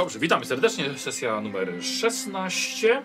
Dobrze, witamy serdecznie. Sesja numer 16.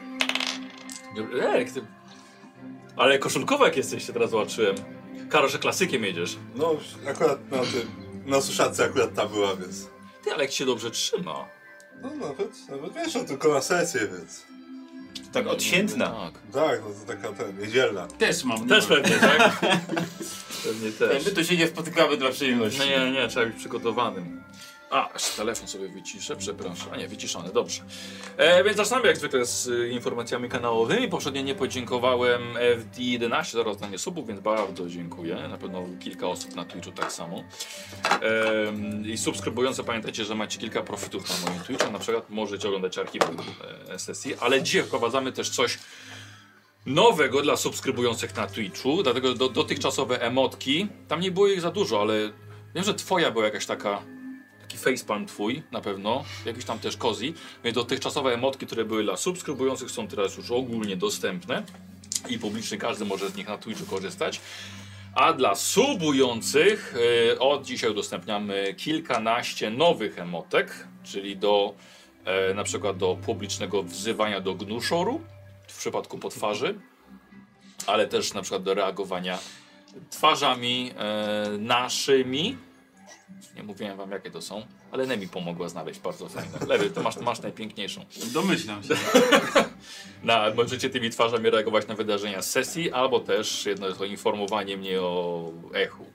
Ale koszulkowek jesteś, teraz zobaczyłem. Karosze klasykiem jedziesz. No, akurat na suszarce akurat ta była, więc... Ty, ale jak cię dobrze trzyma. No nawet wiesz, no tylko na sesję, więc... Tak odsiętna. Tak, no to taka niedzielna. Też mam. Też pewnie, tak? Pewnie też. My tu się nie spotykamy dla przyjemności. Nie, trzeba być przygotowanym. Aż telefon sobie wyciszę, przepraszam. A nie, wyciszony, dobrze. Więc zaczynamy jak zwykle z informacjami kanałowymi. Poprzednio nie podziękowałem FD11 za rozdanie subów, więc bardzo dziękuję. Na pewno kilka osób na Twitchu tak samo. I subskrybujące, pamiętajcie, że macie kilka profitów na moim Twitchu. Na przykład możecie oglądać archiwum sesji, ale dzisiaj wprowadzamy też coś nowego dla subskrybujących na Twitchu. Dlatego dotychczasowe emotki, tam nie było ich za dużo, ale wiem, że twoja była jakaś taki facepalm twój, na pewno, jakiś tam też cozy, więc dotychczasowe emotki, które były dla subskrybujących, są teraz już ogólnie dostępne i publicznie każdy może z nich na Twitchu korzystać. A dla subujących od dzisiaj udostępniamy kilkanaście nowych emotek, czyli na przykład do publicznego wzywania do gnuszoru w przypadku po twarzy, ale też na przykład do reagowania twarzami naszymi. Nie mówiłem wam jakie to są, ale Nemi pomogła znaleźć bardzo fajne. Lewy, to masz najpiękniejszą. Domyślam się. Możecie tymi twarzami reagować na wydarzenia z sesji, albo też jedno to informowanie mnie o echu.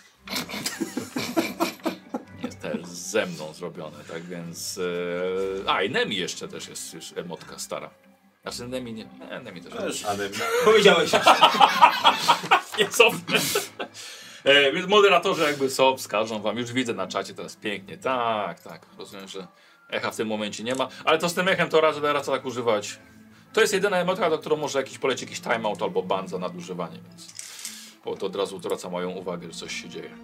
Jest też ze mną zrobione, tak więc... i Nemi jeszcze też jest już emotka stara. Znaczy Nemi nie... Nemi też. Powiedziałeś. Nie cofnę. Więc moderatorzy jakby są, wskażą wam, już widzę na czacie teraz pięknie, tak, rozumiem, że echa w tym momencie nie ma, ale to z tym echem to raczej tak używać. To jest jedyna emotka, do którą może poleci jakiś timeout albo ban za nadużywanie, więc bo to od razu zwraca moją uwagę, że coś się dzieje.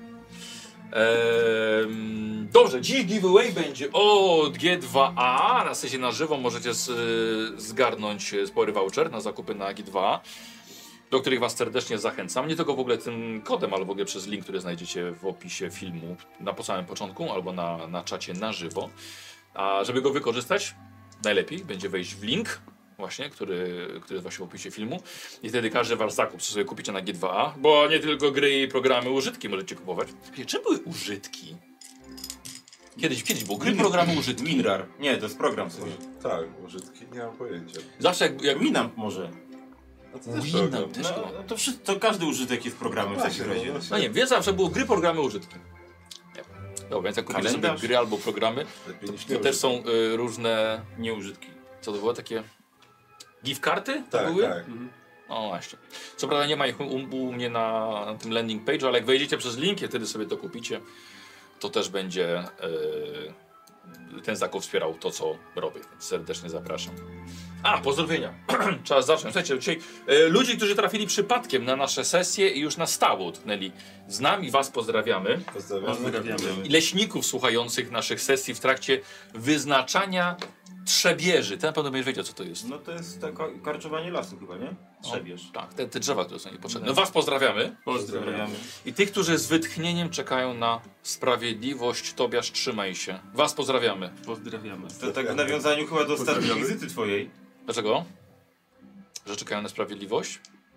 Dobrze, dziś giveaway będzie od G2A, na sesji na żywo możecie zgarnąć spory voucher na zakupy na G2A. Do których was serdecznie zachęcam. Nie tylko w ogóle tym kodem, ale w ogóle przez link, który znajdziecie w opisie filmu na samym początku albo na czacie na żywo. A żeby go wykorzystać, najlepiej będzie wejść w link właśnie, który jest właśnie w opisie filmu. I wtedy każdy wasz zakup, co sobie kupicie na G2A, bo nie tylko gry i programy, użytki możecie kupować. Czym były użytki? Kiedyś było gry, programy, użytki. Minrar. Nie, to jest program sobie. Tak, użytki, nie mam pojęcia. Zawsze jak Winamp może. A to też Winamp program. też go. To każdy użytek jest programem w takim razie. No nie, więc zawsze było gry, programy, użytki. Dobra, więc jak kupicie sobie Kalendarz? gry albo programy, Lepiej niż to nie też są różne, Nieużytki. co to było, takie gift karty? Tak, były? tak. O właśnie. Co prawda nie ma ich u mnie na tym landing page'u, ale jak wejdziecie przez link i wtedy sobie to kupicie, to też będzie ten zakup wspierał to, co robię. Więc serdecznie zapraszam. Pozdrowienia. Trzeba zacząć. Słuchajcie, dzisiaj ludzi, którzy trafili przypadkiem na nasze sesje i już na stałe utknęli z nami, was pozdrawiamy. Pozdrawiam. I leśników słuchających naszych sesji w trakcie wyznaczania trzebieży. Ten na pewno będzie wiedział, co to jest. No to jest karczowanie lasu chyba, nie? Trzebież. Tak, te drzewa, które są niepotrzebne. No was pozdrawiamy. Pozdrawiamy. I tych, którzy z wytchnieniem czekają na sprawiedliwość, Tobiasz, trzymaj się. Was pozdrawiamy. Pozdrawiamy. To tak w nawiązaniu chyba do ostatniej wizyty twojej. Dlaczego? Że czekają na sprawiedliwość?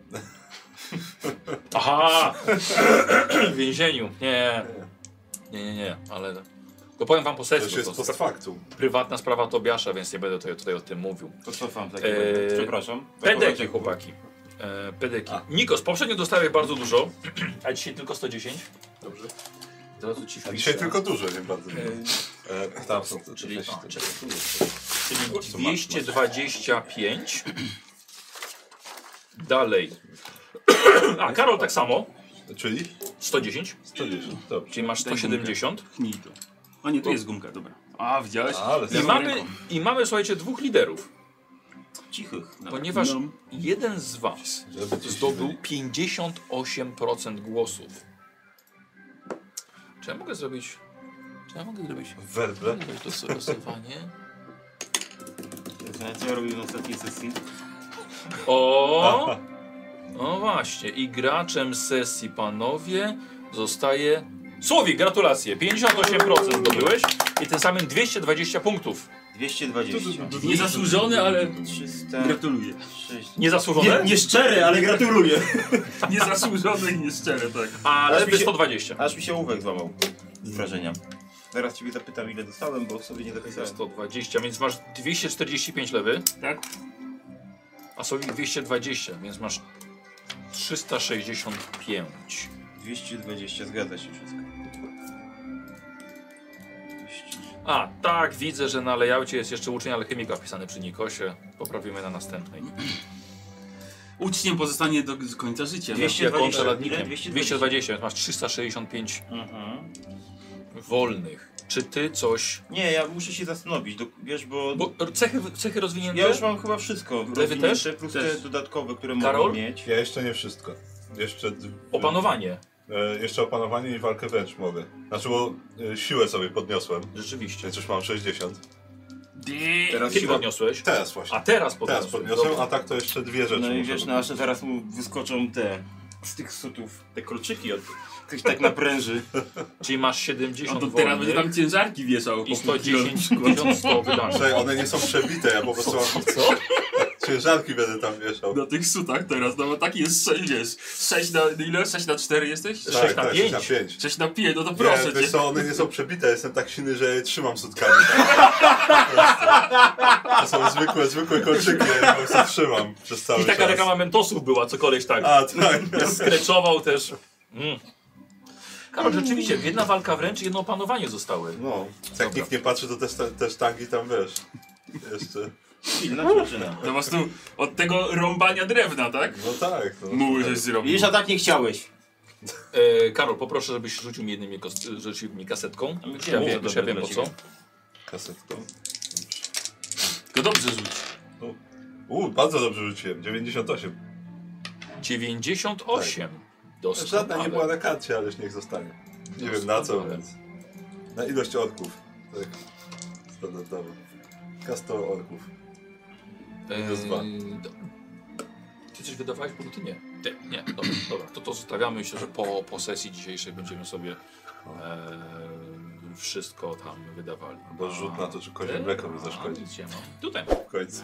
Aha! W więzieniu. Nie, ale... To powiem wam po To sesji. już jest post factum. Prywatna sprawa Tobiasza, więc nie będę tutaj o tym mówił. To cofam w takim razie. Przepraszam. Pedeki, chłopaki. Pedeki. Nikos, poprzednio dostałeś bardzo dużo, a dzisiaj tylko 110. Dobrze. Od razu ci A wpiszę. dzisiaj tylko dużo, nie bardzo. Tam są te Czyli, treści. czekaj, tu jest. Czyli 225. Dalej. Karol tak samo. Czyli? 110. 110, dobrze. Czyli masz 170. Chnij to. A nie, tu jest gumka, dobra. Widziałeś? Ale I mamy, słuchajcie, dwóch liderów. Cichych. Ponieważ No. jeden z was żeby coś zdobył 58% głosów. Czy ja mogę zrobić... werble. To losowanie. Co ja robiłem na ostatniej sesji? O! No właśnie. I graczem sesji, panowie, zostaje... Słowik, gratulacje. 58% zdobyłeś. I tym samym 220 punktów. 220. Niezasłużony, ale 300. gratuluję. Niezasłużone? Nieszczery, ale gratuluję. Niezasłużony i nieszczery, tak. Ale Aż mi się- 120. Aż mi się ołówek złamał z wrażenia. Zaraz ciebie zapytam, ile dostałem, bo sobie nie zapisałem. 120, więc masz 245 lewy, Tak? a sobie 220, więc masz 365. 220, zgadza się wszystko. 200. A, tak, widzę, że na layoutie jest jeszcze uczeń alchemika wpisany przy Nikosie. Poprawimy na następnej. Uczniem pozostanie do końca życia. No. 220. Jako czeladnikiem. Ile? 220, więc masz 365 Mhm. wolnych. Czy ty coś... Nie, ja muszę się zastanowić, wiesz, bo Bo cechy rozwinięte? ja już mam chyba wszystko. Lewy też? Plus Też. te dodatkowe, które Karol? mogę mieć. Ja jeszcze nie wszystko. Jeszcze... Opanowanie. Jeszcze opanowanie i walkę wręcz mogę. Znaczy, bo siłę sobie podniosłem, Rzeczywiście. więc już mam 60. Teraz Kiedy siła. podniosłeś? Teraz właśnie. A teraz Teraz podniosłeś. podniosłem, a tak to jeszcze dwie rzeczy No i muszę wiesz, robić. no aż zaraz mu wyskoczą te z tych sutów, te kolczyki od ktoś tak napręży. Czyli masz On 70 to teraz będzie wolnych tam ciężarki wieszał. i po 110 kilku. 1100 wydanych. Słuchaj, one nie są przebite, ja po prostu mam Co? ciężarki będę tam wieszał. Na tych sutach teraz, no bo taki jest 6, wiesz. 6 na ile? 6 na 4 jesteś? Sześć na tak, 5. 6 na 5. 6 na 5, no to proszę Nie, cię. wiesz co, one nie są przebite, jestem tak silny, że je trzymam sutkami. To są zwykłe kolczyki, ja je po prostu trzymam przez cały I taka czas. reklama Mentosów była, co koleś tak A, tak. skreczował też. Karol, rzeczywiście, jedna walka wręcz i jedno opanowanie zostały. No, jak nikt nie patrzy, to te sztangi tam, wiesz, jeszcze... Silna dziewczyna. To po prostu od tego rąbania drewna, tak? No tak. No, Możesz zrobić. Widzisz, a tak nie chciałeś. Karol, poproszę, żebyś rzucił mi rzucił mi kasetką. A my Już ja wiemy, wiem, że już ja dobre wiem po dla co. ciebie. Kasetką. Tylko dobrze rzuć. Bardzo dobrze rzuciłem, 98. 98. Doskonale. Żadna nie była na karcie, ale już niech zostanie. Nie wiem na co, Doskonale. więc... Na ilość orków. Tak, standardowo. K100 orków. Minus 2. Ty coś wydawałeś, bo ty nie. Ty, nie, dobra. To zostawiamy. Myślę, że po sesji dzisiejszej będziemy sobie wszystko tam wydawali. Bo rzut na to, czy kozie mleko mi zaszkodzi. Nic nie mam. Tutaj. W końcu.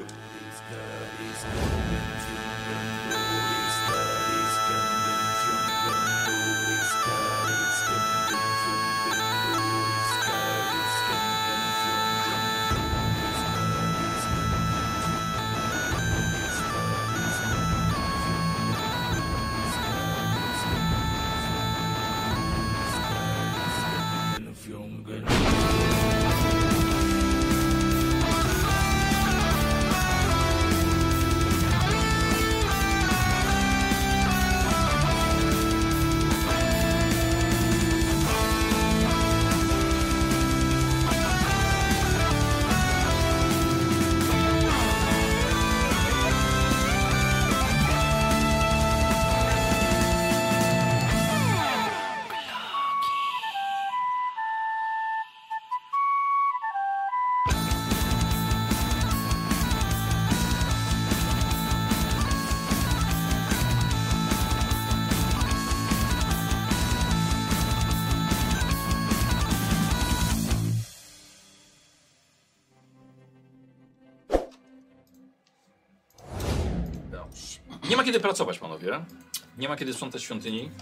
Dobrze. Nie ma kiedy pracować, panowie. Nie ma kiedy sprzątać świątyni.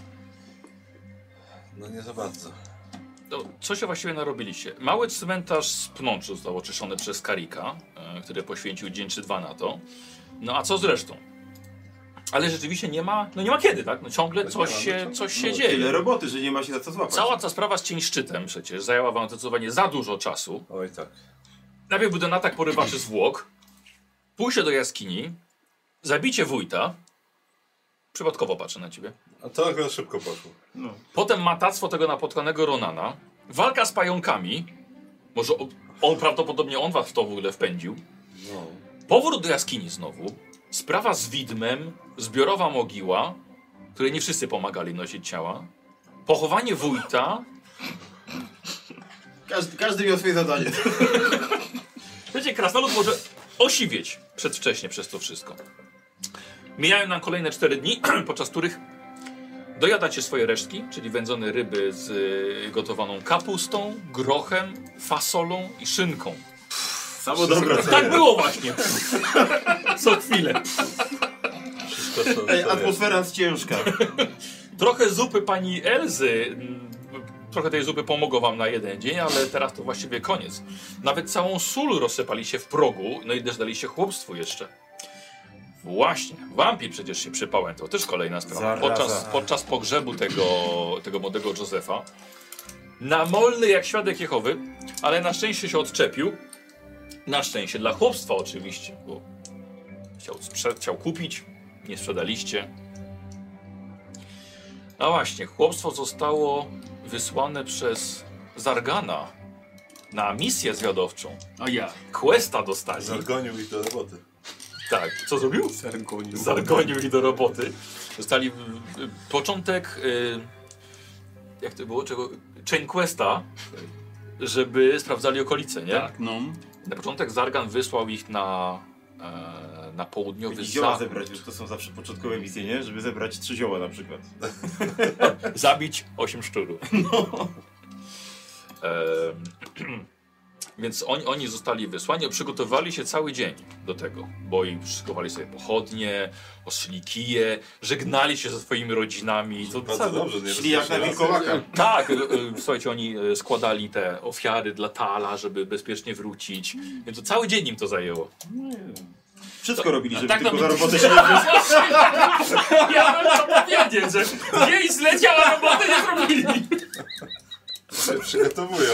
No nie za bardzo. To co się właściwie narobiliście? Mały cmentarz z pnączu został oczyszczony przez Karika, który poświęcił dzień czy dwa na to. No a co z resztą? Ale rzeczywiście nie ma kiedy, tak? No ciągle coś się Tyle dzieje. roboty, że nie ma się za co złapać. Cała ta sprawa z Cień-Szczytem przecież zajęła wam zdecydowanie za dużo czasu. Oj tak. Najpierw był ten atak porywaczy zwłok, pójście do jaskini, zabicie wójta. Przypadkowo patrzę na ciebie. A to akurat szybko poszło. No. Potem matactwo tego napotkanego Ronana. Walka z pająkami. Może on prawdopodobnie on was w to w ogóle wpędził. No. Powrót do jaskini znowu. Sprawa z widmem. Zbiorowa mogiła, której nie wszyscy pomagali nosić ciała. Pochowanie wójta. Każdy miał swoje zadanie. Wiecie, krasnolud może osiwieć przedwcześnie przez to wszystko. Mijają nam kolejne 4 dni, podczas których Dojadacie swoje resztki, czyli wędzone ryby z gotowaną kapustą, grochem, fasolą i szynką. Samo dobre. Tak było właśnie. Co chwilę. Wszystko co Ej, atmosfera jest ciężka. Trochę zupy pani Elzy, trochę tej zupy pomogło wam na jeden dzień, ale teraz to właściwie koniec. Nawet całą sól rozsypaliście w progu, no i też daliście chłopstwu jeszcze. Właśnie, wampir przecież się przypałętał, to też kolejna sprawa. Podczas pogrzebu tego młodego Józefa, namolny jak świadek Jehowy, ale na szczęście się odczepił. Na szczęście dla chłopstwa oczywiście, bo chciał kupić, nie sprzedaliście. A właśnie, chłopstwo zostało wysłane przez Zargana na misję zwiadowczą. A ja. Questa dostali. Zargonił ich do roboty. Tak, co zrobił? Zargonił ich do roboty. Dostali początek, jak to było, chain questa, żeby sprawdzali okolice, nie? Tak, no. Na początek Zargan wysłał ich na południowy Zioła zachód. zebrać, bo to są zawsze początkowe misje, nie? Żeby zebrać 3 zioła na przykład. Zabić 8 szczurów. No. Więc oni zostali wysłani, przygotowali się cały dzień do tego, bo i szykowali sobie pochodnie, ostrzyli kije, żegnali się ze swoimi rodzinami. To Bardzo dobrze, nie? Szli jak na wilkołaka. Tak, słuchajcie, oni składali te ofiary dla Tala, żeby bezpiecznie wrócić. Więc to cały dzień im to zajęło. Wszystko robili, żeby tak tylko to za by- robotę się nie wziąć. Ja bym to powiedzieć, że dzień zleciała, roboty nie zrobili. się przygotowują.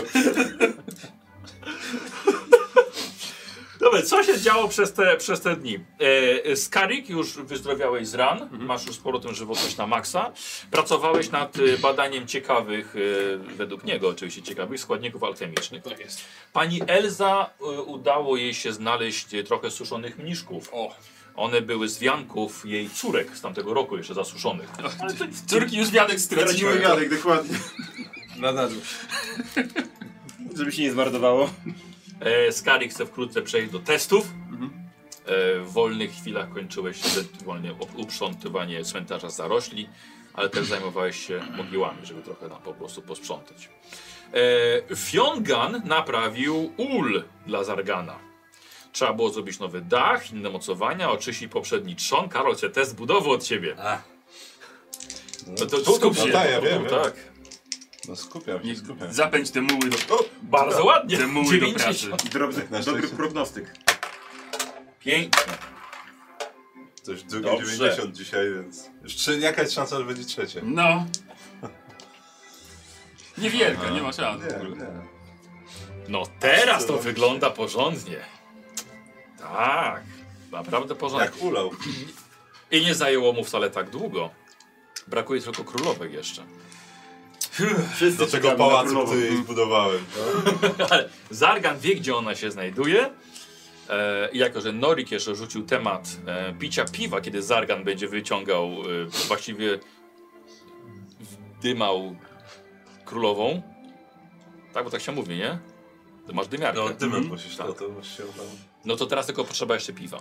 Dobra, co się działo przez te dni? Skarik, już wyzdrowiałeś z ran, masz już z powrotem żywotność na maksa. Pracowałeś nad badaniem ciekawych, według niego oczywiście ciekawych składników alchemicznych. Tak jest. Pani Elza udało jej się znaleźć trochę suszonych mniszków. O, One były z wianków jej córek z tamtego roku jeszcze zasuszonych. córki już wiadek Straciły straciły. wiadek, dokładnie. Nadal. Żeby się nie zmarnowało. Skarik chce wkrótce przejść do testów. W wolnych chwilach kończyłeś ewentualnie uprzątywanie cmentarza z zarośli, ale też zajmowałeś się mogiłami, żeby trochę po prostu posprzątać. Fiongan naprawił ul dla Zargana. Trzeba było zrobić nowy dach, inne mocowania, oczyścić poprzedni trzon. Karol chce test budowy od ciebie. Skup się. No tak, ja wiem. Tak. No skupiam się, skupiam. Zapędź te muły do... Bardzo ładnie. Te muły do pracy. Dobry szczęście. prognostyk. Pięknie. Coś drugie Dobrze. 90 dzisiaj, więc jeszcze jakaś szansa, że będzie trzecie. No. Niewielka, nie ma szans. Nie. No teraz to wygląda porządnie. Tak, naprawdę porządnie. Jak ulał. I nie zajęło mu wcale tak długo. Brakuje tylko królowek jeszcze. Wszyscy Do tego czekamy na pałacu, królową. który zbudowałem. Ale Zargan wie, gdzie ona się znajduje. I jako, że Norik jeszcze rzucił temat picia piwa, kiedy Zargan będzie wyciągał, właściwie dymał królową. Tak, bo tak się mówi, nie? To masz dymiarkę. No, dymem musisz, Tak. to musi się udało. No to teraz tylko potrzeba jeszcze piwa.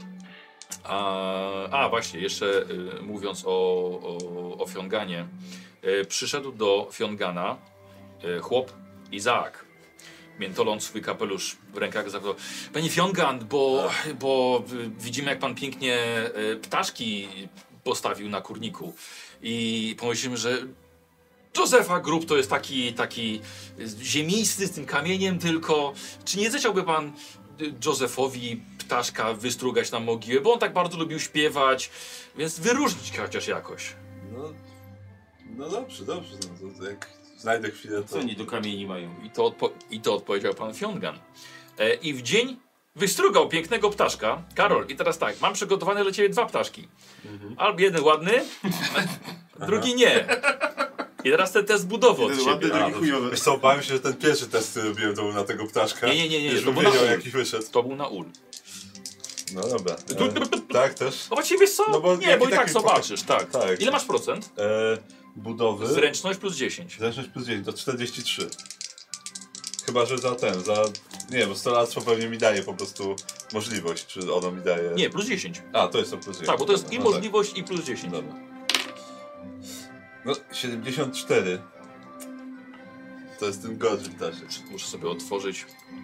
Właśnie, jeszcze mówiąc o Fionganie. Przyszedł do Fiongana chłop Izaak. Miętoląc swój kapelusz w rękach, zapytał: Panie Fiongan, bo widzimy, jak pan pięknie ptaszki postawił na kurniku. I pomyślimy, że Józefa grób to jest taki ziemisty z tym kamieniem tylko. Czy nie zechciałby pan Józefowi ptaszka wystrugać na mogiłę, bo on tak bardzo lubił śpiewać, więc wyróżnić chociaż jakoś. No dobrze. No, to jak znajdę chwilę, to... Co oni do kamieni mają? I to odpowiedział pan Fiongan. I w dzień wystrugał pięknego ptaszka. Karol, i teraz tak, mam przygotowane dla ciebie 2 ptaszki. Albo jeden ładny, drugi nie. I teraz ten test budowy od Jeden ładny, ciebie. drugi chujowy. Wiesz co, bałem się, że ten pierwszy test, który robiłem, to był na tego ptaszka. Nie, Już to bym był na wiedział, ul. jaki wyszedł. To był na ul. No dobra. Tak, też? No właściwie wiesz co? No bo nie, jaki bo i tak taki zobaczysz, tak. Tak. Ile masz procent? Budowy. Zręczność plus 10. Zręczność plus 10 to 43. Chyba, że za... Nie, bo stolarstwo pewnie mi daje po prostu możliwość, czy ono mi daje... Nie, plus 10. A, to jest to plus 10. Tak, bo to jest i No możliwość, i plus 10. Dobra. No, 74. To jest ten gorszy ptaszek. Muszę sobie otworzyć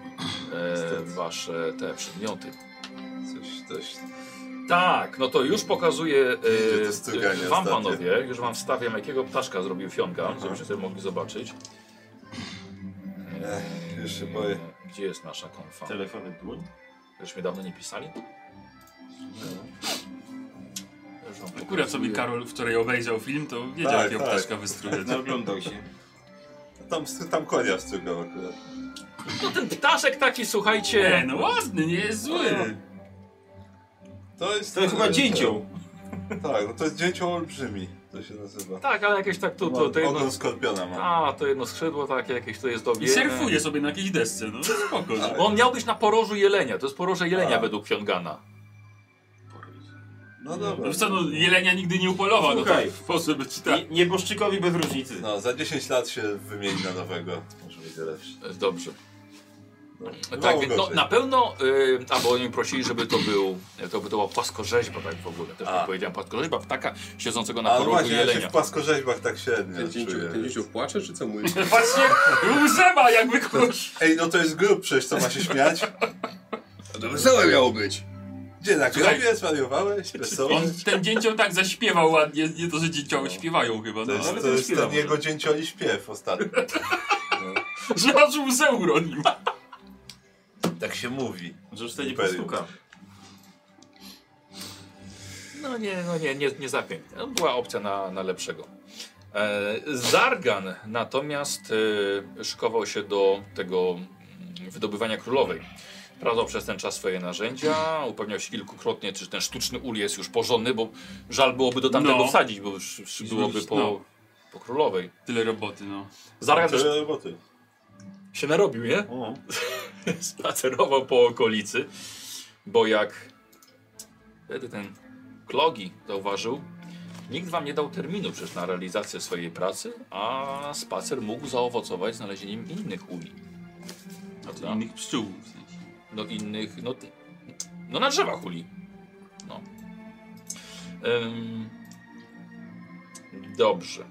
wasze te przedmioty. Coś... Tak, no to już pokazuję Idzie to struganie wam ostatnio. panowie, już wam wstawiam jakiego ptaszka zrobił Fionka, żebyście sobie mogli zobaczyć. Już się boję. Gdzie jest nasza konfa? Telefony dłoń? Żeśmy dawno nie pisali? Już wam Akurat pokazuję. sobie Karol wczoraj obejrzał film, to wiedział Tak, jakiego tak. ptaszka wystrugać. Naoglądał się. Tam konia wstrugał akurat. No ten ptaszek taki, słuchajcie. Nie, no ładny, nie jest zły. To jest... To chyba dzięcioł. Tak, no to jest dzięcioł olbrzymi. To się nazywa. Tak, ale jakieś tak to jedno... Ogon skorpiona ma. A, to jedno skrzydło takie jakieś to jest I dobie. surfuje sobie na jakiejś desce, no spoko. Tak. On miał być na porożu jelenia, to jest poroże jelenia A. według Fiongana. No dobra. No co, no jelenia nigdy nie upolował, no Słuchaj. to może być tak. Nieboszczykowi bez różnicy. No, za 10 lat się wymieni na nowego. Może będzie lepszy. Dobrze. No, Tak, mało no gorzej. na pewno, bo oni prosili, żeby to była płaskorzeźba tak w ogóle. Też A. nie powiedziałem, płaskorzeźba ptaka siedzącego na A no porogu właśnie, ja się jelenia. w płaskorzeźbach tak średnio Ten czuję. dzięcioł płacze, czy co mówi? Właśnie, łzema jakby ktoś. Ej, no to jest grób przecież, co ma się śmiać? To wesołe miało być. Gdzie, na Słuchaj. grobie zwariowałeś? Wesoły? On, ten dzięcioł tak zaśpiewał ładnie, nie to, że dzięcioły śpiewają chyba, To no, jest, ale to jest śpiewał. ten jego dzięcioli śpiew ostatni. No, Że aż łzę uronił. tak się mówi. Że już wtedy Imperium. postuka. No nie za pięknie. No, była opcja na lepszego. Zargan natomiast szykował się do tego wydobywania królowej. Sprawdzał przez ten czas swoje narzędzia, upewniał się kilkukrotnie, czy ten sztuczny ul jest już porządny, bo żal byłoby do tamtego No. wsadzić, bo już byłoby po królowej. Tyle roboty, no. Zargan też Tyle roboty. się narobił, nie? O. Spacerował po okolicy, bo jak wtedy ten Klogi zauważył, nikt wam nie dał terminu przecież na realizację swojej pracy, a spacer mógł zaowocować znalezieniem innych uli. A to innych pszczół w sensie. No innych, no na drzewach uli. No. Dobrze.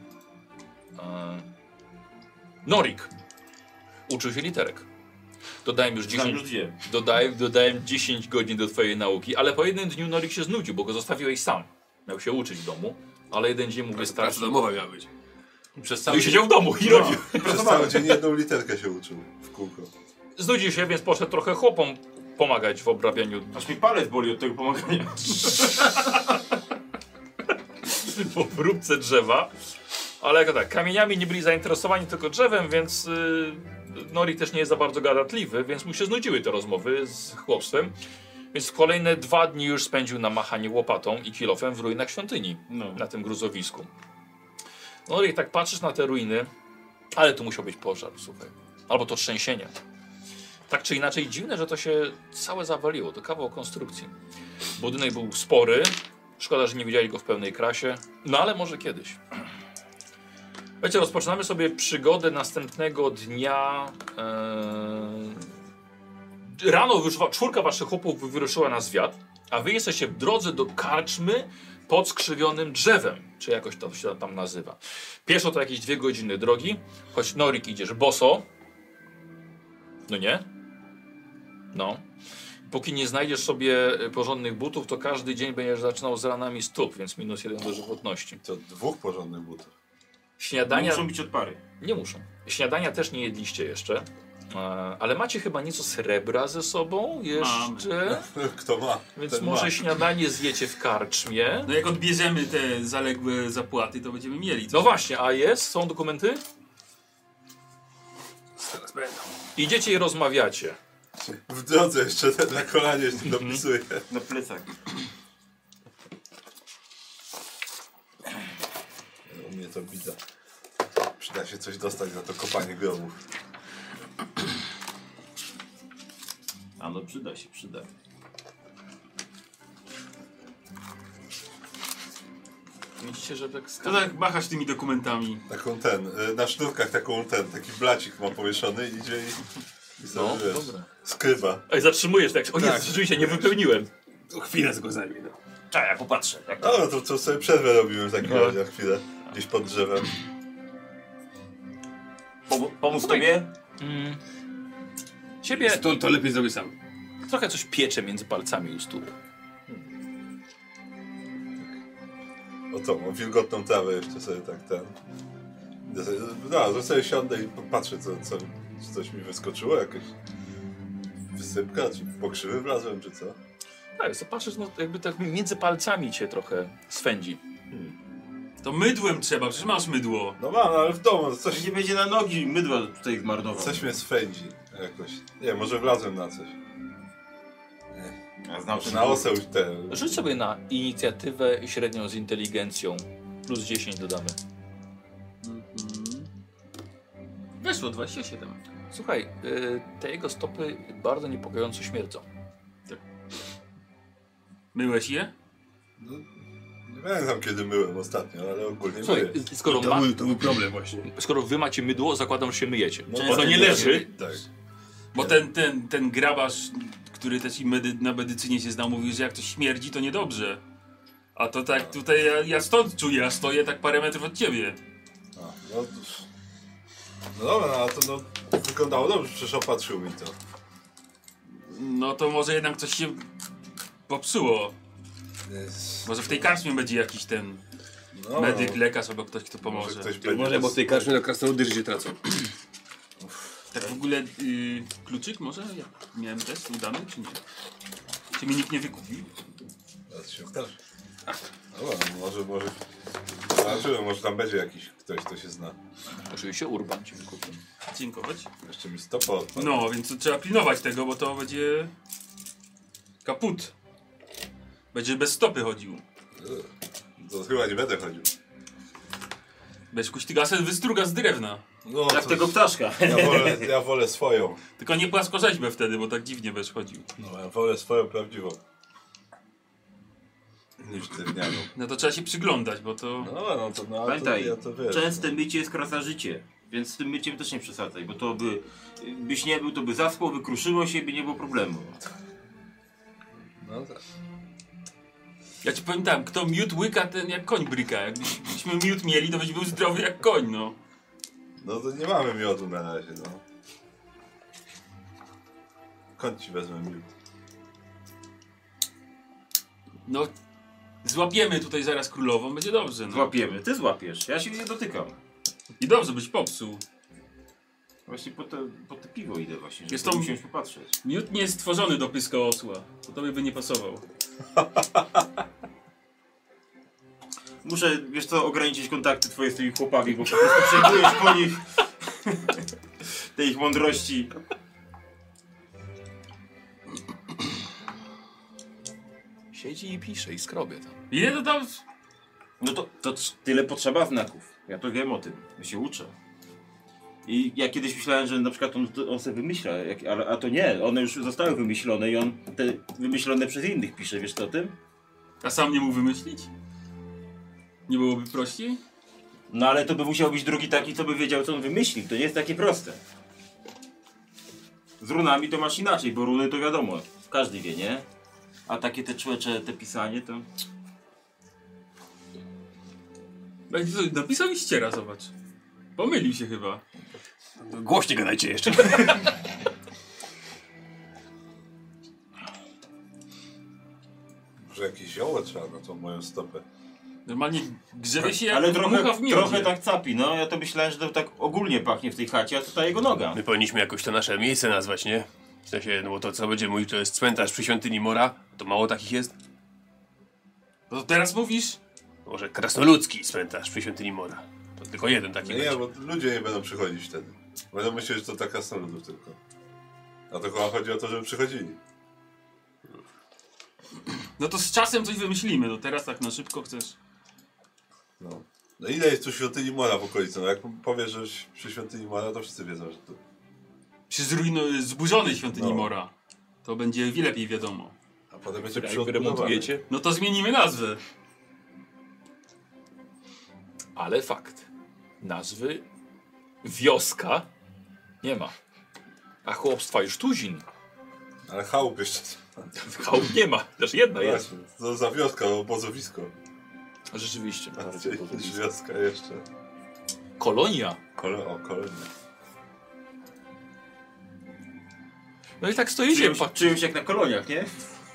Norik. Uczył się literek. Dodałem już Znam 10, już dwie. dodałem 10 godzin do twojej nauki, ale po jednym dniu Norik się znudził, bo go zostawiłeś sam. Miał się uczyć w domu, ale jeden dzień mógł Praca wystarczyć. domowa miała być. Przez No cały, i siedział w domu i robił. przez cały dzień jedną literkę się uczył w kółko. Znudził się, więc poszedł trochę chłopom pomagać w obrabianiu Aż mi palec boli od tego pomagania. po próbce drzewa. Ale jako tak, kamieniami nie byli zainteresowani tylko drzewem, więc Nori też nie jest za bardzo gadatliwy, więc mu się znudziły te rozmowy z chłopstwem. Więc kolejne 2 dni już spędził na machanie łopatą i kilofem w ruinach świątyni, No. na tym gruzowisku. Nori, tak patrzysz na te ruiny, ale tu musiał być pożar, słuchaj. Albo to trzęsienie. Tak czy inaczej dziwne, że to się całe zawaliło, to kawał konstrukcji. Budynek był spory, szkoda, że nie widzieli go w pełnej krasie, no ale może kiedyś. Wiecie, rozpoczynamy sobie przygodę następnego dnia. Rano 4 waszych chłopów wyruszyła na zwiat, a wy jesteście w drodze do karczmy pod skrzywionym drzewem, czy jakoś to się tam nazywa. Pieszo to jakieś 2 godziny drogi, choć Norik idziesz boso. No nie? No. Póki nie znajdziesz sobie porządnych butów, to każdy dzień będziesz zaczynał z ranami stóp, więc -1 do żywotności. To 2 porządnych butów. Śniadania Muszą być od pary. nie muszą. Śniadania też nie jedliście jeszcze, ale macie chyba nieco srebra ze sobą jeszcze, Kto ma? więc ten może ma. śniadanie zjecie w karczmie. No jak odbierzemy te zaległe zapłaty, to będziemy mieli. No właśnie, a jest? Są dokumenty? Teraz będą. Idziecie i rozmawiacie. W drodze jeszcze ten na kolanie się dopisuje. Na plecach. U mnie to bida. Przyda się coś dostać na to kopanie grobów. A no przyda się, przyda. Widzicie, że tak To tak machasz tymi dokumentami. Taką na sznurkach taki blacik ma powieszony i idzie i sobie, No, wiesz, dobra. skryba. Ej, zatrzymujesz tak. O nie, rzeczywiście, nie wypełniłem. To chwilę go zajmie, no. Czekaj, ja popatrzę. Jak No, to sobie przerwę robimy w takim razie na chwilę. Gdzieś pod drzewem. Pomóc tobie? Ciebie Stąd to lepiej zrobię sam. trochę coś piecze między palcami u stóp. O to, mam wilgotną trawę jeszcze sobie tak ten... No, że sobie siądę i patrzę, czy coś mi wyskoczyło, jakaś wysypka, czy w pokrzywy wlazłem, czy co? Tak, zobaczysz, no jakby tak między palcami cię trochę swędzi. To mydłem trzeba, przecież masz mydło. No mam, ale w domu coś, Nie będzie na nogi mydła tutaj zmarnował. coś mnie swędzi jakoś. Nie, może wlazłem na coś. Ja znam Na oseł te... Rzuć sobie na inicjatywę średnią z inteligencją. Plus 10 dodamy. Weszło 27. Słuchaj, te jego stopy bardzo niepokojąco śmierdzą. Myłeś je? No, nie pamiętam kiedy myłem ostatnio, ale ogólnie Słuchaj, myję. To był problem właśnie. skoro wy macie mydło, zakładam, że się myjecie. No, Bo to nie leży. Tak. Bo ten grabarz, który też i na medycynie się znał, mówił, że jak to śmierdzi, to niedobrze. A to tak tutaj ja stąd czuję, ja stoję tak parę metrów od ciebie. No dobra, no, ale to wyglądało dobrze, przecież opatrzył mi to. No to może jednak coś się popsuło. Może w tej karczmie będzie jakiś ten No, medyk, lekarz albo ktoś, kto pomoże. ktoś Może, będzie bo w tej karczmie na krasnoludy życie tracą. Tak w ogóle kluczyk może? Ja miałem test udany, czy nie? Czy mi nikt nie wykupił? Zaraz się okaże. Dobra, może... Zobaczymy, może tam będzie jakiś ktoś, kto się zna. Oczywiście Urban ci wykupił. Dziękować. Jeszcze mi stopa odpadł. No, więc to trzeba pilnować tego, bo to będzie kaput. Będzie bez stopy chodził. To chyba nie będę chodził. Bez kuśtygasem wystruga z drewna. No, Jak to- tego ptaszka. ja wolę swoją. Tylko nie płaskorzeźbę wtedy, bo tak dziwnie będziesz chodził. No, ja wolę swoją prawdziwą. Niż drewnianą. No to trzeba się przyglądać, bo to... Ale Pamiętaj, to, ja to wiesz. częste mycie skraca życie. Więc z tym myciem też nie przesadzaj, bo to byś nie był, to by zaschło, wykruszyło się i by nie było problemu. No tak. Ja ci powiem tak, kto miód łyka, ten jak koń bryka. Jakbyśmy miód mieli, to byś był zdrowy jak koń, no. No to nie mamy miodu na razie, no. Kąd ci wezmę miód. No, złapiemy tutaj zaraz królową, będzie dobrze, no. Złapiemy, ty złapiesz, ja się nie dotykam. I dobrze, byś popsuł. Właśnie po te piwo idę właśnie, żeby Jest to- musiałem popatrzeć. Miód nie jest stworzony do pyska osła. To tobie by nie pasował. Muszę, wiesz co, ograniczyć kontakty twoje z tymi chłopami, bo po prostu przejmujesz po nich tej ich mądrości. Siedzi i pisze i skrobie tam. Ile to tam... No to tyle potrzeba znaków. Ja to wiem o tym, ja się uczę. I ja kiedyś myślałem, że na przykład on sobie wymyśla, a to nie, one już zostały wymyślone i on te wymyślone przez innych pisze, wiesz co o tym? A sam nie mógł wymyślić? Nie byłoby prościej? No ale to by musiał być drugi taki, co by wiedział, co on wymyślił. To nie jest takie proste. Z runami to masz inaczej, bo runy to wiadomo, każdy wie, nie? A takie te człecze, te pisanie to... Napisał i ściera, zobacz. Pomylił się chyba. Głośniej gadajcie jeszcze. Może jakieś zioło trzeba na tą moją stopę. Normalnie grzebie się jak Ale mucha w miodzie. trochę tak capi, no. Ja to myślałem, że to tak ogólnie pachnie w tej chacie, a to ta jego noga. My powinniśmy jakoś to nasze miejsce nazwać, nie? W sensie, no bo to co będzie mówić, to jest cmentarz przy świątyni Mora. To mało takich jest. No to teraz mówisz? Może krasnoludzki cmentarz przy świątyni Mora. To tylko jeden taki No będzie. nie, bo ludzie nie będą przychodzić wtedy. Będą myśleć, że to taka krasnoludów tylko. A to chyba chodzi o to, żeby przychodzili. No to z czasem coś wymyślimy. No teraz tak na szybko chcesz. No. No ile jest tu świątyni Mora w okolicy? No jak powiesz, że przy świątyni Mora, to wszyscy wiedzą, że to... Przy zburzonej świątyni No. Mora. To będzie lepiej wiadomo. A potem będzie Jak wyremontujecie. No to zmienimy nazwę. Ale fakt. Nazwy wioska nie ma. A chłopstwa już tuzin. Ale chałup jeszcze. Chałup nie ma. Też jedna jest. Właśnie, to za wioska, obozowisko. Rzeczywiście. A gdzie jest wioska jeszcze? Kolonia. Kolonia. No i tak stoicie. Czują się jak na koloniach, nie?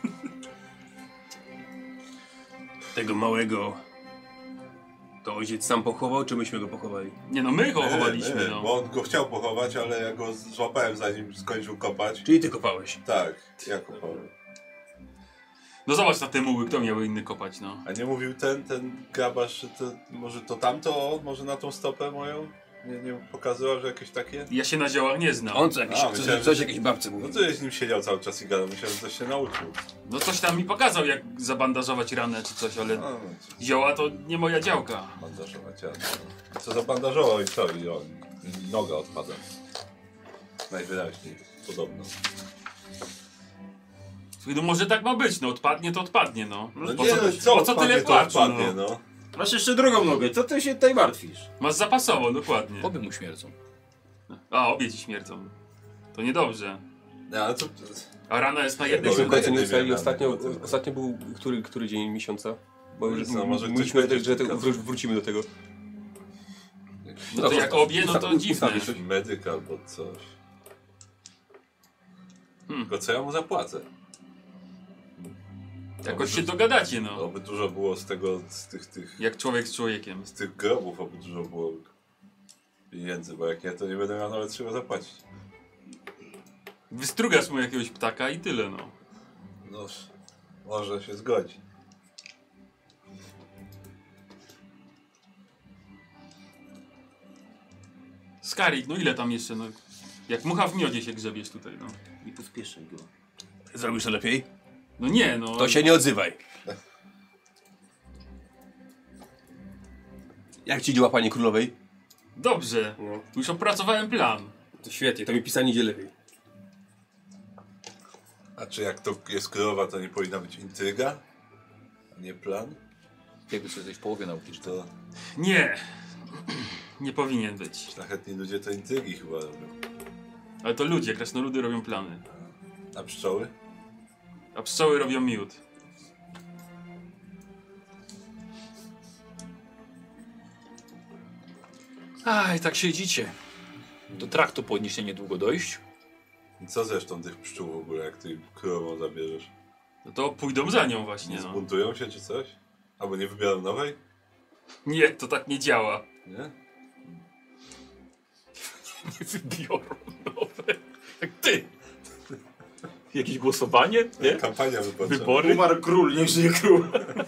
Tego małego to ojciec sam pochował, czy myśmy go pochowali? Nie no, my go chowaliśmy, Nie, no. bo on go chciał pochować, ale ja go złapałem zanim skończył kopać. Czyli ty kopałeś. Tak, ja kopałem. No zobacz na te muły, kto miał inny kopać, no. A nie mówił ten grabarz, że to, może to tamto, on, może na tą stopę moją? Nie pokazywał, że jakieś takie? Ja się na ziołach nie znam. On co jakiś, myślałem, coś że- jakiejś babce No mówi. to ja z nim siedział cały czas i gadał, myślałem, że coś się nauczył. No coś tam mi pokazał, jak zabandażować ranę czy coś, ale No, zioła to nie moja działka. bandażować, ja. Co zabandażował i co? I on, noga odpada. Najwyraźniej, podobno. No może tak ma być, no odpadnie to odpadnie, no. No Po nie, co, no co po co odpadnie, tyle to płaczu, odpadnie, no? no. Masz jeszcze drugą nogę, co ty się tutaj martwisz? Masz zapasowo, dokładnie. Obie mu śmierdzą. A, obie ci śmierdzą. To niedobrze. No, ale co... A rana jest na jednej Może Myśmy w końcu nie nie ustalili wiem, ostatnio, ale- ostatnio był który dzień miesiąca? Bo już No, może ktoś mówiliśmy, będzie że w tym wrócimy do tego. No to jak obie, no to dziwne. ustawisz coś. Medyk albo coś. Hmm. Tylko co ja mu zapłacę? Jakoś się dogadacie, no. Oby dużo było z tego, z tych Jak człowiek z człowiekiem. z tych grobów, oby dużo było pieniędzy, bo jak nie, to nie będę miał nawet czego zapłacić. Wystrugasz mu jakiegoś ptaka i tyle, no. No, może się zgodzi. Skarik, no ile tam jeszcze, no. Jak mucha w miodzie się grzebiesz tutaj, no. Nie pospieszaj go. Zrobisz to lepiej? No nie, no. To się nie odzywaj. Jak ci działa, panie królowej? Dobrze. No. Już opracowałem plan. To świetnie, to mi pisanie idzie lepiej. A czy jak to jest królowa, to nie powinna być intryga? A nie plan? Jakby sobie coś w połowie nauczyć. To Nie. Nie powinien być. szlachetni ludzie to intrygi chyba robią. Ale to ludzie, krasnoludy robią plany. A pszczoły? A pszczoły robią miód. Aj, tak siedzicie. Do traktu powinniście niedługo dojść. I co zresztą tych pszczół w ogóle, jak ty królową zabierzesz? No to pójdą za nią właśnie, Nie no. zbuntują się czy coś? Albo nie wybiorą nowej? Nie, to tak nie działa. Nie? Nie wybiorą nowe. Jak ty. Jakieś głosowanie? Nie? Kampania wyborcza. Wybory? Umarł król, niech żyje król.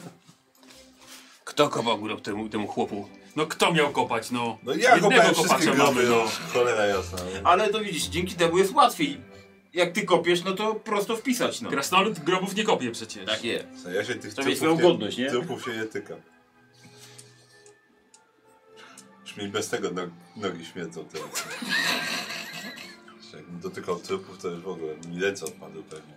Kto kopał grob temu chłopu? No kto miał kopać, no? No ja Jednego kopałem wszystkie kopacza groby, mamy, no. no. Cholera jasna. No. Ale to widzisz, dzięki temu jest łatwiej. Jak ty kopiesz, no to prosto wpisać, no. Krasnolud grobów nie kopie przecież. Tak jest. Ja się tych To mieć swoją godność, nie? trupów się nie tykam. Już mi bez tego nogi śmierdzą teraz. Jakbym dotykał trupów, to już w ogóle mi ręce odpadły pewnie.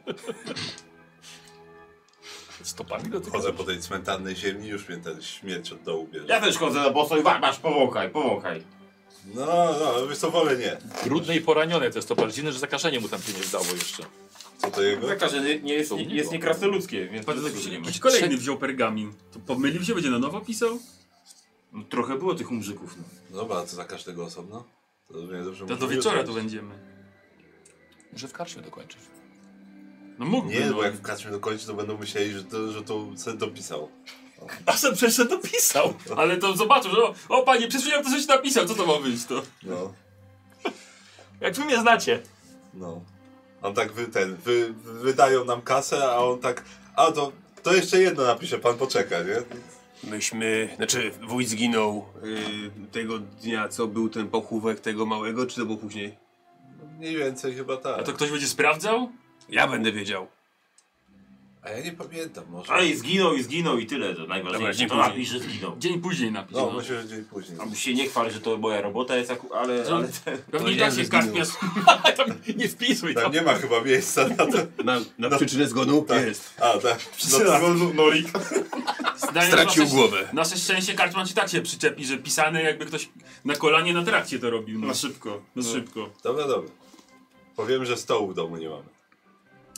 Stopami do tego. Chodzę po tej cmentarnej ziemi, już mnie ten śmierć od dołu bierze. Ja też chodzę na boso i masz, powąchaj, powąchaj. No, wiesz co, wolę nie. Brudne i poranione to jest to dziwne, że zakażenie mu tam się nie zdało jeszcze. Co to jego? Zakażenie nie jest, nie, jest niekrasnoludzkie, więc Patrz, dlatego nie ma. jakiś kolejny wziął pergamin. To pomylił się, będzie na nowo pisał? No, trochę było tych umrzyków, no. Dobra, a co za każdego osobno? To nie dobrze To do mówię, wieczora że- tu będziemy. Może w karczmie dokończysz. No mógłby, Nie, no. bo jak w kaczmie dokończy, to będą myśleli, że to sobie dopisał. A sam przecież dopisał. Ale to zobaczą, że o panie, przecież to coś napisał, co to ma być, to? No, Jak wy mnie znacie. no. On tak wydają nam kasę, a on tak, a to jeszcze jedno napisze, pan poczeka, nie? Znaczy wójt zginął tego dnia, co był ten pochówek tego małego, czy to było później? Mniej więcej chyba tak. A to ktoś będzie sprawdzał? Ja będę wiedział. A ja nie pamiętam, może. Ale i zginął i tyle, to najważniejsze. dzień To później. napisz, że zginął. Dzień później napisz, No, no. myślę, że dzień później. A się nie chwal, że to moja robota jest, ale ten... Pewnie i To tak nie, się że kartmia... Tam nie wpisuj Tam tam. nie ma chyba miejsca na to. Na przyczynę zgonu? Tak. Jest. A, tak. Norik. Stracił głowę. Nasze szczęście kartman ci tak się przyczepi, że pisane jakby ktoś na kolanie na trakcie to robił. No. Na szybko. No szybko. Dobra, dobra. Powiem, że stołu w domu nie mamy.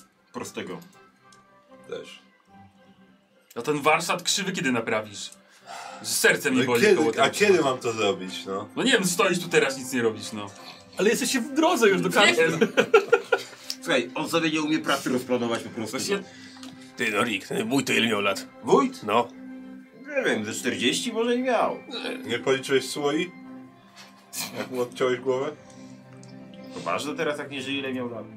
Prostego. Też. A ten warsztat krzywy kiedy naprawisz? Z sercem nie No boli kiedy, koło a tego. kiedy mam to zrobić, no? No nie wiem, stoisz tu teraz, nic nie robisz, no. Ale jesteście w drodze już do karty. Słuchaj, on sobie nie umie pracy rozplanować po prostu. Właśnie, Ty no Rick, ten wójt to ile miał lat? Wójt? No. Nie wiem, ze 40 może nie miał. Nie policzyłeś słoi? Jak mu odciąłeś głowę? To ważne teraz, jak nie żyje, ile miał lat.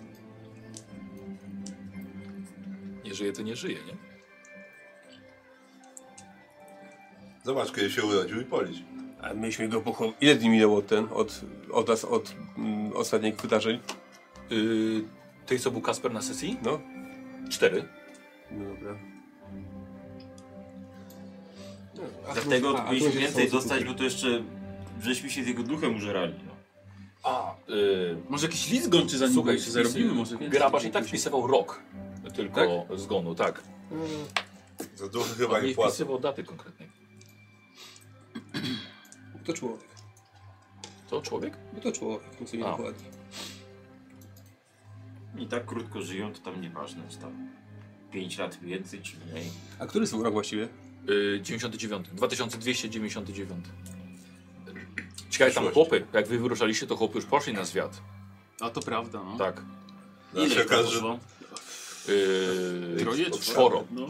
Nie żyje, to nie żyje, nie? Zobacz, kiedy się urodził i policz. A myśmy go pochowali. Ile dni minęło od ostatnich wydarzeń? Tej, co był Kasper na sesji? No. 4. No dobra. Dlatego powinniśmy więcej dostać, bo to jeszcze żeśmy się z jego duchem użerali. No. A, może jakiś list gończy zanim słuchaj, się zarobimy, może więcej. Grabarz i tak wpisywał rok tylko zgonu, tak. Za dużo chyba On nie nie płacą. wpisywał daty konkretnej. To człowiek. To człowiek? No to człowiek, to sobie A. dokładnie. I tak krótko żyją, to tam nieważne, czy tam 5 lat więcej, czy mniej. A który jest rok właściwie? 99. 2299. Ciekawe, tam Przyszłość. chłopy, jak wy wyruszaliście, to chłopy już poszli na zwiat. A to prawda, no. Tak. Ile Ile się ich tam okaże, że poszło? Troje, czworo. No.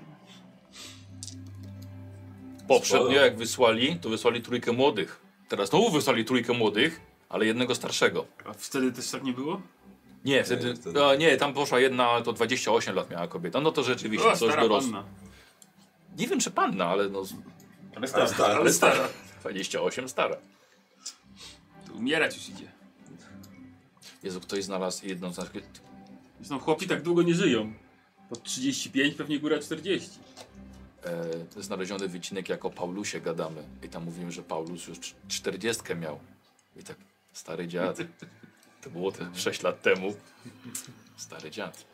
Poprzednio Sporo. jak wysłali, to wysłali trójkę młodych. Teraz znowu wysłali trójkę młodych, ale jednego starszego. A wtedy też tak nie było? Nie, wtedy, Nie, wtedy. nie, tam poszła jedna, to 28 lat miała kobieta. No to rzeczywiście O, coś stara dorosłe. panna. Nie wiem czy panna, ale no Ale Ale stary. Ale stara. 28 stara. To umierać już idzie. Jezu, ktoś znalazł jedną z naszych... Zresztą chłopi tak długo nie żyją. Po 35, pewnie góra 40. Znaleziony wycinek, jak o Paulusie gadamy. I tam mówimy, że Paulus już 40 miał. I tak, stary dziad. To było te 6 lat temu. Stary dziad.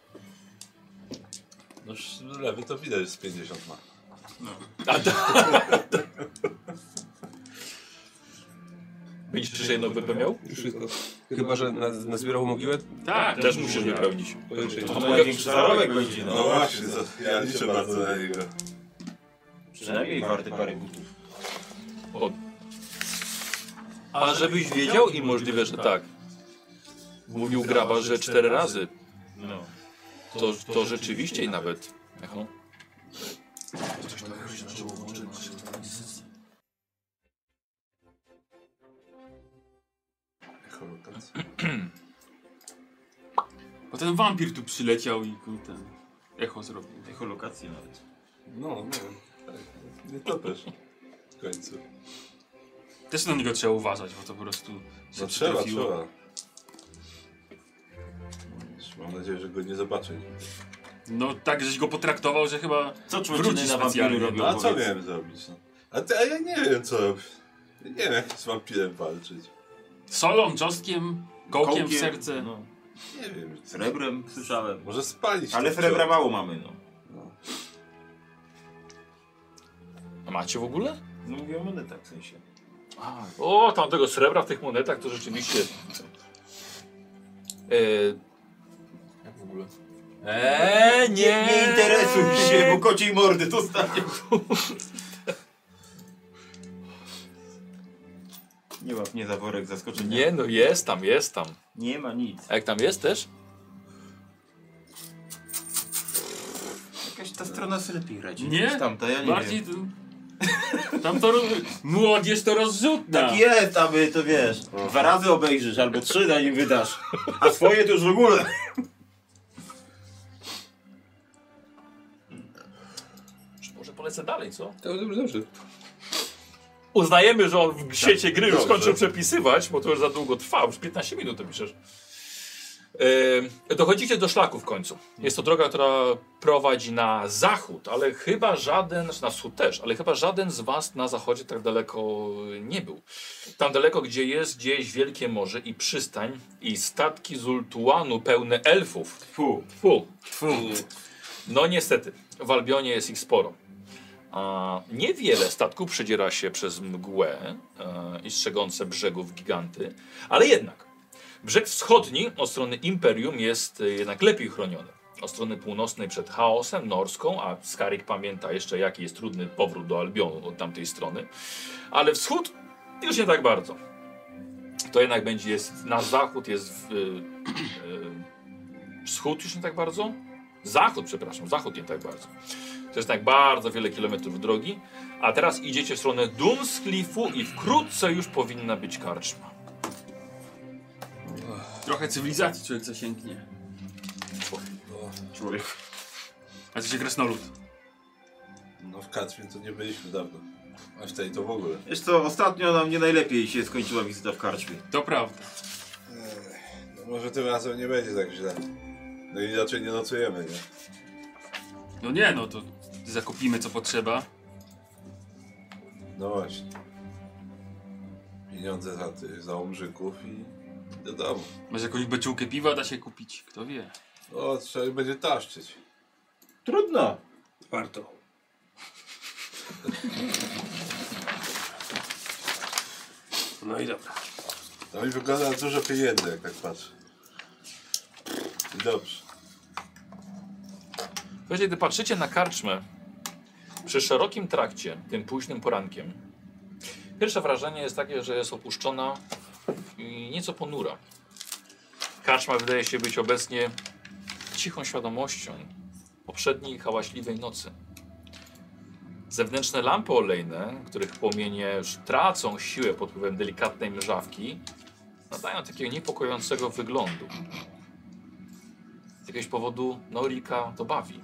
no lewy to widać, że z 50 ma. Myślisz, że jedną wypę miał? Wszystko. Chyba, że nazbierał mogiłę? Tak, Też musisz wypełnić. To największy zarobek będzie, No no. właśnie, ja liczę bardzo na niego. Przynajmniej warty parę butów. O. A żebyś wiedział i możliwe, że tak. Mówił Grabarz, że 4 razy. No. To rzeczywiście i nawet. No. Echolokacja. Bo ten wampir tu przyleciał i ten echo zrobił. Echolokacji nawet. No, tak. Nie topesz. W końcu. Też na niego trzeba uważać, bo to po prostu się No trzeba, przytrafiło. trzeba. Mam nadzieję, że go nie zobaczę. No tak, żeś go potraktował, że chyba Co wróci człowiek na wampiry specjalnie. robią? No a co powiedz? miałem zrobić? No? A ja nie wiem co robić. Nie wiem jak z wampirem walczyć. Solą, czosnkiem, kołkiem w serce. No. Nie wiem. Srebrem słyszałem. Może spalić Ale to srebra wciąż. mało mamy, no. No. A macie w ogóle? No mówię o monetach w sensie. O, tam tego srebra w tych monetach to rzeczywiście. Jak w ogóle? Nie! Nie interesuj się, bo kociej mordy dostanie. Nie łap mnie za worek zaskoczenia. Nie, no jest tam, jest tam. Nie ma nic. A jak tam jest też? Jakaś ta strona sobie lepiej radzi Nie? niż tamta, ja nie Bardziej wiem. tam to młodzież to rozrzutna. Tak jest, aby to wiesz, 2 razy obejrzysz albo 3 zanim wydasz. A swoje to już w ogóle. Może polecę dalej, co? Dobrze, dobrze. Uznajemy, że on w świecie gry już dobrze. skończył przepisywać, bo to już za długo trwa, już 15 minut to piszesz. Dochodzicie do szlaku w końcu. Jest to droga, która prowadzi na zachód, ale chyba żaden, znaczy na wschód też, ale chyba żaden z was na zachodzie tak daleko nie był. Tam daleko, gdzie jest gdzieś wielkie morze i przystań i statki z Ultuanu pełne elfów. Fu. Fu. No niestety, w Albionie jest ich sporo. Niewiele statków przedziera się przez mgłę i strzegące brzegów giganty, ale jednak brzeg wschodni od strony Imperium jest jednak lepiej chroniony. od strony północnej przed chaosem norską, a Skarrik pamięta jeszcze, jaki jest trudny powrót do Albionu od tamtej strony. Ale wschód już nie tak bardzo. To jednak będzie jest na zachód, jest wschód już nie tak bardzo. Zachód, przepraszam, zachód nie tak bardzo. To jest tak bardzo wiele kilometrów drogi. A teraz idziecie w stronę Dunskliffu i wkrótce już powinna być karczma. Trochę cywilizacji człowiek zasięgnie. Człowiek. A co się krasnolud? No w Katwie to nie byliśmy dawno. A w tej to w ogóle. Wiesz co, ostatnio nam nie najlepiej się skończyła wizyta w karczmie. To prawda. No może tym razem nie będzie tak źle. No i raczej nie nocujemy, nie? No nie, no to zakupimy co potrzeba. No właśnie. Pieniądze za omrzyków i do domu. Może jakąś beczułkę piwa da się kupić, kto wie. O, trzeba ich będzie taszczyć. Trudno. Warto. No i dobra. No i wygląda na dużo pieniędzy, jak tak patrzę. I dobrze. Słuchajcie, gdy patrzycie na karczmę przy szerokim trakcie, tym późnym porankiem, pierwsze wrażenie jest takie, że jest opuszczona i nieco ponura. Karczma wydaje się być obecnie cichą świadomością poprzedniej hałaśliwej nocy. Zewnętrzne lampy olejne, których płomienie już tracą siłę pod wpływem delikatnej mrzawki, nadają takiego niepokojącego wyglądu. Z jakiegoś powodu Norika to bawi.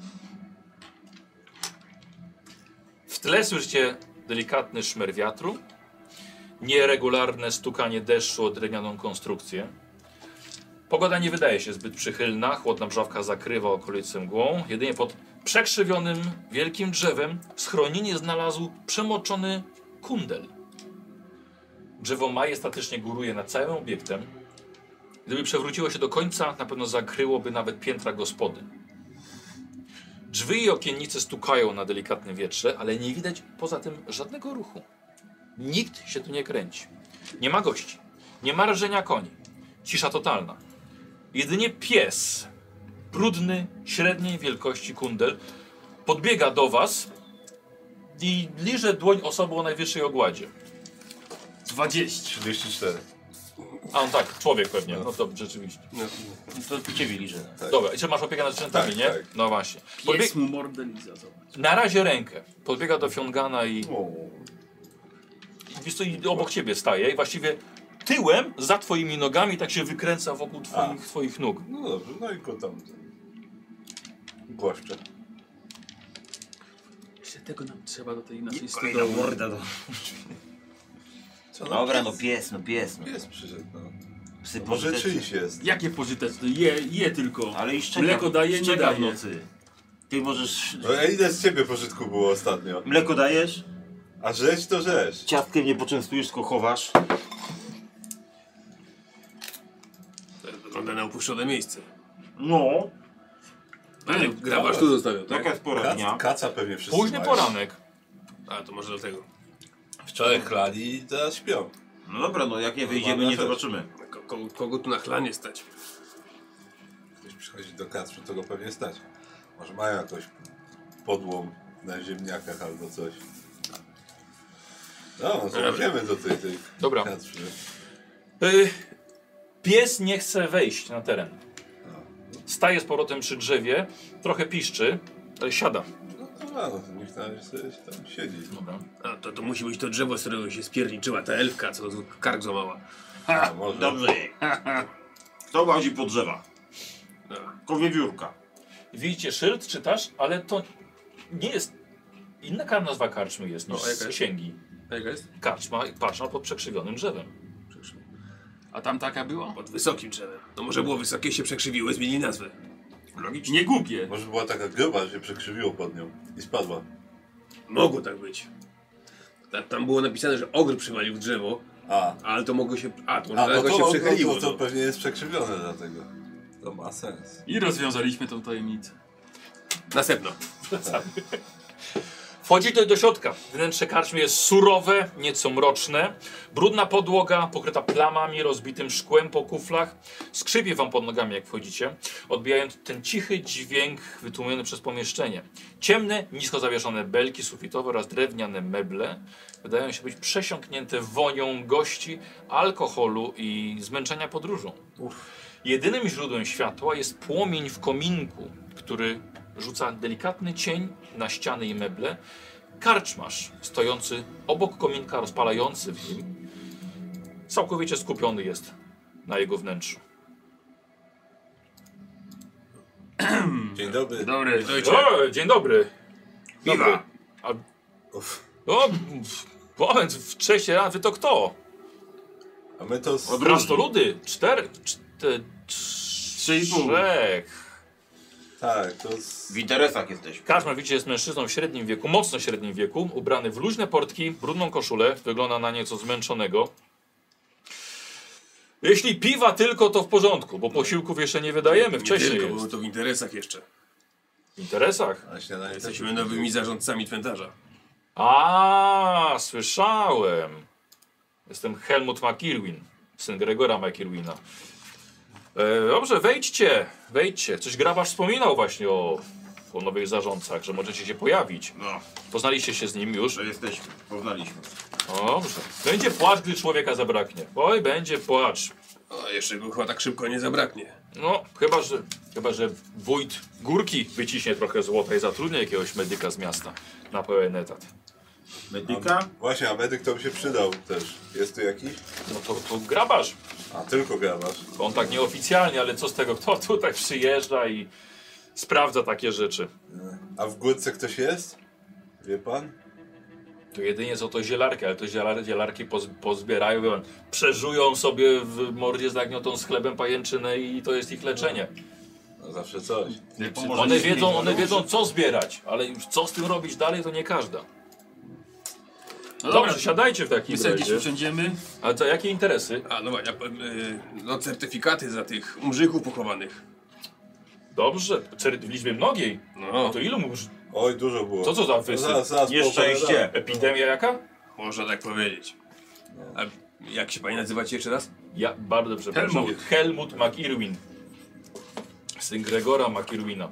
W tle słyszycie delikatny szmer wiatru, nieregularne stukanie deszczu o drewnianą konstrukcję. Pogoda nie wydaje się zbyt przychylna, chłodna mrzawka zakrywa okolice mgłą. Jedynie pod przekrzywionym wielkim drzewem schronienie znalazł przemoczony kundel. Drzewo majestatycznie góruje nad całym obiektem. Gdyby przewróciło się do końca, na pewno zakryłoby nawet piętra gospody. Drzwi i okiennice stukają na delikatnym wietrze, ale nie widać poza tym żadnego ruchu. Nikt się tu nie kręci. Nie ma gości. Nie ma rżenia koni. Cisza totalna. Jedynie pies, brudny, średniej wielkości kundel, podbiega do was i liże dłoń osoby o najwyższej ogładzie. 20. 34. A on tak, człowiek pewnie. No to rzeczywiście. To ciebie liżę. Tak. Dobra, i czy masz opiekę nad zwierzętami, Tak, nie? tak. No właśnie. Pies mu mordę liza, zobacz. Na razie rękę. Podbiega do Fiongana i O, wiesz co, i obok ciebie staje i właściwie tyłem, za twoimi nogami tak się wykręca wokół twoich nóg. no dobrze, no i go tam głaszczę. Jeszcze tego nam trzeba do tej naszej Kolejna stodoły. morda do... Co, Dobra, no pies, no pies. No. Pies przyszedł, no. Psy Może pożyteczne. czyjś jest. Jakie pożyteczne? Je tylko. Ale i szczeka, Mleko daje, nie szczeka w daje. nocy. Ty możesz... No, a ile z ciebie pożytku było ostatnio? Mleko dajesz? A żreć to żreć. Ciastkiem nie poczęstujesz, tylko chowasz. To wygląda na opuszczone miejsce. No. Ale grabarz tu zostawiał, tak? Jaka jest pora dnia? Kaca pewnie wszyscy Późny mają. poranek. A, to może do tego. Wczoraj chlali i teraz śpią. No dobra, no jak nie wyjdziemy, Ładna nie rzecz. zobaczymy. Kogo tu na chlanie stać? Ktoś przychodzi do Kacprzy, to go pewnie stać. Może mają jakąś podłą na ziemniakach albo coś. No, to idziemy do tej Dobra. Kacprzy. Pies nie chce wejść na teren. Staje z powrotem przy drzewie, trochę piszczy, ale siada. No to niech na razie sobie tam siedzi. Dobra. A, to musi być to drzewo, z którego się spierniczyła ta elfka, co kark złamała. A, może. Dobrze. Kto łazi po drzewa? No. Kowiewiórka. Widzicie szyld, czytasz, ale to nie jest... Inna nazwa karczmy jest niż O, jaka jest? księgi. A jaka jest? Karczma pod przekrzywionym drzewem. A tam taka była? Pod wysokim drzewem. No może było wysokie, się przekrzywiły, zmienili nazwę. Logicznie. Nie głupie. Może była taka gruba, że się przekrzywiło pod nią i spadła. Mogło tak być. Tam było napisane, że ogr przywalił w drzewo, ale to mogło się... A, to może dlatego się przechyliło. No to pewnie jest przekrzywione dlatego. To ma sens. I rozwiązaliśmy tą tajemnicę. Następno. Wchodzicie do środka. Wnętrze karczmy jest surowe, nieco mroczne. Brudna podłoga, pokryta plamami, rozbitym szkłem po kuflach. Skrzypie wam pod nogami, jak wchodzicie, odbijając ten cichy dźwięk wytłumiony przez pomieszczenie. Ciemne, nisko zawieszone belki sufitowe oraz drewniane meble wydają się być przesiąknięte wonią gości, alkoholu i zmęczenia podróżą. Jedynym źródłem światła jest płomień w kominku, który rzuca delikatny cień na ściany i meble. Karczmarz stojący obok kominka, rozpalający w nim, całkowicie skupiony jest na jego wnętrzu. Dzień dobry. Dobry. O, dzień dobry. Piwa. O, moment, wcześniej rano, wy to kto? A my to... Krasnoludy, trzech. Tak, to... W interesach jesteśmy. Karczmarz, widzicie, jest mężczyzną w średnim wieku, mocno średnim wieku, ubrany w luźne portki, brudną koszulę, wygląda na nieco zmęczonego. Jeśli piwa tylko, to w porządku, bo posiłków jeszcze nie wydajemy, wcześniej Nie tylko, jest. bo to w interesach jeszcze. W interesach? Na śniadanie Jesteśmy nowymi zarządcami cmentarza. A, słyszałem. Jestem Helmut McIrwin, syn Gregora McIrwina. Dobrze, wejdźcie. Coś grabarz wspominał właśnie o nowych zarządcach, że możecie się pojawić. No, Poznaliście się z nim już? że jesteśmy. Poznaliśmy. Dobrze. Będzie płacz, gdy człowieka zabraknie. Oj, będzie płacz. O, jeszcze go chyba tak szybko nie zabraknie. No, chyba że wójt Górki wyciśnie trochę złota i zatrudnia jakiegoś medyka z miasta na pełen etat. Medyka? Właśnie, a medyk to by się przydał też. Jest tu jakiś? No to grabarz. A, tylko grabarz. On tak nieoficjalnie, ale co z tego, kto tutaj przyjeżdża i sprawdza takie rzeczy. A w górce ktoś jest? Wie pan? To jedynie są to zielarki, ale to zielarki pozbierają, wie pan, przeżują sobie w mordzie zagniotą z chlebem pajęczynę i to jest ich leczenie. No zawsze coś. One wiedzą co zbierać, ale już co z tym robić dalej, to nie każda. No Dobrze, dobra, siadajcie w takim my sobie gdzieś razie. usiądziemy. Ale co, jakie interesy? A, no właśnie, no certyfikaty za tych umrzyków pochowanych. Dobrze, w liczbie mnogiej. No, No to ilu mówisz? Oj, dużo było. Co za wysyp? Zaraz Nieszczęście. Epidemia jaka? można tak powiedzieć. A jak się pani nazywacie jeszcze raz? Ja bardzo przepraszam. Helmut McIrwin. Syn Gregora McIrwina.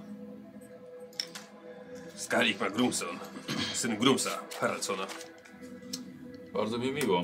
Skalik McGrumson. Syn Grumsa, Haraldsona. Bardzo mi miło.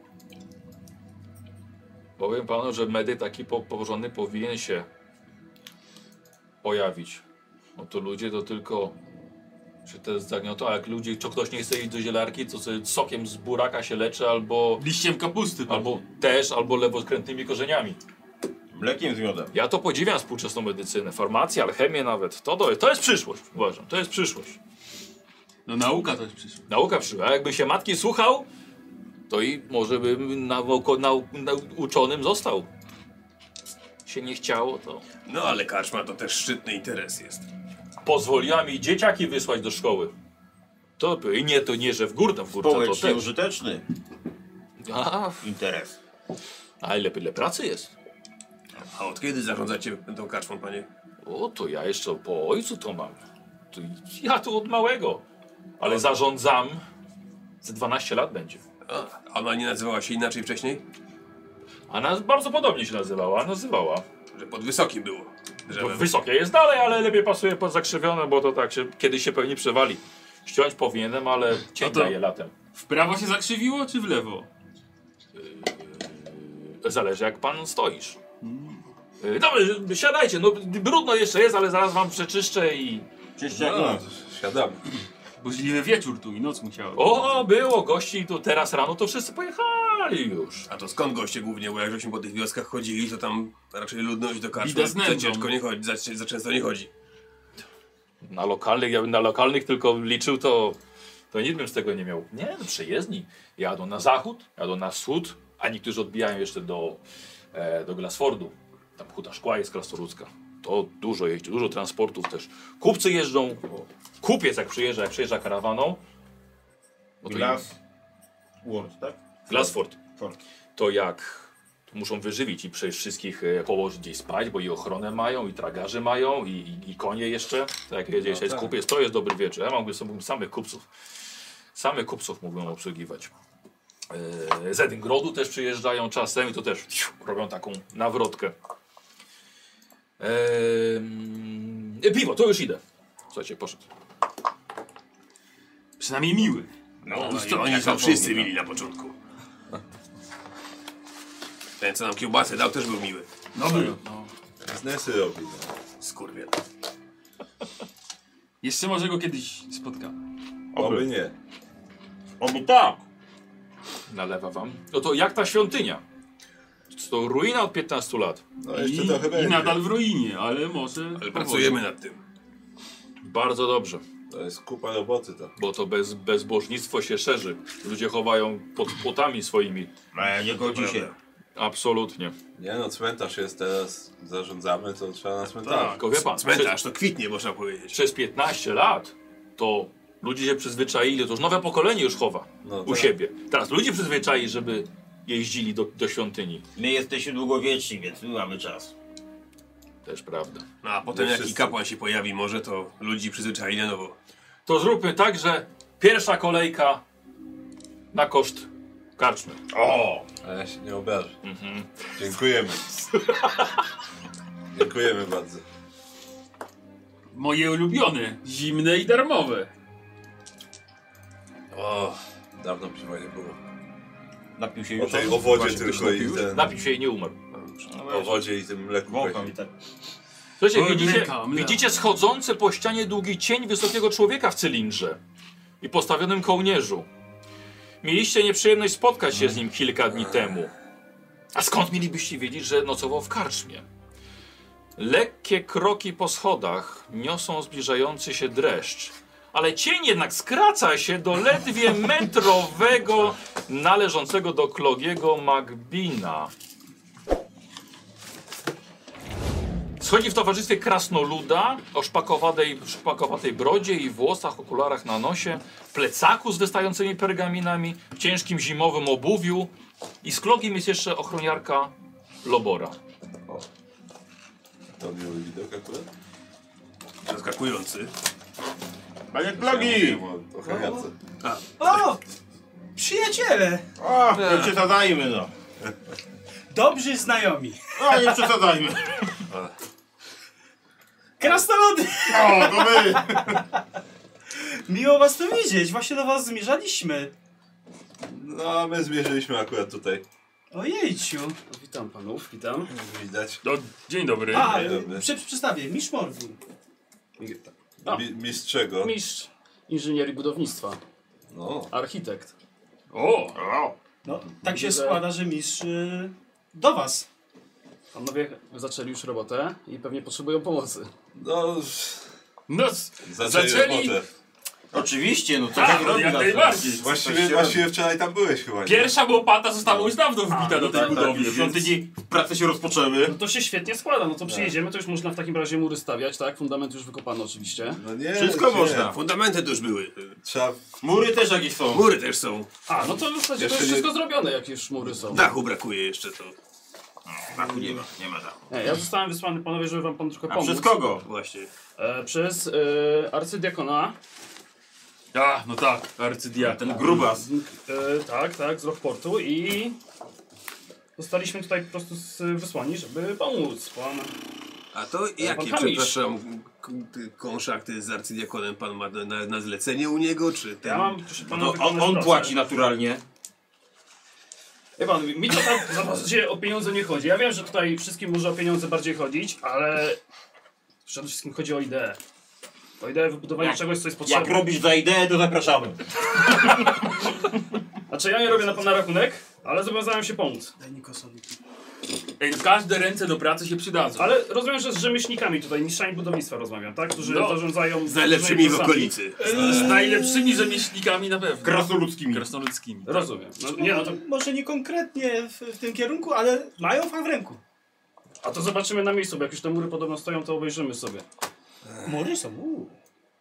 Powiem panu, że medyk taki porządny powinien się pojawić. No to ludzie to tylko... Czy to jest zagniotą, a jak ludzie, czy ktoś nie chce iść do zielarki, to sobie sokiem z buraka się leczy, albo Liściem kapusty. albo lewoskrętnymi korzeniami. Mlekiem z miodem. Ja to podziwiam współczesną medycynę, farmację, alchemię nawet. To jest przyszłość, uważam, to jest przyszłość. No nauka to jest przyszłość. Nauka przyszła. A jakby się matki słuchał, to i może bym uczonym został. Się nie chciało, to No ale karczma to też szczytny interes jest. pozwoliła mi dzieciaki wysłać do szkoły. To i nie, to nie, że w górce to Społecznie też. użyteczny A interes. ile pracy jest? A od kiedy zarządzacie tą karczmą, panie? O, to ja jeszcze po ojcu to mam. To ja tu od małego. Ale zarządzam ze 12 lat będzie. A ona nie nazywała się inaczej wcześniej? A nas bardzo podobnie się nazywała. Że pod wysokim było. To wysokie jest dalej, ale lepiej pasuje pod zakrzywione, bo to tak się kiedyś się pewnie przewali. Ściąć powinienem, ale cień No to- daje latem. W prawo się zakrzywiło, czy w lewo? Zależy jak pan stoisz. Dobrze, siadajcie, no brudno jeszcze jest, ale zaraz wam przeczyszczę i... Czyście jak No, nas. siadamy. Burzliwy wieczór tu i noc musiała. O, było gości tu teraz rano, to wszyscy pojechali już. A to skąd goście głównie? Bo jak żeśmy po tych wioskach chodzili, to tam raczej ludność do karczmy Bida z nędzą. za ciężko nie chodzi, za często nie chodzi. Ja bym na lokalnych tylko liczył, to nic bym z tego nie miał. Nie, no przejezdni. Jadą na zachód, jadą na wschód, a niektórzy odbijają jeszcze do Glasfordu. Tam Huta Szkła jest krasnoludzka. To dużo jeździ, dużo transportów też. Kupcy jeżdżą. Kupiec jak przyjeżdża karawaną. No to Glas. Word, tak? Glasford. Ford. To jak Muszą wyżywić i przejść wszystkich, położyć gdzieś spać, bo i ochronę mają, i tragarzy mają, i konie jeszcze. Tak jak jedzie się kupiec, to jest dobry wieczór. Ja mógłbym samych kupców mógłbym obsługiwać. Z Edyngrodu też przyjeżdżają czasem i to też robią taką nawrotkę. Piwo, to już idę. Słuchajcie, poszedł. Przynajmniej miły. No i oni są wszyscy mili na początku. Ten, co nam kiełbasę dał, też był miły. No był. No. Biznesy robi. No. Skurwiel. Jeszcze może go kiedyś spotkamy. Oby nie. Oby tak. Nalewa wam. No to jak ta świątynia? To ruina od 15 lat. No jeszcze trochę I będzie. nadal w ruinie, ale może... Ale powoli. pracujemy nad tym. Bardzo dobrze, To jest kupa roboty tam. bo to bezbożnictwo się szerzy. Ludzie chowają pod płotami swoimi. Nie godzi się. Absolutnie. Nie no, cmentarz jest teraz, zarządzamy, to trzeba na cmentarz. Tak. Tylko wie pan, Cmentarz to kwitnie, można powiedzieć. przez 15 lat to ludzie się przyzwyczaili, to już nowe pokolenie już chowa No u tak. siebie. Teraz ludzie przyzwyczaili, żeby jeździli do świątyni. My jesteśmy długowieczni, więc my mamy czas. Też prawda. No a potem Nie jaki wszyscy. kapłan się pojawi może, to ludzi przyzwyczai na nowo. To zróbmy tak, że pierwsza kolejka na koszt karczmy. O! Ale ja się nie obrażę. Mhm. Dziękujemy. Dziękujemy bardzo. Moje ulubione, zimne i darmowe. O, dawno piwa nie było. Napił się O już. tej o wodzie Właśnie, ktoś tylko i napił już? ten... Napił się i nie umarł. O wodzie i tym mleku. Wącham i tak. Słuchajcie, Oj, widzicie, mleka. widzicie schodzący po ścianie długi cień wysokiego człowieka w cylindrze i postawionym kołnierzu. Mieliście nieprzyjemność spotkać się z nim kilka dni temu. A skąd mielibyście wiedzieć, że nocował w karczmie? Lekkie kroki po schodach niosą zbliżający się dreszcz, ale cień jednak skraca się do ledwie metrowego należącego do Clogiego Magbina. Schodzi w towarzystwie krasnoluda o szpakowatej brodzie i włosach, okularach na nosie, plecaku z wystającymi pergaminami, w ciężkim zimowym obuwiu i z Klogiem jest jeszcze ochroniarka Lobora. To miły widok akurat. Zaskakujący. Panie Klogi! O chemiace. O! Przyjaciele! O, nie przesadzajmy no. Dobrzy znajomi. O, nie przesadzajmy. Krasnoludy! O, to my. Miło was tu widzieć, właśnie do was zmierzaliśmy. No, a my zmierzyliśmy akurat tutaj. Ojejciu. Witam panów, witam. Widać. No, dzień dobry. A, dobry. przedstawię, Misz Morwin. A. Mistrz czego? Mistrz inżynierii budownictwa, No. architekt. O! No, tak się Widzę, że- składa, że mistrz do was. Panowie zaczęli już robotę i pewnie potrzebują pomocy. No, No, zaczęli... robotę. Oczywiście, no co Tak, tak robi jak na najbardziej. Właściwie wczoraj tam byłeś chyba, nie? Pierwsza łopata została już dawno wbita do tej Tak, budowy, w więc... świątyni prace się rozpoczęły. No to się świetnie składa, no to przyjedziemy, to już można w takim razie mury stawiać, tak? Fundament już wykopany oczywiście. No nie, Wszystko nie. można. Fundamenty to już były. Trzeba... Mury też jakieś są. Mury też są. A, no to w zasadzie to Jeszcze już nie- wszystko zrobione, jak już mury są. Dachu brakuje jeszcze to. Dachu nie ma, nie ma dachu. Nie, ja zostałem wysłany, panowie, żeby wam pan trochę A pomóc. przez kogo? Właśnie. Przez arcydiakona. A, no tak, arcydiakon. Ten grubas. Tak, z Rockportu i zostaliśmy tutaj po prostu wysłani, żeby pomóc. Pan... A to jakie, pan Kamisz. przepraszam, konszachty z arcydiakonem pan ma na zlecenie u niego, czy ten... Ja mam, proszę pana, No, wykonać on pracę. płaci naturalnie. Wie pan, mi to tam w zasadzie o pieniądze nie chodzi. Ja wiem, że tutaj wszystkim może o pieniądze bardziej chodzić, ale przede wszystkim chodzi o ideę. O ideę wybudowania czegoś, co jest Jak potrzebne. robisz za ideę, to zapraszamy. Znaczy ja nie robię na pana rachunek, ale zobowiązałem się pomóc. Daj Nikosowi. Ej, każde ręce do pracy się przydadzą. Ale rozumiem, że z rzemieślnikami tutaj, mistrzami budownictwa rozmawiam, tak? Którzy No. zarządzają... Z najlepszymi w różnymi okolicy. Z najlepszymi rzemieślnikami na pewno. Krasnoludzkimi. Krasnoludzkimi. Rozumiem. No, nie, no to, Może nie konkretnie w tym kierunku, ale mają fan w ręku. a to zobaczymy na miejscu, bo jak już te mury podobno stoją, to obejrzymy sobie. Mury są,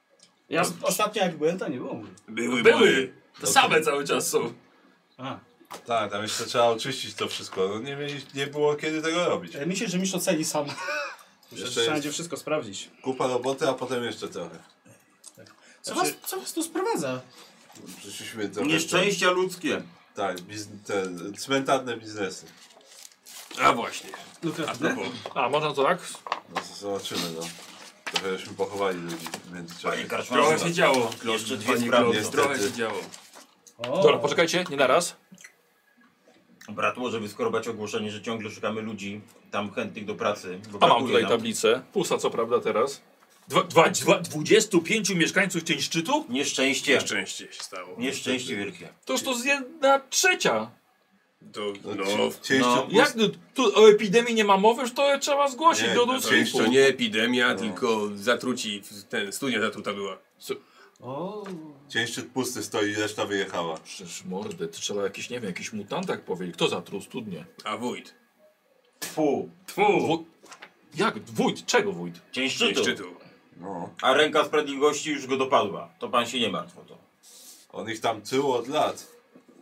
Ja, Ostatnio jak byłem, to nie było mury. Były. Były. To same cały czas są. A. Tak, tam jeszcze trzeba oczyścić to wszystko. No nie było kiedy tego robić. Myślę, że mistrz oceni sam. Myślę, że Jeszcze trzeba jest będzie wszystko sprawdzić. kupa roboty, a potem jeszcze trochę. Co was tu sprowadza? Przyszliśmy trochę... Nieszczęścia ludzkie. Tak, te cmentarne biznesy. A właśnie. A Lukratywne? propos. A, można to tak? No to zobaczymy, no. Trochę żeśmy pochowali ludzi w międzyczasie. Panie Karczmarzu, Trochę się działo. jeszcze dwie Panie sprawy. Klot, trochę się działo. O, Dobra, poczekajcie, nie naraz. Brat może wyskorobać ogłoszenie, że ciągle szukamy ludzi tam chętnych do pracy. Bo A mam brakuje tutaj nam. tablicę. Pusta co prawda teraz. 25 mieszkańców cień szczytu? Nieszczęście. Nieszczęście się stało. Nieszczęście wielkie. Toż to jest 1/3. To, No, no, ciężko Jak tu o epidemii nie ma mowy, że to trzeba zgłosić Nie, do to dowództwa. to nie epidemia, tylko zatruci, studnia zatruta była. o. Cień szczyt pusty stoi, reszta wyjechała. Przecież mordy, to trzeba jakiś, nie wiem, jakiś mutantak powiedzieć. Kto zatruł studnię? A wójt. Fu. Jak? Wójt? Czego wójt? Cień Dzień szczytu. szczytu. No. A ręka sprawiedliwości już go dopadła. To pan się nie martw o to. On ich tam tył od lat.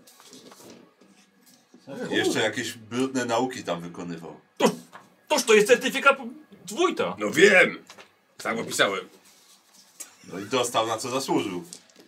Jeszcze jakieś brudne nauki tam wykonywał. Toż to jest certyfikat wójta. No wiem! Tak opisałem. No i dostał na co zasłużył.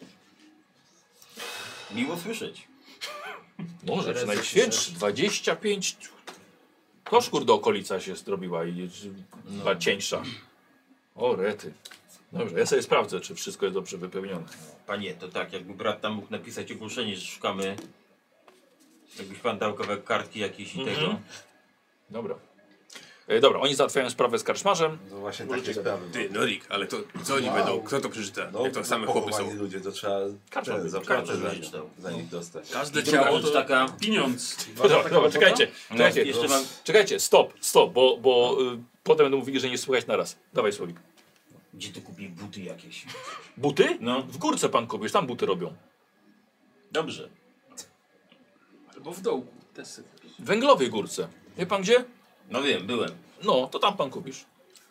Miło słyszeć. Może, czy najświętszy. 25. Toż kurde okolica się zrobiła i była cieńsza. O rety. Dobrze, ja sobie sprawdzę, czy wszystko jest dobrze wypełnione. Panie, to tak, jakby brat tam mógł napisać ogłoszenie, że szukamy. Jakbyś pan dał kawałek kartki jakiejś i tego. Dobra. Dobra, oni załatwiają sprawę z karczmarzem. No właśnie takie sprawy. Ty, Norik, ale to co oni będą? Kto to przeczyta? No, Jak to same chłopy pochowani są? ludzie, to trzeba Karczma zapłatę za, przeczytał. za nich dostać. Każde I druga ciało rzecz to taka. pieniądz. Dobra, czekajcie. Czekajcie, jeszcze mam. czekajcie, stop, bo potem będą mówili, że nie słychać naraz. Dawaj słowik. Gdzie ty kupił buty jakieś? Buty? No. W górce pan kupisz, tam buty robią. Dobrze. Albo w dołku. Też sobie. W Węglowej górce. Wie pan gdzie? No wiem, byłem. No, to tam pan kupisz.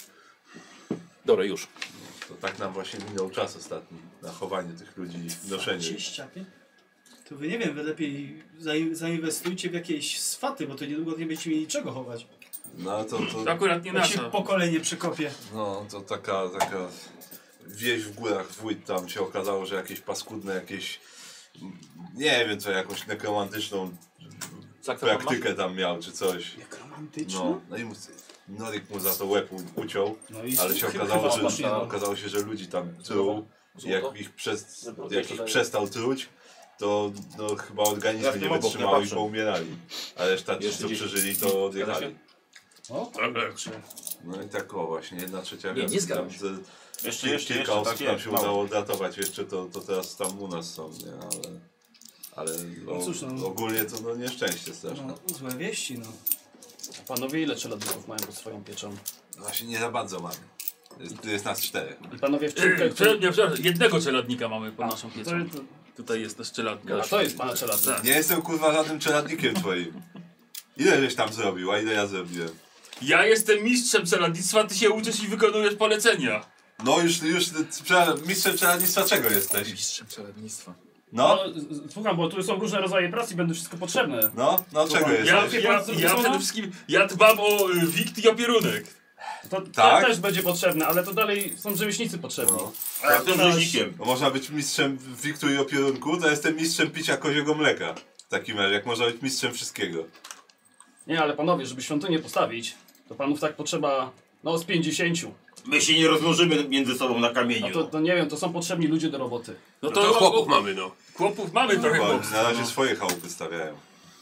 Dobra, już. To tak nam właśnie minął czas ostatni na chowanie tych ludzi i noszenie ich. 25? To wy nie wiem, wy lepiej zainwestujcie w jakieś swaty, bo to niedługo nie będziecie mieli czego chować. No To to akurat nie Jak się nasza. pokolenie przekopie. no to taka wieś w górach, wójt tam się okazało, że jakieś paskudne, jakieś nie wiem co, jakąś nekromantyczną praktykę tam miał czy coś. Jak romantyczne. No i Norik mu za to łeb uciął, No i ale się chyba okazało się, że ludzi tam truł. Jak ich tutaj- przestał truć, to no, chyba organizmy Ja w nie tym obok nie wytrzymały i patrzę. poumierali. A reszta ci, Jeszcze co gdzieś- przeżyli, to odjechali. O, kurczę. No i tak o właśnie, 1/3 Nie, nie miasta. zgadzam Tam się. Jeszcze kilka osób tak tam jest, się mało. udało odratować jeszcze, to teraz tam u nas są, nie? Ale No cóż, no. ogólnie to no, nieszczęście straszne. No, złe wieści, no. Panowie, ile czeladników mają pod swoją pieczą? Właśnie nie za bardzo mamy. Jest nas 4. I panowie w czymkę, Przepraszam, jednego czeladnika mamy pod naszą piecą. to, Tutaj jest nasz czeladnik. a to jest pana czeladnik. Tak. Nie jestem kurwa żadnym czeladnikiem twoim. Ile żeś tam zrobił, a ile ja zrobiłem? Ja jestem mistrzem czeladnictwa, ty się uczysz i wykonujesz polecenia. No już mistrzem czeladnictwa czego jesteś? Mistrzem czeladnictwa. No, Słucham, bo tu są różne rodzaje prac i będą wszystko potrzebne. no czego Ja, jesteś? ja przede wszystkim, ja dbam o wikt i opierunek. To Tak? też będzie potrzebne, ale to dalej są rzemieślnicy potrzebni. No. A ja jestem rzeźnikiem. No, można być mistrzem wiktu i opierunku, to jestem mistrzem picia koziego mleka. W takim razie, jak można być mistrzem wszystkiego. Nie, ale panowie, żeby świątynię postawić, to panów tak potrzeba, no z 50. My się nie rozłożymy między sobą na A kamieniu. to nie wiem, to są potrzebni ludzie do roboty. No To chłopów mamy, no. Chłopów mamy trochę Bo chłopów. na razie swoje chałupy stawiają.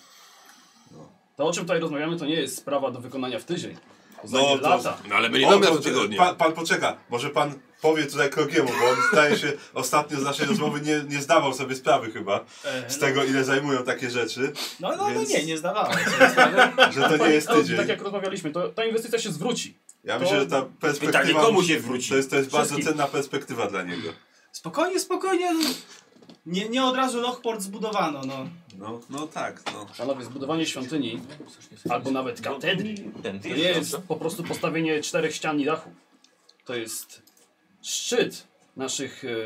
To o czym tutaj rozmawiamy, to nie jest sprawa do wykonania w tydzień. To No, zajmie to- lata. No ale my nie O, mamy na to- to tygodnia. Pan poczeka, może pan powie tutaj Krokiemu, bo on zdaje się ostatnio z naszej rozmowy nie zdawał sobie sprawy chyba z tego, ile zajmują takie rzeczy, No Więc- nie zdawałem. że to nie jest No, tydzień. tak jak rozmawialiśmy, to ta inwestycja się zwróci. Ja myślę, że ta Pytanie, perspektywa komu się zwróci? to jest bardzo Wszystkim. cenna perspektywa dla niego. Spokojnie. Nie od razu Lochport zbudowano, no. No tak, no. Panowie, zbudowanie świątyni, albo nawet katedry, Ten to nie jest po prostu postawienie 4 ścian i dachu. To jest szczyt naszych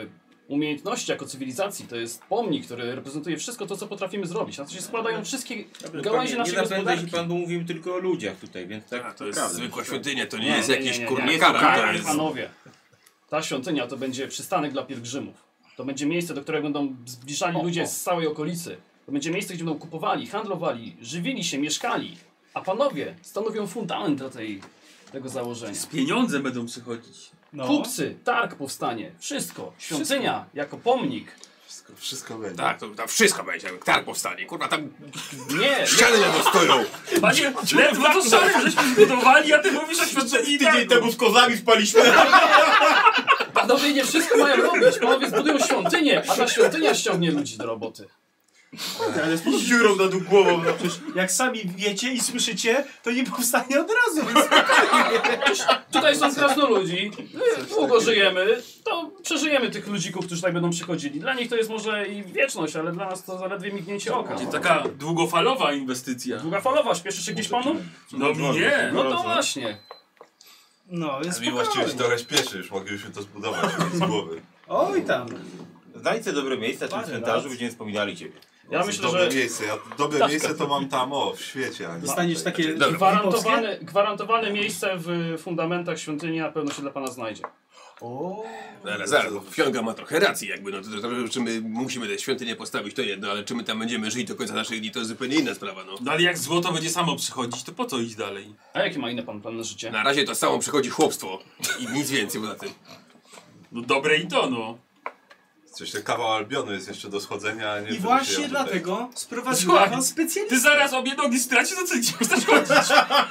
umiejętności jako cywilizacji. To jest pomnik, który reprezentuje wszystko to, co potrafimy zrobić. Na to się składają wszystkie gałęzie naszej gospodarki. Pan mówił tylko o ludziach tutaj, więc tak. To jest prawda. zwykła świątynia, to nie, Nie, jest nie, jakiś nie, nie, kurna nie. kapłan. To Tak, jest... panowie. Ta świątynia to będzie przystanek dla pielgrzymów. To będzie miejsce, do którego będą zbliżali ludzie z całej okolicy. To będzie miejsce, gdzie będą kupowali, handlowali, żywili się, mieszkali. A panowie stanowią fundament dla tego założenia. Z pieniądzem będą przychodzić. No. Kupcy, targ powstanie, wszystko. Świątynia jako pomnik. Wszystko będzie. Tak, to tam wszystko będzie, jak targ powstanie. Kurwa, tam Nie, ściany na to stoją. Panie, ledwo to szalem żeśmy zbudowali, a ty mówisz o świątyni Tydzień temu z kozami spaliśmy. panowie nie wszystko mają robić. Panowie zbudują świątynię, a ta świątynia ściągnie ludzi do roboty. Ale Z dziurą nad głową. No przecież jak sami wiecie i słyszycie, to nie powstanie od razu, więc Tutaj są krasnoludzi, długo żyjemy, to przeżyjemy tych ludzików, którzy tutaj będą przychodzili. Dla nich to jest może i wieczność, ale dla nas to zaledwie mignięcie oka. Taka długofalowa inwestycja. Długofalowa, śpieszy się gdzieś panu? No mi nie. No to właśnie. no jest Mi właściwie spokojnie. trochę śpieszy, już moglibyśmy to zbudować z głowy. Oj tam. znajdź sobie dobre miejsce w tym Parę cmentarzu, lat. będziemy wspominali ciebie. Ja myślę, dobre że miejsce, dobre miejsce to mam tam, w świecie. A nie Dostaniesz tutaj. takie gwarantowane miejsce w fundamentach świątyni na pewno się dla pana znajdzie. O, Zaraz, bo Fionga ma trochę racji jakby, no to, czy my musimy tę świątynię postawić, to jedno, ale czy my tam będziemy żyć do końca naszych dni, to jest zupełnie inna sprawa, no. No ale jak złoto będzie samo przychodzić, to po co iść dalej? A jakie ma inne pan plan na życie? Na razie to samo przychodzi chłopstwo i nic więcej poza tym. No dobre i to, no. Coś ten kawał Albionu jest jeszcze do schodzenia, a nie i wymyśliłem właśnie tutaj. dlatego sprowadziłem Słuchaj, wam specjalistę. Ty zaraz obie nogi stracisz, to co ci chcesz chodzić?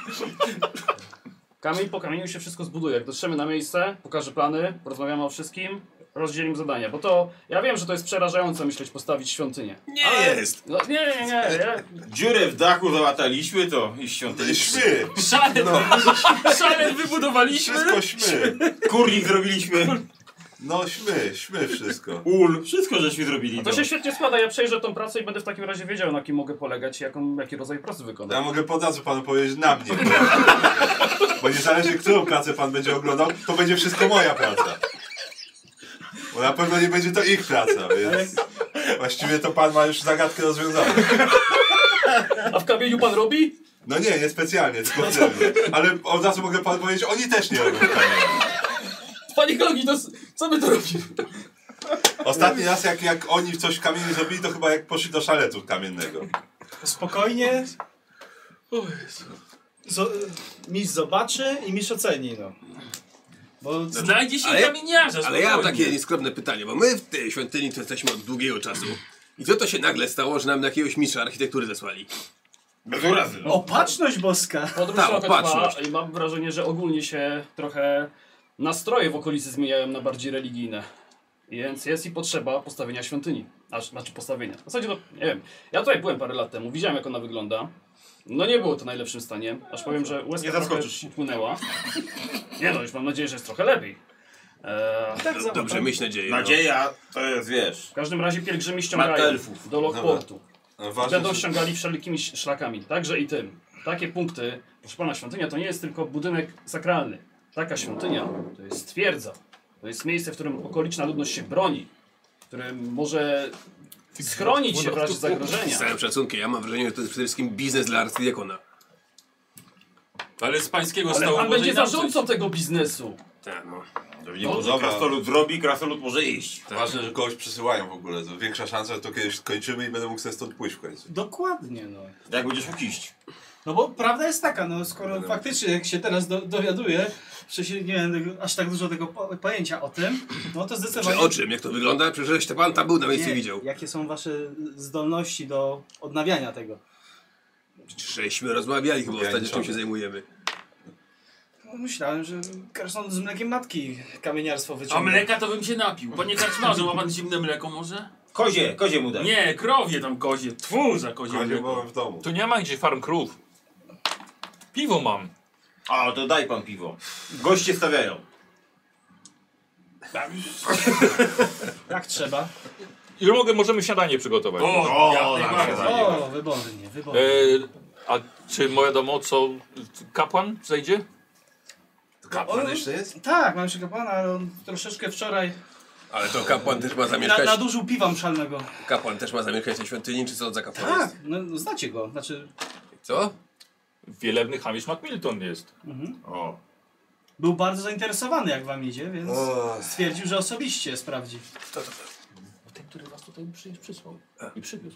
Kamień po kamieniu się wszystko zbuduje. Jak dotrzemy na miejsce, pokażę plany, porozmawiamy o wszystkim, rozdzielimy zadania. Bo to, ja wiem, że to jest przerażające myśleć postawić świątynię. Nie jest! No, nie. Dziurę w dachu załataliśmy, to i świątynię. Śmy! Szalen wybudowaliśmy. Wszystko śmy! Kurnik zrobiliśmy. No śmy wszystko. Ul. Wszystko żeśmy zrobili. To się świetnie składa, ja przejrzę tą pracę i będę w takim razie wiedział, na kim mogę polegać i jaki rodzaj pracy wykonać. Ja mogę po razu panu powiedzieć na mnie. Bo niezależnie którą pracę pan będzie oglądał, to będzie wszystko moja praca. Bo na pewno nie będzie to ich praca, więc właściwie to pan ma już zagadkę rozwiązaną. A w kamieniu pan robi? No nie specjalnie, tylko wtedy. Ale od razu mogę panu powiedzieć, oni też nie robią kamienia. Panie kolegi, to co my tu robimy? Ostatni raz jak oni coś w kamieniu zrobili, to chyba jak poszli do szaletu kamiennego. Spokojnie. Mistrz zobaczy i mistrz oceni, no. Bo Znajdzie się Ale- kamieniarza. Ale ja mam spokojnie. takie nieskromne pytanie, bo my w tej świątyni to jesteśmy od długiego czasu. I co to się nagle stało, że nam na jakiegoś mistrza architektury zesłali? Bez urazy. opatrzność boska. Podróż Ta, trochę opatrzność. trwa i mam wrażenie, że ogólnie się trochę nastroje w okolicy zmieniają na bardziej religijne. Więc jest i potrzeba postawienia świątyni. Znaczy postawienia. W zasadzie to, nie wiem, ja tutaj byłem parę lat temu, widziałem jak ona wygląda. No nie było to w najlepszym stanie, aż powiem, że łezka Nie trochę zaskoczysz się. upłynęła. Nie no, już mam nadzieję, że jest trochę lepiej. Tak, Dobrze, mieć nadzieję. no. Nadzieja to jest, wiesz. W każdym razie pielgrzymi Matka ściągają elfów. do Lockportu. No, ważne, Będą że- ściągali wszelkimi szlakami, także i tym. Takie punkty, proszę pana, świątynia to nie jest tylko budynek sakralny. Taka świątynia to jest twierdza. To jest miejsce, w którym okoliczna ludność się broni. W którym może schronić się w razie Z zagrożenia. całym szacunkiem, ja mam wrażenie, że to jest przede wszystkim biznes dla arcydiakona. Ale z pańskiego Ale stołu pan może będzie inaczej. zarządcą tego biznesu. Tak, no. Nie może krasnolud zrobi, krasnolud może iść. Ważne, że kogoś przysyłają w ogóle. To większa szansa, że to kiedyś skończymy i będę mógł sobie stąd pójść w końcu. Dokładnie, no. Jak będziesz mógł iść. No bo prawda jest taka, no skoro faktycznie, jak się teraz dowiaduję, że się nie miałem aż tak dużo tego pojęcia o tym, no to Czy zdecydowanie... o czym? Jak to wygląda? Przecież to pan tam był na miejscu i Nie, widział. jakie są wasze zdolności do odnawiania tego? Żeśmy rozmawiali chyba ostatnio, czym się zajmujemy. No, myślałem, że krasnolud z mlekiem matki kamieniarstwo A wyciąga. mleka to bym się napił. Panie karczmarzu, ma pan zimne mleko może? Kozie mu daj. Nie, krowie tam kozie. Tfu, za kozie Chodził mleko. byłem w domu. Tu nie ma gdzie farm krów. Piwo mam. A, to daj pan piwo. Goście stawiają. Jak trzeba. Ile możemy śniadanie przygotować? O, jak najbardziej. O, wybornie, wybornie. A czy wiadomo co kapłan zejdzie? Kapłan jeszcze jest? Tak, mam jeszcze kapłana, ale on troszeczkę wczoraj Ale to kapłan też ma Na zamieszkać... nadużył piwa mszalnego. Kapłan też ma zamieszkać w tej świątyni, czy co on za kapłan Tak, jest? no znacie go. Znaczy, Co? Wielebny Hamish Macmilton jest. O. był bardzo zainteresowany jak wam idzie, więc O. stwierdził, że osobiście sprawdzi. Ten, który was tutaj przysłał i przywiózł.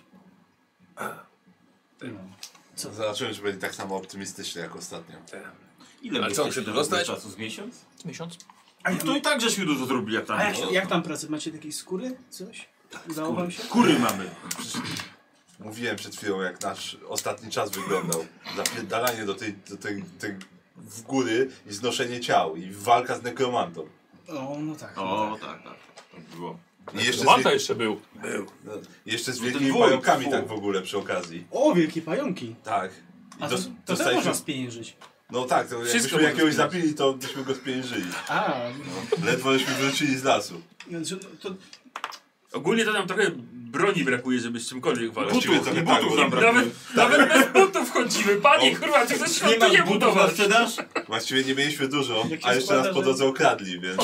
Zobaczymy, czy będzie tak samo optymistyczny jak ostatnio. Ile Ale my co, on jesteśmy się tu tam dostać? czasu? Z miesiąc? Miesiąc? No to i tak żeśmy dużo zrobili jak tam. A jak tam pracy? Macie takiej skóry? Coś? Udało wam się? Kury mamy. Mówiłem przed chwilą, jak nasz ostatni czas wyglądał. Zapierdalanie do tej w góry i znoszenie ciał i walka z nekromantą. O, no tak. O, tak. To było. I jeszcze Manta jeszcze był. no, jeszcze z No ten wielkimi wójt, pająkami fu. tak w ogóle przy okazji. O, wielkie pająki. Tak. I A to też dostaliśmy... można spieniężyć. No tak, to Wszystko jakbyśmy jakiegoś można zabili, to byśmy go spieniężyli. A, Ledwo żeśmy wrócili z lasu. to Ogólnie to nam trochę broni brakuje, żeby z czymkolwiek walczyć. Właściwie trochę tak, bo Nawet bez butów chodzimy. Panie, kurwa, czy ktoś świątynię budować? sprzedaż? właściwie nie mieliśmy dużo, Jak się a jeszcze składa, nas po że- drodze okradli, więc...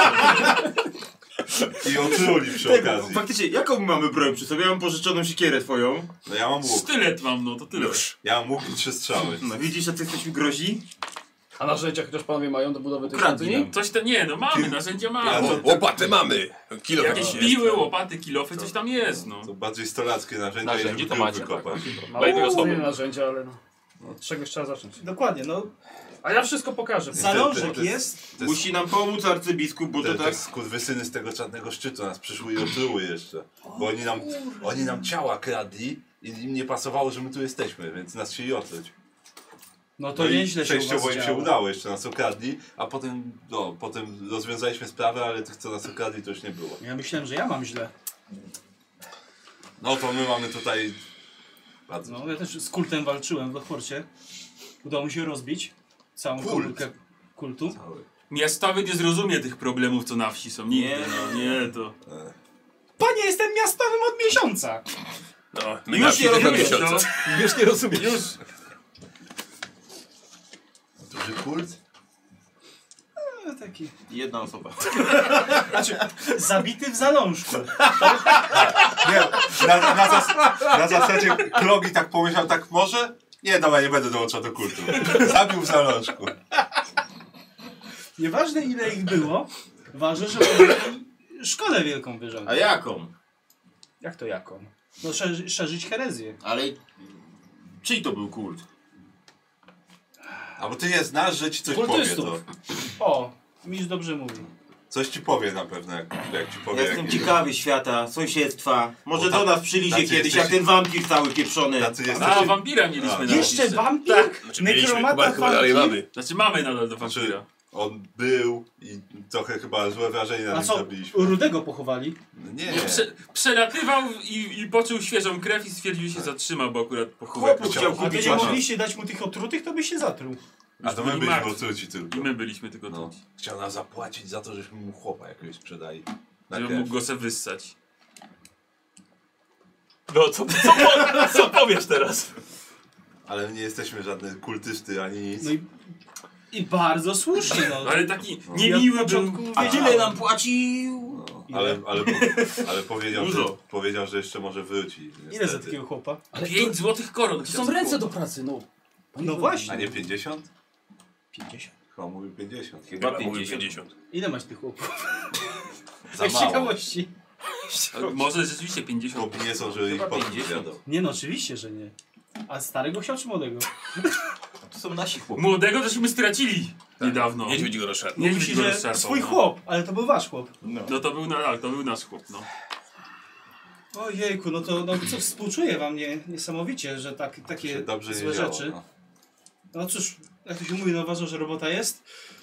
I otruli przy okazji. Faktycznie, jaką my mamy broń przy sobie? Ja mam pożyczoną siekierę twoją. No ja mam łuk. Sztylet mam, no to tyle. Ja mam łuk i 3 strzały. No widzisz, jacy jesteśmy grozi? A narzędzia chociaż panowie mają do budowy tej Ukradli świątyni? nam. Coś tam, nie no, mamy, narzędzia Ja mamy. to- Łopatę mamy! Kilo Jakieś piły, łopaty, kilofy, coś tam jest, no. To bardziej stolackie narzędzia, Narzędzi żeby to tył macie, wykopać. tak. Dla jednej osoby. narzędzia, ale no. Od czegoś trzeba zacząć. dokładnie, no. A ja wszystko pokażę. Zalążek to jest- jest. To jest- Musi nam pomóc arcybiskup, bo to Te tak... skurwysyny z tego czarnego szczytu nas przyszły i otruły jeszcze. Bo oni nam ciała kradli i im nie pasowało, że my tu jesteśmy, więc nas chcieli otruć. No to No i nieźle się u częściowo was im się działo. udało, jeszcze nas okradli, a potem rozwiązaliśmy sprawę, ale tych, co nas okradli, to już nie było. Ja myślałem, że ja mam źle. No to my mamy tutaj... Bardzo. No, ja też z kultem walczyłem w Lockporcie. Udało mi się rozbić całą Kult. komórkę kultu. Cały. Miastowy nie zrozumie tych problemów, co na wsi są. Nigdy, Nie, no, nie, to... Panie, jestem miastowym od miesiąca! No, my Już nie rozumiesz, no. Już nie rozumiesz. Już. Duży kult? No, taki. Jedna osoba. Znaczy, zabity w zalążku. Nie, na zasadzie Klogi tak pomyślał, tak może? Nie, dobra, nie będę dołączał do kultu. Zabił w zalążku. Nieważne ile ich było, ważne, że mogli szkodę wielką wyrządzić. A jaką? Jak to jaką? No szerzyć herezję. Ale... Czyj to był kult? A bo ty nie znasz, że ci coś powie, Kultystów. to... O, mistrz dobrze mówi. Coś ci powie na pewno, jak ci powie. Jestem jakieś- ciekawy świata, sąsiedztwa. Może O, tak- do nas przylizie tacy kiedyś, jesteście- jak ten wampir cały pieprzony. Tacy A, jesteście... wampira mieliśmy na Jeszcze liście. wampir? Znaczy mieliśmy, Nekromata chyba dalej wampir? mamy. Znaczy mamy nadal do Znaczy, wampira. on był i trochę chyba złe wrażenie na A nim co, zrobiliśmy. Rudego pochowali? Nie, Przelatywał i poczuł świeżą krew i stwierdził, że się zatrzyma, bo akurat pochówek Chłopu chciał. chciał A wy kupić nie masę. mogliście dać mu tych otrutych, to by się zatruł. a to my byli byliśmy martwi. otruci tylko. I my byliśmy tylko No. tu. Chciał nam zapłacić za to, żeśmy mu chłopa jakiegoś sprzedali. Na Żeby krew. mógł go se wyssać. No co powiesz teraz? Ale nie jesteśmy żadne kultysty ani nic. No i bardzo słusznie, no. Ale taki Ja niemiły od był. początku A wiedziałem. tyle nam płacił! No, ale powiedział, że jeszcze może wróci. Ile za niestety. takiego chłopa? Ale 5 złotych koron to chciał są za ręce chłopa. do pracy, no. No właśnie. A nie 50? 50. Chyba mówił 50. Chyba Mówił 50. 50. Ile masz tych chłopów? Za Jak z mało. ciekawości. Może rzeczywiście 50. Chłopi nie są, żeby ich Chyba potem 50. zjadał. Nie no, oczywiście, że nie. A starego chciał czy młodego? To są nasi chłopi. Młodego żeśmy stracili niedawno. Niedźwiedź go rozszarpnął. Nie Mówi, go że rozszarpał, swój no. chłop, ale to był wasz chłop. No to był, to był nasz chłop, no. Ojejku, no to co współczuję wam niesamowicie, że takie Się dobrze nie złe działo, rzeczy. no. No cóż, jak to się mówi, no ważne, że robota jest.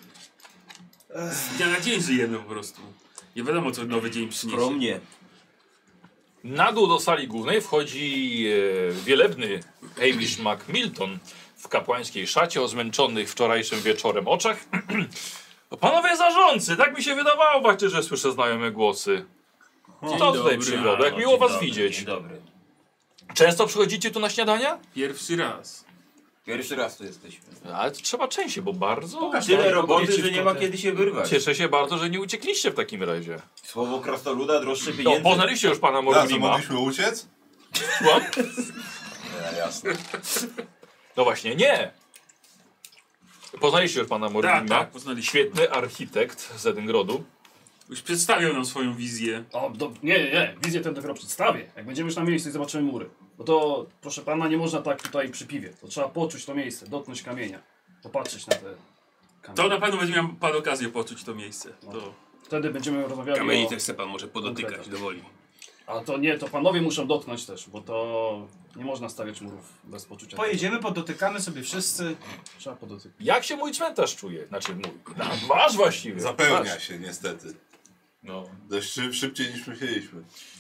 Z dnia na dzień żyjemy po prostu. Nie wiadomo, co nowy dzień przyniesie. Skromnie. Na dół do sali głównej wchodzi wielebny Hamish Macmilton w kapłańskiej szacie o zmęczonych wczorajszym wieczorem oczach. Panowie zarządcy, tak mi się wydawało właśnie, że słyszę znajome głosy. Co tutaj przygoda? Jak miło was widzieć. Dzień dobry. Często przychodzicie tu na śniadania? Pierwszy raz. Pierwszy raz tu jesteśmy. Ale to trzeba częściej, bo bardzo... Pokaż Tyle tam, roboty, powiecie że nie ma wtedy. kiedy się wyrwać. Cieszę się bardzo, że nie uciekliście w takim razie. Słowo krasnoluda droższe No, pieniędzy. poznaliście już pana Co, Morgrima. mogliśmy uciec? Słucham? Nie, jasne. No właśnie, nie! Poznaliście już pana Morgrima. Tak, poznaliśmy. Świetny architekt z Edyngrodu. Już przedstawiał nam swoją wizję. O, nie, wizję tę dopiero przedstawię. Jak będziemy już na miejscu i zobaczymy mury. Bo to, proszę pana, nie można tak tutaj przy piwie. To trzeba poczuć to miejsce, dotknąć kamienia. Popatrzeć na te kamienie. To na pewno będzie miał pan okazję poczuć to miejsce. To... Wtedy będziemy rozmawiali Kamieni o... też se pan może podotykać, Konkretach. dowoli. A to nie, to panowie muszą dotknąć też, bo to nie można stawiać murów bez poczucia. Pojedziemy, podotykamy sobie wszyscy. Trzeba podotykać. Jak się mój cmentarz czuje? Znaczy mój. Wasz właściwie. Zapełnia Wasz. się niestety. No. Dość szybciej niż myśleliśmy.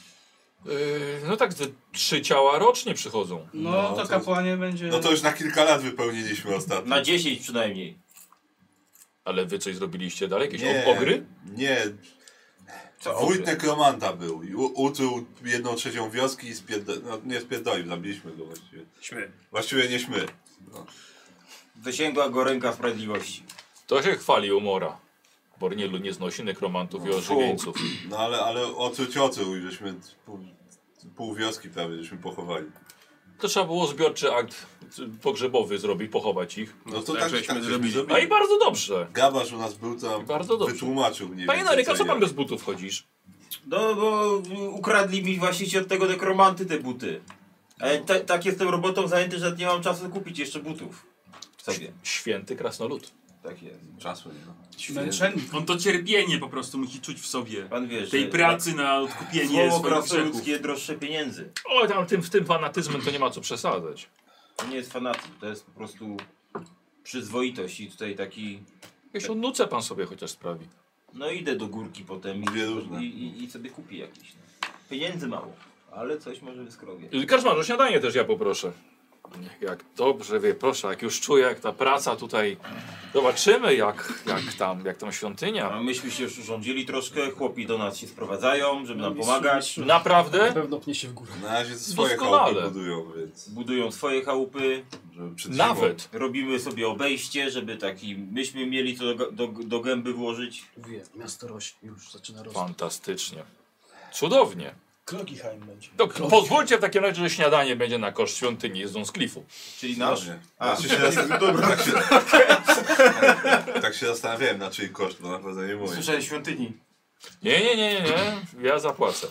No tak, te 3 ciała rocznie przychodzą. No, No, to to- kapłanie będzie... No to już na kilka lat wypełniliśmy ostatnio. Na 10 przynajmniej. Ale wy coś zrobiliście dalej? Jakieś Nie, ogry? Nie. Wójt nekromanta był i uczył 1/3 wioski i no, nie spierdolił, zabiliśmy go właściwie. Śmy. Właściwie nie śmy. No. Dosięgła go ręka sprawiedliwości. To się chwali umora. Bornielu nie znosi nekromantów i ożywieńców. No ale ocuł, żeśmy pół wioski prawie żeśmy pochowali. To trzeba było zbiorczy akt pogrzebowy zrobić, pochować ich. No to tak tak żeśmy żeśmy zrobili. No i bardzo dobrze. Gabarz u nas był tam, Bardzo dobrze. wytłumaczył mniej Panie więcej, Naryka, co pan jak. bez butów chodzisz? No bo ukradli mi właściwie od tego nekromanty te buty. Ale tak jestem robotą zajęty, że nie mam czasu kupić jeszcze butów sobie. Święty krasnolud. Tak jest. Czasu nie ma. Męczennik. On to cierpienie po prostu musi czuć w sobie. Pan wie, Tej że pracy na odkupienie słowo swoich grzechów. krasnoludzkie droższe pieniędzy. O, tam w tym fanatyzmem to nie ma co przesadzać. To nie jest fanatyzm, to jest po prostu przyzwoitość i tutaj taki... Jakieś nuce pan sobie chociaż sprawi. No idę do górki potem Dwie różne. i sobie kupię jakieś. No. Pieniędzy mało, ale coś może wyskrobię. Kaczmarzu, śniadanie też ja poproszę. Jak dobrze wie, proszę, jak już czuję, jak ta praca tutaj. Zobaczymy, jak tam świątynia. A myśmy się już urządzili troszkę, chłopi do nas się sprowadzają, żeby nam pomagać. Na Naprawdę? pewno pnie się w górę. Na razie swoje Doskonale. chałupy budują, więc Budują swoje chałupy, żeby przetrzymało. Nawet. robimy sobie obejście, żeby taki myśmy mieli co do gęby włożyć. Wie, miasto rośnie, już zaczyna rosnąć. Fantastycznie. Cudownie. Klogiheim będzie. To pozwólcie w takim razie, że śniadanie będzie na koszt świątyni z Klifu. Czyli nasz. Cudownie. A, Znaczy tak się zastanawiałem na czyj koszt, bo naprawdę nie mój. słyszałem świątyni. Nie. Ja zapłacę.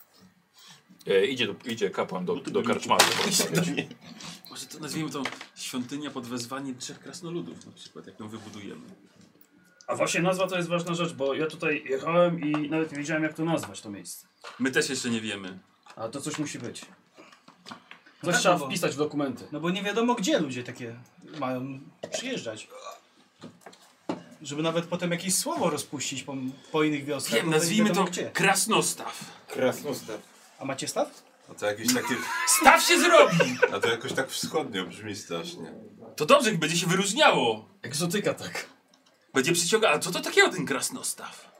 Idzie kapłan do karczmaru. Może to nazwijmy to świątynia pod wezwaniem 3 krasnoludów na przykład, jak ją wybudujemy. A właśnie nazwa to jest ważna rzecz, bo ja tutaj jechałem i nawet nie wiedziałem jak to nazwać to miejsce. My też jeszcze nie wiemy. A to coś musi być. No Coś tak, trzeba bo- wpisać w dokumenty. No bo nie wiadomo gdzie ludzie takie mają przyjeżdżać. Żeby nawet potem jakieś słowo rozpuścić po innych wioskach. Wiem, no nie nazwijmy wiadomo to gdzie. Krasnostaw. Krasnostaw. A macie staw? A to jakieś takie, Staw się zrobi! a to jakoś tak wschodnio brzmi strasznie. To dobrze, będzie się wyróżniało. Egzotyka tak. Będzie przyciągało. A co to takiego ten krasnostaw?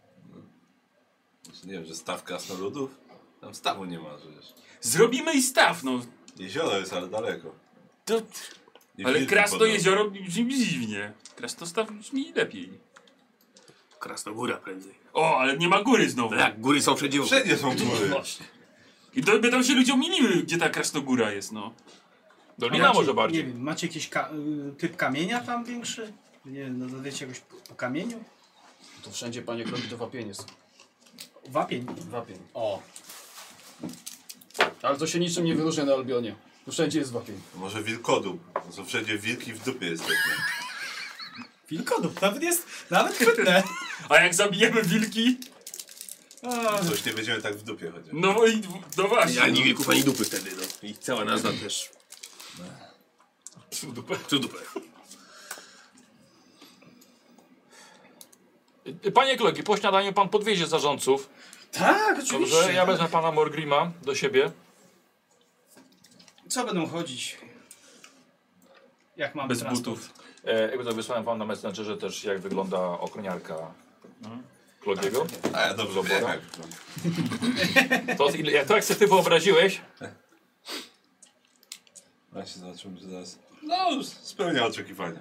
Nie wiem, że staw krasnoludów? Tam stawu nie ma, przecież. Zrobimy i staw, no. Jezioro jest, ale daleko. To... I Ale wilki Krasno podobno. jezioro brzmi dziwnie. Krasnostaw brzmi lepiej. Krasnogóra prędzej. O, ale nie ma góry znowu. No jak, góry są wszędzie wokół. Wszędzie są góry. Właśnie. I to będą się ludziom mieliły, gdzie ta Krasnogóra jest, no. Dolina może bardziej. Nie wiem, macie jakiś typ kamienia tam większy? Nie wiem, no to wiecie jakoś po kamieniu? To wszędzie panie kroki to wapienie są. Wapień. Wapień. O. Ale to się niczym nie wyróżnia na Albionie. Tu wszędzie jest wapień. Może wilkodób. To są wszędzie wilki w dupie jesteśmy. Wilkodób, nawet chwytne. A jak zabijemy wilki? O, Coś nie będziemy tak w dupie chociaż. No właśnie. Ani wilków, ani dupy wtedy, no. I cała nazwa też. Tu dupę. Panie Klogi, po śniadaniu pan podwiezie zarządców. tak, oczywiście. Dobrze, ja wezmę pana Morgrima do siebie. Co będą chodzić? Jak mamy Bez transport? butów. Jakby to wysłałem wam na Messengerze też, jak wygląda ochroniarka Klogiego. A ja dobrze wiem, jak To jak sobie ty wyobraziłeś? Właśnie zobaczymy, że zaraz... No, spełnia oczekiwania.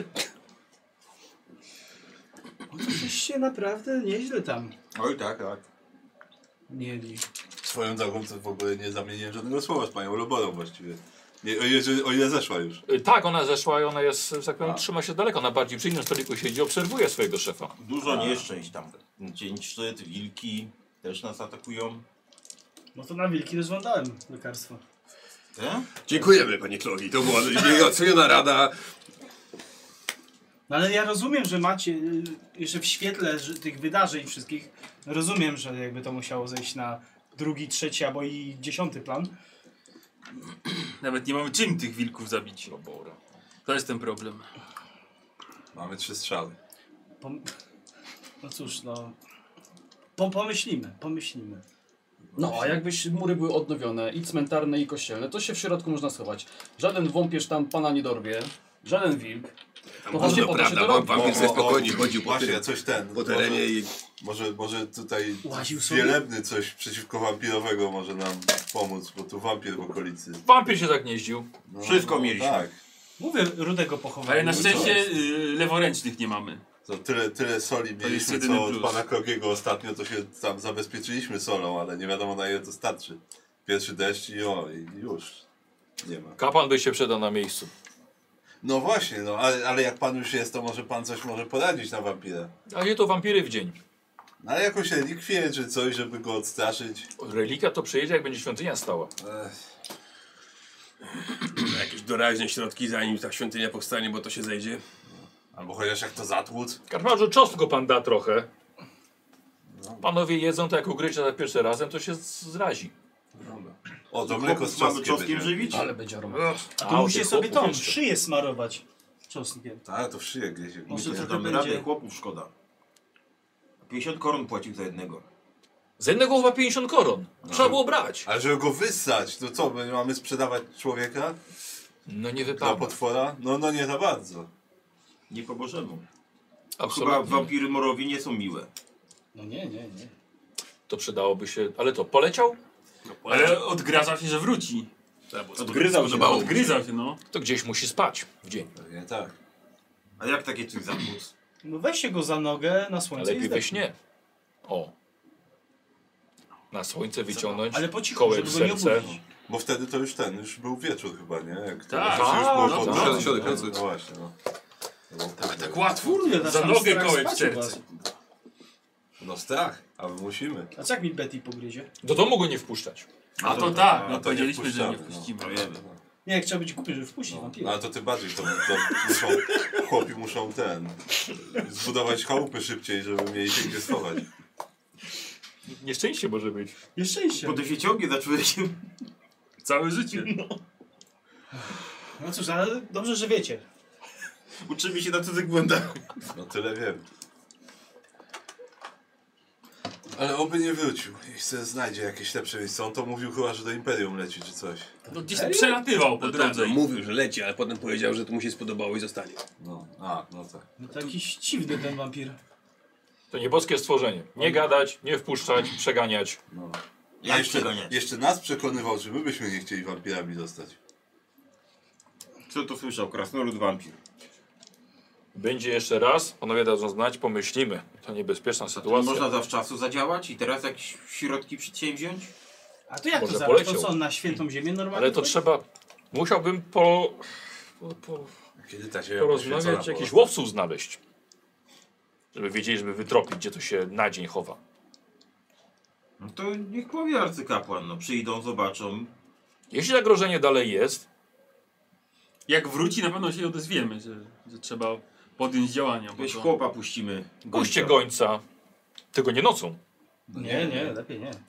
Żeście naprawdę nieźle tam Oj tak. mieli. Swoją drogą to w ogóle nie zamieniłem żadnego słowa z panią Loborą właściwie. Nie, o ile zeszła już. Tak, ona zeszła i ona jest, że tak powiem, trzyma się daleko. Ona bardziej przy innym stoliku siedzi, obserwuje swojego szefa. Dużo nieszczęść tam. Dzień szczyt, wilki też nas atakują. No to na wilki też wam dałem lekarstwo. Te? Dziękujemy, panie Klogi. To była nieoceniona rada. No ale ja rozumiem, że macie, jeszcze w świetle tych wydarzeń wszystkich, rozumiem, że jakby to musiało zejść na drugi, trzeci albo i 10. plan. Nawet nie mamy czym tych wilków zabić. Lobora. To jest ten problem. Mamy 3 strzały. No cóż, no... Pomyślimy. No, a jakbyś mury były odnowione, i cmentarne, i kościelne, to się w środku można schować. Żaden wąpierz tam pana nie dorwie, żaden wilk. To właśnie po to się to robi. Wampir sobie spokojnie chodził po, Właśnie, tym, coś po terenie i... Może tutaj Łaził sobie? wielebny coś przeciwko wampirowego może nam pomóc, bo tu wampir w okolicy. Wampir się zagnieździł. No, Wszystko mieliśmy. Tak. Mówię, rudego pochowali. Ale na szczęście leworęcznych nie mamy. To tyle soli jest mieliśmy jedyny co od plus. pana Krogiego ostatnio, to się tam zabezpieczyliśmy solą, ale nie wiadomo na ile to starczy. Pierwszy deszcz i już. Nie ma. Kapłan by się przydał na miejscu. No właśnie, no ale jak pan już jest, to może pan coś może poradzić na wampira. A nie to wampiry w dzień. No ale jakąś relikwię czy coś, żeby go odstraszyć. Relika to przyjedzie, jak będzie świątynia stała. Jakieś doraźne środki, zanim ta świątynia powstanie, bo to się zejdzie. Albo chociaż jak to zatłuc. Karmarzu, czosnku pan da trochę. Panowie jedzą to jak ugryzie za pierwszy razem, to się zrazi. O, to mleko z Mamy czosnkiem czosnkiem będzie. żywić? Ale będzie aromat. A to musicie tych sobie tą chłopów jeszcze. szyję smarować czosnkiem. Tak, to w szyję gryzie. Może Nie trochę damy będzie. radę, chłopów szkoda. 50 koron płacił za jednego. Za jednego chyba 50 koron. Trzeba było brać. Ale żeby go wyssać, to co, my mamy sprzedawać człowieka No nie dla wypada. potwora? No nie za bardzo. Nie po bożemu. Chyba Absolutnie. wampiry morowi nie są miłe. No nie. To przydałoby się. Ale to poleciał? Ale odgrazał się, że wróci. Odgryzał się. Odgryzał się, no. To gdzieś musi spać w dzień. Pewnie tak. A jak takie coś zatłuc? No weźcie go za nogę na A słońce i lepiej we zdechnij. śnie. O. Na słońce wyciągnąć. Ale po cichu, kołek żeby go nie serce. obudzić. Bo wtedy to już był wieczór chyba, nie? Jak to Tak, już było no pod tak. nocy. Środek No, nocy. no właśnie, no. Tak łatwo. Kurde, Za tam nogę strach kołek w spać u was. serce. No strach, a my musimy. A co jak mi Betty pogryzie? Do domu go nie wpuszczać. A to tak, A no to powiedzieliśmy, że nie wpuszczamy, wpuścimy. Nie, jak trzeba być głupi, żeby wpuścić No, wampira. ale to ty bardziej to chłopi muszą zbudować chałupy szybciej, żeby mieli się gdzie schować. Nieszczęście może być. Nieszczęście. Potem się ciągnie za człowiekiem. Całe życie. No cóż, ale dobrze, że wiecie. Uczymy się na cudzych błędach. No tyle wiem. Ale oby nie wrócił i se znajdzie jakieś lepsze miejsce. On to mówił chyba, że do Imperium leci czy coś. No gdzieś przelatywał po No tak, drodze. no, mówił, że leci, ale potem powiedział, że to mu się spodobało i zostanie. No tak. No to jakiś dziwny ten wampir. To nieboskie stworzenie. Nie gadać, nie wpuszczać, przeganiać. No. Jak przeganiać? Jeszcze nas przekonywał, że my byśmy nie chcieli wampirami zostać. Co to słyszał? Krasnolud wampir. Będzie jeszcze raz, panowie dadzą znać, pomyślimy. To niebezpieczna sytuacja. Można zawczasu zadziałać i teraz jakieś środki przedsięwziąć? A to jak Może to zaraz? To poleciał. co, na świętą ziemię normalnie? Ale to chodzi? trzeba... Musiałbym Kiedy ta ziemia porozmawiać, poświęcona jakichś była. łowców znaleźć. Żeby wiedzieli, żeby wytropić, gdzie to się na dzień chowa. No to niech powie arcykapłan, no przyjdą, zobaczą. Jeśli zagrożenie dalej jest, Jak wróci, na pewno się odezwiemy, że trzeba podjąć działania. Bo Weź to... chłopa puścimy. puśćcie gońca. Tylko nie nocą. Nie, lepiej nie.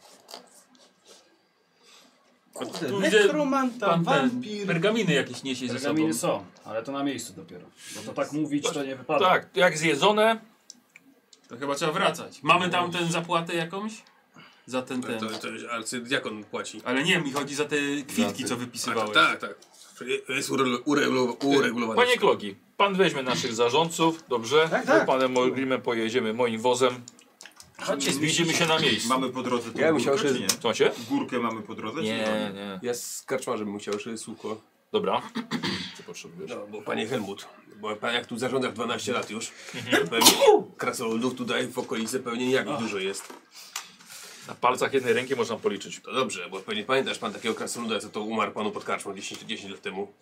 Kurde, Tu widzę, nekromanta, pan ten wampir. pergaminy jakieś niesie ze sobą. Pergaminy są, ale to na miejscu dopiero. Bo to tak mówić to nie wypada. Tak, jak zjedzone, To chyba trzeba wracać. Mamy tam tę zapłatę jakąś? Za ten. To już arcydiakon płaci. Ale nie, mi chodzi za te kwitki, co wypisywałeś. Tak. Jest uregulowane. panie Klogi, pan weźmie naszych zarządców, dobrze? Tak, tak. Z panem Morgrimem pojedziemy moim wozem. Chodźcie, Widzimy się na miejscu. Mamy po drodze tą Ja górkę, musiał się- czy nie? Co macie? Górkę mamy po drodze, czy Nie. Ja z karczmarzem bym chciał jeszcze słówko. Dobra. Co potrzebujesz? No, bo panie Helmut, bo pan jak tu zarządzasz 12 lat już, pewnie krasoludów tutaj w okolicy pewnie jak dużo jest. Na palcach jednej ręki można policzyć. To dobrze, bo pewnie pamiętasz pan takiego krasoluda, co to umarł panu pod karczmą 10 lat temu.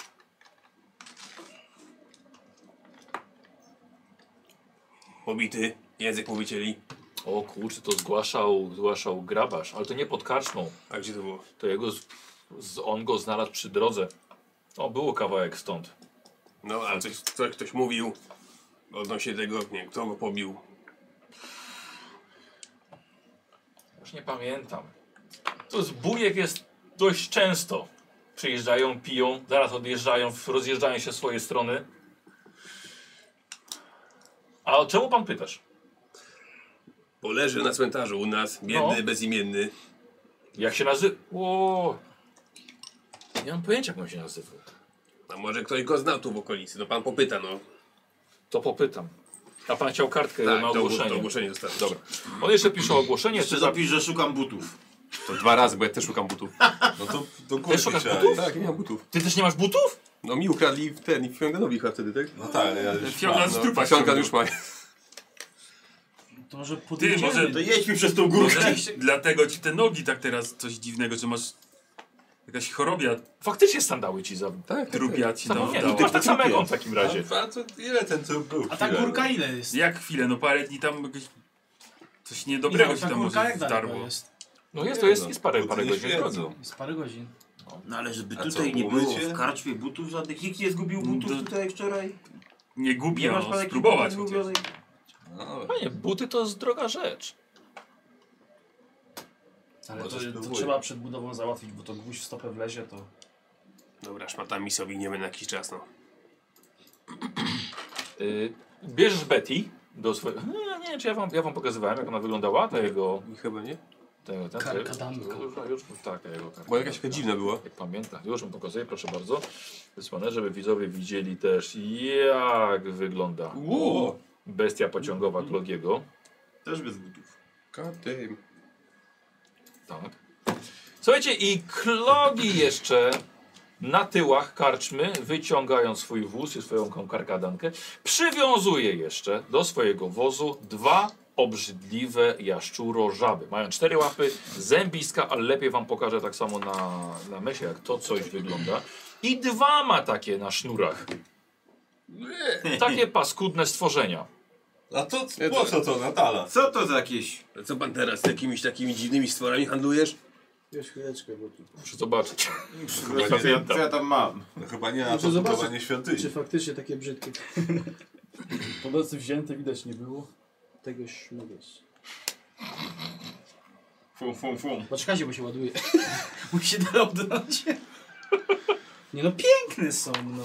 Pobity, język mu wycięli. O kurczę, to zgłaszał grabarz, ale to nie pod karczmą. A gdzie to było? To on go znalazł przy drodze. O, było kawałek stąd. No, ale coś ktoś mówił odnośnie tego, nie wiem, kto go pobił. Już nie pamiętam. To z bujek jest dość często. Przyjeżdżają, piją, zaraz odjeżdżają, rozjeżdżają się w swoje strony. A o czemu pan pytasz? Bo leży na cmentarzu u nas, biedny, No. bezimienny. Jak się nazywa? O, nie mam pojęcia, jak on się nazywał. A może ktoś go znał tu w okolicy, no pan popyta, no. To popytam. A pan chciał kartkę Tak, na ogłoszenie. to ogłoszenie zostawić. Dobra. On jeszcze pisze ogłoszenie. Jeszcze zapisz, że szukam butów. To 2 razy, bo ja też szukam butów. No to do Też góry szukasz trzeba butów? iść. Tak, nie mam butów. Ty też nie masz butów? No mi ukradli i Fionganowi chyba wtedy, tak? No tak, ja już Fiongan mam, z no. trupa Fiongan ściągnął. już ma. To może Ty, podjedziemy. może To jedźmy przez tą górkę. Może dlatego ci te nogi tak teraz coś dziwnego, że masz jakaś chorobia, Faktycznie sandały ci za... Tak, trupia ci tam Nie, wdała. masz tak samo jak on w takim razie. A to ile ten trup był? A ta Chwilę, górka no. ile jest? Jak chwilę, no parę dni tam jakieś coś niedobrego Ile ci ta tam górka może jak daleko wdarło. jest? No jest, to jest parę buty nie godzin drogi. świecą. Jest parę godzin. No ale żeby A tutaj co, nie było umycie? w karczmie butów żadnych. Nikt nie zgubił butów To- tutaj wczoraj? Nie gubi, Nie masz no, pan jakichś spróbować butów chociaż. zgubionych? No, Panie, buty to jest droga rzecz. Ale Może to spróbuję. trzeba przed budową załatwić, bo to gwóźdź w stopę wlezie, to... Dobra, szmatami sobie nie na jakiś czas, no. Bierzesz Betty do swojego... Nie wiem, czy ja wam pokazywałem, jak ona wyglądała, ta jego... I chyba nie? Karkadanka. Już tak, ta jego karkadanka. Bo jakaś taka dziwna była. Jak pamiętam, już wam pokazuję, proszę bardzo. Wysłane, żeby widzowie widzieli też, jak wygląda o, bestia pociągowa Klogiego. Też bez butów. God damn. Tak. Słuchajcie, i Klogi jeszcze na tyłach karczmy, wyciągając swój wóz i swoją karkadankę, przywiązuje jeszcze do swojego wozu 2 obrzydliwe jaszczuro-żaby. Mają 4 łapy, zębiska, ale lepiej wam pokażę tak samo na mesie, jak to coś wygląda. I 2 ma takie na sznurach. Takie paskudne stworzenia. a to po co to, Natala? Co to za jakieś... A co pan teraz z jakimiś takimi dziwnymi stworami handlujesz? Już chwileczkę, bo tu... Muszę zobaczyć. Co ja tam mam? No chyba nie na Muszę to zobaczyć, budowanie świątyni. Czy faktycznie takie brzydkie. Po nocy wzięte widać nie było. Tegoś mogę. Fum. Poczekajcie, bo się ładuje. Musi się dołączyć. Nie no, piękne są, no.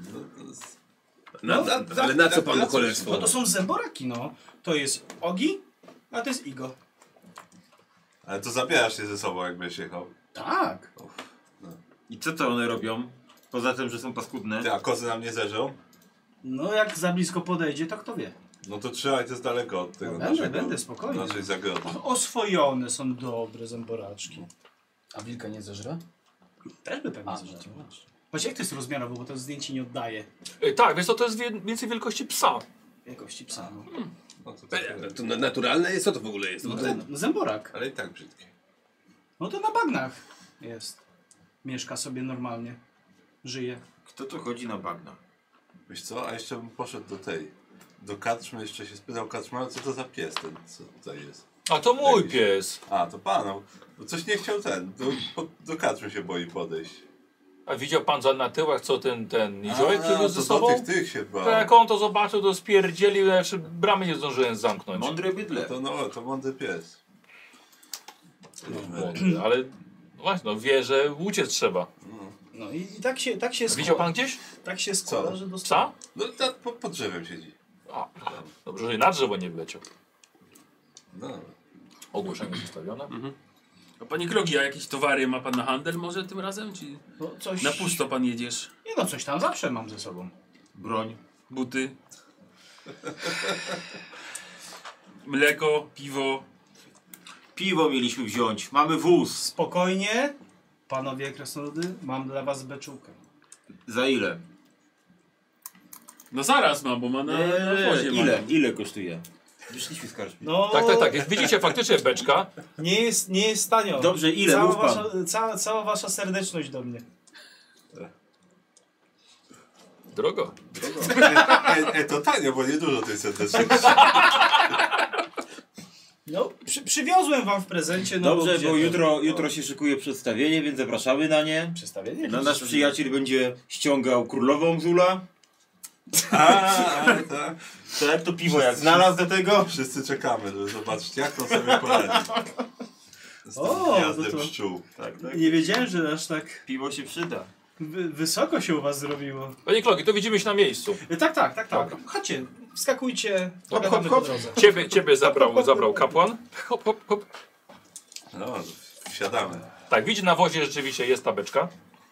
Ale na co panu cholerstwo? No to są zęboraki, no. To jest Ogi, a to jest Igo. Ale to zabierasz się ze sobą, jak będziesz jechał. Tak. I co to one robią? Poza tym, że są paskudne. Ty, a kozy nam nie zerzą? No jak za blisko podejdzie, to kto wie. No to trzymaj to z daleko od tego No, będę, spokojnie. naszej zagrody. Oswojone są dobre zęboraczki. A wilka nie zeżre? Też by pewnie zeżreć. Patrz jak to jest rozmiarowo, bo to zdjęcie nie oddaje Tak, wiesz co, to jest więcej wielkości psa. jakości psa. No, No to tak, To naturalne jest? Co to w ogóle jest? no, no zęborak. ale i tak brzydkie. No to na bagnach jest. Mieszka sobie normalnie. Żyje. Kto to chodzi na bagna? Wiesz co, a jeszcze bym poszedł do karczmy, jeszcze się spytał karczmana, co to za pies ten, co tutaj jest. A to mój Jakiś- pies. A, to panu. Bo coś nie chciał do karczmy się boi podejść. A widział pan na tyłach, co ten niziołek przywiózł ze to sobą? do tych się bał. To jak on to zobaczył, to spierdzielił, ja jeszcze bramy nie zdążyłem zamknąć. Mądre bydle. To mądry pies. Mądry, ale właśnie, no wie, że uciec trzeba. No i tak się Widział pan gdzieś Tak się składa, Co? że psa? dostał. No tak pod drzewem siedzi. A, dobrze, że na drzewo nie wleciał. No. Ogłoszenie zostawione. A panie Krogi, a jakieś towary ma pan na handel może tym razem? Czy No, coś... na pusto pan jedziesz? Nie no, coś tam zawsze mam ze sobą. Broń. Buty? Mleko, piwo? Piwo mieliśmy wziąć. Mamy wóz. Spokojnie, panowie krasnoludy, mam dla was beczułkę. Za ile? No zaraz mam, bo ma na wozie. Ile kosztuje? Wyszliśmy z karczmy. No, Tak. Jak widzicie, faktycznie beczka. nie jest tanio. Dobrze, ile? Cała Mów pan. cała wasza serdeczność do mnie. Drogo. To tanio, bo nie dużo tej serdeczności. No, przywiozłem wam w prezencie. No Dobrze, gdzie bo to? jutro się szykuje przedstawienie, więc zapraszamy na nie. Przedstawienie? No, nasz przyjaciel będzie ściągał królową Zula. Tak. Tak, to piwo jak znalazł do tego. Wszyscy czekamy, żeby zobaczyć, jak on sobie poradzi. Z tym O, gniazdem no to- pszczół. Tak. Nie wiedziałem, że aż tak Piwo się przyda. wysoko się u was zrobiło. Panie Klogi, to widzimy się na miejscu. Tak. Dobra. Chodźcie, wskakujcie, Hop, pogadamy hop, po drodze. Ciebie zabrał kapłan. Hop, hop, hop. No, wsiadamy. Tak, widzi na wozie rzeczywiście jest ta beczka.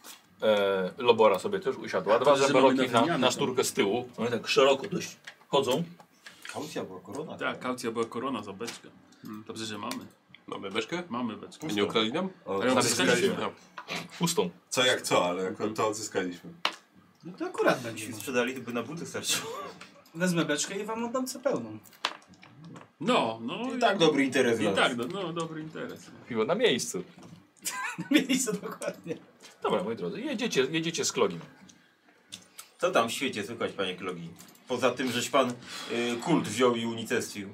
Lobora sobie też usiadła. Dwa że mamy zębeloki na wymianę na tam. szturkę z tyłu. One tak szeroko dość chodzą. Kaucja była korona. Tak, kaucja była korona za beczkę. Dobrze, że mamy. Mamy beczkę? Mamy beczkę. Nie ukradli nam? O, A ją odzyskaliśmy. odzyskaliśmy. Pustą. Co jak co, ale akurat to odzyskaliśmy. No to akurat będzie. Jeśli sprzedali, to by na buty starczyło. Wezmę beczkę i wam oddam co pełną. No. I tak dobry interes. I dla tak, nas. no dobry interes. Piwo na miejscu. Miejsce dokładnie. Dobra, moi drodzy, jedziecie z Klogim. Co tam w świecie słychać, panie Klogi? Poza tym, żeś pan kult wziął i unicestwił.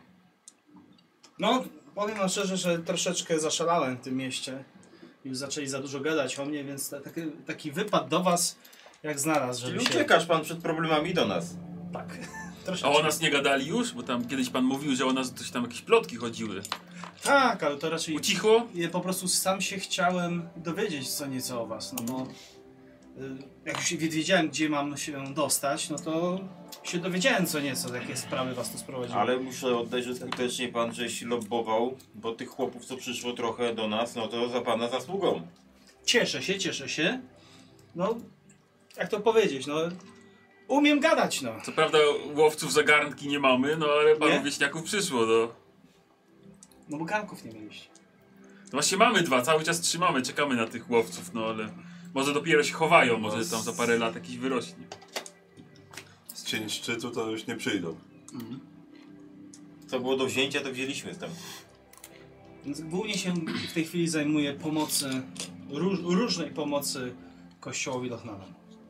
No, powiem wam szczerze, że troszeczkę zaszalałem w tym mieście. Już zaczęli za dużo gadać o mnie, więc taki wypad do was jak znalazł, żeby Czyli się... uciekasz pan przed problemami do nas. Tak. A Troszeczkę. o nas nie gadali już? Bo tam kiedyś pan mówił, że o nas coś tam jakieś plotki chodziły. Tak, ale to raczej... Ucichło? Ja po prostu sam się chciałem dowiedzieć co nieco o was, no bo jak już wiedziałem, gdzie mam się dostać, no to się dowiedziałem co nieco, jakie sprawy was tu sprowadziły. Ale muszę oddać, że skutecznie pan żeś lobbował, bo tych chłopów, co przyszło trochę do nas, no to za pana zasługą. Cieszę się. No, jak to powiedzieć, no... Umiem gadać, no. Co prawda łowców za garnki nie mamy, no ale paru Nie? wieśniaków przyszło, no. No bo garnków nie mieliście. No właśnie mamy dwa, cały czas trzymamy, czekamy na tych łowców, no ale... Może dopiero się chowają, może tam za parę lat jakiś wyrośnie. Z cień szczytu to już nie przyjdą. Co było do wzięcia, to wzięliśmy tam. Więc głównie się w tej chwili zajmuję pomocy, różnej pomocy kościołowi Lochnana.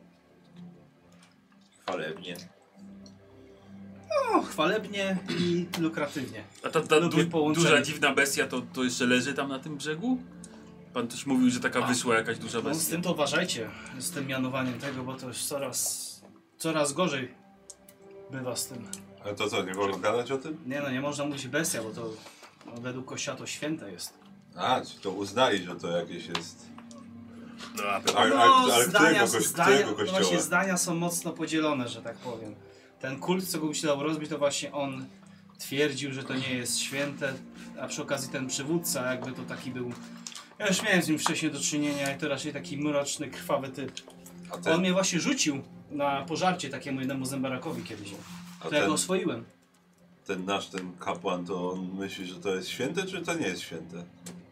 Chwalebnie. No, chwalebnie i lukratywnie. A ta Lubię połączenie. duża, dziwna bestia to jeszcze leży tam na tym brzegu? Pan coś mówił, że taka wyszła jakaś duża No, z bestia. tym to uważajcie, z tym mianowaniem tego, bo to już coraz gorzej bywa z tym. Ale to co, nie wolno gadać o tym? Nie no, nie można mówić bestia, bo to według kościoła to święte jest. A, czy to uznali, że to jakieś jest... No, a Ale którego no właśnie kościoła? zdania są mocno podzielone, że tak powiem. Ten kult, co go usiłował rozbić, to właśnie on twierdził, że to nie jest święte, a przy okazji ten przywódca jakby to taki był... Ja już miałem z nim wcześniej do czynienia i to raczej taki mroczny, krwawy typ. A On ten, mnie właśnie rzucił na pożarcie takiemu jednemu zębarakowi kiedyś. a To ja go ten, oswoiłem. ten nasz, ten kapłan, to on myśli, że to jest święte, czy to nie jest święte?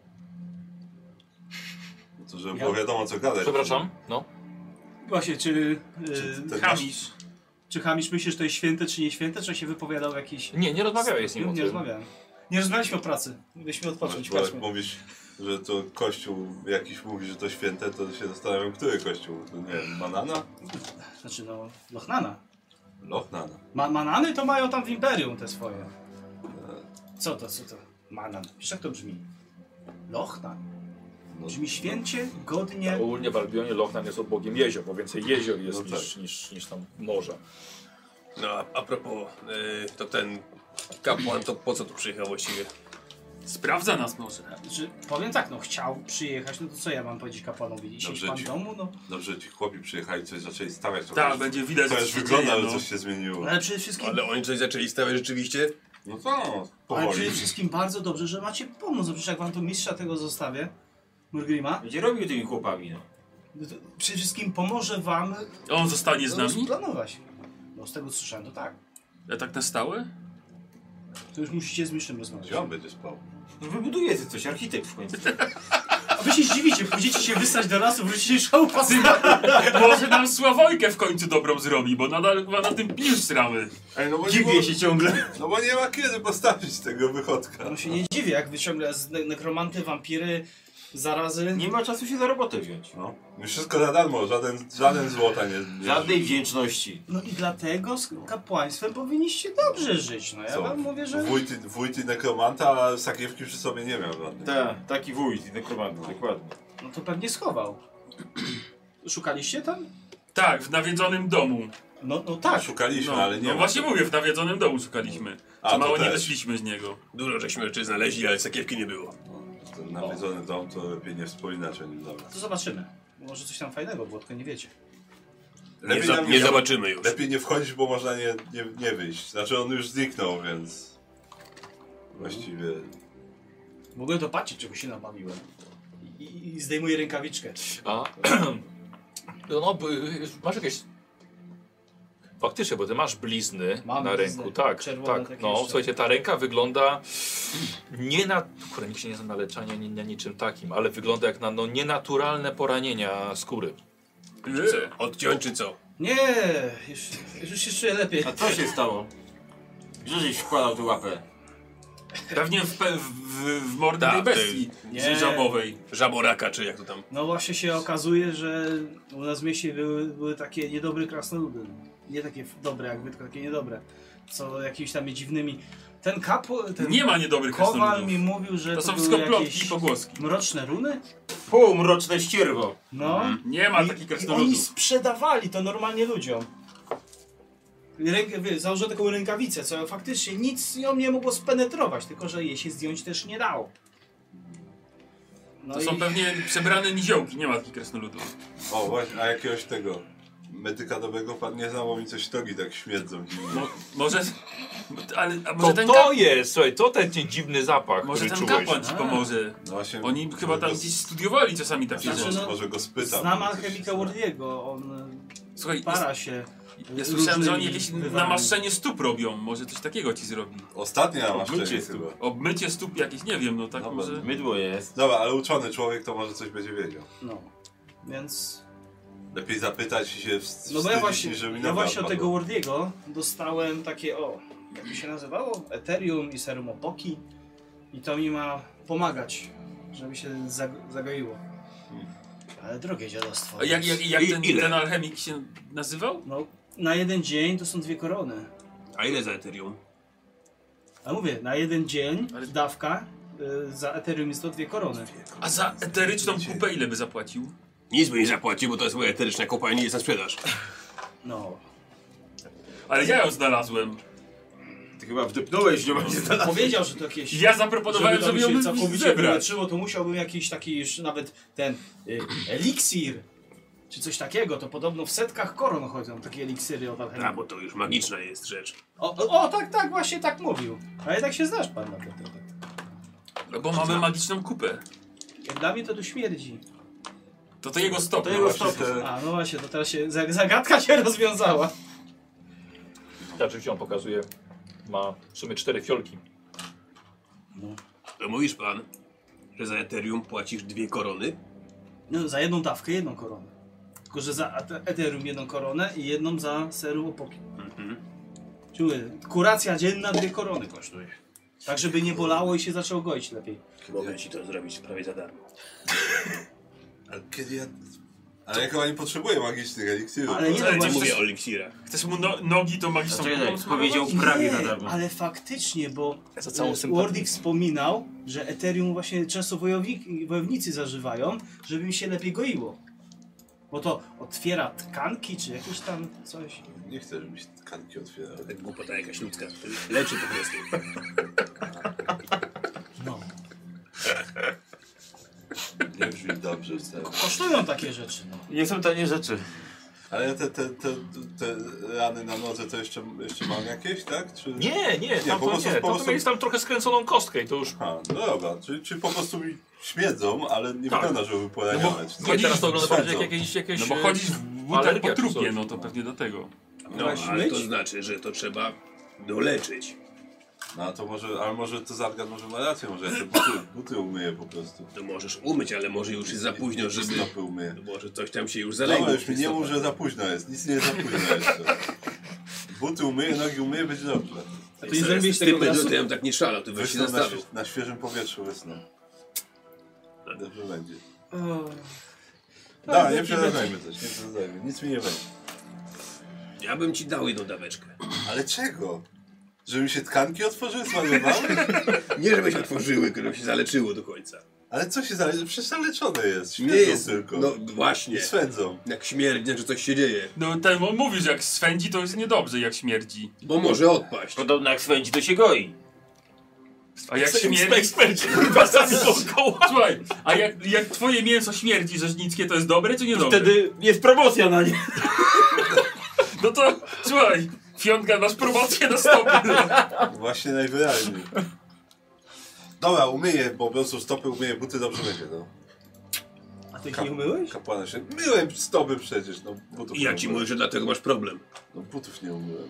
No to żeby było wiadomo co gadać. Przepraszam, no. Właśnie, czy ten Hamisz. Czy Hamisz myśli, że to jest święte, czy nie święte, czy się wypowiadał jakiś... Nie rozmawiałeś z nim o Nie tym. rozmawiałem. Nie rozmawialiśmy o pracy. Byliśmy odpocząć w Bo jak karczmie. mówisz, że to kościół jakiś mówi, że to święte, to się zastanawiam, który kościół? To nie wiem, Manana? Znaczy no, Lochnana. Lochnana. Manany to mają tam w Imperium te swoje. Co to? Manan. Wiesz jak to brzmi? Lochnan. No, Brzmi święcie, godnie. Ogólnie w Albionie Lochnan jest bogiem jezior, bo więcej jezior jest No tak. niż tam morza. No a propos, to ten kapłan to po co tu przyjechał właściwie? Sprawdza nas może. Znaczy, powiem tak, no chciał przyjechać, no to co ja mam powiedzieć kapłanowi? Siedź Dobrze pan ci. w domu, no. Dobrze, ci chłopi przyjechali, coś zaczęli stawiać. To Tak, już- będzie widać, To że już coś się wygląda, dzieje, że no. coś się zmieniło. Ale przede wszystkim... Ale oni coś zaczęli stawiać rzeczywiście? No to, Ale powoli. przede wszystkim bardzo dobrze, że macie pomóc. No przecież jak wam tu mistrza tego zostawię, Murgrima, Będzie robił tymi chłopami, no. no to przede wszystkim pomoże wam On zostanie z nami? planować. No z tego co słyszałem, to tak. Ja tak na stałe? To już musicie z mistrzem rozmawiać. Gdzie on będzie spał? Wybuduje coś, architekt w końcu. wy się zdziwicie, pójdziecie się wystać do lasu, wrócicie szałupa. Może nam Sławojkę w końcu dobrą zrobi, bo nadal chyba na tym pniu sramy. Ej, no bo nie Dziwię się ciągle. No bo nie ma kiedy postawić tego wychodka. No się nie dziwię, jak wyciąga z nekromanty, wampiry, zarazy. Nie ma czasu się za robotę wziąć. No. Wszystko za darmo, żaden złota nie... Żadnej wdzięczności. No i dlatego z kapłaństwem powinniście dobrze żyć. No ja Co? wam mówię, że... Wójt i nekromanta, a sakiewki przy sobie nie miał żadnej. Tak, taki wójt i nekromant, dokładnie. No to pewnie schował. Szukaliście tam? Tak, w nawiedzonym domu. No tak. Szukaliśmy, No, ale nie no ma. właśnie mówię, w nawiedzonym domu szukaliśmy. A, Co to mało nie też. wyszliśmy z niego. Dużo żeśmy rzeczy znaleźli, ale sakiewki nie było. Ten nawiedzony dom to lepiej nie wspominać o nim. Dobra. To zobaczymy. Może coś tam fajnego było, tylko nie wiecie. Lepiej nam Nie zobaczymy już. Lepiej nie wchodzić, bo można nie wyjść. Znaczy on już zniknął, więc... Właściwie... Mogłem to patrzeć, czego się nabawiłem. I zdejmuję rękawiczkę. A, no, masz jakieś... Faktycznie, bo ty masz blizny Mam na blizny. ręku, tak, Czerwone tak. takie No, jeszcze. słuchajcie, ta ręka wygląda nie na... Kurde, nikt się nie zna na leczeniu, ani na niczym takim, ale wygląda jak na nienaturalne poranienia skóry. Odciąć czy co? Nie, już się czuję lepiej. A co się stało? Że żeś wkładał tę łapę? Pewnie w mordę tej Tak, bestii Nie. żabowej. Żaboraka, czy jak to tam? No właśnie się okazuje, że u nas w mieście były takie niedobre krasnoludy. Nie takie dobre jak wy, tylko takie niedobre. Co jakimiś tam dziwnymi... Ten ten Nie ma niedobrych kowal krasnoludów. mi mówił, że To są były wszystko plotki jakieś i pogłoski. mroczne runy? Półmroczne ścierwo. No. Nie ma I takich oni krasnoludów. sprzedawali to normalnie ludziom. Założyłem taką rękawicę, co faktycznie nic ją nie mogło spenetrować, tylko że jej się zdjąć też nie dało. No To są pewnie przebrane niziołki, nie ma takich krasnoludów. O właśnie, a jakiegoś tego... Medyka dobrego pan nie znał, bo mi coś nogi tak śmierdzą dziwnie. Może... Ale, a może ten To jest, słuchaj, to ten dziwny zapach, Może który ten czułeś. kapłan ci pomoże. No właśnie, Oni chyba tam gdzieś studiowali czasami takie Znaczy, rzeczy. no, może go spytam. znam alchemika Wardiego, on Słuchaj, para się. ja słyszałem, że oni różnymi jakieś bywami. namaszczenie stóp robią. Może coś takiego ci zrobi. Ostatnia namaszczenie Obmycie chyba. Obmycie stóp jakieś, nie wiem, no tak Dobra. może... Mydło jest. Dobra, ale uczony człowiek to może coś będzie wiedział. No, więc... Lepiej zapytać i się wstydzić, No bo że mi ja właśnie od napadło. tego Wardiego dostałem takie, jak to się nazywało? Ethereum i serum opoki. I to mi ma pomagać, żeby się zagoiło. Ale drogie dziadostwo. A jak Ile? ten alchemik się nazywał? No, na jeden dzień to są 2 korony. A ile za Ethereum? A mówię, na jeden dzień Ale- dawka za Ethereum jest to 2 korony. A za eteryczną kupę ile by zapłacił? Nic by nie zapłacił, bo to jest moja eteryczna kopa i nie jest na sprzedaż. No. Ale ja ją znalazłem. Ty chyba wdepnąłeś, nie będzie Powiedział, że to jakieś... Ja zaproponowałem, to żeby mi się ją całkowicie zebrać. wyleczyło, to musiałbym jakiś taki już nawet ten eliksir, czy coś takiego, to podobno w setkach koron chodzą takie eliksiry od A, alchemików. bo to już magiczna jest rzecz. Tak, właśnie tak mówił. Ale tak się znasz pan na to. No bo mamy magiczną kupę. Jak dla mnie to tu śmierdzi. To jego stop. To jego stop. A, no właśnie, to teraz się zagadka się rozwiązała. Oczywiście on pokazuje, ma w sumie 4 fiolki. To mówisz pan, że za Ethereum płacisz 2 korony? No, za jedną dawkę 1 koronę. Tylko, że za Ethereum 1 koronę i jedną za serum opoki. Czuły, kuracja dzienna 2 korony kosztuje. Tak, żeby nie bolało i się zaczęło goić lepiej. Mogę ci to zrobić prawie za darmo. Ale kiedy ja... Ale ja chyba nie potrzebuję magicznych eliksirów. Ale nie, Ale no nie właśnie. Mówię o eliksirach. Chcesz mu nogi to magiczną Znaczy, kupą tak, smarować? powiedział prawie na Nie, darmo. ale faktycznie, bo Za całą sympatię. Wardik wspominał, że Ethereum właśnie często wojownicy zażywają, żeby im się lepiej goiło. Bo to otwiera tkanki, czy jakieś tam coś. Nie chcę, żeby mi się tkanki otwierały. Tak głupota jakaś ludzka. Leczy po prostu. No. Nie brzmi dobrze wcale. Kosztują takie rzeczy. No. Nie są tanie rzeczy. Ale te rany na nodze to jeszcze mam jakieś, tak? Czy... Nie, tam po to prostu- nie. po To prostu- mieli tam trochę skręconą kostkę i to już... A, no dobra, czyli po prostu mi śmierdzą, ale nie Tak. wygląda, żeby poranione. czy Nie, teraz to wygląda bardziej jak Swędzą. jakieś No bo chodzisz w butach alergia po czy trupie, coś. no to pewnie do tego. No, Masz ale to myć? znaczy, że to trzeba doleczyć. No to może, ale może to Zargan może ma rację, może ja te buty umyję po prostu. To możesz umyć, ale może już jest za późno, żeby... Stopy umyję. No może coś tam się już zaległo. No już mi nie mów, że za późno jest, nic nie jest za późno jeszcze. Buty umyję, nogi umyję, będzie dobrze. A to nie zrobisz tego od razu? To ja bym tak nie szalał, to weź się Wysnę zastanów. na świeżym powietrzu wysnę. Dobrze będzie. Tak, No, nie taki przerażajmy coś, nie przerażajmy, nic mi nie będzie. Ja bym ci dał jedną daweczkę. Ale czego? Żeby mi się tkanki otworzyły, zwariowały? Nie żeby się otworzyły, które się zaleczyło do końca. Ale co się zależy? Przecież zaleczone jest, Nie śmierdzą jest, tylko. no właśnie. I swędzą. Jak śmierdzi, że coś się dzieje. No ten on mówi, że jak swędzi, to jest niedobrze jak śmierdzi. Bo może odpaść. Podobno jak swędzi, to się goi. A jak śmierdzi... Eksperci, kurwa, sami dookoła. Słuchaj, a jak twoje mięso śmierdzi rzeźnickie, to jest dobre czy niedobre? Wtedy jest promocja na nie. No to, słuchaj, Fionka, masz promocję na stopy. No. Właśnie najwyraźniej. Dobra, umyję, bo po prostu stopy umyję, buty dobrze będzie, no. A ty ich nie umyłeś? Kapłana się... Myłem stopy przecież, no. Butów I nie ja ci umyłem. mówię, że dlatego masz problem. No butów nie umyłem.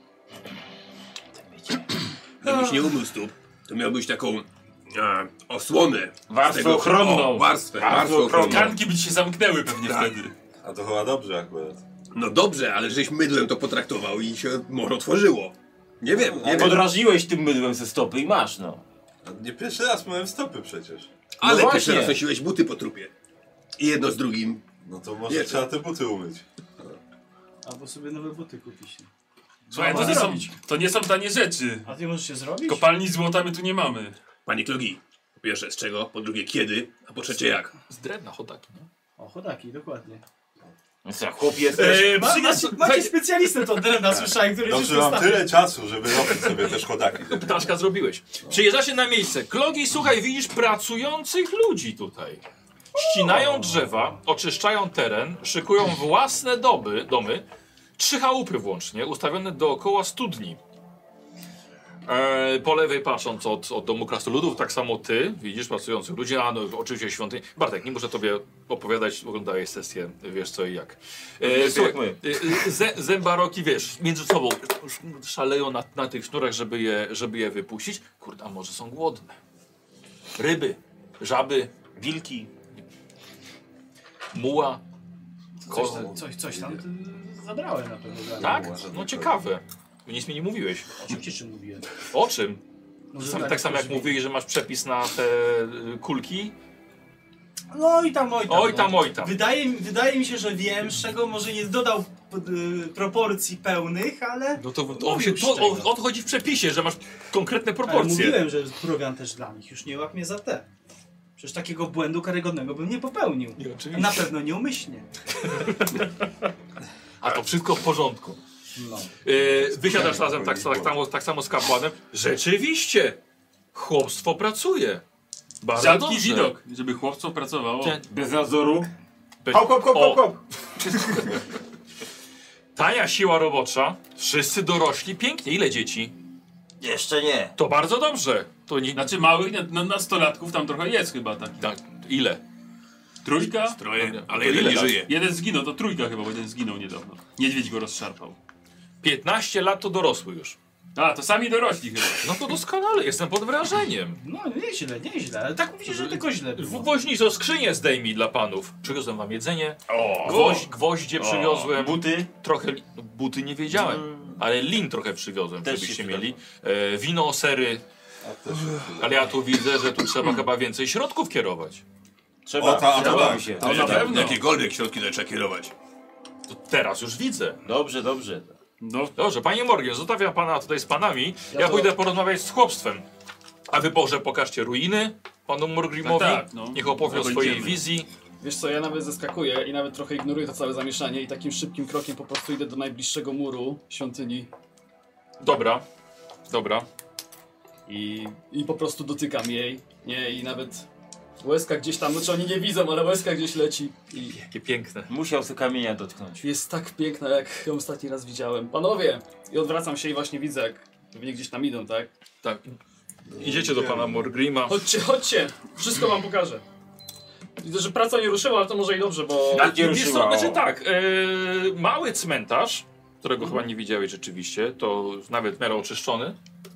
Gdybyś nie umył stóp, to miałbyś taką osłonę. Warstwę z tego- ochronną. O, warstwę Warstwę ochronną. Tkanki by ci się zamknęły pewnie Tak. wtedy. A to chyba dobrze akurat. No dobrze, ale żeś mydłem to potraktował i się może otworzyło. Nie wiem, nie wiem. Podrażniłeś tym mydłem ze stopy i masz, no. A nie pierwszy raz myłem stopy przecież. Ale No pierwszy właśnie. raz nosiłeś buty po trupie. I jedno z drugim. No to może Nie, trzeba te buty umyć. Albo sobie nowe buty kupić. Słuchaj, No, to nie są tanie rzeczy. A ty możesz się zrobić? Kopalni złota my tu nie mamy. Panie Klogi, po pierwsze z czego, po drugie kiedy, a po trzecie jak. Z drewna chodaki, no. O, chodaki, dokładnie. No co, chłop jesteś. Macie specjalistę to drewna, słyszałem, który Dobrze, się mam postawi. tyle czasu, żeby robić sobie też chodaki. Ptaszka zrobiłeś. Przyjeżdżacie na miejsce. Klogi, słuchaj, widzisz pracujących ludzi tutaj. Ścinają drzewa, oczyszczają teren, szykują własne domy. 3 chałupy włącznie, ustawione dookoła studni. Po lewej patrząc od domu krasnoludów, tak samo ty, widzisz pracujących ludzi, a no oczywiście świątyń. Bartek, nie muszę tobie opowiadać, oglądałeś sesję, wiesz co i jak. Słuchaj, zębaroki, wiesz, między sobą szaleją na tych sznurach, żeby je wypuścić. Kurde, a może są głodne. Ryby, żaby, Wilki. muła. Coś tam zabrałem na pewno. Tak? No ciekawe. Nic mi nie mówiłeś. Oczywiście czym mówiłem. O czym? Może Tak samo jak później. mówili, że masz przepis na te kulki. No i tam, oj tam. Oj tam, no. oj tam. Wydaje mi się, że wiem, z czego może nie dodał proporcji pełnych, ale... No to Mówił z czego. odchodzi w przepisie, że masz konkretne Ale proporcje. mówiłem, że prowiant też dla nich. Już nie łap mnie za te. Przecież takiego błędu karygodnego bym nie popełnił. Nie, A oczywiście. na pewno nieumyślnie. A to wszystko w porządku. No. Wysiadasz razem tak samo z kapłanem. Rzeczywiście, chłopstwo pracuje. Bardzo Rzadki dobrze. widok, żeby chłopco pracowało. Bez nadzoru. Hop, Hop, hop, hop, hop. Tania siła robocza, wszyscy dorośli, pięknie. Ile dzieci? Jeszcze nie. To bardzo dobrze. To nie... Znaczy małych, nastolatków tam trochę jest chyba tak. Tak, ile? Trójka? Troje, Dobra. ale To jeden ile nie lat? żyje. Jeden zginął, to trójka chyba, bo jeden zginął niedawno. Niedźwiedź go rozszarpał. 15 lat to dorosły już. A, to sami dorośli chyba. No to doskonale, jestem pod wrażeniem. No nieźle. Ale tak mówicie, że tylko źle było. Woźnico, skrzynię zdejmij dla panów. Przywiozłem wam jedzenie, O. gwoździe przywiozłem. Buty. Trochę, buty nie wiedziałem, ale lin trochę przywiozłem, Też żebyście się mieli. Wino, sery, A też ale ja tu widzę, że tu trzeba chyba więcej środków kierować. Trzeba. O, ta- Trzeba tak. mi się. To na pewno. Jakiekolwiek środki trzeba kierować. To teraz już widzę. Dobrze, dobrze. No, Dobrze, panie Morgan, zostawiam pana tutaj z panami. Ja Ja to- pójdę porozmawiać z chłopstwem. A wy Boże, pokażcie ruiny panu Morgrimowi. Tak, no. Niech opowie o To swojej będziemy. wizji. Wiesz co, ja nawet zeskakuję i nawet trochę ignoruję to całe zamieszanie i takim szybkim krokiem po prostu idę do najbliższego muru świątyni Dobra, dobra. i po prostu dotykam jej, nie, i nawet łezka gdzieś tam, znaczy oni nie widzą, ale łezka gdzieś leci i Jakie piękne. Musiał sobie kamienia dotknąć. jest tak piękna, jak ją ostatni raz widziałem. Panowie! I odwracam się i właśnie widzę, jak pewnie gdzieś tam idą, tak? Tak. Idziecie do pana Morgrima. Chodźcie, wszystko wam pokażę. Widzę, że praca nie ruszyła, ale to może i dobrze, bo... A gdzie Wiesz co, ruszyła? znaczy tak, mały cmentarz, którego chyba nie widziałeś rzeczywiście, to nawet w miarę oczyszczony.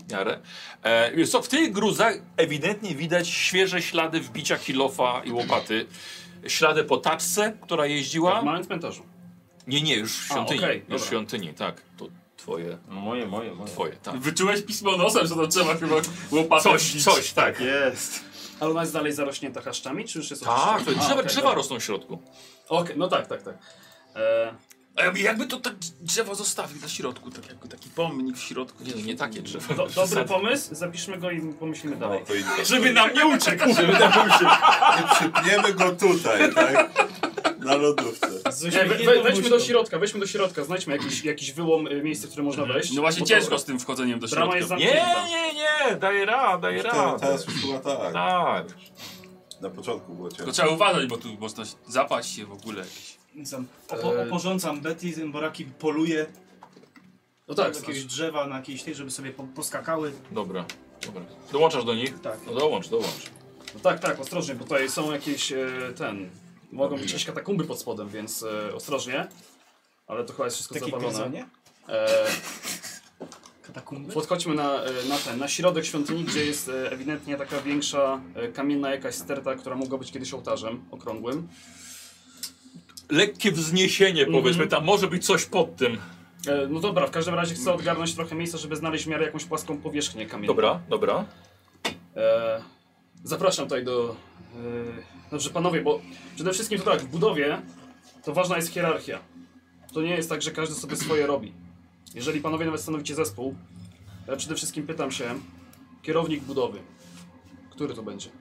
w miarę. Wiesz co, w tych gruzach ewidentnie widać świeże ślady wbicia kilofa i łopaty. Ślady po taczce, która jeździła. W małym cmentarzu. Nie, już w świątyni. okej, Już w dobra. świątyni, tak. To twoje, Moje. tak. Wyczułeś pismo nosem, że to trzeba chyba łopatą bić. Coś, tak. Jest. Ale ona jest dalej zarośnięta chaszczami, czy już jest Tak, to oczyszczona? drzewa rosną w środku. Okej, no tak. A jakby to tak drzewo zostawił na środku, tak jakby taki pomnik w środku. Nie, no nie takie drzewo. Dobry pomysł, zapiszmy go i pomyślimy No, dalej. to inne. Żeby nam nie uciekł. Nie przypniemy go tutaj, tak? Na lodówce. Wejdźmy do środka, znajdźmy jakiś wyłom, miejsce, w które można wejść. No właśnie Bo ciężko to- z tym wchodzeniem do Brama jest środka. zamknięta. Nie, daje radę. Teraz już chyba tak. Tak. Na początku było Tylko ciężko. trzeba uważać, bo tu można zapaść się w ogóle jakieś. Oporządzam Betty, Boraki poluje No tak, z jakiegoś drzewa na jakieś tej, żeby sobie poskakały. Dobra. Dołączasz do nich? Tak. No dołącz. no tak, ostrożnie, bo tutaj są jakieś mogą być jakieś katakumby pod spodem, więc ostrożnie. Ale to chyba jest wszystko Takie zawalone. gryzonie? E, Katakumby? Podchodźmy na środek świątyni, gdzie jest ewidentnie taka większa kamienna jakaś sterta, która mogła być kiedyś ołtarzem okrągłym. Lekkie wzniesienie, powiedzmy, tam może być coś pod tym. No dobra, w każdym razie chcę odgarnąć trochę miejsca, żeby znaleźć w miarę jakąś płaską powierzchnię kamienną. Dobra. Zapraszam tutaj do... Dobrze panowie, bo przede wszystkim to tak, w budowie to ważna jest hierarchia. To nie jest tak, że każdy sobie swoje robi. Jeżeli panowie nawet stanowicie zespół, to ja przede wszystkim pytam się, kierownik budowy, który to będzie?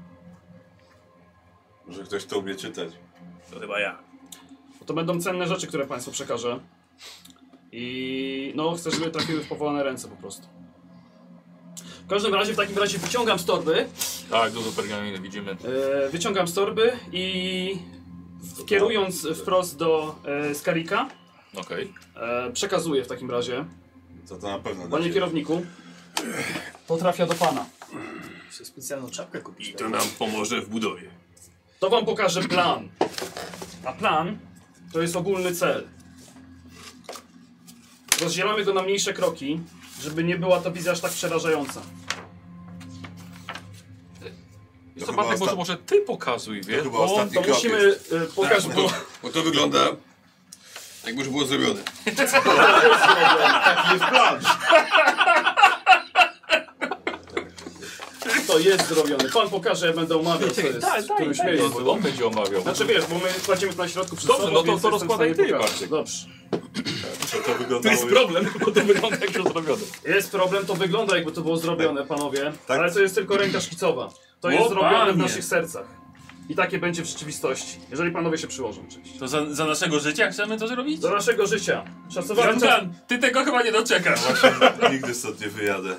Może ktoś to umie czytać. To chyba ja. Bo to będą cenne rzeczy, które państwu przekażę. I no, chcę, żeby trafiły w powołane ręce po prostu. W każdym razie, w takim razie wyciągam z torby. Tak, dużo pergaminy widzimy. Wyciągam z torby i kierując wprost do Skarika, Okej. przekazuję w takim razie. To na pewno da Panie się. kierowniku, to trafia do pana. Muszę specjalną czapkę kupić. I to nam pomoże w budowie. To wam pokażę plan. A plan to jest ogólny cel. Rozdzielamy go na mniejsze kroki, żeby nie była to wizja aż tak przerażająca. Wiesz co, chyba Bartek, może ty pokazuj, wiesz? chyba Bo ostatni To krok musimy jest. pokazać, bo Bo to wygląda jakby już było zrobione. Taki jest plan. to jest zrobione. Pan pokaże, ja będę omawiał, co jest w którymś miejscu. on będzie omawiał. Znaczy wiesz, bo my kładziemy to na środku przy Dobrze, sobą, no to więc jestem w rozkładaj stanie ty, pokazać. Bartek. Dobrze. To wyglądało To jest problem, bo to wygląda jak to zrobione. Jest problem, to wygląda jakby to było zrobione, panowie. Tak. Ale to jest tylko ręka szkicowa. To jest O, zrobione w panie. naszych sercach. I takie będzie w rzeczywistości. Jeżeli panowie się przyłożą oczywiście. To za naszego życia chcemy to zrobić? Do naszego życia. Szacowany czas. Jan, ty tego chyba nie doczekasz. Nigdy stąd nie wyjadę.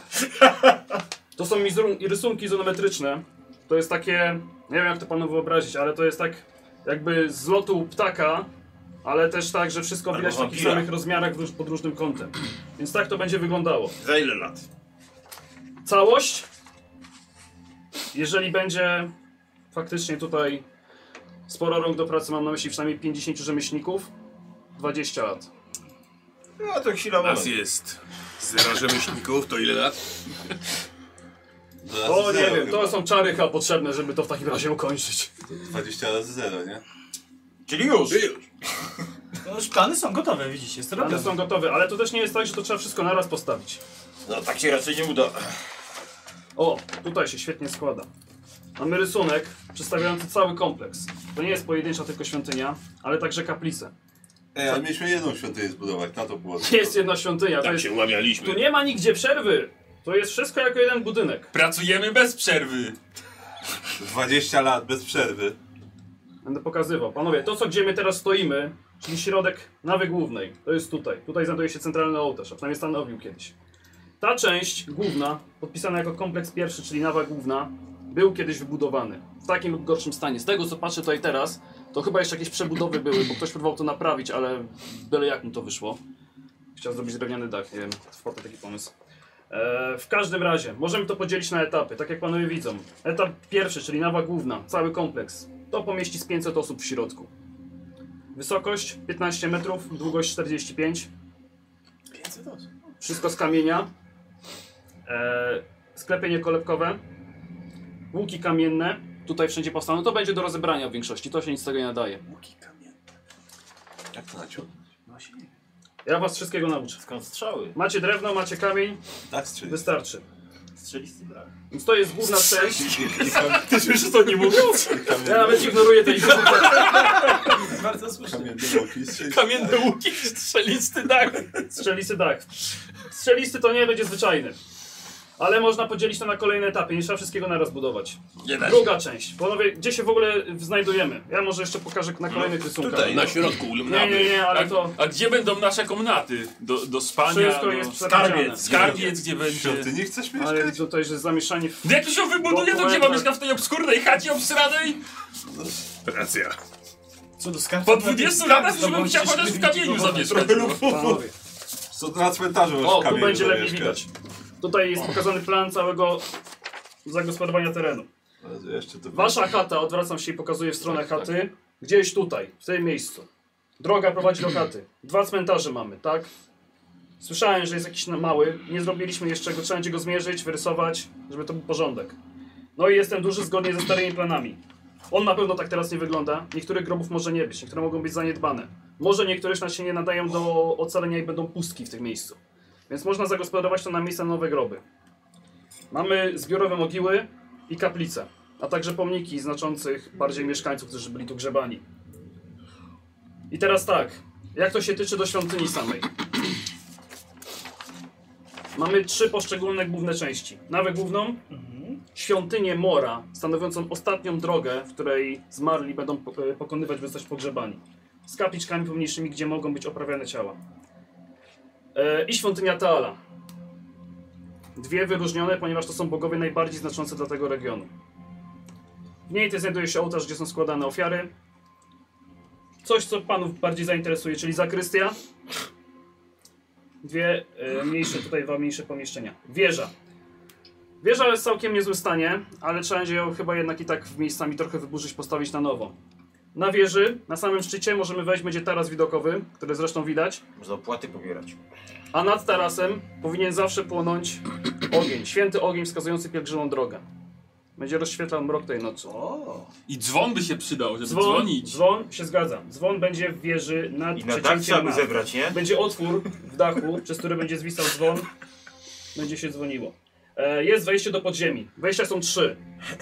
To są rysunki izometryczne. To jest takie, nie wiem jak to panu wyobrazić, ale to jest tak jakby z lotu ptaka, ale też tak, że wszystko widać w takich wampira. samych rozmiarach pod różnym kątem. Więc tak to będzie wyglądało. Za ile lat? Całość, jeżeli będzie faktycznie tutaj sporo rąk do pracy, mam na myśli przynajmniej 50 rzemieślników, 20 lat. No to chwila Nas jest zero rzemieślników, to ile lat? Zaraz O nie zero wiem, chyba. to są czary chyba potrzebne, żeby to w takim razie ukończyć. 20 razy 0, nie? Czyli już. No już plany są gotowe, widzicie, jest to One robione. są gotowe, ale to też nie jest tak, że to trzeba wszystko naraz postawić. No tak się raczej nie uda. O, tutaj się świetnie składa. Mamy rysunek przedstawiający cały kompleks. To nie jest pojedyncza tylko świątynia, ale także kaplice. Ale mieliśmy jedną świątynię zbudować, na to było. Jest jedna świątynia, to Tak jest, się tu umawialiśmy. nie ma nigdzie przerwy. To jest wszystko jako jeden budynek. Pracujemy bez przerwy. 20 lat bez przerwy. Będę pokazywał. Panowie, to co gdzie my teraz stoimy, czyli środek nawy głównej, to jest tutaj. Tutaj znajduje się centralny ołtarz, a przynajmniej stanowił kiedyś. Ta część główna, podpisana jako kompleks pierwszy, czyli nawa główna, był kiedyś wybudowany. W takim lub gorszym stanie. Z tego co patrzę tutaj teraz, to chyba jeszcze jakieś przebudowy były, bo ktoś próbował to naprawić, ale byle jak mu to wyszło. Chciał zrobić drewniany dach, nie wiem, wpadł taki pomysł. W każdym razie, możemy to podzielić na etapy, tak jak panowie widzą. Etap pierwszy, czyli nawa główna, cały kompleks. To pomieści z 500 osób w środku. Wysokość 15 metrów, długość 45. 500 osób. Wszystko z kamienia. Sklepienie kolebkowe, łuki kamienne, tutaj wszędzie powstaną, to będzie do rozebrania w większości, to się nic z tego nie nadaje. Łuki kamienne. Jak to naciągnąć? Ja was wszystkiego nauczę. Skąd strzały? Macie drewno, macie kamień, Tak strzelić. wystarczy. Strzelisty brak. Więc to jest główna część. Ty słyszysz, co nie mówią? Ja nawet ignoruję tej Bardzo słusznie. Kamienne łuki strzelić. Kamienne łuki, strzelisty dach. Strzelisty dach. Strzelisty to nie będzie zwyczajny. Ale można podzielić to na kolejne etapy, nie trzeba wszystkiego naraz budować. Druga część. Panowie, gdzie się w ogóle znajdujemy? Ja może jeszcze pokażę na kolejnych rysunkach. Tutaj, na środku Nie, ale to... A gdzie będą nasze komnaty? Do spania? Wszystko jest przewidziane. Skarbiec, gdzie W będzie... świątyni chcesz Ale mieszkać? tutaj jest zamieszanie w... Jak się wybuduje, to gdzie mam mieszkać? W tej obskurnej chacie obsranej? Racja. Co do skarbu? Po 20 latach już bym chciał chociaż w kamieniu zamieszkać. Panowie. Co na cmentarzu masz O, tu kamień będzie lepiej zamieszkać. widać. Tutaj jest pokazany plan całego zagospodarowania terenu. Ale jeszcze to... Wasza chata, odwracam się i pokazuję w stronę chaty, gdzieś tutaj, w tym miejscu. Droga prowadzi do chaty. 2 cmentarze mamy, tak? Słyszałem, że jest jakiś mały, nie zrobiliśmy jeszcze go, trzeba będzie go zmierzyć, wyrysować, żeby to był porządek. No i jestem duży zgodnie ze starymi planami. On na pewno tak teraz nie wygląda, niektórych grobów może nie być, niektóre mogą być zaniedbane. Może niektóre się nie nadają do ocalenia i będą pustki w tym miejscu. Więc można zagospodarować to na miejsce na nowe groby. Mamy zbiorowe mogiły i kaplice, a także pomniki znaczących bardziej mieszkańców, którzy byli tu grzebani. I teraz tak, jak to się tyczy do świątyni samej. Mamy 3 poszczególne główne części. Nawę główną, świątynię Mora, stanowiącą ostatnią drogę, w której zmarli będą pokonywać, by zostać pogrzebani. Z kapliczkami pomniejszymi, gdzie mogą być oprawiane ciała. I świątynia Taala. 2 wyróżnione, ponieważ to są bogowie najbardziej znaczące dla tego regionu. W niej też znajduje się ołtarz, gdzie są składane ofiary. Coś, co panów bardziej zainteresuje, czyli zakrystia. 2 mniejsze pomieszczenia. Wieża. Wieża jest w całkiem niezłym stanie, ale trzeba będzie ją chyba jednak i tak w miejscami trochę wyburzyć, postawić na nowo. Na wieży, na samym szczycie możemy wejść, będzie taras widokowy, który zresztą widać. Można opłaty pobierać. A nad tarasem powinien zawsze płonąć ogień, święty ogień wskazujący pielgrzymą drogę. Będzie rozświetlał mrok tej nocy. I dzwon by się przydał, żeby dzwonić. Dzwon się zgadza. Dzwon będzie w wieży nad I na dach przecięciem trzeba by naw. zebrać, nie? Będzie otwór w dachu, przez który będzie zwisał dzwon. Będzie się dzwoniło. Jest wejście do podziemi. Wejścia są 3.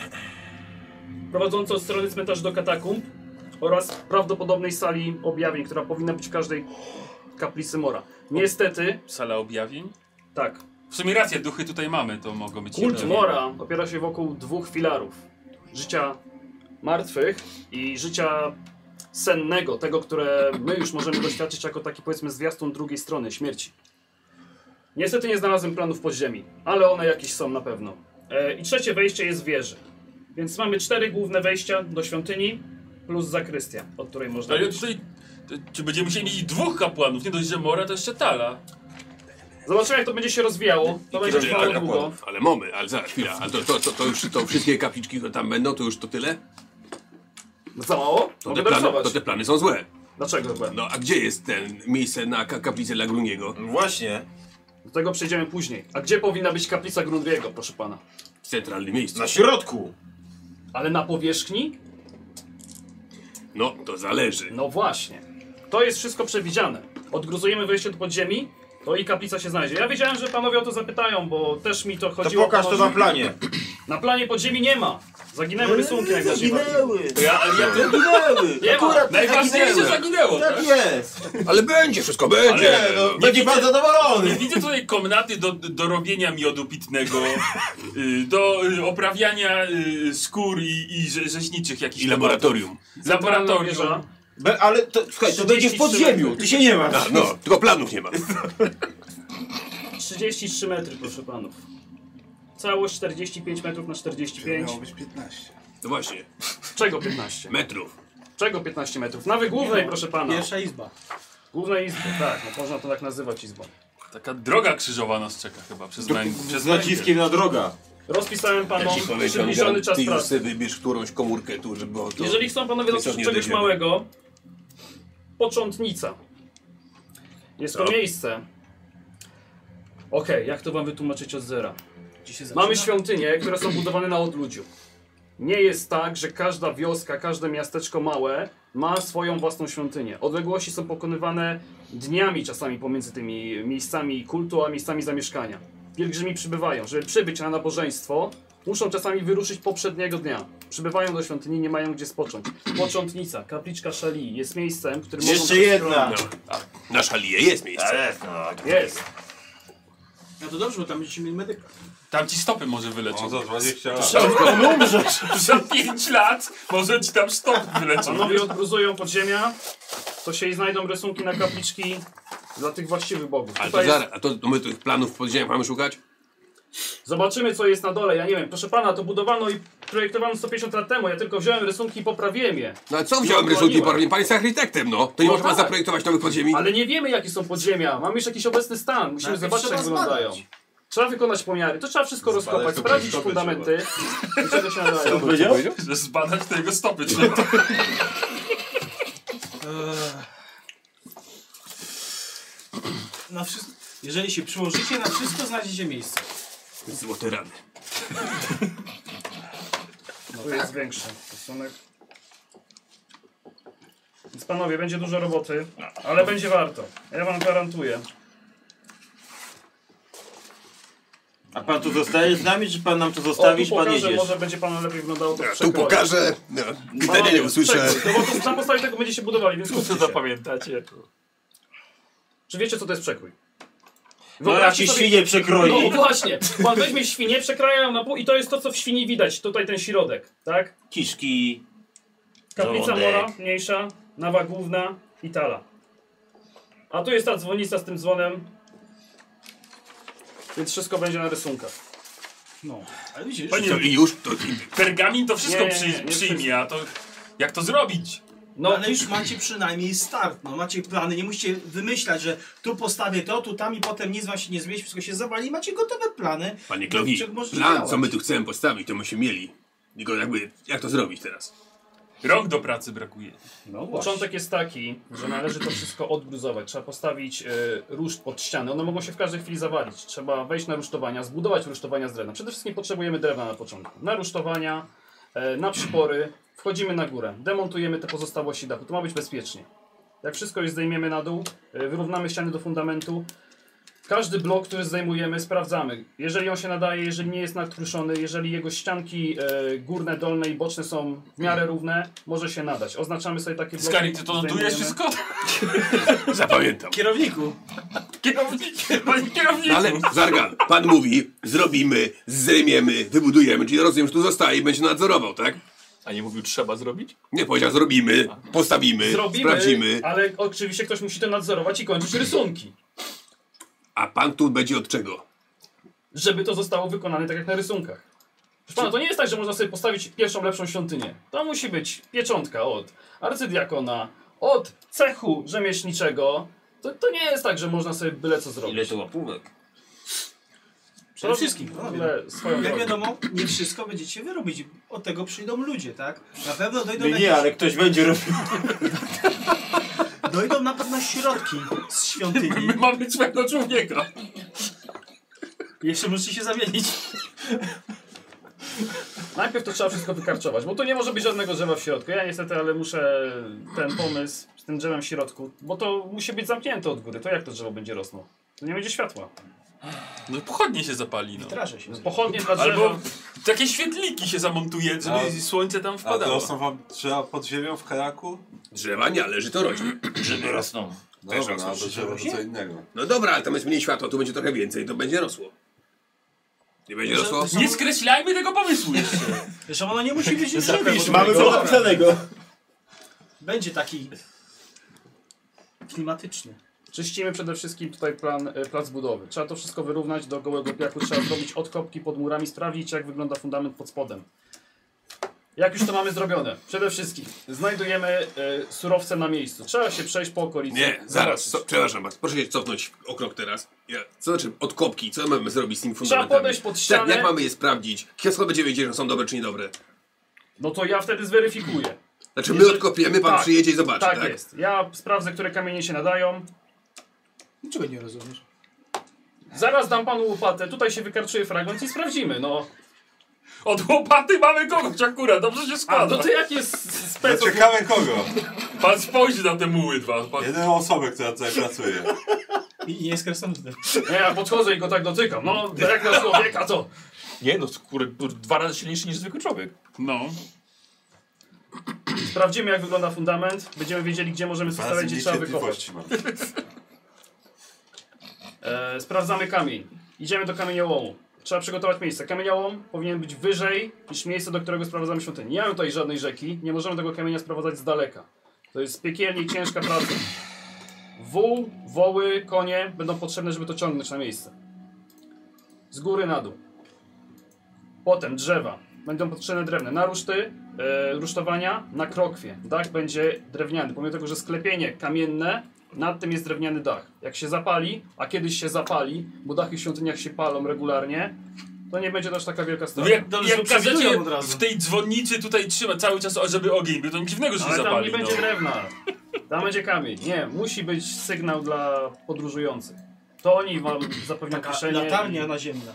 Prowadzące od strony cmentarzy do katakumb oraz prawdopodobnej sali objawień, która powinna być w każdej kaplicy Mora. Niestety, Sala objawień? tak, W sumie rację, duchy tutaj mamy, to mogą być... kult jedne. Mora opiera się wokół 2 filarów. Życia martwych i życia sennego, tego, które my już możemy doświadczyć jako taki, powiedzmy, zwiastun drugiej strony, śmierci. Niestety nie znalazłem planów podziemi, ale one jakieś są na pewno. I trzecie wejście jest w wieży. Więc mamy 4 główne wejścia do świątyni plus zakrystia, od której można Ale wejść. tutaj... Czy będziemy musieli mieć 2 kapłanów? Nie dość, że Mora, to jeszcze Tala. Zobaczymy, jak to będzie się rozwijało. To będzie trwało długo. Ale mamy, ale zaraz, chwila. A to już to wszystkie kapliczki, które tam będą, to już to tyle? Za mało? Mogę dorysować. To te plany są złe. Dlaczego złe? No a gdzie jest ten miejsce na kaplicę dla Gruniego? No właśnie. Do tego przejdziemy później. A gdzie powinna być kaplica Grundriego, proszę pana? W centralnym miejscu. Na środku. Ale na powierzchni? No, to zależy. No właśnie. To jest wszystko przewidziane. Odgruzujemy wejście do podziemi, to i kaplica się znajdzie. Ja wiedziałem, że panowie o to zapytają, bo też mi to To chodziło. pokaż to na planie. Na planie podziemi nie ma. Zaginęły rysunki jak Zaginęły. Ja Zaginęły. Nie ma. Najważniejsze zaginęło, tak? Tak jest. Ale będzie, wszystko będzie. Nie, no, będzie pan Nie zadowolony. widzę tutaj komnaty do robienia miodu pitnego, do oprawiania skór i rzeźniczych jakichś I laboratorium. Laboratorium. Wieża. Ale to, słuchaj, to będzie w podziemiu. Ty się nie A, masz. no, tylko planów nie ma. 33 metry, proszę panów. Całość 45 metrów na 45. Miało być 15. No właśnie, Czego 15? metrów. Czego 15 metrów? Nawy głównej, proszę pana. Pierwsza izba. Głównej izby, tak, no można to tak nazywać izbą. Taka droga krzyżowa nas czeka chyba przez Z naciskiem na droga. Rozpisałem panom przybliżony czas Ty już pracy. sobie wybierz którąś komórkę tu, żeby o to... Jeżeli chcą panowie Ty coś dotrzeć nie czegoś dojdziemy. małego, początnica. Jest to Co? miejsce. Okej, jak to wam wytłumaczyć od zera? Mamy świątynie, które są budowane na odludziu. Nie jest tak, że każda wioska, każde miasteczko małe ma swoją własną świątynię. Odległości są pokonywane dniami czasami pomiędzy tymi miejscami kultu, a miejscami zamieszkania. Pielgrzymi przybywają. Żeby przybyć na nabożeństwo, muszą czasami wyruszyć poprzedniego dnia. Przybywają do świątyni, nie mają gdzie spocząć. Początnica, kapliczka Szalii jest miejscem, w którym Jeszcze mogą jedna. Na Szaliję jest miejsce. Jest. No to dobrze, bo tam będziecie mieli medyka. Tam ci stopy może wyleczą. O, za 20 lat. Za 5 lat może ci tam stopy wyleczą. Panowie odgruzują podziemia, to się i znajdą rysunki na kapliczki dla tych właściwych bogów. Ale to Tutaj zaraz, a to my tych planów w podziemiach mamy szukać? zobaczymy, co jest na dole. Ja nie wiem, proszę pana, to budowano i projektowano 150 lat temu. Ja tylko wziąłem rysunki i poprawiłem je. No ale co wziąłem No, rysunki? broniłem. Pan jest architektem, no. To nie No może pan tak. zaprojektować nowych podziemi? Ale nie wiemy, jakie są podziemia. Mamy już jakiś obecny stan. Musimy Najpierw zobaczyć, jak trzeba wyglądają. zbadać. Trzeba wykonać pomiary. To trzeba wszystko Zbadać rozkopać, to sprawdzić stopy fundamenty. I czego się nadają. Że zbadać te jego stopy. Czy to... Na wszystko, jeżeli się przyłożycie, na wszystko znajdziecie miejsce. Złote rany. Tu jest większy rysunek. Więc panowie, będzie dużo roboty, ale będzie warto. Ja wam gwarantuję. A pan tu zostaje z nami, czy pan nam tu O, zostawić, tu pan pokażę, jedziesz? może będzie panu lepiej wyglądało to Tu przekroju. pokażę. No, pytania nie Panowie, usłyszę. przekrój, no bo to na podstawie tego będziecie budowali, więc Co skupcie się. zapamiętacie? Czy wiecie, co to jest przekrój? No jak się świnie przekroi. No właśnie, pan weźmie świnię, przekrajają na pół i to jest to, co w świni widać. Tutaj ten środek, tak? Kiszki. Kaplica Żołądek. mora, mniejsza, nawa główna i tala. A tu jest ta dzwonnica z tym dzwonem. Więc wszystko będzie na rysunkach. No, ale widzisz, Panie, To i już, to pergamin to wszystko Nie, nie, nie przyjmie, a to jak to zrobić? no ale już macie przynajmniej start, no macie plany, nie musicie wymyślać, że tu postawię to, tu tam i potem nic wam się nie zmieści, wszystko się zawali, macie gotowe plany. Panie Klowi, czego możecie plan, działać. co my tu chcemy postawić, to myśmy mieli. Tylko jakby, jak to zrobić teraz? Rąk do pracy brakuje. No początek jest taki, że należy to wszystko odgruzować. Trzeba postawić ruszt pod ściany. One mogą się w każdej chwili zawalić. Trzeba wejść na rusztowania, zbudować rusztowania z drewna. Przede wszystkim potrzebujemy drewna na początku. Na rusztowania, na przypory, wchodzimy na górę, demontujemy te pozostałości dachu. To ma być bezpiecznie. Jak wszystko już zdejmiemy na dół, wyrównamy ściany do fundamentu. Każdy blok, który zdejmujemy, sprawdzamy. Jeżeli on się nadaje, jeżeli nie jest nadkruszony, jeżeli jego ścianki górne, dolne i boczne są w miarę równe, może się nadać. Oznaczamy sobie takie bloki. Skari, ty to notujesz zdejmujemy. wszystko? Zapamiętam. Kierowniku, Panie kierowniku! Ale Zargan, pan mówi, zrobimy, zdejmiemy, wybudujemy, czyli rozumiem, że tu zostaje i będzie nadzorował, tak? A nie mówił trzeba zrobić? Nie powiedział zrobimy, postawimy, sprawdzimy. Ale oczywiście ktoś musi to nadzorować i kończyć rysunki. A pan tu będzie od czego? Żeby to zostało wykonane tak jak na rysunkach. Proszę pana, to nie jest tak, że można sobie postawić pierwszą lepszą świątynię. To musi być pieczątka od arcydiakona, od cechu rzemieślniczego. To nie jest tak, że można sobie byle co zrobić. Ile to łapówek? przede wszystkim, W ogóle swoją jak drogą. wiadomo, nie wszystko będziecie wy robić, od tego przyjdą ludzie, tak? Na pewno dojdą, No nie, ale ktoś będzie robił. dojdą na pewno środki z świątyni. My mamy swojego człowieka. Jeszcze możecie się zamienić. Najpierw to trzeba wszystko wykarczować, bo tu nie może być żadnego drzewa w środku. Ja niestety, ale muszę ten pomysł z tym drzewem w środku, bo to musi być zamknięte od góry. To jak to drzewo będzie rosło? To nie będzie światła. No pochodnie się zapali, no. Traże się. Pochodnie dla drzewa. Albo takie świetliki się zamontuje, żeby A- słońce tam A wpadało. rosną wam drzewa pod ziemią w Karaku? Drzewa nie, ale że to rośnie. Żeby rosną. No dobra, no, to drzewo to co innego. No dobra, ale tam jest mniej światła, tu będzie trochę więcej, to będzie rosło. Nie będzie rosło? Nie skreślajmy tego pomysłu jeszcze. Zresztą ono nie musi być drzewo. Mamy to napisanego. Będzie taki klimatyczny. Czyścimy przede wszystkim tutaj plac budowy. Trzeba to wszystko wyrównać do gołego piachu, trzeba zrobić odkopki pod murami, sprawdzić jak wygląda fundament pod spodem. Jak już to mamy zrobione? Przede wszystkim znajdujemy surowce na miejscu. Trzeba się przejść po okolicy. Nie, zaraz, zobaczyć. przepraszam bardzo, proszę się cofnąć o krok teraz. Co znaczy odkopki, co mamy zrobić z tymi Trzeba fundamentami? podejść pod Tak, ścianę. jak mamy je sprawdzić? Kiedy będziemy wiedzieć, że są dobre czy niedobre? No to ja wtedy zweryfikuję. Znaczy my Jeżeli- odkopiemy, pan tak, przyjedzie i zobaczy, Tak, tak? jest. Ja sprawdzę, które kamienie się nadają. Niczego nie rozumiesz. Zaraz dam panu łopatę, tutaj się wykarczuje fragment i sprawdzimy, no. Od łopaty mamy kogoś akurat, dobrze się A, składa. no to jak jest No spec... ciekawe kogo. Pan spojrzy na te muły dwa. Pan... Jedyną osobę, która tutaj pracuje. I nie jest krasnoludem. Nie, ja podchodzę i go tak dotykam, no, jak na człowieka, to... Nie no, kurde, 2 razy silniejszy niż zwykły człowiek. No. Sprawdzimy, jak wygląda fundament, będziemy wiedzieli, gdzie możemy zostawiać, gdzie trzeba wykopać. Cierpliwości mam. Sprawdzamy kamień. Idziemy do kamieniołomu. Trzeba przygotować miejsce. Kamieniołom powinien być wyżej niż miejsce, do którego sprowadzamy świątynię. Nie mamy tutaj żadnej rzeki, nie możemy tego kamienia sprowadzać z daleka. To jest piekielnie ciężka praca. Wół, woły, konie będą potrzebne, żeby to ciągnąć na miejsce. Z góry na dół. Potem drzewa. Będą potrzebne drewne na ruszty, rusztowania, na krokwie. Dach będzie drewniany, pomimo tego, że sklepienie kamienne, nad tym jest drewniany dach. Jak się zapali, a kiedyś się zapali, bo dachy w świątyniach się palą regularnie, to nie będzie też taka wielka No strata. jak przewidują każecie od razu. w tej dzwonnicy tutaj trzyma cały czas, żeby ogień był, to nic dziwnego, że się Ale tam zapali. nie będzie no. drewna. Tam będzie kamień. Nie, musi być sygnał dla podróżujących. To oni wam zapewnią Taka kieszenie. latarnia naziemna.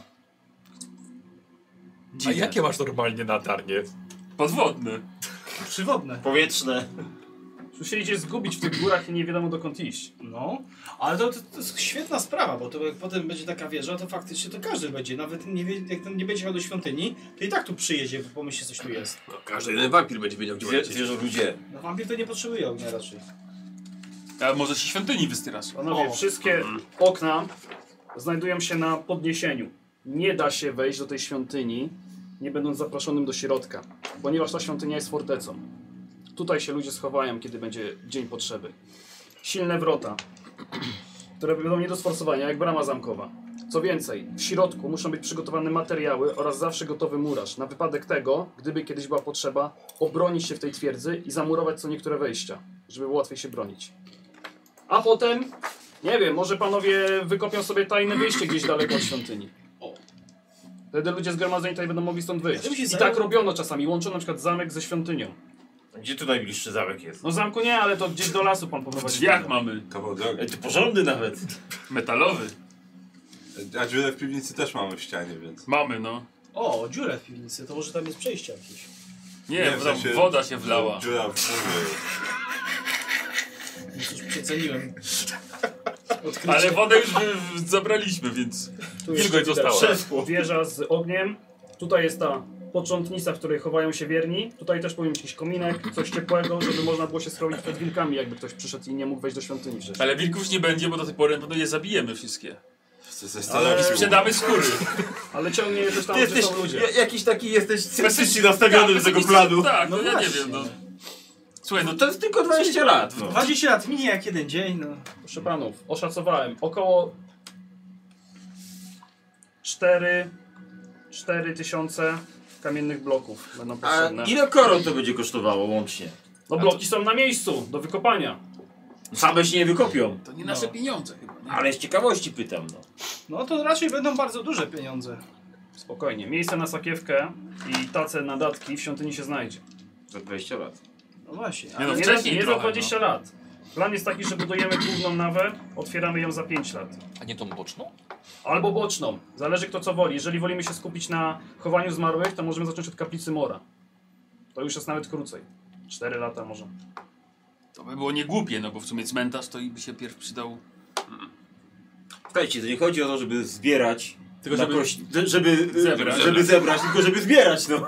A jakie masz normalnie latarnie? Podwodne. Przywodne. Powietrzne. Tu się idzie zgubić w tych górach i nie wiadomo dokąd iść. No, ale to jest świetna sprawa, bo to jak potem będzie taka wieża, to faktycznie to każdy będzie, nawet nie wie, jak ten nie będzie miał do świątyni, to i tak tu przyjedzie, bo pomyśli, coś tu jest. No, każdy jeden wampir będzie wiedział, gdzie będzie. Zwierzą ludzie. No wampir to nie potrzebuje ognia raczej. A może się świątyni wystyrasz? Panowie, wszystkie okna znajdują się na podniesieniu. Nie da się wejść do tej świątyni, nie będąc zaproszonym do środka, ponieważ ta świątynia jest fortecą. Tutaj się ludzie schowają, kiedy będzie dzień potrzeby. Silne wrota, które będą nie do sforsowania, jak brama zamkowa. Co więcej, w środku muszą być przygotowane materiały oraz zawsze gotowy murarz, na wypadek tego, gdyby kiedyś była potrzeba, obronić się w tej twierdzy i zamurować co niektóre wejścia, żeby było łatwiej się bronić. A potem, nie wiem, może panowie wykopią sobie tajne wyjście gdzieś daleko od świątyni. Wtedy ludzie zgromadzeni tutaj będą mogli stąd wyjść. Ja bym się I zajął- tak robiono czasami, łączono na przykład zamek ze świątynią. Gdzie tu najbliższy zamek jest? No zamku nie, ale to gdzieś do lasu pan W poprowadzi. drzwiach mamy. Kawał drogi. Ej, to porządny nawet. Metalowy. A dziurę w piwnicy też mamy w ścianie, więc... Mamy, no. O, dziurę w piwnicy, to może tam jest przejście jakieś. Nie, w tam sensie, woda się wlała. Dziura w murze. Już przeceniłem. Ale wodę już zabraliśmy, więc Tu jeszcze wilgoć widać została. krzesło. Wieża z ogniem. Tutaj jest ta początnica, w której chowają się wierni. Tutaj też powinien być jakiś kominek, coś ciepłego, żeby można było się schronić przed wilkami, jakby ktoś przyszedł i nie mógł wejść do świątyni wcześniej. Ale wilków nie będzie, bo do tej pory na pewno je zabijemy wszystkie. Ale... Sprzedamy skóry. Ale ciągnie je też tam, Ty gdzie jesteś, są ludzie. jakiś taki jesteś sceptycznie Tak, nastawiony do tego planu. Tak, no, No ja nie właśnie. wiem, no. Słuchaj, no To jest tylko 20 lat. No. 20 lat minie jak jeden dzień, no. Proszę panów, oszacowałem około 4 tysiące kamiennych bloków będą A potrzebne. ile koron to będzie kosztowało łącznie? No bloki są na miejscu, do wykopania. Same się nie wykopią. to nie nasze pieniądze chyba. Nie? Ale z ciekawości pytam, no. No to raczej będą bardzo duże pieniądze. Spokojnie, miejsce na sakiewkę i tace na datki w świątyni się znajdzie. Za 20 lat. No właśnie. Nie no, Nie, wcześniej nie za trochę, 20 lat. Plan jest taki, że budujemy główną nawę, otwieramy ją za 5 lat. A nie tą boczną? Albo boczną, zależy kto co woli. Jeżeli wolimy się skupić na chowaniu zmarłych, to możemy zacząć od kaplicy Mora. To już jest nawet krócej. 4 lata może. To by było niegłupie, no bo w sumie cmentarz to i by się pierw przydał. Słuchajcie, to nie chodzi o to, żeby zbierać. Tylko na żeby żeby zebrać. zebrać, tylko żeby zbierać, no.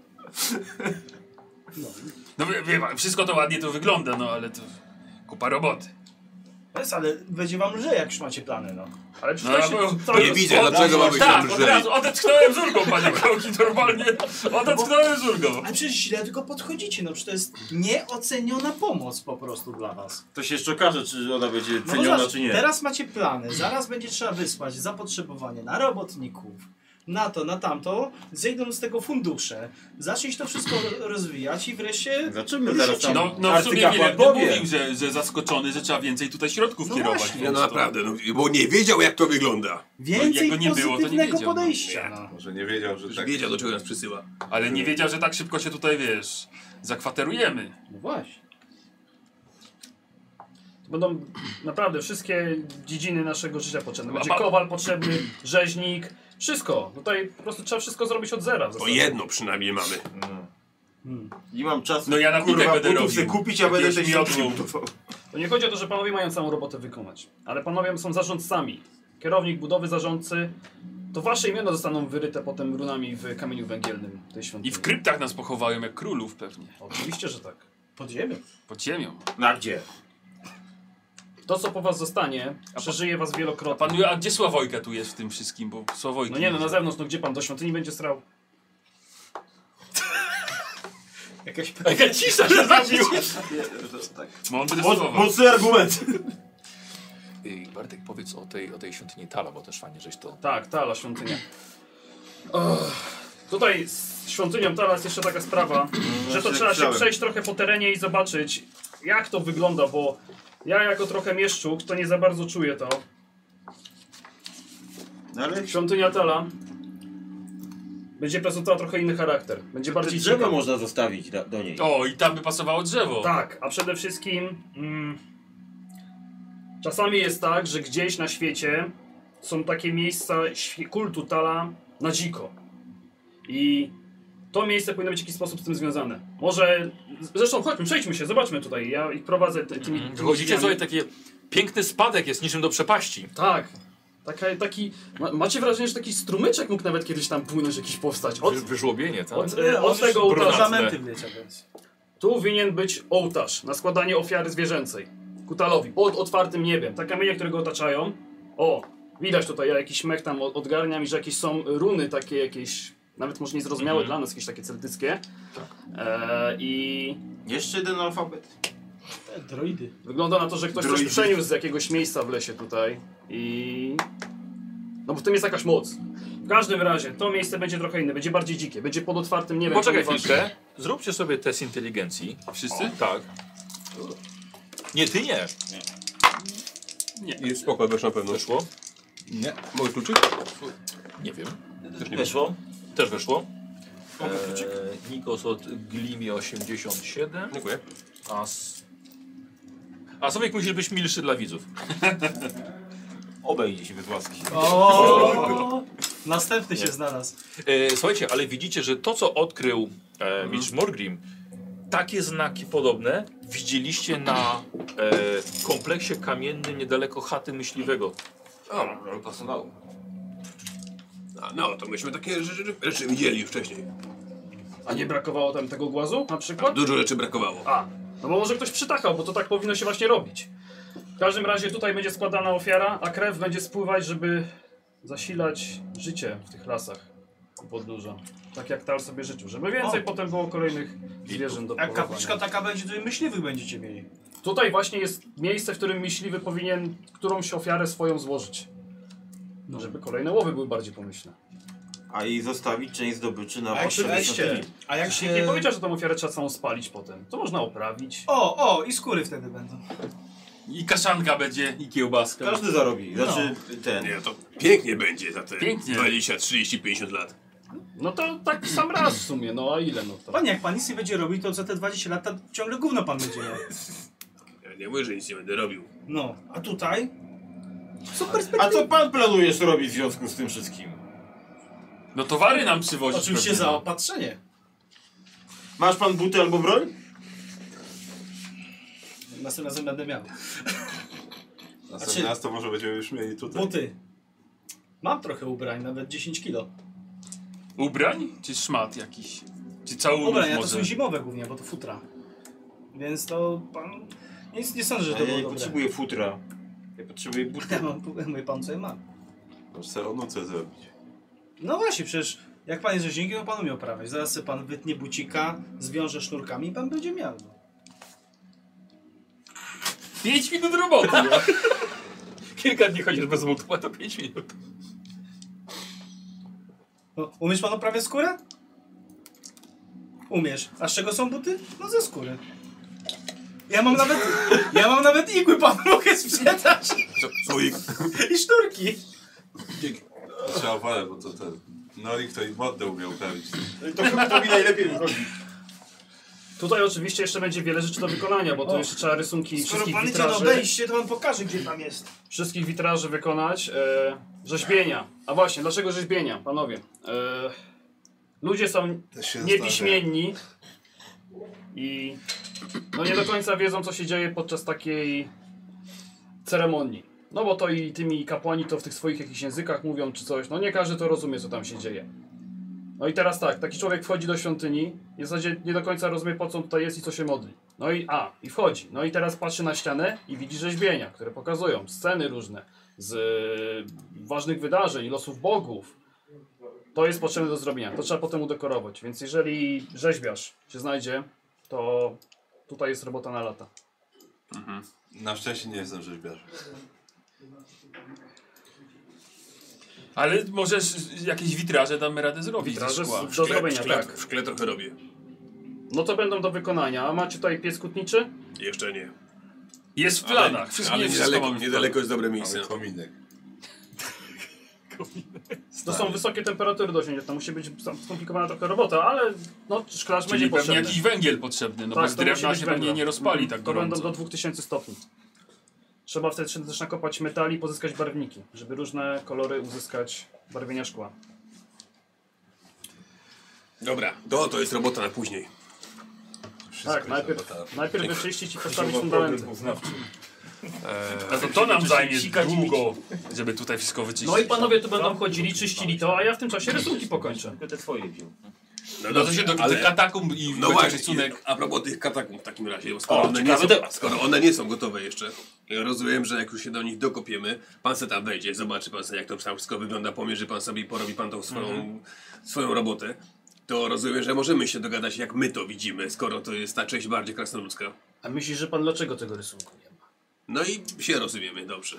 No wie pan, wszystko to ładnie to wygląda, no ale to kupa roboty. Jest, ale będzie wam lżej, jak już macie plany, no. Ale No, przecież bo- to Nie jest- widzę, dlaczego ma być Tak, tam od lżej. razu odetchnąłem z ulgą, panie Kroki, normalnie. Odetchnąłem z ulgą. Ale przecież źle tylko podchodzicie, no przecież to jest nieoceniona pomoc po prostu dla was. To się jeszcze okaże, czy ona będzie No bo ceniona, zobacz, czy nie. teraz macie plany, zaraz będzie trzeba wysłać zapotrzebowanie na robotników, na to, na tamto, zejdą z tego fundusze, zacząć to wszystko rozwijać i wreszcie... Zobaczymy zaraz tam. No w sumie arcykapłan Wilek powie. mówił, że zaskoczony, że trzeba więcej tutaj środków No kierować. właśnie. Nie, po no prostu. naprawdę, no, bo nie wiedział jak to wygląda. Więcej jak go nie było, to nie pozytywnego wiedział, no. podejścia. No. Może nie wiedział, że Już tak... wiedział, do czego nas przysyła. Ale nie wiedział, że tak szybko się tutaj, wiesz, zakwaterujemy. No właśnie. Będą naprawdę wszystkie dziedziny naszego życia potrzebne. Będzie kowal potrzebny, rzeźnik, wszystko. Tutaj po prostu trzeba wszystko zrobić od zera. w To zasadzie. jedno przynajmniej mamy. Nie mam czasu, No ja na kurwa, piłkę będę butów robił. sobie kupić, a będę Jakieś te miotłą. świątynie budował. To nie chodzi o to, że panowie mają całą robotę wykonać, ale panowie są zarządcami. Kierownik budowy, zarządcy. To wasze imiona zostaną wyryte potem runami w kamieniu węgielnym tej świątyni. I w kryptach nas pochowają jak królów pewnie. Oczywiście, że tak. Pod ziemią. Pod ziemią. No a gdzie? To, co po was zostanie, przeżyje was wielokrotnie. Panu, a gdzie Sławojka tu jest w tym wszystkim? Bo Sławojki... No nie, no na zewnątrz, no gdzie pan do świątyni będzie strał? Jaka cisza się zrobiła! Mądre słowa. Mocny argument. Bartek, powiedz o tej świątyni Tala, bo też fajnie, żeś to... Tak, Tala, świątynia. Tutaj z świątynią Tala jest jeszcze taka sprawa, że to trzeba się przejść trochę po terenie i zobaczyć, jak to wygląda, bo ja jako trochę mieszczuk, to nie za bardzo czuję to. Ale Świątynia Tala będzie prezentowała trochę inny charakter. Będzie bardziej drzewo ciekawa. można zostawić do niej. O, i tam by pasowało drzewo. Tak, a przede wszystkim czasami jest tak, że gdzieś na świecie są takie miejsca kultu Tala na dziko. I to miejsce powinno być w jakiś sposób z tym związane. Może, zresztą chodźmy, przejdźmy się, zobaczmy tutaj. Ja ich prowadzę tymi Wychodzicie drzwiami. sobie, taki piękny spadek jest niczym do przepaści. Tak. Macie wrażenie, że taki strumyczek mógł nawet kiedyś tam płynąć, jakiś powstać. Wyżłobienie, tak? Od tego ołtarza. Ornamenty wleciał, więc. Tu winien być ołtarz na składanie ofiary zwierzęcej. Kutalowi, pod otwartym niebem. Te kamienie, które go otaczają. O, widać tutaj, ja jakiś mech tam odgarniam i że jakieś są runy takie jakieś, nawet może niezrozumiałe dla nas, jakieś takie celtyckie. I Jeszcze jeden alfabet. Droidy. wygląda na to, że ktoś coś przeniósł z jakiegoś miejsca w lesie tutaj. I... no bo w tym jest jakaś moc. W każdym razie, to miejsce będzie trochę inne, będzie bardziej dzikie, będzie pod otwartym niebem. Poczekaj ponieważ- chwilkę, zróbcie sobie test inteligencji. Wszyscy? Tak. Nie, ty nie. Jest spoko, wiesz na pewno. Weszło? Nie. Mogę kluczyk? Nie wiem. Też nie Weszło? Też weszło. Nikos od Glimie 87. Dziękuję. A Słowik musisz być milszy dla widzów. Obejdzie się bez łaski. O! Następny się znalazł. Słuchajcie, ale widzicie, że to co odkrył Mitch Morgrim, takie znaki podobne widzieliście na kompleksie kamiennym niedaleko chaty myśliwego. O, pasowało. No, to myśmy takie rzeczy widzieli już wcześniej. A nie brakowało tam tego głazu na przykład? Dużo rzeczy brakowało. A, no bo może ktoś przytakał, bo to tak powinno się właśnie robić. W każdym razie tutaj będzie składana ofiara, a krew będzie spływać, żeby zasilać życie w tych lasach u podnóża. Tak jak Tal sobie życzył, żeby więcej potem było kolejnych zwierząt do Jak polowania. kapliczka taka będzie, to i myśliwych będziecie mieli. Tutaj właśnie jest miejsce, w którym myśliwy powinien którąś ofiarę swoją złożyć. Żeby kolejne łowy były bardziej pomyślne. A i zostawić część zdobyczy na A jak się potrzeby weźcie? świątyni. A jak Nie się... powiedział, że tą ofiarę trzeba całą spalić potem. To można oprawić. O, i skóry wtedy będą. I kaszanka będzie, i kiełbaska. Każdy zarobi. Znaczy ten. Nie, to pięknie będzie za te Pięknie. 20, 30, 50 lat. No to tak sam raz w sumie, no a ile no to? Panie, jak pan nic nie będzie robił, to za te 20 lat ciągle gówno pan będzie miał. Ja nie mówię, że nic nie będę robił. No, a tutaj? A co pan planujesz robić w związku z tym wszystkim? No towary nam przywozić. Oczywiście pewnie. za opatrzenie. Masz pan buty albo broń? Następnym razem będę miał. Następne raz to może będziemy już mieli tutaj. Buty. Mam trochę ubrań, nawet 10 kilo. Ubrań? Czy szmat jakiś? Czy całunów Ubrania to może? są zimowe głównie, bo to futra. Więc to pan... Nie sądzę, że A to ja było nie dobre. potrzebuję futra. Ja potrzebuję butów. Ja mam, mój pan co ja mam. Możesz sobie o nuce zrobić. No właśnie, przecież jak pan jest rzeźnikiem, to pan umie oprawiać. Zaraz sobie pan wytnie bucika, zwiąże sznurkami i pan będzie miał. No. 5 minut roboty. Kilka dni chodzisz bez wódku, a to 5 minut. No, umiesz pan oprawiać skórę? Umiesz. A z czego są buty? No ze skóry. Ja mam nawet igły panu mogę sprzedać. Co ich? I sznurki. Trzeba uważać, bo to ten... Norik to i moddę umiał prawić. To mi najlepiej wychodzi. Tutaj oczywiście jeszcze będzie wiele rzeczy do wykonania, bo tu jeszcze trzeba rysunki Skoro wszystkich pan idzie na witraży, obejście, to on pokaże, gdzie tam jest. wszystkich witraży wykonać. Rzeźbienia. A właśnie, dlaczego rzeźbienia, panowie? Ludzie są Też się niepiśmienni i no nie do końca wiedzą, co się dzieje podczas takiej ceremonii. No bo to i tymi kapłani to w tych swoich jakichś językach mówią czy coś, no nie każdy to rozumie, co tam się dzieje. No i teraz tak, taki człowiek wchodzi do świątyni i w zasadzie nie do końca rozumie, po co on tutaj jest i co się modli. No i wchodzi. No i teraz patrzy na ścianę i widzi rzeźbienia, które pokazują sceny różne z ważnych wydarzeń, losów bogów. To jest potrzebne do zrobienia, to trzeba potem udekorować. Więc jeżeli rzeźbiarz się znajdzie, to tutaj jest robota na lata. Na szczęście nie jestem rzeźbiarzem. Ale możesz jakieś witraże damy radę zrobić. Witraże ze szkła. do zrobienia, tak. W szkle trochę robię. No to będą do wykonania. A macie tutaj piec kutniczy? Jeszcze nie. Jest w planach. Wszystko, Ale wszystko niedaleko, mamy w niedaleko planach. jest dobre miejsce. Mamy kominek. To są wysokie temperatury do osiągnięcia. To musi być skomplikowana trochę robota, ale no szklarz będzie Czyli pewnie potrzebny. jakiś węgiel potrzebny, no Tak, bo z to musi drewna być się pewnie węgiel. nie rozpali tak To będą gorąco. do 2000 stopni. Trzeba wtedy też nakopać metali i pozyskać barwniki, żeby różne kolory uzyskać barwienia szkła. Dobra, to jest robota na później. Wszystko Tak, jest najpierw robota. wyczyścić i postawić fundamenty. No to nam zajmie długo, żeby tutaj wszystko wyczyścić. No i panowie tu będą chodzili, czyścili to, a ja w tym czasie rysunki pokończę. Tylko te twoje wziął. No to się do tych katakumb i No będzie właśnie, rysunek. a propos tych katakumb w takim razie, bo skoro one nie są gotowe jeszcze, ja rozumiem, że jak już się do nich dokopiemy, pan se tam wejdzie, zobaczy pan se, jak to tam wszystko wygląda, pomierzy pan sobie i porobi pan tą swoją robotę, to rozumiem, że możemy się dogadać, jak my to widzimy, skoro to jest ta część bardziej krasnoludzka. A myślisz, że pan dlaczego tego rysunku nie ma? No i się rozumiemy, dobrze.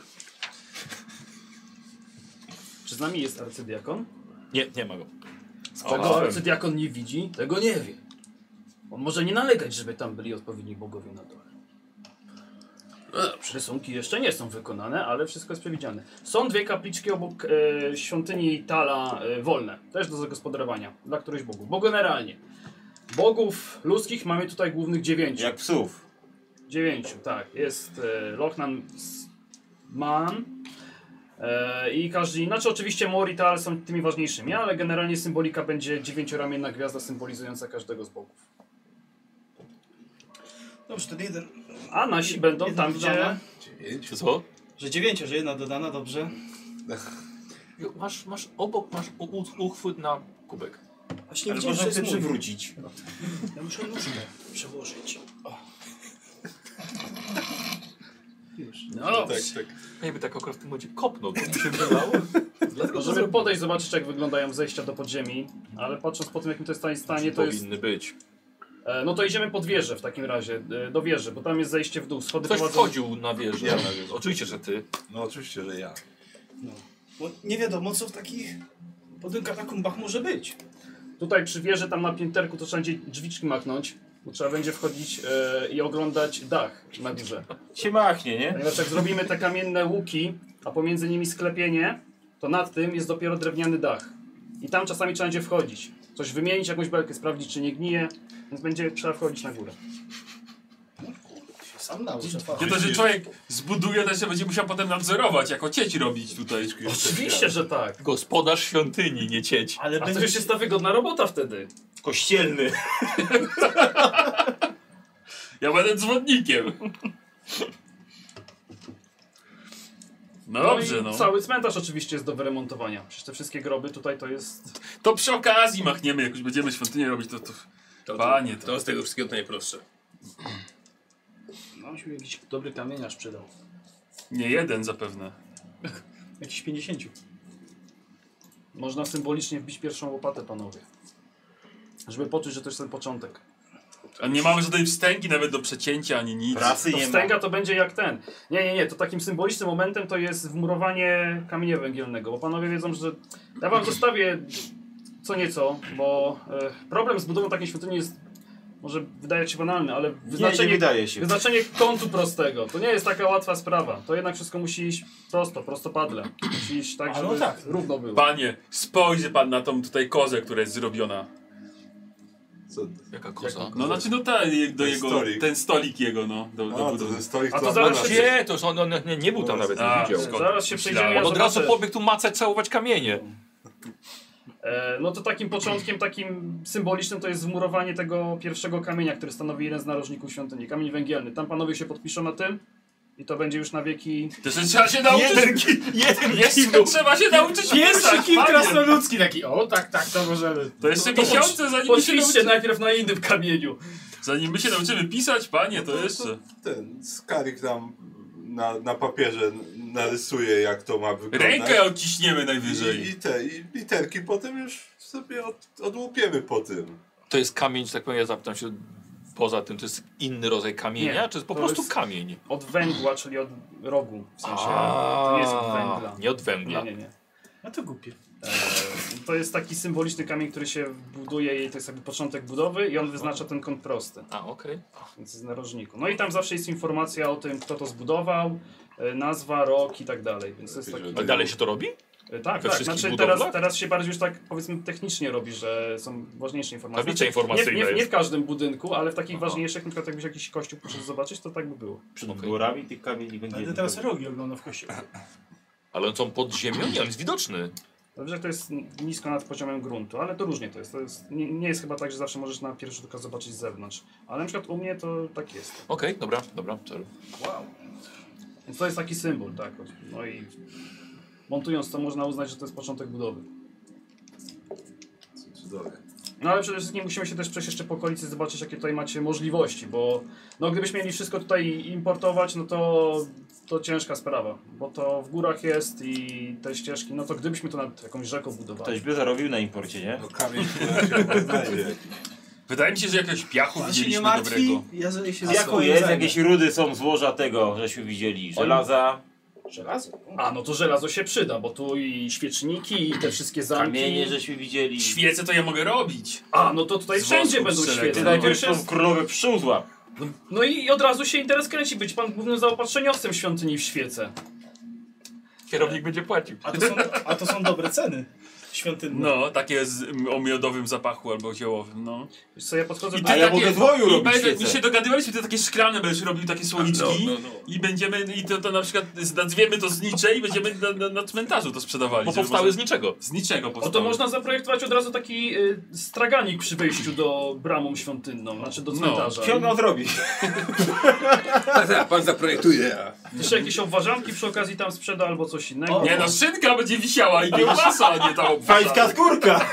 Czy z nami jest arcydiakon? Nie ma go. Czego arcydiakon nie widzi, tego nie wie. On może nie nalegać, żeby tam byli odpowiedni bogowie na dole. No dobrze. Rysunki jeszcze nie są wykonane, ale wszystko jest przewidziane. Są dwie kapliczki obok świątyni Tala wolne, też do zagospodarowania dla którychś bogów. Bo generalnie bogów ludzkich mamy tutaj głównych 9. Jak psów. 9, tak. Jest Lochnan Man i każdy, znaczy oczywiście Mor i Tal są tymi ważniejszymi, ale generalnie symbolika będzie 9-ramienna gwiazda symbolizująca każdego z bogów. Dobrze, to jeden. A nasi będą Jedna tam, dodana. gdzie... 9? Co? Że 9, że jedna dodana, dobrze. Masz obok uchwyt na kubek. Właśnie Ale widziałem, że można jest sobie mój. przywrócić. Ja muszę nóżkę przełożyć. O. Już. No dobrze. Tak. Jakby tak akurat w tym momencie kopnął, to mi się wydało. Dlatego Możemy podejść, zobaczyć jak wyglądają zejścia do podziemi, ale patrząc po tym jakim to jest stanie, to jest... powinny być. No to idziemy pod wieżę w takim razie, do wieży, bo tam jest zejście w dół. Schody Ktoś prowadzą... wchodził na wieżę. Ja na wieżę. Oczywiście, że ty. No oczywiście, że ja. No. Bo nie wiadomo, co w takich budynkach katakumbach może być. Tutaj przy wieży, tam na pięterku, to trzeba będzie drzwiczki machnąć, bo trzeba będzie wchodzić i oglądać dach na górze. Się machnie, nie? Ponieważ jak zrobimy te kamienne łuki, a pomiędzy nimi sklepienie, to nad tym jest dopiero drewniany dach. I tam czasami trzeba będzie wchodzić. Coś wymienić, jakąś belkę, sprawdzić czy nie gnije, więc będzie trzeba wchodzić na górę. Sam nauczę. Nie to, że człowiek zbuduje, to się będzie musiał potem nadzorować, jako cieć robić tutaj. Oczywiście, że tak. Gospodarz świątyni, nie cieć. Ale A to będzie już jest ta wygodna robota wtedy. Kościelny. Ja będę dzwonnikiem. No dobrze, i no. cały cmentarz oczywiście jest do wyremontowania. Przecież te wszystkie groby tutaj to jest... To przy okazji machniemy, jak już będziemy świątynię robić, to panie, to... To z tego wszystkiego to najprostsze. No, się jakiś dobry kamieniarz przydał. Nie jeden zapewne. Jakiś 50. Można symbolicznie wbić pierwszą łopatę, panowie. Żeby poczuć, że to jest ten początek. A nie mamy żadnej wstęgi nawet do przecięcia, ani nic. Prasy To nie ma. wstęga to będzie jak ten. Nie. To takim symbolicznym momentem to jest wmurowanie kamienia węgielnego. Bo panowie wiedzą, że ja wam zostawię co nieco, bo problem z budową takiej świątyni jest, może wydaje się banalny, ale Nie wydaje się. wyznaczenie kątu prostego to nie jest taka łatwa sprawa. To jednak wszystko musi iść prostopadle. Musi iść tak, A, żeby no tak. równo było. Panie, spojrzy pan na tą tutaj kozę, która jest zrobiona. Co? Jaka koza? No znaczy, no do jego, stolik. ten stolik jego, no. Do A, to budowy. ten stolik A to to zaraz Amona- się- Nie, to już on nie był tam nawet, A, nie widział. skąd? Zaraz się Myślałem. przejdziemy, On ja od razu zobaczę. pobiegł tu macać, całować kamienie. No to takim początkiem, takim symbolicznym to jest wmurowanie tego pierwszego kamienia, który stanowi jeden z narożników świątyni. Kamień węgielny. Tam panowie się podpiszą na tym i to będzie już na wieki... To jeszcze trzeba się nauczyć. Jeszcze trzeba się nauczyć Pierwszy pisać, kim panie. krasnoludzki taki, o tak, to możemy. To jeszcze To miesiące, zanim my się Podpiszcie nauczymy. najpierw na innym kamieniu. Zanim my się nauczymy pisać, panie, to jeszcze. Ten Skarik nam na papierze narysuje, jak to ma wyglądać. Rękę odciśniemy najwyżej. I literki potem już sobie odłupiemy po tym. To jest kamień, że tak powiem, ja zapytam się, poza tym to jest inny rodzaj kamienia, Nie, czy jest po to prostu jest- kamień? Od węgła, czyli od rogu. W sensie, to nie jest od węgla. Nie od węgla. Nie. No to głupie. To jest taki symboliczny kamień, który się buduje i to jest jakby początek budowy i on wyznacza ten kąt prosty. A, okej. Więc jest na narożniku. No i tam zawsze jest informacja o tym, kto to zbudował, nazwa, rok i tak dalej. Więc to jest taki... A dalej się to robi? Tak, we tak. wszystkich Znaczy budowlach? teraz się bardziej już tak powiedzmy technicznie robi, że są ważniejsze informacje. Tablica Znaczy, informacyjna nie jest. w każdym budynku, ale w takich Aha. ważniejszych, na przykład jakbyś jakiś kościół poszedł zobaczyć, to tak by było. Przed Okej. górami tych kamieni będzie Będę jedno. teraz rogi oglądał w kościele. Ale on są pod ziemią? Nie, on jest widoczny. Dobrze, że to jest nisko nad poziomem gruntu, ale to różnie to jest. Nie jest chyba tak, że zawsze możesz na pierwszy rzut oka zobaczyć z zewnątrz. Ale na przykład u mnie to tak jest. Okej, dobra, sorry. Wow. Więc to jest taki symbol, tak. No i montując to można uznać, że to jest początek budowy. Cudownie. No ale przede wszystkim musimy się też przejść jeszcze po okolicy, zobaczyć jakie tutaj macie możliwości, bo no gdybyśmy mieli wszystko tutaj importować, no to ciężka sprawa, bo to w górach jest i te ścieżki, no to gdybyśmy to nad jakąś rzeką budowali. Ktoś by zarobił na imporcie, nie? No kamień się znajdzie. Wydaje mi się, że jakiegoś piachu On się nie widzieliśmy martwi, dobrego. ja się Jako swoim jest, zajmę. jakieś rudy są złoża tego, żeśmy widzieli. Żelaza, Żelazo? A, no to żelazo się przyda, bo tu i świeczniki, i te wszystkie zamki. kamienie żeśmy widzieli. Świece to ja mogę robić. A, no to tutaj Z wszędzie wosku będą strzelać. świece. Ty No, najpierw to już tą królowe pszczół złap. no i od razu się interes kręci, być pan głównym zaopatrzeniowcem świątyni w świece. Kierownik będzie płacił. A to są dobre ceny świątynne. No, takie o miodowym zapachu albo ziołowym, no. Wiesz co, ja podchodzę I do... ty A ja takie- mogę zwoju i robić będę- świece. My się dogadywaliśmy, ty takie szklane będziesz robił, takie słoniczki No. i będziemy, i to na przykład nazwiemy to znicze i będziemy na cmentarzu to sprzedawali. Bo żeby powstały może- z niczego. Z niczego O to powstały. można zaprojektować od razu taki straganik przy wejściu do bramą świątynną, znaczy do cmentarza. Co on ma zrobić? Tak, pan zaprojektuje, a... Jeszcze jakieś obwarzanki przy okazji tam sprzeda albo coś innego. Nie no, szynka będzie wisiała i kiełbasa, a nie ta Pańska skórka!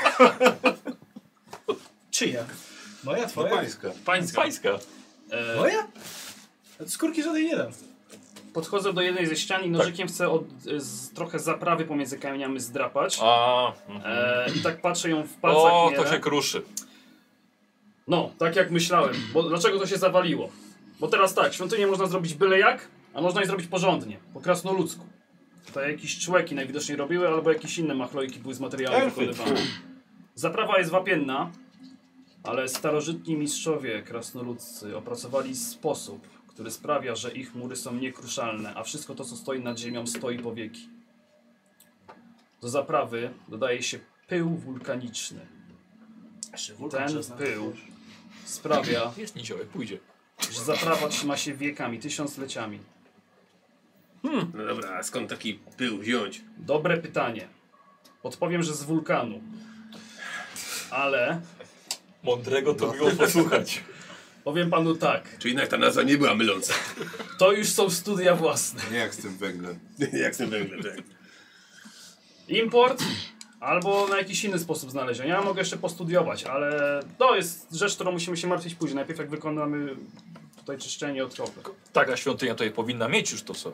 Czyja? Moja, To twoja? pańska. pańska. Pańska. Moja? Skórki żadnej nie dam. Podchodzę do jednej ze ścian i nożykiem chcę trochę zaprawy pomiędzy kamieniami zdrapać. I tak patrzę ją w palcach. O, mierę. to się kruszy. No, tak jak myślałem. Bo dlaczego to się zawaliło? Bo teraz tak, świątynię można zrobić byle jak, a można je zrobić porządnie, po krasnoludzku. Tutaj jakieś człeki najwidoczniej robiły, albo jakieś inne machlojki były z materiałów Elfy. wykonywane. Zaprawa jest wapienna, ale starożytni mistrzowie krasnoludzcy opracowali sposób, który sprawia, że ich mury są niekruszalne, a wszystko to, co stoi nad ziemią, stoi po wieki. Do zaprawy dodaje się pył wulkaniczny. Jeszcze wulkan Ten czasem. pył sprawia, Jest niziołek, pójdzie. że zaprawa trzyma się wiekami, tysiącleciami. No dobra, a skąd taki pył wziąć? Dobre pytanie. Odpowiem, że z wulkanu. Ale Mądrego to miło posłuchać. powiem panu tak. Czy jednak ta nazwa nie była myląca? To już są studia własne. Nie jak z tym węglem. Jak z tym węglem, tak. Import albo na jakiś inny sposób znalezienia. Ja mogę jeszcze postudiować, ale to jest rzecz, którą musimy się martwić później. Najpierw jak wykonamy tutaj czyszczenie od kropek. Taka świątynia tutaj powinna mieć już to sobie.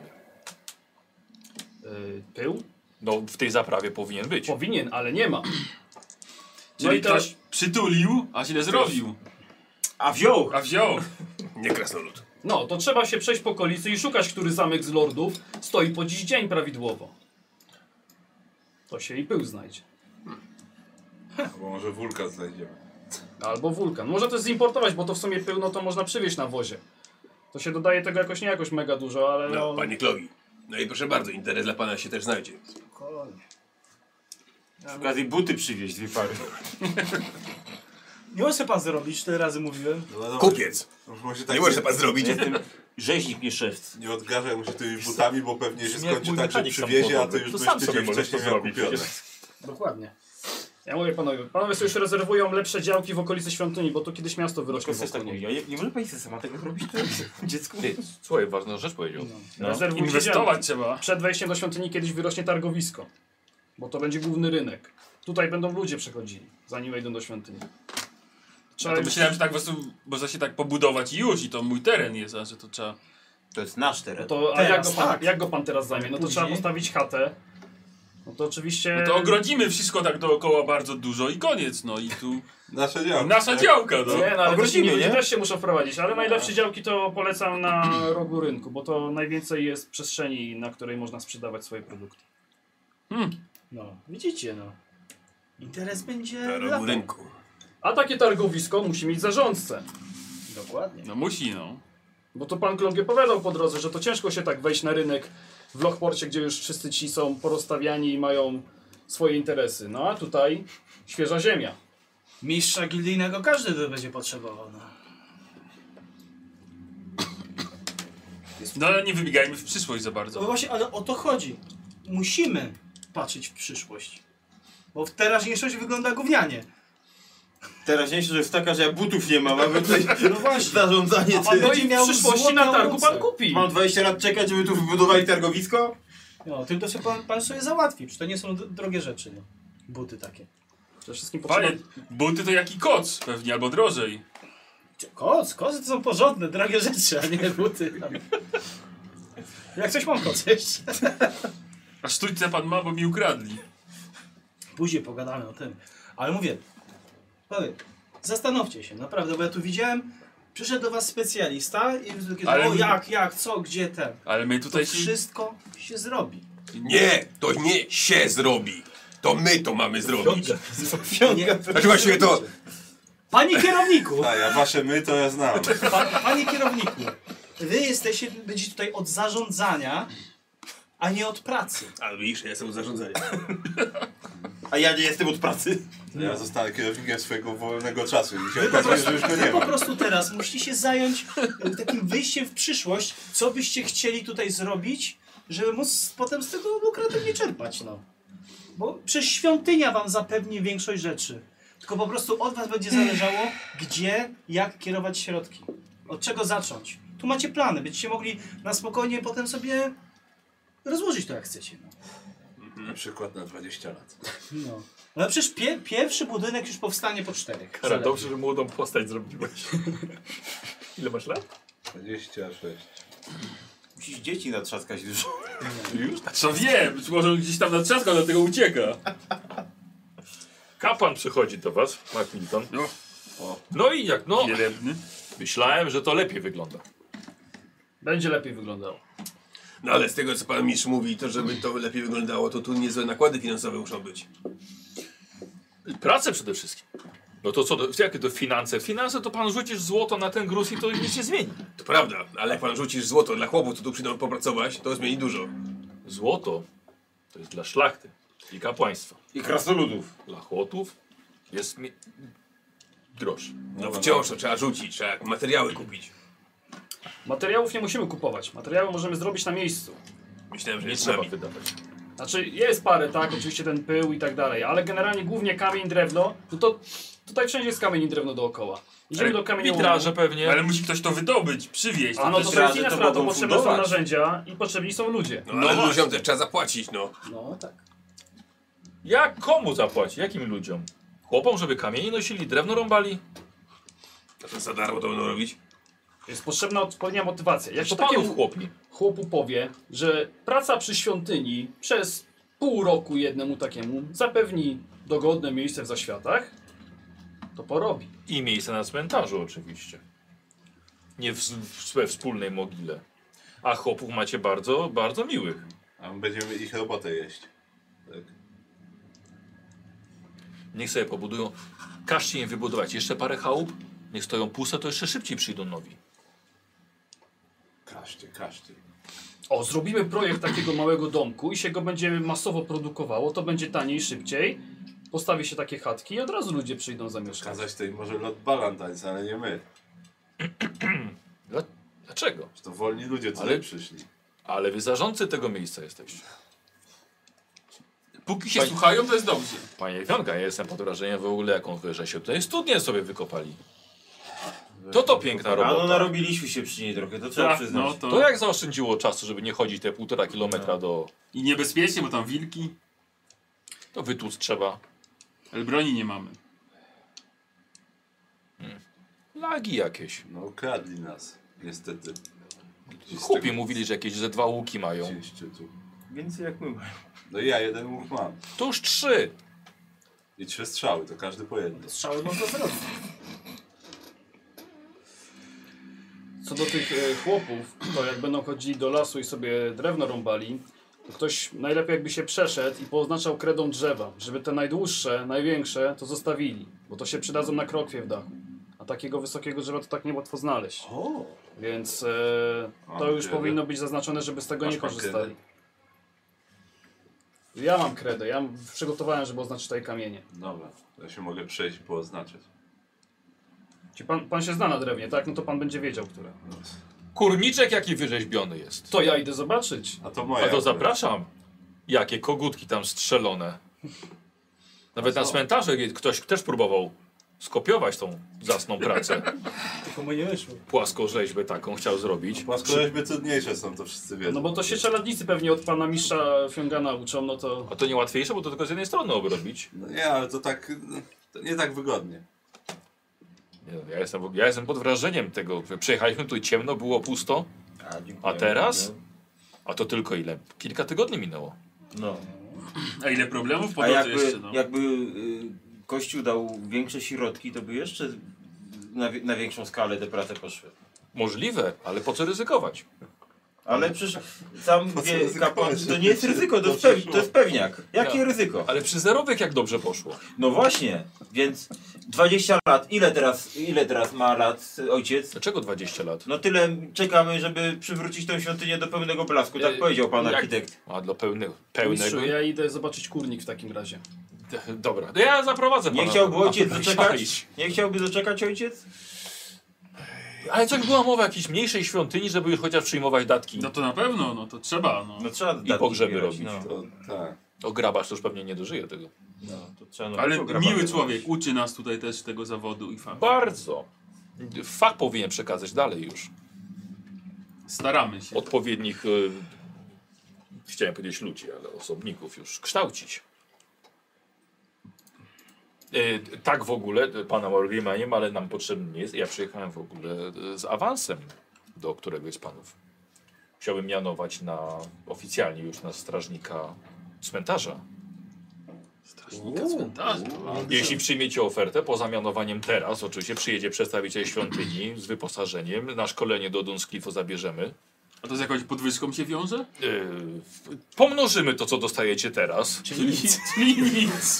Pył? No, w tej zaprawie powinien być. Powinien, ale nie ma. Czyli i teraz- ktoś przytulił, a źle zrobił. A wziął! A wziął. Nie krasnolud. No, to trzeba się przejść po okolicy i szukać, który zamek z lordów stoi po dziś dzień prawidłowo. To się i pył znajdzie. Albo może wulkan znajdziemy. Albo wulkan. Można też zimportować, bo to w sumie pył, no to można przywieźć na wozie. To się dodaje tego jakoś nie jakoś mega dużo, ale No, panie Klogi. No i proszę bardzo, interes dla pana się też znajdzie. Spokojnie. Z okazji buty przywieźć, dwie pary. Nie może pan zrobić, 4 razy mówiłem. No, Kupiec! może tak Nie może pan zrobić. Jestem rzeźnik, nie szewc. nie odgarzaj mu się tymi butami, bo pewnie się jak skończy mój tak, że mechanik przywiezie, a ty samochodowy, już to byś sam sobie tydzień możesz wcześniej to miał zrobić kupione. przecież. Dokładnie. Ja mówię panowie sobie już rezerwują lepsze działki w okolicy świątyni, bo tu kiedyś miasto wyrośnie Tylko wokół tak niej. mówi, nie może pani sobie sama tego robić, to dziecko. Ty, słuchaj, ważna rzecz powiedział. No. Rezerwujcie Inwestować działki. trzeba. Przed wejściem do świątyni kiedyś wyrośnie targowisko, bo to będzie główny rynek. Tutaj będą ludzie przechodzili, zanim wejdą do świątyni. Ja to myślałem, że tak po prostu można się tak pobudować i już, i to mój teren jest, a że to trzeba... To jest nasz teren. To, a Teraz, jak go pan teraz zajmie? No to Później. trzeba postawić chatę. No to oczywiście... No to ogrodzimy wszystko tak dookoła bardzo dużo i koniec, no i tu... Nasza działka. Nasza działka, no. Nie, no ale Ogrodzimy, ludzie nie? też się muszą wprowadzić, ale najlepsze działki to polecam na rogu rynku, bo to najwięcej jest przestrzeni, na której można sprzedawać swoje produkty. No, widzicie, no. Interes będzie Na rogu latał. rynku. A takie targowisko musi mieć zarządcę. Dokładnie. No musi, no. Bo to pan Klogie opowiadał po drodze, że to ciężko się tak wejść na rynek w Lochporcie, gdzie już wszyscy ci są porozstawiani i mają swoje interesy. No a tutaj świeża ziemia. Mistrza gildijnego każdy to będzie potrzebował. No. No ale nie wybiegajmy w przyszłość za No bardzo. właśnie, ale o to chodzi. Musimy patrzeć w przyszłość. Bo w teraźniejszość wygląda gównianie. Teraźniejsza jest taka, że ja butów nie mam, a wy tutaj No właśnie. zarządzanie A pan ty. będzie miał W przyszłości złote na targu owoce. pan kupi. Mam 20 lat czekać, żeby tu wybudowali targowisko? No, tylko sobie pan sobie załatwi, przecież to nie są drogie rzeczy. No. Buty takie. Przede wszystkim potrzeba... Panie, buty to jaki koc pewnie, albo drożej. Kozy to są porządne, drogie rzeczy, a nie buty. Jak coś mam koce jeszcze. A sztućce pan ma, bo mi ukradli. Później pogadamy o tym. Ale mówię, powiem, zastanówcie się, naprawdę, bo ja tu widziałem, przyszedł do was specjalista i Ale o my- jak, co, gdzie, ten. Ale my To tutaj się... wszystko się zrobi. Nie, to nie się zrobi. To my to mamy zrobić. Nie. Znaczy właściwie to... Panie kierowniku! A ja wasze my to ja znam. Panie kierowniku, wy będziecie tutaj od zarządzania, a nie od pracy. Ale widzisz, ja jestem od zarządzania. A ja nie jestem od pracy. Ja zostanę kierownikiem swojego wolnego czasu i się okazuje, że już go nie Wy po ma. prostu teraz musicie się zająć takim wyjściem w przyszłość, co byście chcieli tutaj zrobić, żeby móc potem z tego lukratywnie czerpać, no. Bo przecież świątynia wam zapewni większość rzeczy. Tylko po prostu od was będzie zależało, gdzie, jak kierować środki. Od czego zacząć. Tu macie plany, będziecie mogli na spokojnie potem sobie rozłożyć to jak chcecie. No. Na przykład na 20 lat. No. Ale przecież pierwszy budynek już powstanie po 4. Ale dobrze, że młodą postać zrobiłeś. Ile masz lat? 26. Musisz dzieci natrzaskać dużo. Już? Co wiem, może gdzieś tam natrzaskał, dlatego ucieka. Kapłan przychodzi do was, Mark Milton. No. No i jak, no, Wielebny. myślałem, że to lepiej wygląda. Będzie lepiej wyglądało. No ale z tego co pan mistrz mówi, to żeby to lepiej wyglądało, to tu niezłe nakłady finansowe muszą być. Pracę przede wszystkim. No to co, jakie to finanse? Finanse to pan rzucisz złoto na ten gruz i to nic nie zmieni. To prawda, ale jak pan rzucisz złoto dla chłopów, to tu przyjdą popracować, to zmieni dużo. Złoto to jest dla szlachty i kapłaństwa. I krasnoludów. Dla chłopów jest grosz. No wciąż to trzeba rzucić, trzeba materiały kupić. Materiałów nie musimy kupować. Materiały możemy zrobić na miejscu. Myślałem, że Nie jest z trzeba nami. wydawać. Znaczy jest parę, tak, oczywiście ten pył i tak dalej, ale generalnie głównie kamień, drewno, no to tutaj wszędzie jest kamień i drewno dookoła. Idziemy Ale do kamieniołomu. Witraże pewnie. Ale musi ktoś to wydobyć, przywieźć. A no to też to jest razy inna to sprawa, to mogą potrzebne są fundować. narzędzia i potrzebni są ludzie. No ale ludziom też trzeba zapłacić, no. No tak. Jak komu zapłaci? Jakim ludziom? Chłopom, żeby kamienie nosili, drewno rąbali? A to za darmo to będą robić. Jest potrzebna odpowiednia motywacja. Jak To się takiemu panów chłopi. chłopu powie, że praca przy świątyni przez pół roku jednemu takiemu zapewni dogodne miejsce w zaświatach, to porobi. I miejsce na cmentarzu oczywiście. Nie we wspólnej mogile. A chłopów macie bardzo, bardzo miłych. A my będziemy ich robotę jeść. Tak. Niech sobie pobudują. Każcie im wybudować jeszcze parę chałup. Niech stoją puste, to jeszcze szybciej przyjdą nowi. Każdy. O, zrobimy projekt takiego małego domku i się go będzie masowo produkowało, to będzie taniej, szybciej. postawi się takie chatki i od razu ludzie przyjdą zamieszkać. Kazać to im może Lord Ballantines, ale nie my. Dlaczego? Że to wolni ludzie tutaj Ale- przyszli. Ale wy zarządcy tego miejsca jesteście. Póki się słuchają, to jest dobrze. Panie Wionka, ja jestem pod wrażeniem w ogóle, jaką wy żeście tutaj studnię sobie wykopali. To piękna A no robota. narobiliśmy się przy niej trochę, to trzeba Tak, przyznać. no To to... jak zaoszczędziło czasu, żeby nie chodzić te 1,5 kilometra do... I niebezpiecznie, bo tam wilki. To wytłuc trzeba. Ale broni nie mamy. Lagi jakieś. No ukradli nas, niestety. Gdzieś z Chłopi tego- mówili, że jakieś ze 2 łuki mają. gdzieś tu. Więcej jak my mają. No i ja jeden łuk mam. To już 3. I 3 strzały, to każdy po jednym. Strzały można zrobić. Co do tych chłopów, to jak będą chodzili do lasu i sobie drewno rąbali, to ktoś najlepiej jakby się przeszedł i poznaczał kredą drzewa, żeby te najdłuższe, największe to zostawili, bo to się przydadzą na krokwie w dachu. A takiego wysokiego drzewa to tak niełatwo znaleźć. O! Więc A, to już kredę? powinno być zaznaczone, żeby z tego Masz nie pan korzystali. Ja mam kredę, ja przygotowałem, żeby oznaczyć tutaj kamienie. Dobra, ja się mogę przejść i pooznaczyć. Czy pan się zna na drewnie, tak? No to pan będzie wiedział, które. Kurniczek jaki wyrzeźbiony jest. To ja idę zobaczyć. A to moja. A to zapraszam. Jakie kogutki tam strzelone. Nawet na cmentarze ktoś też próbował skopiować tą zacną pracę. Tylko mu nie wyszło. Płaskorzeźbę taką chciał zrobić. Płaskorzeźby cudniejsze są, to wszyscy wiedzą. No bo to się czeladnicy pewnie od pana mistrza Fiongana uczą, no to... A to nie łatwiejsze, bo to tylko z jednej strony obrobić. No nie, ale to tak, no, to nie tak wygodnie. Nie, ja jestem pod wrażeniem tego. Przyjechaliśmy tu i ciemno, było pusto. A teraz? A to tylko ile? Kilka tygodni minęło. No. A ile problemów po A drodze jakby, jeszcze, no. jakby Kościół dał większe środki, to by jeszcze na większą skalę te prace poszły. Możliwe, ale po co ryzykować? Ale przecież sam Po co wie ryzykować? kapłan, to nie jest ryzyko, to jest, Dobrze to jest pewniak. Jakie Ja. ryzyko? Ale przy zerowych jak dobrze poszło. No właśnie, więc 20 lat, ile teraz ma lat ojciec? Dlaczego 20 lat? No tyle czekamy, żeby przywrócić tę świątynię do pełnego blasku, tak powiedział pan Jak- architekt. A dla pełnego. Mistrzu, ja idę zobaczyć kurnik w takim razie. Dobra, to ja zaprowadzę pana. Nie chciałby ojciec na- doczekać? Nie chciałby doczekać ojciec? Ale coś była mowa o jakiejś mniejszej świątyni, żeby chociaż przyjmować datki. No to na pewno, no to trzeba, no. No trzeba I pogrzeby zbierać, robić. No, To tak. O grabarz to już pewnie nie dożyje tego. no, to trzeba Ale nowego miły grabara człowiek, zrobić. uczy nas tutaj też tego zawodu i fachu. Bardzo. Fach powinien przekazać dalej już. Staramy się. Odpowiednich, chciałem powiedzieć ludzi, ale osobników już kształcić. Tak w ogóle, pana Morgrima nie ma, ale nam potrzebny nie jest. Ja przyjechałem w ogóle z awansem do któregoś z panów. Chciałbym mianować oficjalnie już na strażnika cmentarza. Strażnika cmentarza. Jeśli przyjmiecie ofertę, poza mianowaniem teraz, oczywiście przyjedzie przedstawiciel świątyni z wyposażeniem. Na szkolenie do Dunscliffe zabierzemy. A to z jakąś podwyżką się wiąże? Pomnożymy to, co dostajecie teraz. Czyli nic.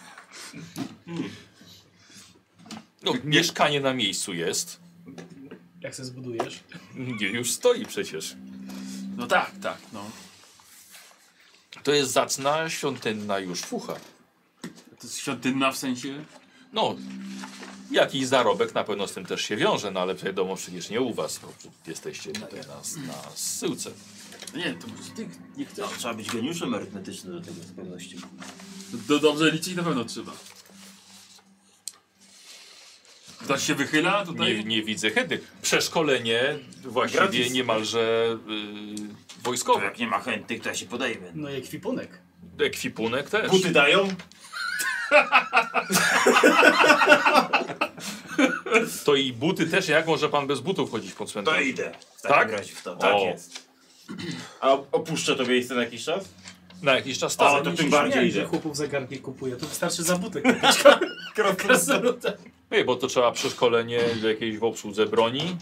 No, mieszkanie na miejscu jest. Jak se zbudujesz? Nie, już stoi przecież. No tak, no. To jest zacna świątynna już fucha. To jest świątynna w sensie... No, jakiś zarobek na pewno z tym też się wiąże, no ale wiadomo przecież nie u was, bo jesteście tutaj na zsyłce. No nie, to może ty nie chcesz. No, trzeba być geniuszem arytmetycznym do tego z pewnością. Dobrze liczyć na pewno trzeba. Ktoś się wychyla tutaj? Nie widzę chętnych. Przeszkolenie właściwie Gratis. niemalże To wojskowe. jak nie ma chętnych, to ja się podejmę. No i ekwipunek. Ekwipunek też. Buty dają? To i buty też, jak może pan bez butów chodzić po To cmentarzu? idę. W Tak? takim razie w to. Tak O. jest. A opuszczę to miejsce na jakiś czas? Na jakiś czas O, tak. to Oni tym się bardziej śmiali, idę. że chłopów zegarki kupuje. To wystarczy za butek. Nie, bo to trzeba przeszkolenie do jakiejś w obsłudze broni.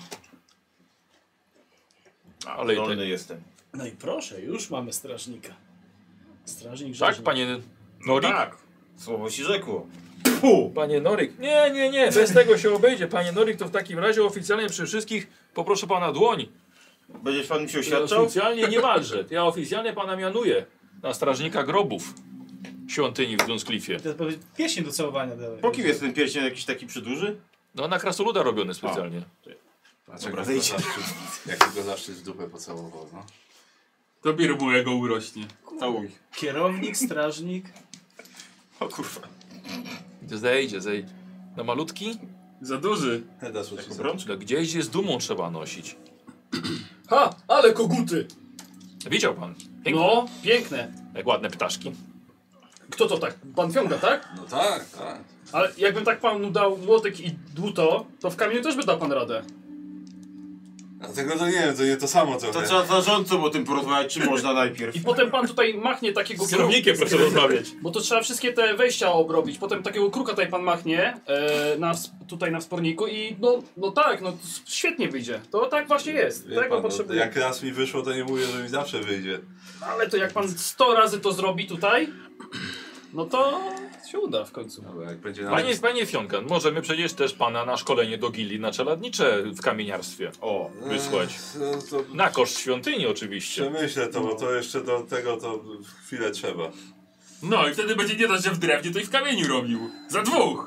Ale i Zdolny te, jestem. No i proszę, już mamy strażnika. Strażnik tak, rzeźnik. panie Norik? Tak. Słowo ci rzekło. Panie Norik. Nie, bez tego się obejdzie. Panie Norik, to w takim razie oficjalnie przy wszystkich poproszę pana dłoń. Będziesz pan mi się oświadczał? Oficjalnie niemalże. Ja oficjalnie pana mianuję na strażnika grobów świątyni w Dunscliffie. To pieśń do całowania dałeś. Po kim jest ten pierścień jakiś taki przyduży? No na krasnoluda robiony specjalnie. Dlaczego go zaszczyt w dupę pocałował, no? Dopiero mu jego urośnie. Całuj. Kierownik, strażnik. O kurwa. Zejdzie. No malutki? Za duży. Heda słyszy. No gdzieś je z dumą trzeba nosić. Ha, ale koguty! Widział pan? Piękne. No, piękne. Jak ładne ptaszki. Kto to tak? Pan Fionga, tak? No tak. Ale jakbym tak panu dał młotek i dłuto, to w kamieniu też by dał pan radę. Dlatego to nie wiem, to nie to samo trochę. To trzeba z zarządcą o tym porozmawiać, czy można najpierw. I potem pan tutaj machnie takiego... Z kierownikiem proszę rozmawiać. Bo to trzeba wszystkie te wejścia obrobić. Potem takiego kruka tutaj pan machnie, tutaj na wsporniku i no tak, no świetnie wyjdzie. To tak właśnie jest. Wie Tego pan, potrzebuję. jak raz mi wyszło, to nie mówię, że mi zawsze wyjdzie. Ale to jak pan 100 razy to zrobi tutaj, no to się uda w końcu. Dobra, jak będzie Panie Fionkan, możemy przecież też pana na szkolenie do gildii na czeladnicze w kamieniarstwie. O, wysłać. No, to Na koszt świątyni oczywiście. przemyślę to, bo to jeszcze do tego to chwilę trzeba. No i wtedy będzie nie dość, że w drewnie, to i w kamieniu robił. Za dwóch.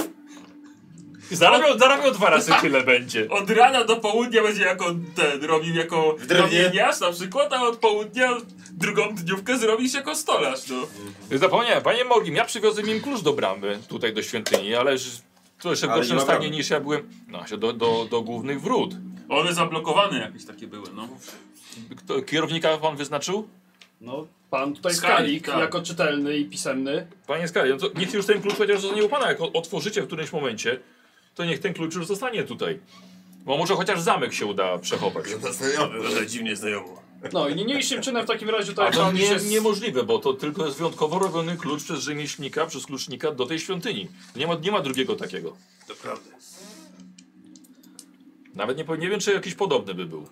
Zarabiał 2 razy tyle będzie. Od rana do południa będzie robił jako kamieniarz na przykład, a od południa drugą dniówkę zrobisz jako stolarz, no. Zapomniałem, panie Morgim, ja przywiozłem im klucz do bramy, tutaj do świątyni, ale to jeszcze w Ale gorszym nie ma stanie bramy. niż ja byłem do głównych wrót. One zablokowane jakieś takie były, no. Kierownika pan wyznaczył? No, pan tutaj Skalik, skalik tak. jako czytelny i pisemny. Panie Skali, no to niech już ten klucz chociaż zostanie u pana, jak otworzycie w którymś momencie, to niech ten klucz już zostanie tutaj. Bo może chociaż zamek się uda przechować. To dziwnie znajomo. No i niniejszym czynem w takim razie to A jak to pan już nie, jest... niemożliwe, bo to tylko jest wyjątkowo robiony klucz przez rzemieślnika, przez klucznika do tej świątyni. Nie ma drugiego takiego. To prawda. Nawet nie wiem, czy jakiś podobny by był.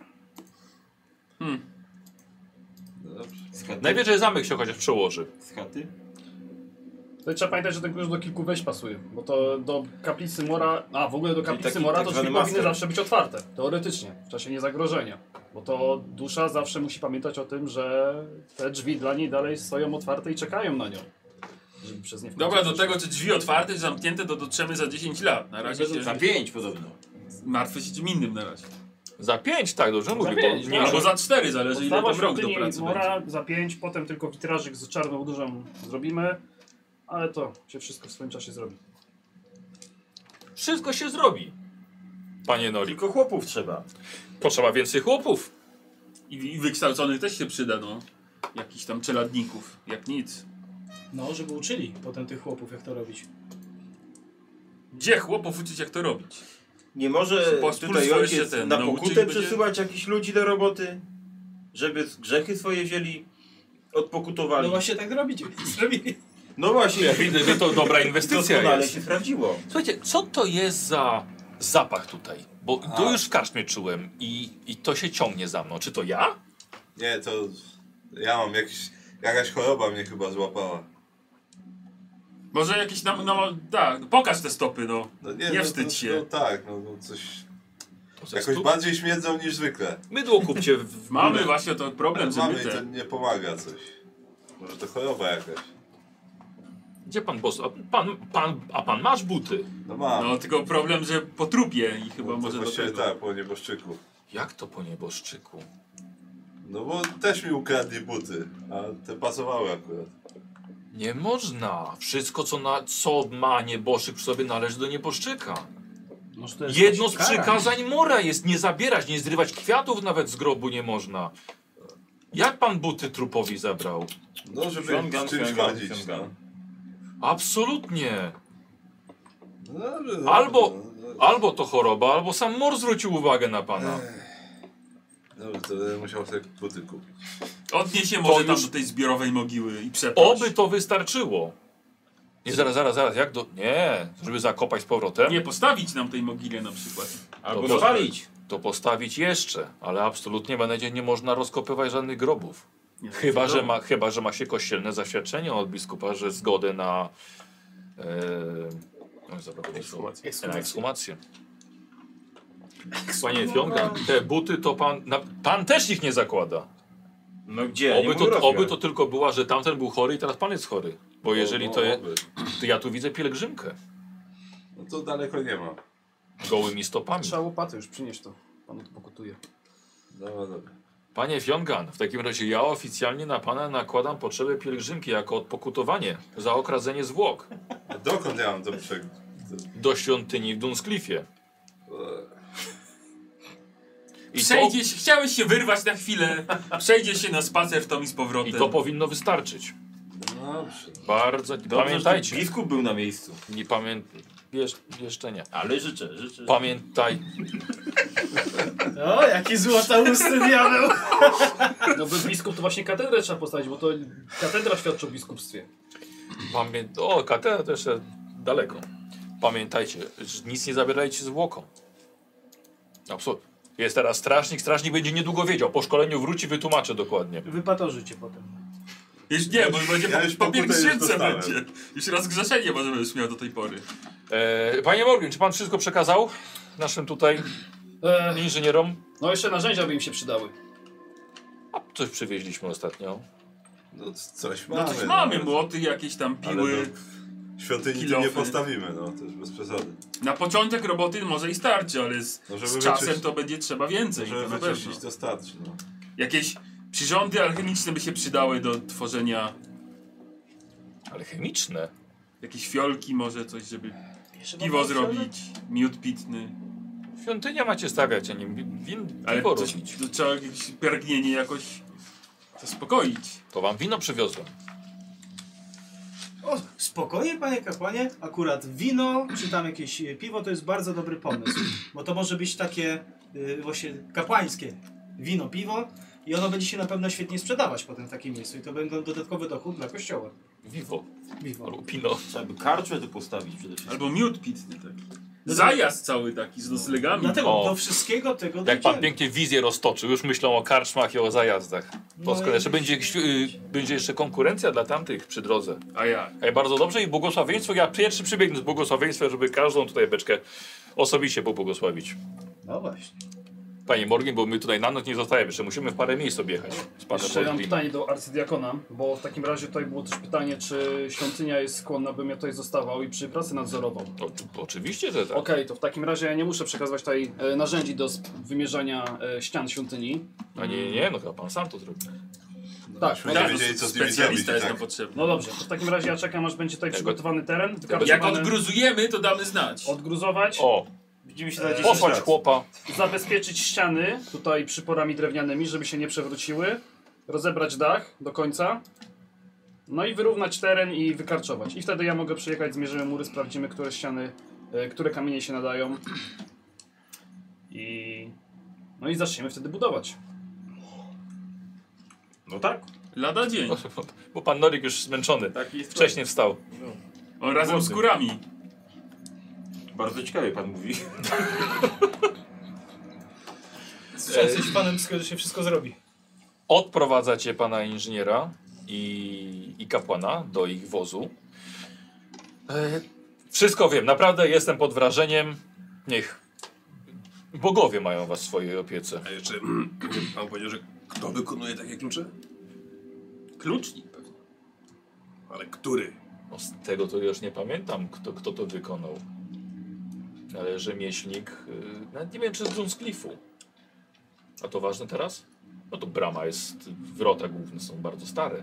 Z chaty? Najwyżej zamek się chociaż przełoży. Z chaty? To trzeba pamiętać, że ten klucz do kilku wejść pasuje, bo to do kaplicy Mora, w ogóle do kaplicy taki Mora tak to zwany drzwi powinny master. zawsze być otwarte, teoretycznie, w czasie niezagrożenia. Bo to dusza zawsze musi pamiętać o tym, że te drzwi dla niej dalej stoją otwarte i czekają na nią. Żeby przez nie w końcu Dobra, do przeszła. tego czy drzwi otwarte, czy zamknięte, to dotrzemy za 10 lat. Na razie się Za 5 podobno. martwię się czym innym na razie. Za 5, tak, dobrze mówię. 5, Bo nie, tak. Albo za 4, zależy ile Podstawa tam rok do świątyni pracy będzie. Mora za 5, potem tylko witrażyk z czarną dużą zrobimy, ale to się wszystko w swoim czasie zrobi. wszystko się zrobi. Panie Noli, Tylko chłopów trzeba. potrzeba więcej chłopów. I wykształconych też się przyda, no. Jakichś tam czeladników, jak nic. No, żeby uczyli potem tych chłopów, jak to robić. Gdzie chłopów uczyć jak to robić? Nie może Pospólstwo tutaj jeszcze ojciec ten, na nauczyć pokutę będzie? przesyłać jakichś ludzi do roboty? Żeby grzechy swoje wzięli, odpokutowali. No właśnie tak robić. Zrobili. No właśnie, Ja widzę, że to dobra inwestycja doskonale jest. się sprawdziło. Słuchajcie, co to jest za zapach tutaj? Bo to już w karczmie czułem i to się ciągnie za mną. Czy to ja? Nie, to ja mam jakaś choroba mnie chyba złapała. Może jakieś tak, pokaż te stopy, no. No Nie wstydź się. No tak, no coś To jakoś bardziej śmierdzą niż zwykle. Mydło kupcie w Mamy właśnie to problem, że Mamy my i to te... nie pomaga coś. Może to choroba jakaś. Gdzie pan boss? A pan masz buty? No mam. No tylko problem, że po trupie i chyba No to może do właściwie tego. tak, po nieboszczyku. Jak to po nieboszczyku? No bo też mi ukradli buty, a te pasowały akurat. Nie można. Wszystko, co ma nieboszczyk przy sobie, należy do nieboszczyka. Może to jest Jedno z jakaś kara. przykazań Mora jest nie zabierać, nie zrywać kwiatów nawet z grobu nie można. Jak pan buty trupowi zabrał? No żeby Ściągam, z czymś ściągam, chodzić, ściągam. Absolutnie. no. Dobrze, dobrze, Albo to choroba, albo sam Mor zwrócił uwagę na pana. Dobrze, to będę musiał sobie buty kupić. Odnieś się może To tam już- do tej zbiorowej mogiły i przeproś. Oby to wystarczyło. Nie, zaraz, jak do... Nie, żeby zakopać z powrotem, Nie postawić nam tej mogile na przykład. Albo To- spalić. to postawić jeszcze, ale absolutnie będzie nie można rozkopywać żadnych grobów. Nie, Chyba, wiadomo. że ma się kościelne zaświadczenie od biskupa, że zgodę na ekshumację. Panie Fionga, te buty to pan też ich nie zakłada. No gdzie? Nie mój rozmiar. Oby to tylko była, że tamten był chory i teraz pan jest chory. Bo jeżeli to oby. to ja tu widzę pielgrzymkę. No to daleko nie ma. Gołymi stopami. Trzeba łopaty już przynieść to. Pan odpokutuje. Dobra. Panie Fiongan, w takim razie ja oficjalnie na pana nakładam potrzebę pielgrzymki jako odpokutowanie za okradzenie zwłok A dokąd ja mam to do świątyni w Dunscliffie. I Chciałeś się wyrwać na chwilę, przejdziesz się na spacer w tom i z powrotem. to powinno wystarczyć. Dobrze. Bardzo. Dobrze, Pamiętajcie. że biskup był na miejscu. Nie jeszcze nie. Ale życzę. Pamiętaj. O, jaki złotousty diabeł! No by biskup to właśnie katedrę trzeba postawić, bo to katedra świadczy o biskupstwie. O, katedra to jeszcze daleko. Pamiętajcie, że nic nie zabierajcie zwłokom. Absolutnie. Jest teraz strażnik, strażnik będzie niedługo wiedział. Po szkoleniu wróci, wytłumaczę dokładnie. Wypatorzy cię potem. Już nie, bo będzie Ja już po pokutę już pielgrzymce dostałem. będzie. Już raz grzeszenie może będziesz miał do tej pory. Panie Morgan, czy pan wszystko przekazał naszym tutaj inżynierom? No jeszcze narzędzia by im się przydały. A coś przywieźliśmy ostatnio. No coś No mamy. coś mamy, młoty, jakieś tam Ale piły. świątyni tu kilofy. nie postawimy, no to już bez przesady. Na początek roboty może i starczy, ale No, żeby z czasem wyczyścić- to będzie trzeba więcej. Żeby To na pewno. wyczyścić to starczy, no. Jakieś przyrządy alchemiczne by się przydały do tworzenia. Ale chemiczne. Jakieś fiolki może, coś, żeby piwo zrobić. Miód pitny. Świątynia macie stawiać, a nie Ale piwo coś, robić. to trzeba jakieś pragnienie jakoś zaspokoić. To wam wino przywiozłem. O, spokojnie, panie kapłanie. Akurat wino, czy tam jakieś piwo, to jest bardzo dobry pomysł. Bo to może być takie właśnie kapłańskie wino, piwo i ono będzie się na pewno świetnie sprzedawać potem w takim miejscu. I to będzie dodatkowy dochód dla kościoła. Wiwo. Piwo. Albo pino. Trzeba by karczmę tu postawić przede wszystkim. Albo miód pitny taki. No Zajazd cały taki z noclegami. Dlatego O. do wszystkiego tego Jak pan dojdziemy. pięknie wizję roztoczył, już myślą o karczmach i o zajazdach. No Jeszcze będzie jeszcze konkurencja dla tamtych przy drodze. A jak? A bardzo dobrze i błogosławieństwo. Ja pierwszy przybiegnę z błogosławieństwem, żeby każdą tutaj beczkę osobiście pobłogosławić. No właśnie. Panie Morgan, bo my tutaj na noc nie zostajemy, jeszcze musimy w parę miejsc objechać. Z panem Jeszcze mam Morgan. pytanie do arcydiakona, bo w takim razie tutaj było też pytanie, czy świątynia jest skłonna, bym ja tutaj zostawał i przy pracy nadzorował. Oczywiście, że tak. Okej, to w takim razie ja nie muszę przekazywać tutaj narzędzi do wymierzania ścian świątyni. A nie, no chyba pan sam to zrobi. Tak, Myśmy no, nie wiedzieli, co z nimi zrobić. Specjalista jest Tak. nam potrzebny. no dobrze, to w takim razie ja czekam, aż będzie tutaj przygotowany teren, Jak wykarczowany, odgruzujemy, to damy znać. odgruzować, O, Widzimy się za 10 posłać lat. chłopa. zabezpieczyć ściany tutaj przyporami drewnianymi, żeby się nie przewróciły, rozebrać dach do końca, no i wyrównać teren i wykarczować. I wtedy ja mogę przyjechać, zmierzymy mury, sprawdzimy, które ściany, które kamienie się nadają no i zaczniemy wtedy budować. No tak. Lada dzień. Bo pan Norik już zmęczony. Taki jest Wcześniej wstał. On razem z kurami. Bardzo ciekawie pan mówi. Jesteś fanem, że się wszystko zrobi. Odprowadzacie pana inżyniera i kapłana do ich wozu. Wszystko wiem, naprawdę jestem pod wrażeniem. Niech bogowie mają was w swojej opiece. A jeszcze pan powiedział, że kto wykonuje takie klucze? Klucznik pewnie. Ale który? No, z tego to już nie pamiętam, kto to wykonał. Ale rzemieślnik, nawet nie wiem czy z Dunscliffu. A to ważne teraz? No to brama jest, wrota główne są bardzo stare.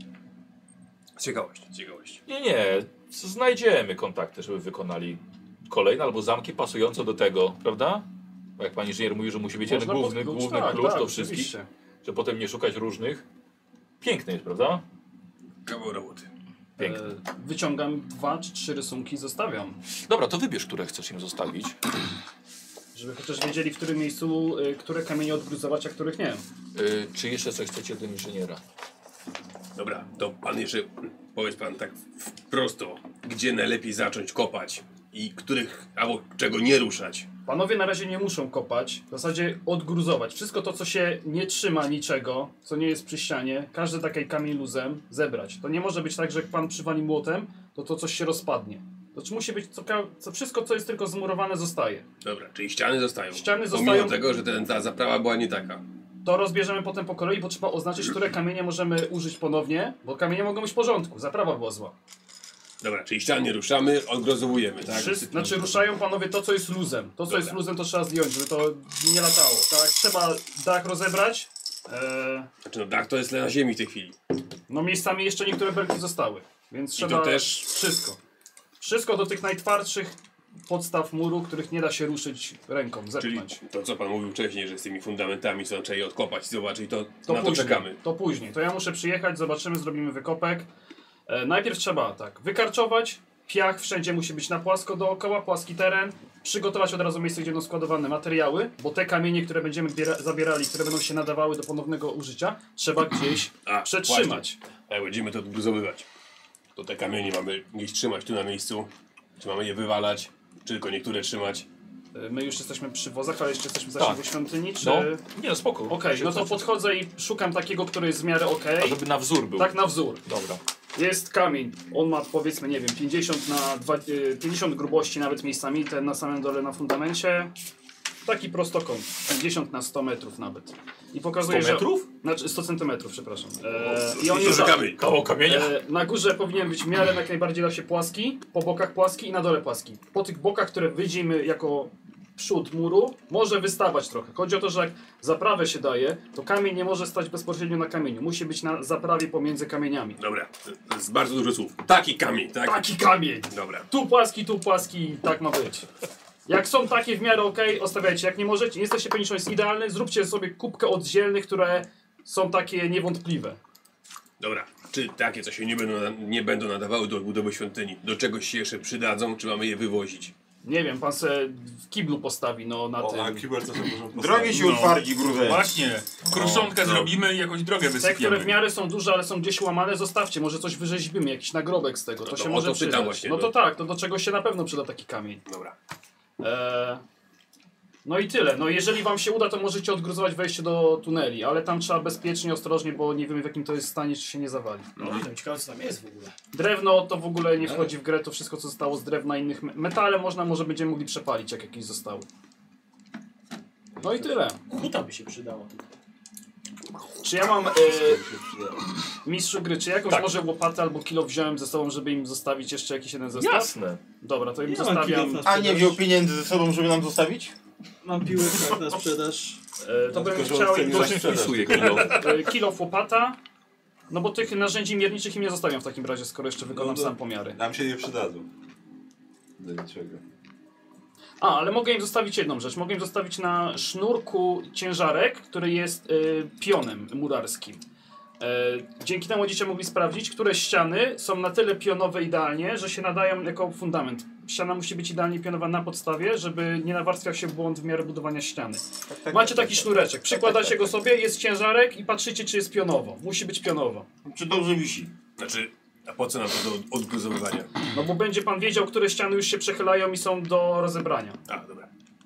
Ciekawość. Nie, znajdziemy kontakty, żeby wykonali kolejne albo zamki pasujące do tego, prawda? Bo jak pan inżynier mówi, że musi być jeden Można główny podklucz, klucz tak, do wszystkich, oczywiście. że potem nie szukać różnych. Piękny jest, prawda? Kawał roboty. Piękny. Wyciągam 2 czy 3 rysunki i zostawiam. Dobra, to wybierz, które chcesz im zostawić. Żeby chociaż wiedzieli, w którym miejscu, które kamienie odgruzować, a których nie. Czy jeszcze coś chcecie do inżyniera? Dobra, to pan jeszcze powiedz pan tak prosto, gdzie najlepiej zacząć kopać i których albo czego nie ruszać. Panowie na razie nie muszą kopać, w zasadzie odgruzować. Wszystko to, co się nie trzyma niczego, co nie jest przy ścianie, każdy taki kamień luzem zebrać. To nie może być tak, że jak pan przywali młotem, to coś się rozpadnie. To musi być wszystko, co jest tylko zmurowane, zostaje. Dobra, czyli ściany zostają. Ściany Pomimo zostają. tego, że ta zaprawa była nie taka. To rozbierzemy potem po kolei, bo trzeba oznaczyć, które kamienie możemy użyć ponownie, bo kamienie mogą być w porządku, zaprawa była zła. Dobra, czyli ścian nie ruszamy, odgrozowujemy, tak? Znaczy ruszają panowie to, co jest luzem. To, co jest luzem, to trzeba zdjąć, żeby to nie latało. Tak, trzeba dach rozebrać. Znaczy no dach to jest na ziemi w tej chwili. No miejscami jeszcze niektóre belki zostały, więc trzeba to też... wszystko. Wszystko do tych najtwardszych podstaw muru, których nie da się ruszyć ręką, Czyli zepchnąć. to, co pan mówił wcześniej, że z tymi fundamentami są trzeba je odkopać i zobaczyć, to na później, to czekamy. To później. To ja muszę przyjechać, zobaczymy, zrobimy wykopek. Najpierw trzeba tak, wykarczować. Piach wszędzie musi być na płasko dookoła, płaski teren. Przygotować od razu miejsce, gdzie będą składowane materiały, bo te kamienie, które będziemy zabierali, które będą się nadawały do ponownego użycia, trzeba gdzieś przetrzymać. Jak będziemy to odgruzowywać, to te kamienie mamy gdzieś trzymać tu na miejscu, czy mamy je wywalać, czy tylko niektóre trzymać. My już jesteśmy przy wozach, ale jeszcze jesteśmy w zasięgu świątyni, czy... No, nie, spoko. Okej, no to podchodzę i szukam takiego, który jest w miarę okej. A żeby na wzór był. Tak, na wzór. Dobra. Jest kamień, on ma powiedzmy, nie wiem, 50 grubości nawet miejscami, ten na samym dole na fundamencie. Taki prostokąt, 50 na 100 metrów nawet. I pokazuje, 100 metrów? Znaczy 100 centymetrów, przepraszam. I on jest Kawał kamienia. na górze powinien być w miarę jak najbardziej da się płaski, po bokach płaski i na dole płaski. Po tych bokach, które wyjdziemy jako przód muru, może wystawać trochę. Chodzi o to, że jak zaprawę się daje, to kamień nie może stać bezpośrednio na kamieniu. Musi być na zaprawie pomiędzy kamieniami. Dobra, to jest bardzo dużo słów. Taki kamień, tak? Taki kamień! Dobra. Tu płaski, tak ma być. Jak są takie w miarę okej, ostawiajcie. Jak nie możecie, nie jesteście pewni, że jest idealny, zróbcie sobie kubkę oddzielnych, które są takie niewątpliwe. Dobra. Czy takie, co się nie będą nadawały do odbudowy świątyni, do czegoś się jeszcze przydadzą, czy mamy je wywozić? Nie wiem, pan se w kiblu postawi, no na tym. A kibel to sobie możemy postawić. Drogi się utwardzi gruzem. Właśnie, kruszonkę zrobimy i jakąś drogę Te, które w wysypiemy. miarę są duże, ale są gdzieś łamane, zostawcie. Może coś wyrzeźbimy, jakiś nagrobek z tego. To się może przydać. Właśnie, No to tak, to do czegoś się na pewno przyda taki kamień. Dobra. No i tyle. No jeżeli wam się uda, to możecie odgruzować wejście do tuneli, ale tam trzeba bezpiecznie, ostrożnie, bo nie wiemy w jakim to jest stanie, czy się nie zawali. No, ciekawe co tam jest w ogóle. Drewno to w ogóle nie wchodzi w grę, to wszystko co zostało z drewna innych. Metale może będziemy mogli przepalić, jak jakieś zostały. No i tyle. Huta by się przydała. Czy ja mam mistrzu gry, czy jakąś może łopatę albo kilo wziąłem ze sobą, żeby im zostawić jeszcze jakiś jeden zestaw? Jasne. Dobra, to im Ja mam zostawiam. kilof na A nie wziął pieniędzy ze sobą, żeby nam zostawić? Mam piłek tak na sprzedaż. To bym Tylko, że chciał on im chce To nie się wpisuje kilo. kilo łopata. No bo tych narzędzi mierniczych im nie zostawiam w takim razie, skoro jeszcze wykonam sam pomiary. Nam się nie przydadzą. Do niczego. Ale mogę im zostawić jedną rzecz. Mogę im zostawić na sznurku ciężarek, który jest pionem murarskim. Dzięki temu będziecie mogli sprawdzić, które ściany są na tyle pionowe idealnie, że się nadają jako fundament. Ściana musi być idealnie pionowa na podstawie, żeby nie nawarstwiał się błąd w miarę budowania ściany. Macie taki sznureczek, przykładacie go sobie, jest ciężarek i patrzycie, czy jest pionowo. Musi być pionowo. Czy dobrze wisi? Znaczy, a po co nam to do odgruzowywania? No bo będzie pan wiedział, które ściany już się przechylają i są do rozebrania. A, dobra.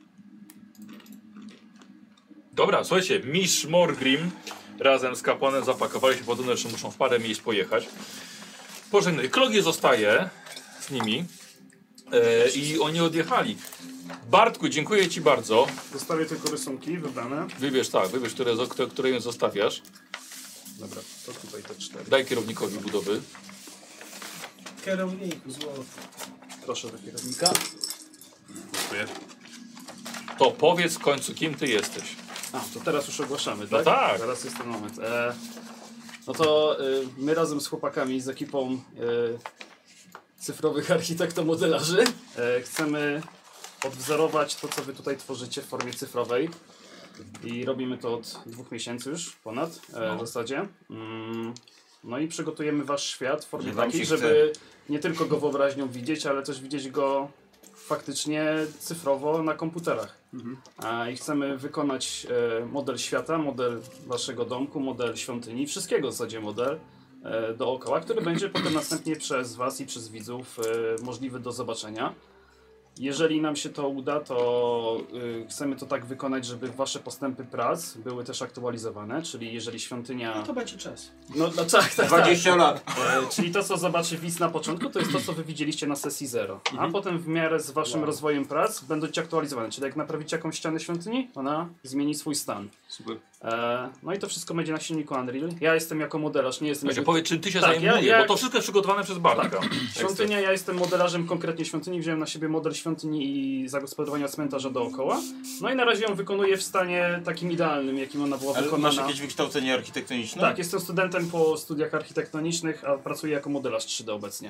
Dobra, słuchajcie, mistrz Morgrim razem z kapłanem zapakowali się pod że muszą w parę miejsc pojechać. Pożegnaj. Klogie zostaje z nimi i oni odjechali. Bartku, dziękuję ci bardzo. Zostawię tylko rysunki wybrane. Wybierz które ją zostawiasz. Dobra, to tutaj te 4. Daj kierownikowi budowy. Kierowniku, złoto. Proszę do kierownika. Dziękuję. To powiedz w końcu, kim ty jesteś. To teraz już ogłaszamy, No tak? tak. Teraz jest ten moment. No to my razem z chłopakami, z ekipą cyfrowych architektomodelarzy chcemy odwzorować to, co wy tutaj tworzycie w formie cyfrowej. I robimy to od 2 miesięcy już, ponad w zasadzie. No i przygotujemy wasz świat w formie Że wam takiej, się żeby nie tylko go wyobraźnią widzieć, ale też widzieć go faktycznie cyfrowo na komputerach. I chcemy wykonać model świata, model waszego domku, model świątyni, wszystkiego w zasadzie model dookoła, który będzie potem następnie przez was i przez widzów możliwy do zobaczenia. Jeżeli nam się to uda, to chcemy to tak wykonać, żeby wasze postępy prac były też aktualizowane, czyli jeżeli świątynia... No to będzie czas. No tak. 20 lat. Czyli to, co zobaczy widz na początku, to jest to, co wy widzieliście na sesji 0. A potem w miarę z waszym rozwojem prac będą ci aktualizowane. Czyli jak naprawicie jakąś ścianę świątyni, ona zmieni swój stan. Super. No i to wszystko będzie na silniku Unreal. Ja jestem jako modelarz, nie jestem... Właśnie powiedz, czym ty się Tak, zajmujesz, ja- bo to wszystko jest przygotowane przez Bartka. Świątynia, ja jestem modelarzem konkretnie świątyni, wziąłem na siebie model świątyni i zagospodarowania cmentarza dookoła. No i na razie ją wykonuję w stanie takim idealnym, jakim ona była Ale wykonana. masz jakieś wykształcenie architektoniczne? Tak, jestem studentem po studiach architektonicznych, a pracuję jako modelarz 3D obecnie.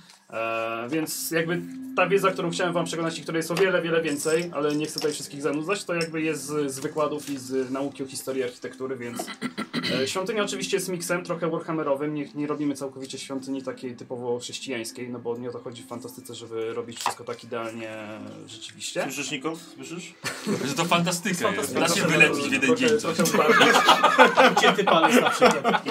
Więc jakby ta wiedza, którą chciałem wam przekonać i której jest o wiele, wiele więcej, ale nie chcę tutaj wszystkich zanudzać, to jakby jest z wykładów i z nauki o historii architektury, więc świątynia oczywiście jest miksem trochę warhammerowym, nie robimy całkowicie świątyni takiej typowo chrześcijańskiej, no bo nie o to chodzi w fantastyce, żeby robić wszystko tak idealnie rzeczywiście. Słyszysz, Nikol? Słyszysz? Że to fantastyka jest. Da się wylepić w jeden dzień coś. Ucięty palec na przykład.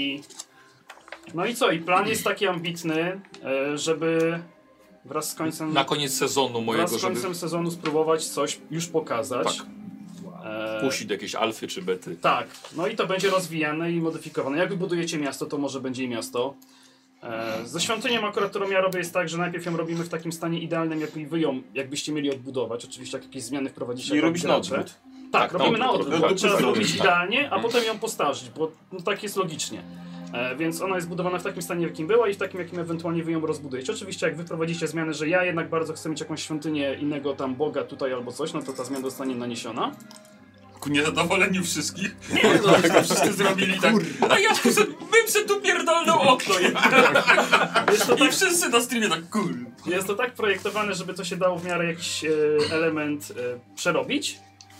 No i co? I plan jest taki ambitny, żeby wraz z końcem... Na koniec sezonu mojego, Wraz z końcem sezonu spróbować coś już pokazać. Tak. Puścić do jakiejś alfy czy bety. Tak, no i to będzie rozwijane i modyfikowane. Jak wybudujecie miasto, to może będzie i miasto. Ze świątynią akurat, którą ja robię, jest tak, że najpierw ją robimy w takim stanie idealnym, jakbyście mieli odbudować. Oczywiście jak jakieś zmiany wprowadzicie. Czyli jako robisz na gracze. odwrót. Tak, robimy na odwrót. tak. Trzeba Tak. zrobić Tak. idealnie, a potem ją postarzyć, bo no, tak jest logicznie. Więc ona jest budowana w takim stanie, jakim była i w takim, jakim ewentualnie wy ją rozbudujecie. Oczywiście jak wy prowadzicie zmiany, że ja jednak bardzo chcę mieć jakąś świątynię innego tam Boga tutaj albo coś, no to ta zmiana zostanie naniesiona. Ku niezadowoleniu wszystkich. Nie, no tak wszyscy zrobili tak. A ja bym se tu pierdolnął okno jednak. I wszyscy na streamie tak Jest to tak projektowane, żeby to się dało w miarę jakiś element przerobić.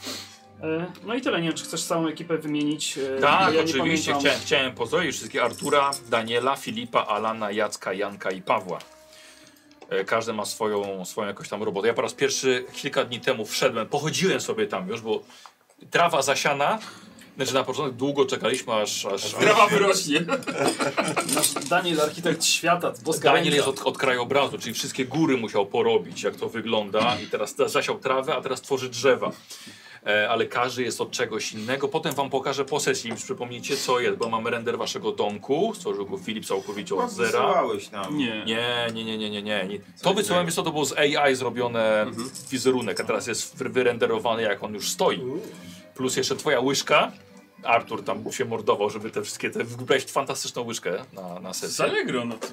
No i tyle, nie wiem, czy chcesz całą ekipę wymienić. Tak, ja oczywiście. Nie pamiętam. Chciałem pozdrowić wszystkich Artura, Daniela, Filipa, Alana, Jacka, Janka i Pawła. Każdy ma swoją jakoś tam robotę. Ja po raz pierwszy kilka dni temu wszedłem, pochodziłem sobie tam już, bo trawa zasiana. Znaczy na początek długo czekaliśmy, aż trawa wyrośnie. Nasz Daniel, architekt świata, boska Daniel ręka. jest od krajobrazu, czyli wszystkie góry musiał porobić, jak to wygląda. I teraz zasiał trawę, a teraz tworzy drzewa. Ale każdy jest od czegoś innego. Potem wam pokażę po sesji, im przypomnicie co jest, bo mamy render waszego domku. Stworzył go Filip całkowicie od zera. Wysyłałeś nam. Nie. Nie. To wysyłałem, jest to było z AI zrobione wizerunek, a teraz jest wyrenderowany jak on już stoi. Plus jeszcze twoja łyżka. Artur tam się mordował, żeby te wszystkie, wybrałeś fantastyczną łyżkę na Z sesję. Allegro, no to...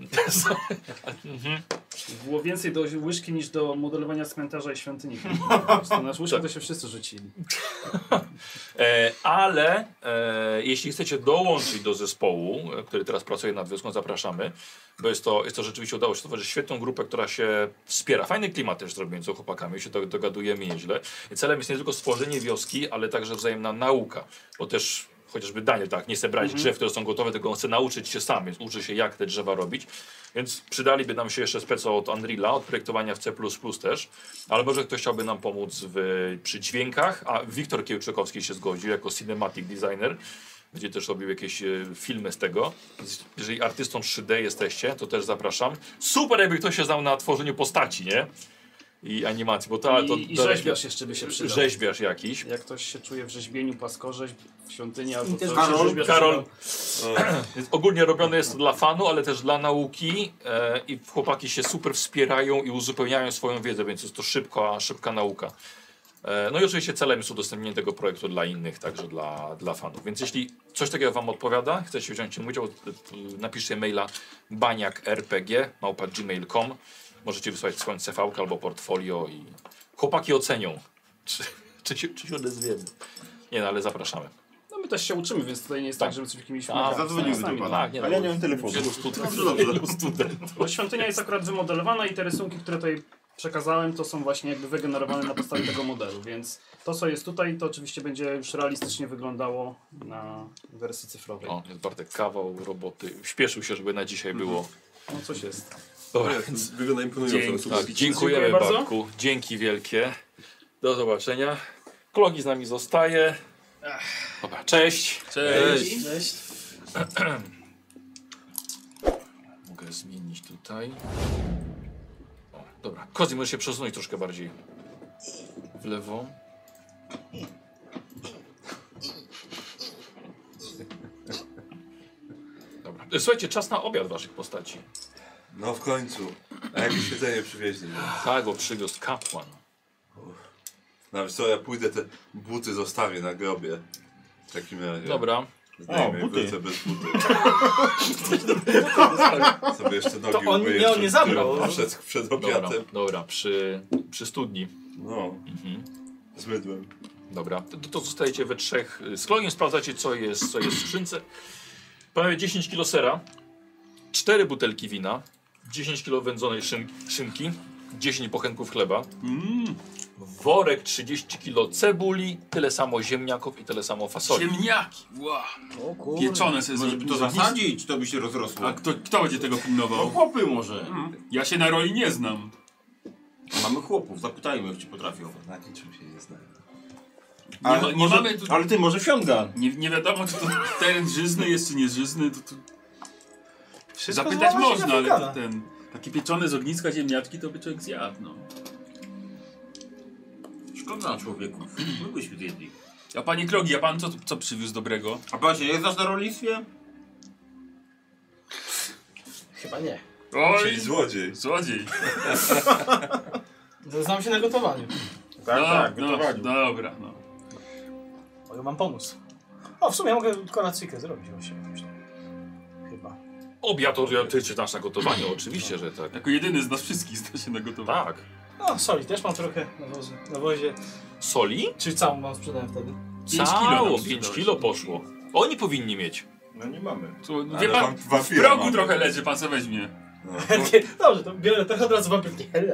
Było więcej do łyżki niż do modelowania cmentarza i świątyni. To nasz łyżkę to się wszyscy rzucili. Ale jeśli chcecie dołączyć do zespołu, który teraz pracuje nad wioską, zapraszamy, bo jest to rzeczywiście udało się stworzyć świetną grupę, która się wspiera. Fajny klimat też zrobiłem z chłopakami, się dogadujemy nieźle. I celem jest nie tylko stworzenie wioski, ale także wzajemna nauka, bo też chociażby Daniel tak, nie chce brać drzew, które są gotowe, tylko on chce nauczyć się sam, więc uczy się jak te drzewa robić. Więc przydaliby nam się jeszcze speca od Unreala, od projektowania w C++ też, ale może ktoś chciałby nam pomóc przy dźwiękach, a Wiktor Kiełczykowski się zgodził jako cinematic designer. Będzie też robił jakieś filmy z tego. Jeżeli artystą 3D jesteście, to też zapraszam. Super, jakby ktoś się znał na tworzeniu postaci, nie? I animacji, bo to... I rzeźbiarz jeszcze by się przydał. Rzeźbiarz jakiś. Jak ktoś się czuje w rzeźbieniu, płaskorzeźb, w świątyni albo coś. Karol. Więc ogólnie robione jest to dla fanu, ale też dla nauki i chłopaki się super wspierają i uzupełniają swoją wiedzę, więc jest to szybka nauka. No i oczywiście celem jest udostępnienie tego projektu dla innych, także dla fanów. Więc jeśli coś takiego wam odpowiada, chcecie wziąć w tym udział, napiszcie maila baniak.rpg@gmail.com. Możecie wysłać swoją CV albo portfolio i chłopaki ocenią, czy się odezwiemy. Nie no, ale zapraszamy. No my też się uczymy, więc tutaj nie jest tak, że my coś mieliśmy. Zadzwonimy do pana. Tak, Ale ja nie mam telefonu. Wielu studentów. Bo świątynia jest akurat wymodelowana i te rysunki, które tutaj przekazałem, to są właśnie jakby wygenerowane na podstawie tego modelu, więc to co jest tutaj, to oczywiście będzie już realistycznie wyglądało na wersji cyfrowej. O, jest Bartek kawał roboty. Śpieszył się, żeby na dzisiaj było. No coś jest. Dobra, Wygląda imponująco. tak, dziękujemy Dziękuję bardzo. Bartku. Dzięki wielkie. Do zobaczenia. Klogi z nami zostaje. Dobra, cześć. Cześć. Cześć. Mogę zmienić tutaj. O, dobra. Kozi, możesz się przesunąć troszkę bardziej w lewo. Dobra. Słuchajcie, czas na obiad waszych postaci. No w końcu. A jakieś jedzenie przywieźli. Tak, bo przywiózł kapłan. Nawet co, ja pójdę te buty zostawię na grobie. W takim razie. Dobra. Zdajmy buty. wrócę bez butów. Sobie jeszcze nogi To on- umyję nie, on jeszcze nie zabrał. przed Dobra, obiadem. dobra, przy studni. No, z mydłem. Dobra, to zostajecie we trzech z Chloe, sprawdzacie co jest w skrzynce. Prawie 10 kg sera, 4 butelki wina, 10 kg wędzonej szynki, 10 bochenków chleba, worek 30 kg cebuli, tyle samo ziemniaków i tyle samo fasoli. Ziemniaki. Wow. O kurde. Pieczone sobie Może by to zasadzić, to by się rozrosło. A kto będzie tego No pilnował? chłopy może. Ja się na roli nie znam. Mamy chłopów, zapytajmy, czy potrafią. Na niczym się nie znają. Nie mamy tu... Ale ty może wsiąga. Nie wiadomo, czy to teren żyzny jest, czy nie żyzny. To Wszystko zapytać złamać się można, na ale wegana. to takie pieczone z ogniska ziemniaczki to by człowiek zjadł, no. Szkoda na człowieków. My byśmy zjedli. A panie Klogi, a pan co przywiózł dobrego? A pan się nie znasz na rolnictwie? Chyba nie. Oj, Czyli złodziej. złodziej. Znam się na gotowaniu. No, dobra, no. Mogę wam pomóc. O, w sumie mogę kolacyjkę zrobić właśnie. Chyba. Obiad ty czytasz na gotowanie, oczywiście, że tak. Jako jedyny z nas wszystkich zna się na gotowanie. Tak. No, soli też mam trochę na wozie. Soli? Czy całą wam sprzedałem wtedy? 5 kilo Cało, nam 5 sprzedałeś. kilo poszło. Oni powinni mieć. No nie mamy. Tu, wie Ale pan, w wampira progu mamy. trochę leży, pan se weźmie. No. Dobrze, to biorę trochę od razu wam pewnie. Hello.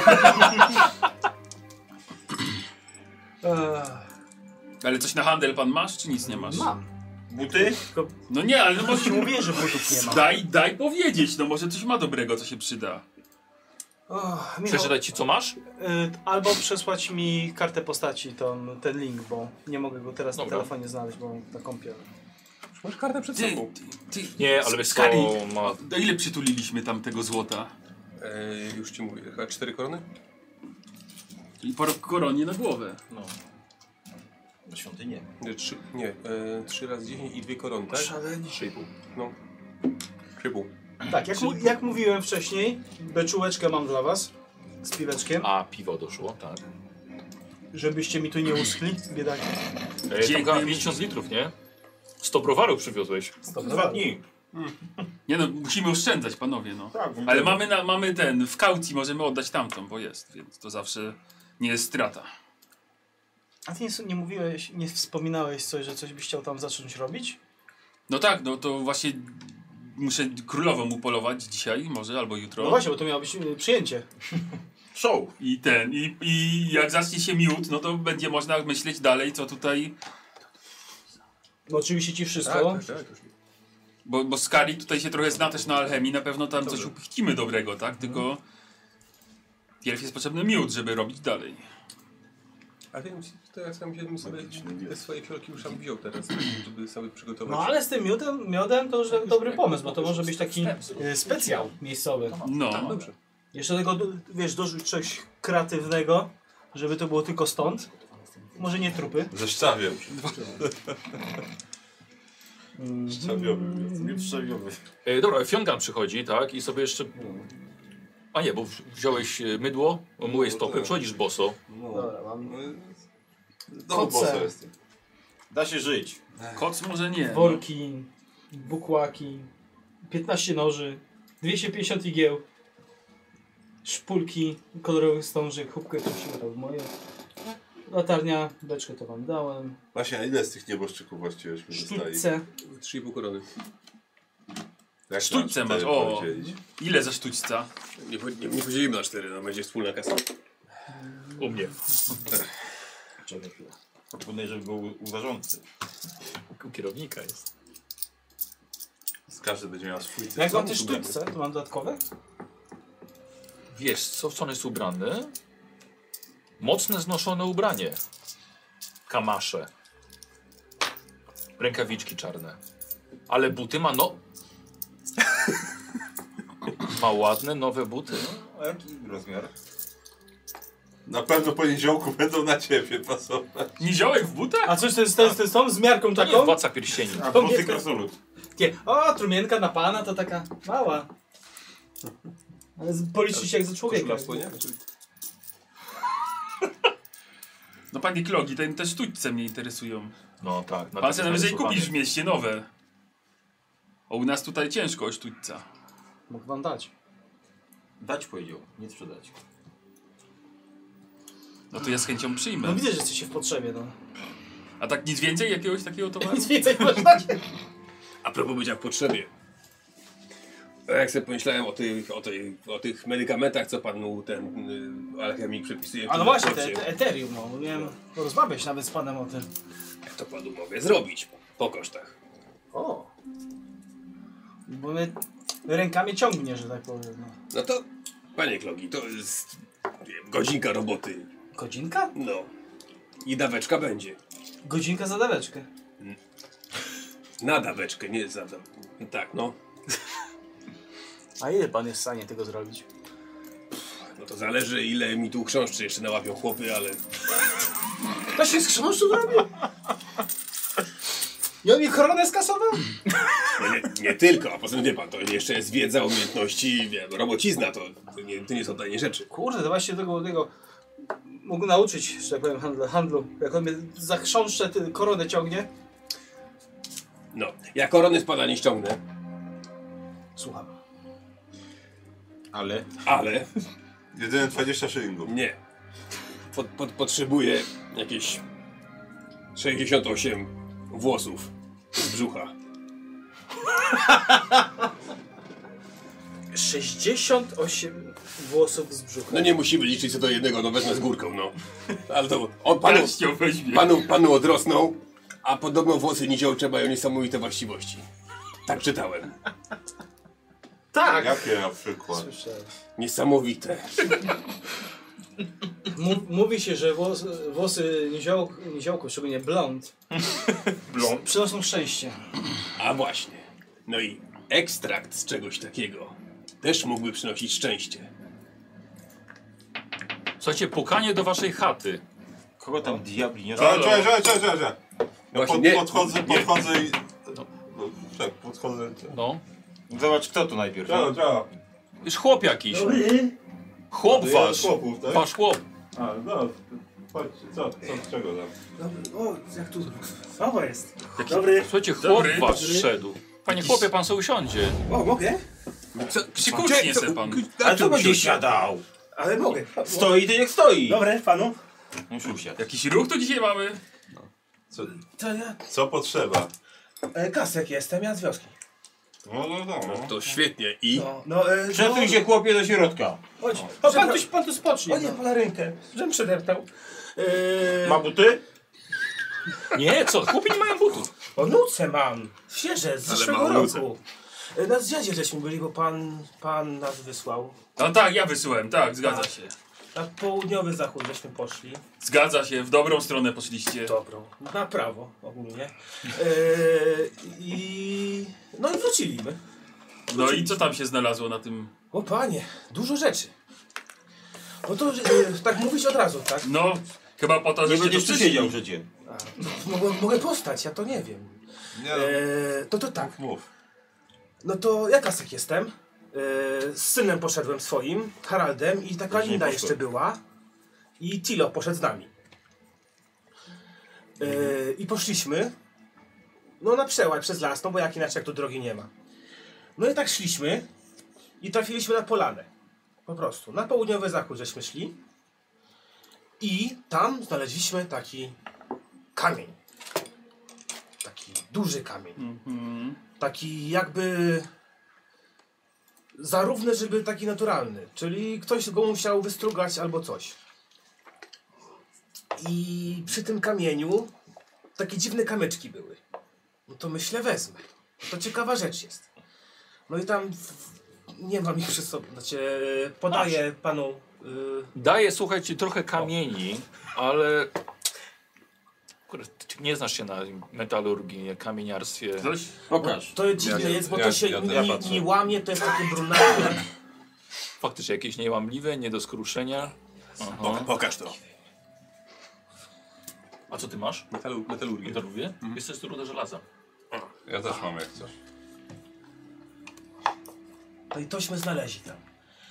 Ale coś na handel pan masz, czy nic nie masz? Mam. Buty? No nie, ale no Ci może... mówię, że butów nie mam. Daj powiedzieć, no może coś ma dobrego, co się przyda. Michał, Przeczytaj ci co masz? albo przesłać mi kartę postaci, ten link, bo nie mogę go teraz Dobra. na telefonie znaleźć, bo na kąpie. Masz kartę przed sobą. Ty, Nie, ale wiesz co, Skali, ma... do ile przytuliliśmy tam tego złota? Już ci mówię, chyba 4 korony? I po koronie na głowę. No. Na świątynię. Nie, 3 razy 10 i 2 korony, tak? Szalenie. 3,5. No. 3,5. Tak, jak mówiłem wcześniej, beczułeczkę mam dla was z piweczkiem, A, piwo doszło, tak. żebyście mi tu nie uschli, biedaki. Tam Dziękuję. 50 litrów, nie? 100 browarów przywiozłeś. 2 dni. Nie no, musimy oszczędzać, panowie, no. Tak, Ale mamy w kaucji możemy oddać tamtą, bo jest, więc to zawsze nie jest strata. A ty nie mówiłeś, nie wspominałeś coś, że coś byś chciał tam zacząć robić? No tak, no to właśnie muszę królową upolować dzisiaj, może, albo jutro. No właśnie, bo to miało być przyjęcie. Show. I jak zacznie się miód, no to będzie można myśleć dalej, co tutaj... No oczywiście ci wszystko. Tak. Bo Skali tutaj się trochę zna też na alchemii, na pewno tam coś upichcimy dobrego, tak? Tylko pierw jest potrzebny miód, żeby robić dalej. A wiem, teraz sam bym sobie te swoje fiolki już tam wziął teraz, żeby sobie przygotować. No ale z tym miodem to już dobry pomysł, bo to może być taki specjał miejscowy. No, Dobrze. Jeszcze tego, wiesz, dorzuć coś kreatywnego, żeby to było tylko stąd. Może nie trupy. Ze szczawiem. Szczawiowy. Dobra, Fiongan przychodzi, tak? I sobie jeszcze... A nie, bo wziąłeś mydło, umyłeś stopy, przychodzisz boso. Dobra, mam No, Koce. boso jestem. Da się żyć. koc może nie. worki, bukłaki, 15 noży, 250 igieł, szpulki kolorowych wstążek, chłopkę to przygotał moje. Latarnia, beczkę to wam dałem. Właśnie, a ile z tych nieboszczyków właściwie już mi zostali? Sztućce. 3,5 korony. Jak Sztućce mam masz, cztery o. podzielić? Ile za sztućca? Nie podzielimy na 4, no będzie wspólna kasa. U mnie. Proponuję, żeby był u zarządcy. U kierownika jest. Każdy będzie miał swój Jak mam co? te sztućce, to mam dodatkowe? Wiesz co, w co on jest ubrany? Mocne, znoszone ubranie. Kamasze. Rękawiczki czarne. Ale buty ma, no... Ma ładne, nowe buty. A jaki rozmiar? Na pewno po poniedziałku będą na ciebie pasować. Niziołek w butach? A coś to jest z tą z miarką To nie jest taką? władca pierścieni. A To prosty nie- krasolud. Nie. O, trumienka na pana to taka mała. Ale policzyć jak za człowieka. Koszula spłynie? No panie Klogi, te sztućce mnie interesują. No tak. Pan sobie najwyżej kupisz w mieście nowe. A u nas tutaj ciężko o sztućca. Mógł wam dać. Dać powiedział, nie sprzedać. No to ja z chęcią przyjmę. No widzę, że jesteście w potrzebie, no. A tak nic więcej jakiegoś takiego towaru? Nic więcej nie masz dać. A propos bycia w potrzebie. Jak sobie pomyślałem o tych medykamentach, co panu ten alchemik przepisuje w A no tym właśnie, raporcie. te Ethereum, no. Miałem porozmawiać nawet z panem o tym. Jak to panu mogę zrobić po kosztach? O. Bo my rękami ciągnie, że tak powiem. No. No to, panie Klogi, to jest nie wiem, godzinka roboty. Godzinka? No. I daweczka będzie. Godzinka za daweczkę. Na daweczkę, nie za tak, no. A ile pan jest w stanie tego zrobić? No to zależy, ile mi tu chrząszczy jeszcze nałapią chłopy, ale... To się z chrząszczu robi? I on mi koronę skasował? Nie tylko, a poza tym wie pan, to jeszcze jest wiedza, umiejętności, wiem, robocizna, to nie są tanie rzeczy. Kurde, to właśnie tego mógł nauczyć, że tak powiem, handlu. Jak on mnie za chrząszcze koronę ciągnie. No, ja korony z pana nie ściągnę, Słucham. ale Jedyne 20 szylingów. nie. Potrzebuję jakieś 68 włosów z brzucha. 68 włosów z brzucha. No nie musimy liczyć co do jednego, no wezmę z górką, no. Ale to Garścią weźmie. panu odrosną, a podobno włosy niziołcze mają niesamowite właściwości. Tak czytałem. Tak! Jakie na przykład? Słyszałem. Niesamowite. Mówi się, że włosy niziołków, szczególnie blond, przynoszą szczęście. A właśnie. No i ekstrakt z czegoś takiego też mógłby przynosić szczęście. Słuchajcie, pukanie do waszej chaty. Kogo tam diabli nie Czekaj. Ja Właśnie nie- podchodzę i... Tak, podchodzę... No. Zobacz kto tu najpierw. Działa. Jest chłop jakiś. Chłop To ja wasz. chłopów, tak? Wasz chłop. A, no, chodźcie, czego tam? O, jak tu słabo jest. Jaki, Dobry. Słuchajcie, chłop Dobry. wasz szedł. Panie chłopie, pan sobie usiądzie. O, mogę? Przykucznie se pan. Ale to będzie siadał. Ale mogę. Stoi to niech stoi. Dobre, panu? Już usiadł. Jakiś ruch tu dzisiaj mamy? To ja Co potrzeba? Kasek jestem, ja z wioski. No. To świetnie. I Przesuń się chłopie do środka. Chodź, O, pan tu spocznie. O nie, pana rękę, żebym przedeptał. Ma buty? Nie, co? Chłopi nie mają butów. O nuce mam, świeże, z Ale zeszłego małą nucę. roku. Na zjadzie żeśmy byli, bo pan nas wysłał. No tak, ja wysyłem, tak, zgadza się. Na południowy zachód żeśmy poszli. Zgadza się, w dobrą stronę poszliście. Dobrą, na prawo ogólnie. No i wróciliśmy. No i co tam się znalazło na tym? O panie, dużo rzeczy. No to tak mówić od razu, tak? No, chyba po to, Nie żeście tu będziesz tu przyszli. siedział przecież. Mogę postać, ja to nie wiem. Nie, To tak. mów. No to ja Kasek jestem. Z synem poszedłem swoim, Haraldem i taka Linda jeszcze była. I Tilo poszedł z nami. I poszliśmy. No na przełaj przez las, no bo jak inaczej jak tu drogi nie ma. No i tak szliśmy i trafiliśmy na polanę. Po prostu. Na południowy zachód żeśmy szli. I tam znaleźliśmy taki kamień. Taki duży kamień. Taki jakby zarówno, żeby taki naturalny. Czyli ktoś go musiał wystrugać albo coś. I przy tym kamieniu takie dziwne kamyczki były. No to myślę wezmę. To ciekawa rzecz jest. No i tam nie mam ich przy sobie. Znaczy podaję panu... Daję, słuchajcie, trochę kamieni, ale... Kurde, ty nie znasz się na metalurgii, kamieniarstwie. Coś? Pokaż. To dziwne jest, bo to się ja patrzę. nie łamie, to jest takie brunatne. Faktycznie jakieś niełamliwe, nie do skruszenia. Aha. pokaż to. A co ty masz? Metalurgię. Metalurgię? Jest też ruda żelaza. Ja też mam jak coś. No i tośmy znaleźli tam.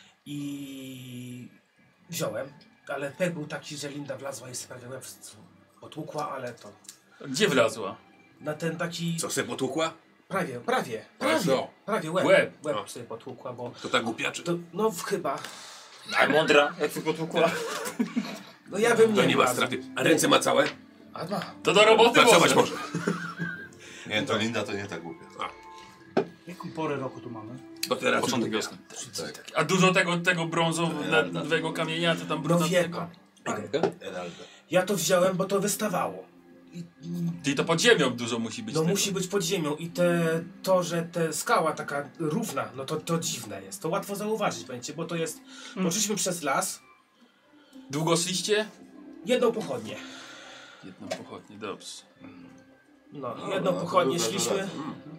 I wziąłem, ale pech był taki, że Linda wlazła i prawie łeb potłukła, ale to Gdzie wlazła? Na ten taki... Co se potłukła? Prawie Łeb. łeb sobie potłukła, bo... To tak głupiaczy. To, no chyba. A mądra, jak się potłukła. No ja bym To nie ma wlazł. straty. A ręce ma całe? A ma. To do roboty Pracować może. Nie, to Linda to nie tak głupia. Jaką porę roku tu mamy? To teraz Początek wiosny. A dużo tego brązowego kamienia, to tam No brunatnego? Eralda. Ja to wziąłem, bo to wystawało. Czyli to pod ziemią dużo musi być No tego. musi być pod ziemią i to, że ta skała taka równa, no to dziwne jest. To łatwo zauważyć będzie, bo to jest... Poszliśmy przez las, Długo szliście? jedną pochodnię. Jedną pochodnię, dobrze. No, jedną pochodnię szliśmy.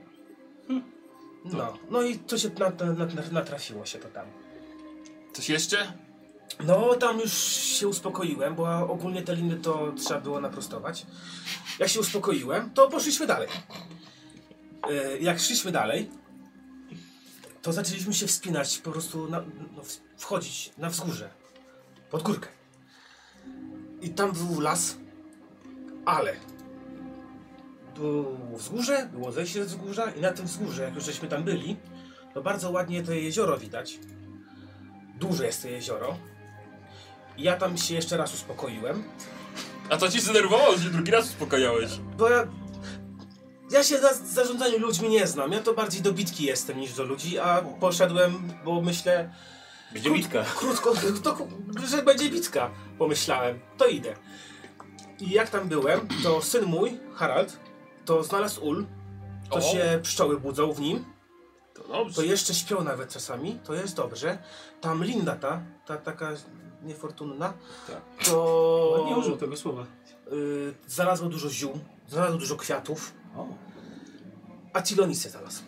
No i to się natrafiło się to tam. Coś jeszcze? No, tam już się uspokoiłem, bo ogólnie te liny to trzeba było naprostować. Jak się uspokoiłem, to poszliśmy dalej. Jak szliśmy dalej, to zaczęliśmy się wspinać, po prostu wchodzić na wzgórze, pod górkę. I tam był las, ale było wzgórze, było zejście ze wzgórza i na tym wzgórze, jak już żeśmy tam byli, to bardzo ładnie to jezioro widać. Duże jest to jezioro. I ja tam się jeszcze raz uspokoiłem. A co ci zdenerwowało, że się drugi raz uspokajałeś? Bo ja się na zarządzaniu ludźmi nie znam. Ja to bardziej do bitki jestem niż do ludzi, a poszedłem, bo myślę... Będzie bitka. Krótko, że będzie bitka, pomyślałem. To idę. I jak tam byłem, to syn mój, Harald, to znalazł ul. To się pszczoły budzą w nim. To dobrze. To jeszcze śpią nawet czasami. To jest dobrze. Tam Linda ta taka niefortunna, to... Nie użył tego słowa. Znalazło dużo ziół, znalazło dużo kwiatów. A Cilonis się znalazł.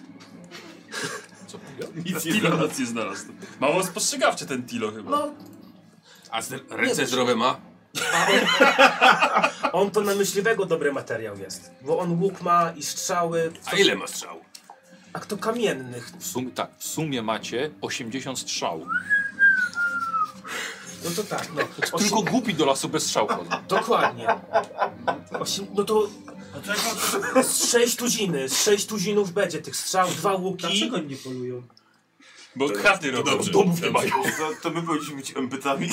Co powiedział? Tilo nic nie znalazł. Mało spostrzegawczy ten Tilo chyba. No, A ręce zdrowe ma? on to na myśliwego dobry materiał jest. Bo on łuk ma i strzały. A ile ma strzał? A kto kamiennych? W sumie macie 80 strzał. No to tak, no. Tylko głupi do lasu bez strzał chodzą. Dokładnie. No to z 6 tuziny, z 6 tuzinów będzie tych strzał, 2 łuki. Dlaczego nie polują? Bo chaty robią. dobrze. Domów nie mają. To my powinniśmy być empytami.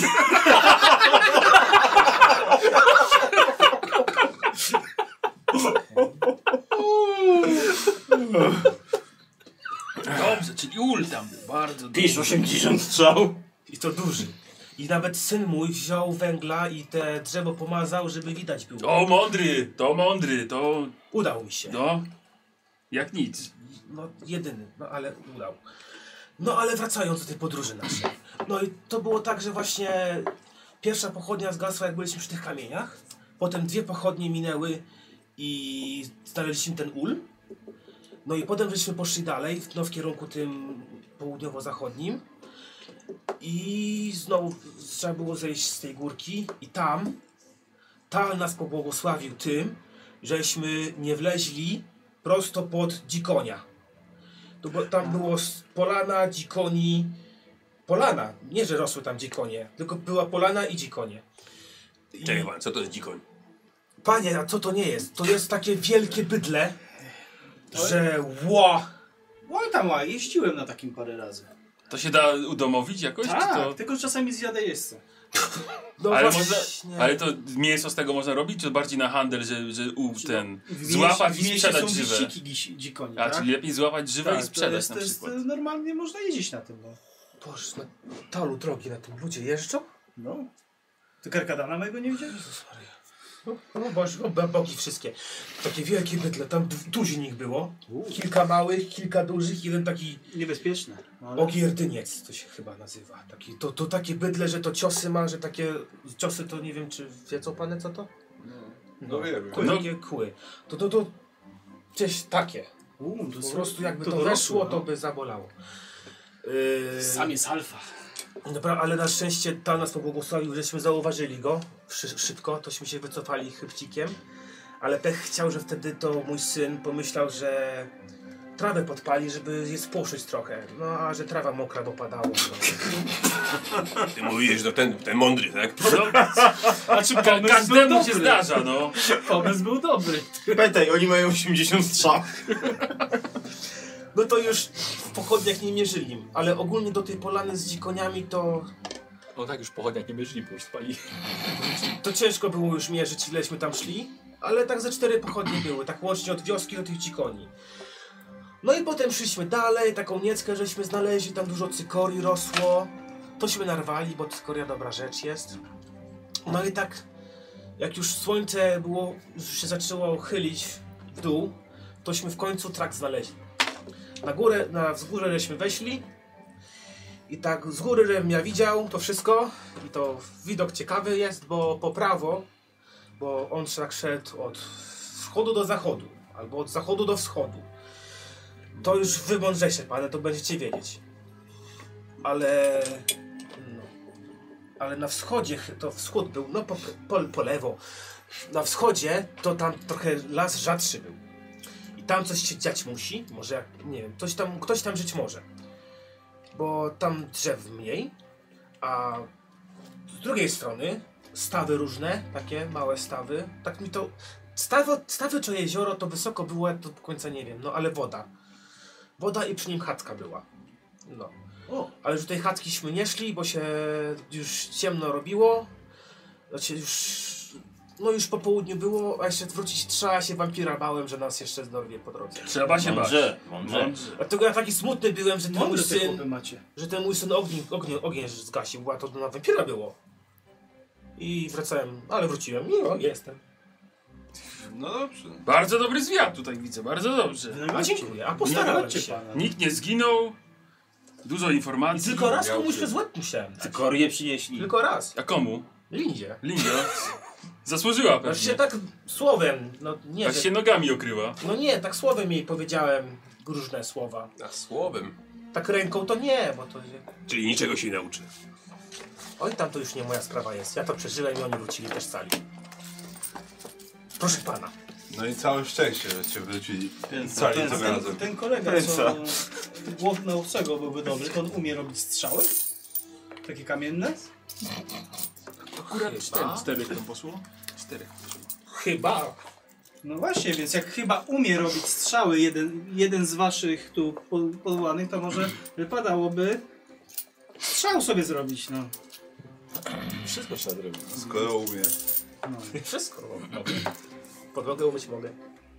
Dobrze, czyli ul tam był. Bardzo Pisz dobrze. 80 strzał. I to duży. I nawet syn mój wziął węgla i te drzewo pomazał, żeby widać było. O, mądry, to... Udał mi się. No, jak nic. No jedyny, no ale udał. No ale wracając do tej podróży naszej. No i to było tak, że właśnie pierwsza pochodnia zgasła, jak byliśmy przy tych kamieniach. Potem 2 pochodnie minęły i znaleźliśmy ten ul. No i potem żeśmy poszli dalej, w kierunku tym południowo-zachodnim. I znowu trzeba było zejść z tej górki i tam Tal nas pobłogosławił tym, żeśmy nie wleźli prosto pod dzikonia. Tam było polana, dzikoni, polana, nie że rosły tam dzikonie, tylko była polana i dzikonie. Czekaj pan, co to jest dzikoń? Panie, a co to nie jest? To jest takie wielkie bydle, że ła! Oj tam, jeździłem na takim parę razy. To się da udomowić jakoś? Tak, Czy to... tylko czasami zjada jeźdźce. No Ale, właśnie. ale to mięso z tego można robić, czy bardziej na handel, że złapać i sprzedać są żywe? wiściki dzikoni, A, tak? czyli lepiej złapać żywe Tak, i sprzedać to na jest, przykład. normalnie można jeździć na tym, no. Boże, na Talu drogi na tym ludzie jeżdżą? No. Ty Karkadana mojego nie widziałeś? No Boże, bogi wszystkie. Takie wielkie bydle, tam tuzin ich było. Kilka małych, kilka dużych, jeden taki Niebezpieczne. No, ale... ogierdyniec to się chyba nazywa. To takie bydle, że to ciosy ma, że takie ciosy to nie wiem, czy wiedzą panie co to? No wiem. Kły, takie kły. To gdzieś takie. Po prostu jakby to weszło, to by zabolało. Sam jest alfa. Dobra, ale na szczęście Tal nas pobłogosławił, żeśmy zauważyli go szybko, tośmy się wycofali chybcikiem, ale pech chciał, że wtedy to mój syn pomyślał, że trawę podpali, żeby je spłoszyć trochę. No a że trawa mokra, bo padało. No. Ty mówisz, że ten mądry, tak? Znaczy Każdemu się zdarza, no. Pomysł był dobry. Pamiętaj, oni mają 80 strzał. No to już w pochodniach nie mierzyli, ale ogólnie do tej polany z dzikoniami to No tak, już pochodniak nie mierzyli, bo już spali. ciężko było już mierzyć, ileśmy tam szli, ale tak ze 4 pochodnie były, tak łącznie od wioski do tych dzikoni. No i potem szliśmy dalej, taką nieckę żeśmy znaleźli, tam dużo cykorii rosło. Tośmy narwali, bo cykoria dobra rzecz jest. No i tak, jak już słońce było, już się zaczęło chylić w dół, tośmy w końcu trakt znaleźli. Na górę, na wzgórze żeśmy weszli i tak z góry żebym ja widział to wszystko i to widok ciekawy jest, bo po prawo, bo on tak szedł od wschodu do zachodu, albo od zachodu do wschodu. To już wy mądrzejsze, panie, to będziecie wiedzieć. Ale... No, ale na wschodzie, to wschód był, no po lewo. Na wschodzie to tam trochę las rzadszy był. I tam coś się dziać musi, może, nie wiem, ktoś tam żyć może. Bo tam drzew mniej, a z drugiej strony stawy różne, takie małe stawy. Tak mi to... Stawy czy jezioro to wysoko było, to do końca nie wiem, no ale woda. Woda i przy nim chatka była. No. O, ale już do tej chatkiśmy nie szli, bo się już ciemno robiło. Znaczy już po południu było, a jeszcze wrócić trzeba, się wampira bałem, że nas jeszcze zdorwie po drodze. Trzeba się bać. Mądrze. Dlatego ja taki smutny byłem, że ten mój Mądre te syn, chłopy macie. ogień zgasił, a to na wampira było. I wracałem, ale wróciłem. No, jestem. No dobrze. Bardzo dobry zwiat tutaj widzę, bardzo dobrze. A dziękuję, a postarałem Nagradźcie się. pana. Nikt nie zginął, dużo I informacji. tylko raz komuś przez łeb musiałem dać. Cykorię przynieśli. Tylko raz. A komu? Lindzie. Linda? Zasłużyła Znaczy się pewnie. tak słowem, no nie, Tak że, się nogami okryła. no nie, tak słowem jej powiedziałem różne słowa. A słowem. Tak ręką to nie, bo to... Czyli niczego się nie nauczy. Oj, tam to już nie moja sprawa jest. Ja to przeżyłem i oni wrócili też cali. Proszę pana. No i całe szczęście, żeście wrócili Pięca, cali pięca. tym razem. Ten kolega, co głowna obcego byłby dobry, to on umie robić strzały? Takie kamienne? Akurat czterech tam poszło? 4. Chyba. No właśnie, więc jak chyba umie robić strzały jeden z waszych tu powołanych, to może wypadałoby strzał sobie zrobić, no. Wszystko trzeba zrobić. Skoro umie. Wszystko. No. Podłogę umyć mogę.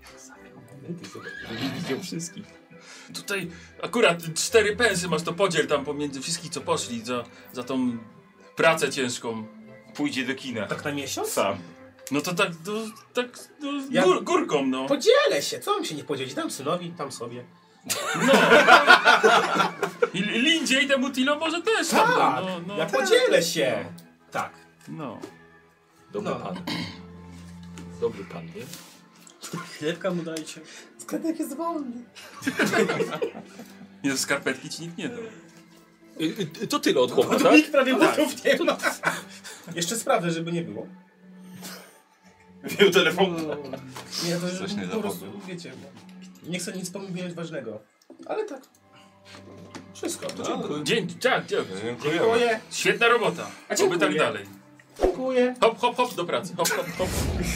Widział wszystkich. Tutaj akurat 4 pensy masz, to podziel tam pomiędzy wszystkich, co poszli za tą pracę ciężką. Pójdzie do kina. Tak na miesiąc? Sam. No to tak, Ja- górką, no. Podzielę się. Co mam się nie podzielić? Dam synowi, tam sobie. I Lindzie i temu Tilo może też Tak, tam, no. ja podzielę się. Tak. No. Dobry No. pan. Dobry pan, nie? Chlebka mu dajcie. Sklepek jest wolny. Nie, skarpetki ci nikt nie dał. To tyle od chłopa, tak? Nikt prawie butów nie ma. Jeszcze sprawdzę, żeby nie było. Wziął telefon. Nie, to Coś nie po prostu, zapomniał. wiecie, nie chcę nic pomówić ważnego. Ale tak. Wszystko. To dziękuję. Tak, dziękuję. Dziękujemy. Dziękuję. Świetna robota. A Oby dziękuję. tak dalej. Dziękuję. Hop, hop, hop do pracy. Hop, hop, hop.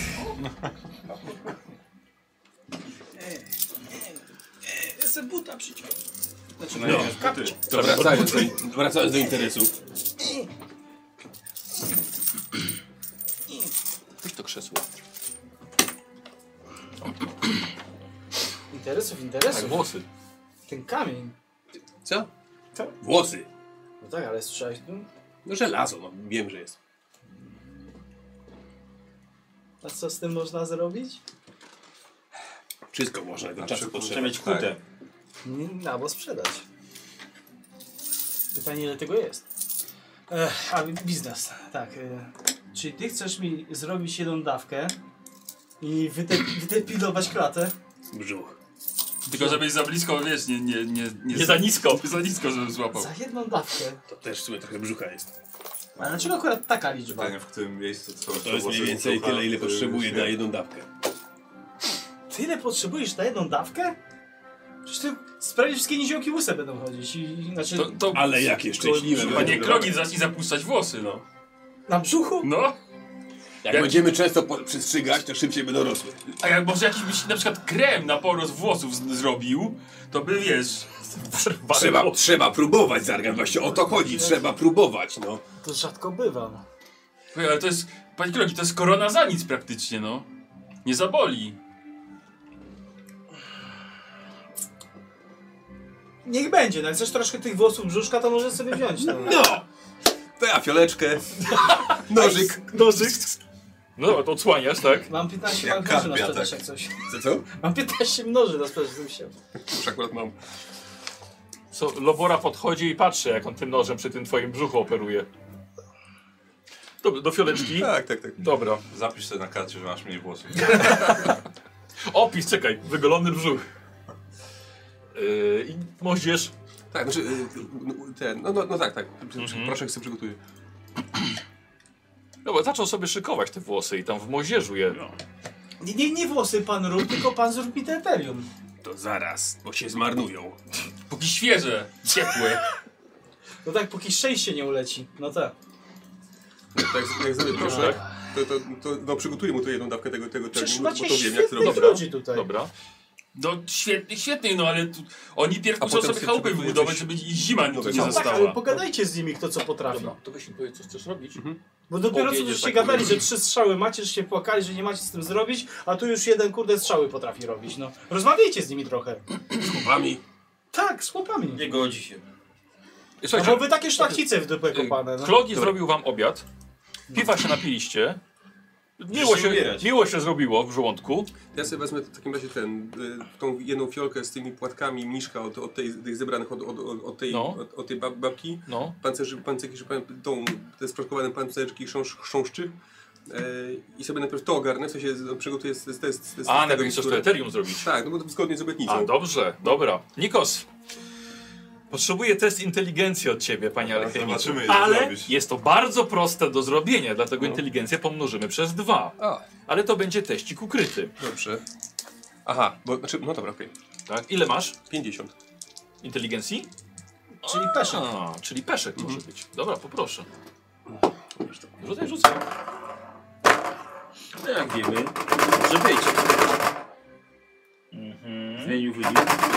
Ja sobie buta przyciągnę. To wracając do interesu. Weź to krzesło. Interesów. Tak, włosy. Ten kamień. Co? Włosy. No tak, ale słyszałeś tu? No żelazo, no wiem, że jest. A co z tym można zrobić? Wszystko można, do czasu Trzeba potrzeba. mieć kutę. Albo sprzedać. Pytanie, ile tego jest? A biznes, tak. Czyli ty chcesz mi zrobić jedną dawkę i wydepilować klatę? Brzuch. Tylko żebyś za blisko, wiesz, Nie za nisko. Za nisko, żeby złapał. Za jedną dawkę. To też w sumie trochę brzucha jest. A dlaczego akurat taka liczba? Pytanie, w którym miejscu są To jest mniej więcej tyle, ile potrzebuje na jedną dawkę. Tyle potrzebujesz na jedną dawkę? Przecież ty sprawisz, wszystkie niziołki łyse będą chodzić znaczy... Ale jakie szczęśliwe. Panie Klogi, zacznij zapuszczać włosy, no. Na brzuchu? No. Jak będziemy często przystrzygać, to szybciej będą rosły. A jak może jakiś byś na przykład krem na porost włosów zrobił, to by wiesz... Trzeba próbować, Zargan, właśnie o to chodzi, trzeba próbować, no. To rzadko bywa. No. Ale to jest, panie Klogi, to jest korona za nic praktycznie, no. Nie zaboli. Niech będzie, no jak chcesz troszkę tych włosów brzuszka, to możesz sobie wziąć. No. To ja fioleczkę, nożyk. No to odsłaniasz, tak? Mam 15 Jak noży na karpia, sprzedaż tak. jak coś. Co? Mam 15 mnoży na sprzedaż, żebym chciał. Już akurat mam. Co, Lobora podchodzi i patrzy, jak on tym nożem przy tym twoim brzuchu operuje. Dobra, do fioleczki? Tak. Dobra. Zapisz sobie na karcie, że masz mniej włosów. Opis, czekaj, wygolony brzuch. I moździerz. Tak, znaczy, tak. Proszę, sobie przygotuję. Dobra, zaczął sobie szykować te włosy i tam w moździerzu je. Nie włosy pan rób, tylko pan zrób mi te eterium. To zaraz, bo się zmarnują. Póki świeże, ciepłe. No tak, póki szczęście nie uleci. No tak. Jak zrobię proszę, to przygotuję mu tu jedną dawkę tego Przecież bo macie to wiem, jak to robić. świetnych ludzi tutaj. Dobra. No świetnie, no ale oni pierw A muszą potem sobie sobie chałupy przygotuje wybudować, coś- żeby i zima tu nie No tak, została. ale pogadajcie z nimi, kto co potrafi. Dobra, to weź mi powiedz, co chcesz robić. Bo dopiero co Powiedzieć, żeście tak gadali, powiem. że 3 strzały macie, że się płakali, że nie macie z tym zrobić, a tu już jeden kurde strzały potrafi robić, no. Rozmawiajcie z nimi trochę. Z chłopami. Tak, z chłopami. Nie godzi się. No Słuchajcie, bo wy takie szlachcice w dupę kopane, no. Klogi zrobił wam obiad. Piwa się napiliście. Miło się zrobiło w żołądku. Ja sobie wezmę w takim razie tą jedną fiolkę z tymi płatkami mniszka od tych zebranych od tej babki. No. Pancerzy, te sproszkowane pancerzyki chrząszczy. I sobie najpierw to ogarnę, w sensie przygotuję A, najpierw chcesz to eterium zrobić. Tak, no bo to zgodnie z obietnicą. A, dobrze, dobra. Nikos, potrzebuję test inteligencji od ciebie, panie alchemiku. Zobaczymy, ile Ale zrobisz. jest to bardzo proste do zrobienia, dlatego inteligencję pomnożymy przez 2. A, Ale to będzie teścik ukryty. dobrze. Aha, no dobra, okej. Tak? Ile masz 50. inteligencji? Czyli peszek. A, czyli peszek może być. Dobra, poproszę. Rzucaj. No jak wiemy, może być. Zmienił wynik.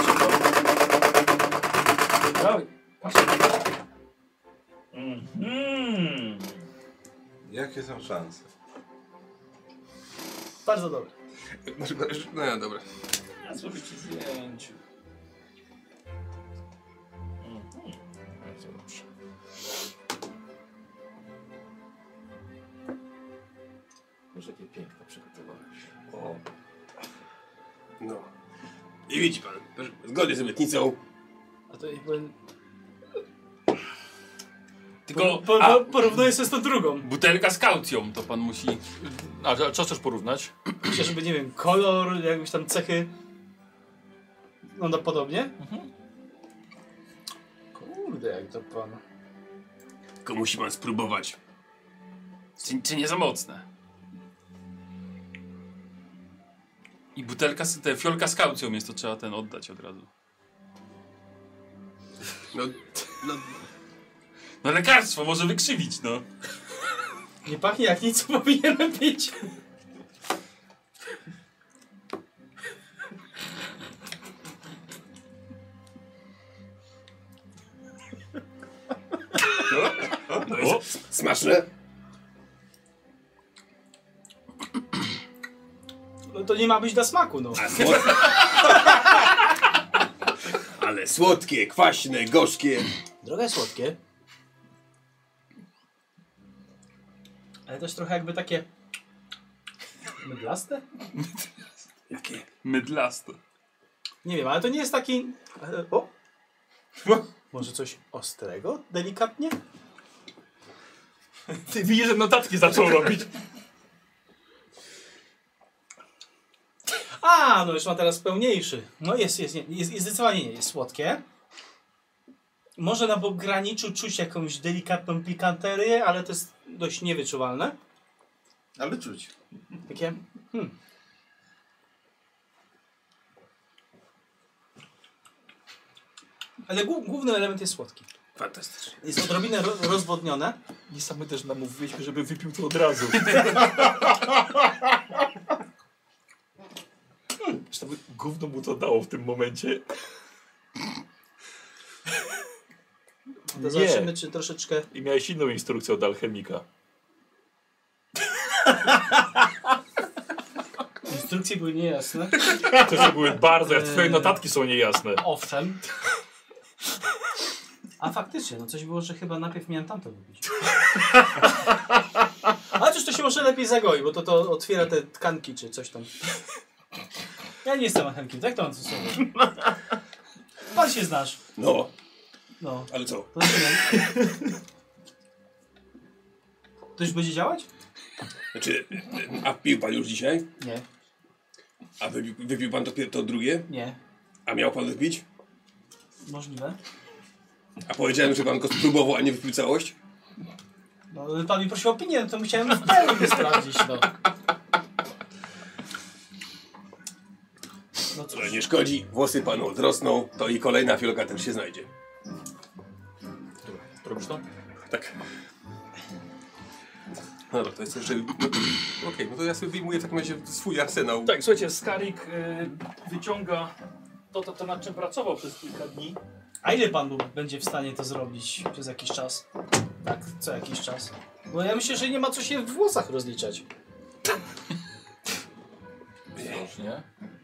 Dawaj. Jakie są szanse? Bardzo dobre. No ja, dobra. Ja zrobię ci zdjęcie. Bardzo dobrze. Boże, jakie piękne przygotowałeś. O. No. I widzi pan, zgodnie z obietnicą. A to jakby... Tylko Porównuję się z tą drugą. butelka z kaucją, to pan musi... A co chcesz porównać? Chociażby, nie wiem, kolor, jakieś tam cechy. Wygląda podobnie? Kurde, jak to pan... Tylko musi pan spróbować. Czy nie za mocne? I butelka, fiolka z kaucją jest, to trzeba ten oddać od razu. No lekarstwo może wykrzywić, no. Nie pachnie jak nic, co powinienem pić. No jest smaczne. No to nie ma być dla smaku, no. Ale słodkie, kwaśne, gorzkie. Trochę słodkie. Ale też trochę jakby takie... mydlaste? Jakie? Mydlaste. Nie wiem, ale to nie jest taki... O! Może coś ostrego? Delikatnie? Ty widzisz, że notatki zaczął robić. A, no już ma teraz pełniejszy. No jest zdecydowanie nie, jest słodkie. Może na pograniczu czuć jakąś delikatną pikanterię, ale to jest dość niewyczuwalne. Ale czuć. Takie... Ale główny element jest słodki. Fantastycznie. Jest odrobinę rozwodnione. I sami też namówiliśmy, żeby wypił to od razu. Zresztą gówno mu to dało w tym momencie. To zobaczymy, czy troszeczkę... I miałeś inną instrukcję od alchemika. Instrukcje były niejasne. To były bardzo, jak twoje notatki są niejasne. Owszem. A faktycznie, no coś było, że chyba najpierw miałem tamto wypić. Ale cóż, to się może lepiej zagoi, bo to otwiera te tkanki czy coś tam. Ja nie jestem alchemikiem, tak to mam co sobie. Pan się znasz. No, No, ale co? to zaczynam. To już będzie działać? Znaczy, a pił pan już dzisiaj? Nie, A wypił pan to drugie? nie. A miał pan wypić? Możliwe. A powiedziałem, że pan go spróbował, a nie wypił całość? No, ale pan mi prosił o opinię, to musiałem w pełni sprawdzić, no. No cóż. Ale nie szkodzi, włosy panu odrosną, to i kolejna fiolka też się znajdzie. Robisz to? Tak. No dobra, to jest jeszcze... Okej, no to ja sobie wyjmuję w takim razie swój arsenał. Tak, słuchajcie, Skarik wyciąga to nad czym pracował przez kilka dni. A ile pan będzie w stanie to zrobić przez jakiś czas? Tak, co jakiś czas. Bo ja myślę, że nie ma co się w włosach rozliczać. Różnie.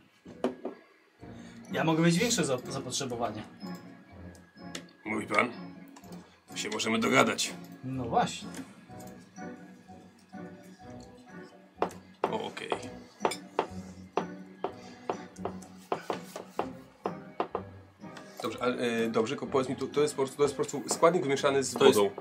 Ja mogę mieć większe zapotrzebowanie. Mówi pan? To się możemy dogadać. No właśnie. O, okej. Dobrze, ale dobrze, tylko powiedz mi, to jest po prostu składnik wymieszany z wodą.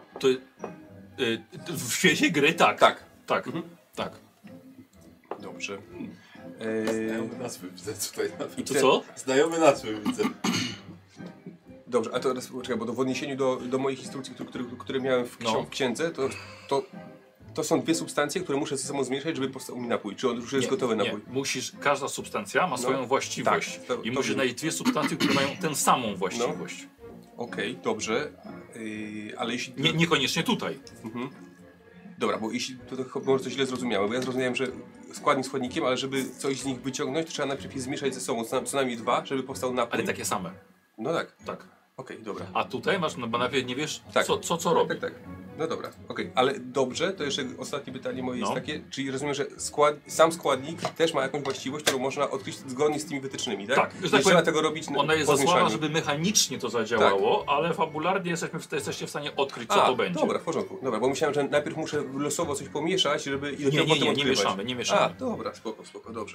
W świecie gry tak. Tak. Tak. Tak. Dobrze. Znajomy nazwy widzę tutaj. I To co? Znajomy nazwy widzę. Dobrze, a teraz poczekaj, bo w odniesieniu do moich instrukcji, które miałem w księdze, to są dwie substancje, które muszę ze sobą zmieszać, żeby powstał mi napój. Czy on już jest gotowy napój? Nie. Każda substancja ma swoją właściwość. Tak, I musisz znaleźć dwie substancje, które mają tę samą właściwość. Okej, dobrze. Ale jeśli... Niekoniecznie tutaj. Mhm. Dobra, bo jeśli to może coś źle zrozumiałem, bo ja zrozumiałem, że składnik składnikiem, ale żeby coś z nich wyciągnąć, to trzeba najpierw je zmieszać ze sobą, co najmniej dwa, żeby powstał napój. Ale takie same. No tak. Tak. Okej, dobra. A tutaj masz, no bo nawet nie wiesz, Tak. co robi. Tak. No dobra, okej. Ale dobrze, to jeszcze ostatnie pytanie moje jest takie, czyli rozumiem, że sam składnik też ma jakąś właściwość, którą można odkryć zgodnie z tymi wytycznymi, tak? Tak. Nie trzeba tego robić Ona jest po za słaba, zmieszaniu. żeby mechanicznie to zadziałało, ale fabularnie jesteście w stanie odkryć, co to będzie. Dobra, w porządku. Dobra, bo myślałem, że najpierw muszę losowo coś pomieszać, żeby i dopiero Nie potem odkrywać. nie mieszamy. A, dobra, spoko, dobrze.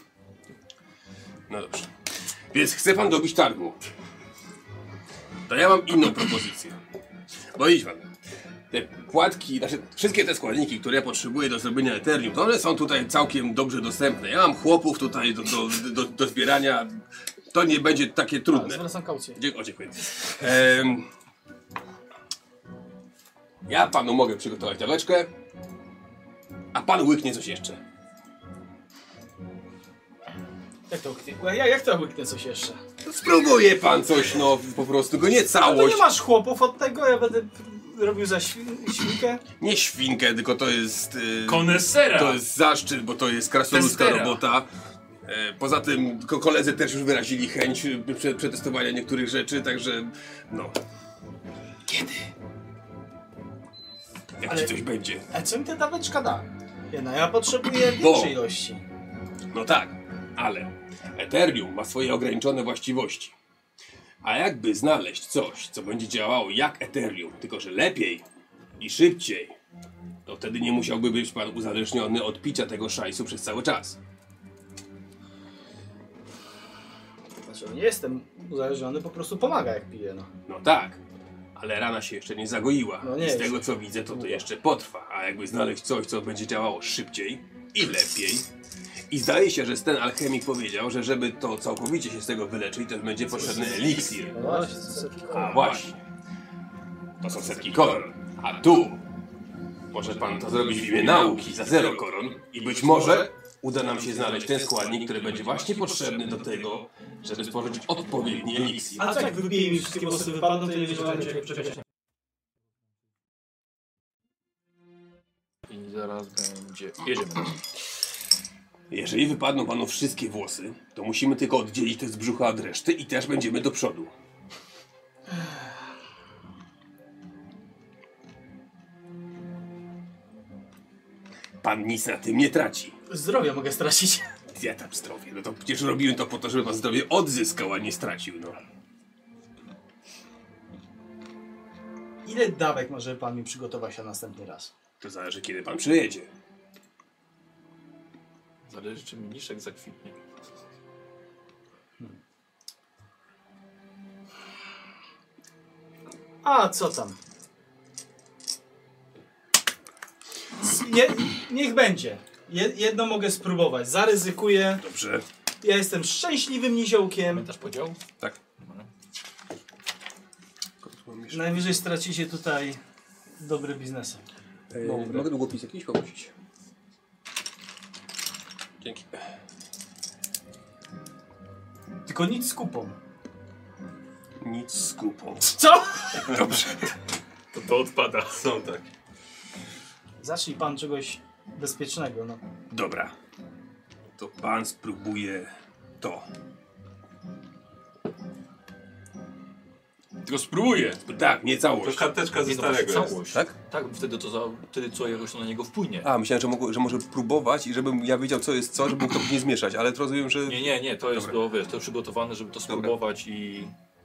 No dobrze. Więc chce pan dobić targu. To ja mam inną propozycję. Bo idź pan. Te płatki, znaczy wszystkie te składniki, które ja potrzebuję do zrobienia Eternium, to one są tutaj całkiem dobrze dostępne. Ja mam chłopów tutaj do zbierania. To nie będzie takie trudne. Zwracam kaucję. Dziękuję. Ja panu mogę przygotować taweczkę, a pan łyknie coś jeszcze. Jak to łyknie? Jak to łyknie coś jeszcze? Spróbuje pan coś, no po prostu, go nie Ale to całość. nie masz chłopów od tego? Ja będę robił za świnkę? Nie świnkę, tylko to jest... Konesera! To jest zaszczyt, bo to jest krasnoludzka Testera. robota. Poza tym koledzy też już wyrazili chęć przetestowania niektórych rzeczy, także no. Kiedy? Jak ci coś będzie? A co mi ta daweczka da? Ja potrzebuję większej ilości. No tak, ale Eternium ma swoje ograniczone właściwości. A jakby znaleźć coś, co będzie działało jak Eternium, tylko że lepiej i szybciej, to wtedy nie musiałby być pan uzależniony od picia tego szajsu przez cały czas. Znaczy, nie jestem uzależniony, po prostu pomaga jak piję, no. No tak, ale rana się jeszcze nie zagoiła. No nie I z jest. tego co widzę, to jeszcze potrwa. A jakby znaleźć coś, co będzie działało szybciej i lepiej. I zdaje się, że ten alchemik powiedział, że żeby to całkowicie się z tego wyleczyć, to będzie potrzebny eliksir. No właśnie, A właśnie. To są setki koron. A tu może pan to zrobić w imię nauki za 0 koron i być może uda nam się znaleźć ten składnik, który będzie właśnie potrzebny do tego, żeby stworzyć odpowiedni eliksir. A co jak wybije mi wszystkie włosy wypadną, to nie będzie jak przebiegać. I zaraz będzie... Jedziemy. Jeżeli wypadną panu wszystkie włosy, to musimy tylko oddzielić te z brzucha od reszty i też będziemy do przodu. Pan nic na tym nie traci. Zdrowie mogę stracić. Ja tam zdrowie. No to przecież robiłem to po to, żeby pan zdrowie odzyskał, a nie stracił, no. Ile dawek może pan mi przygotować na następny raz? To zależy, kiedy pan przyjedzie. Zależy, czy mniszek zakwitnie. A co tam? Niech będzie. Jedno mogę spróbować. Zaryzykuję. Dobrze. Ja jestem szczęśliwym niziołkiem. Pamiętasz podział? Tak. Najwyżej stracicie tutaj dobre biznesy. Mogę długopis jakiś poprosić? Dzięki. Tylko nic z kupą. Nic z kupą. Co? Dobrze. To odpada. Są takie. Zacznij pan czegoś bezpiecznego, no. Dobra. To pan spróbuje to. Tylko spróbuję. Tak, nie To całość. karteczka ze Nie, no właśnie starego jest. całość. Tak? Tak, wtedy co jakoś to na niego wpłynie. A, myślałem, że może próbować i żebym ja wiedział, co jest co, żeby mógł to później zmieszać, ale to rozumiem, że... Nie, to jest Dobra. wiesz, to przygotowane, żeby to spróbować i...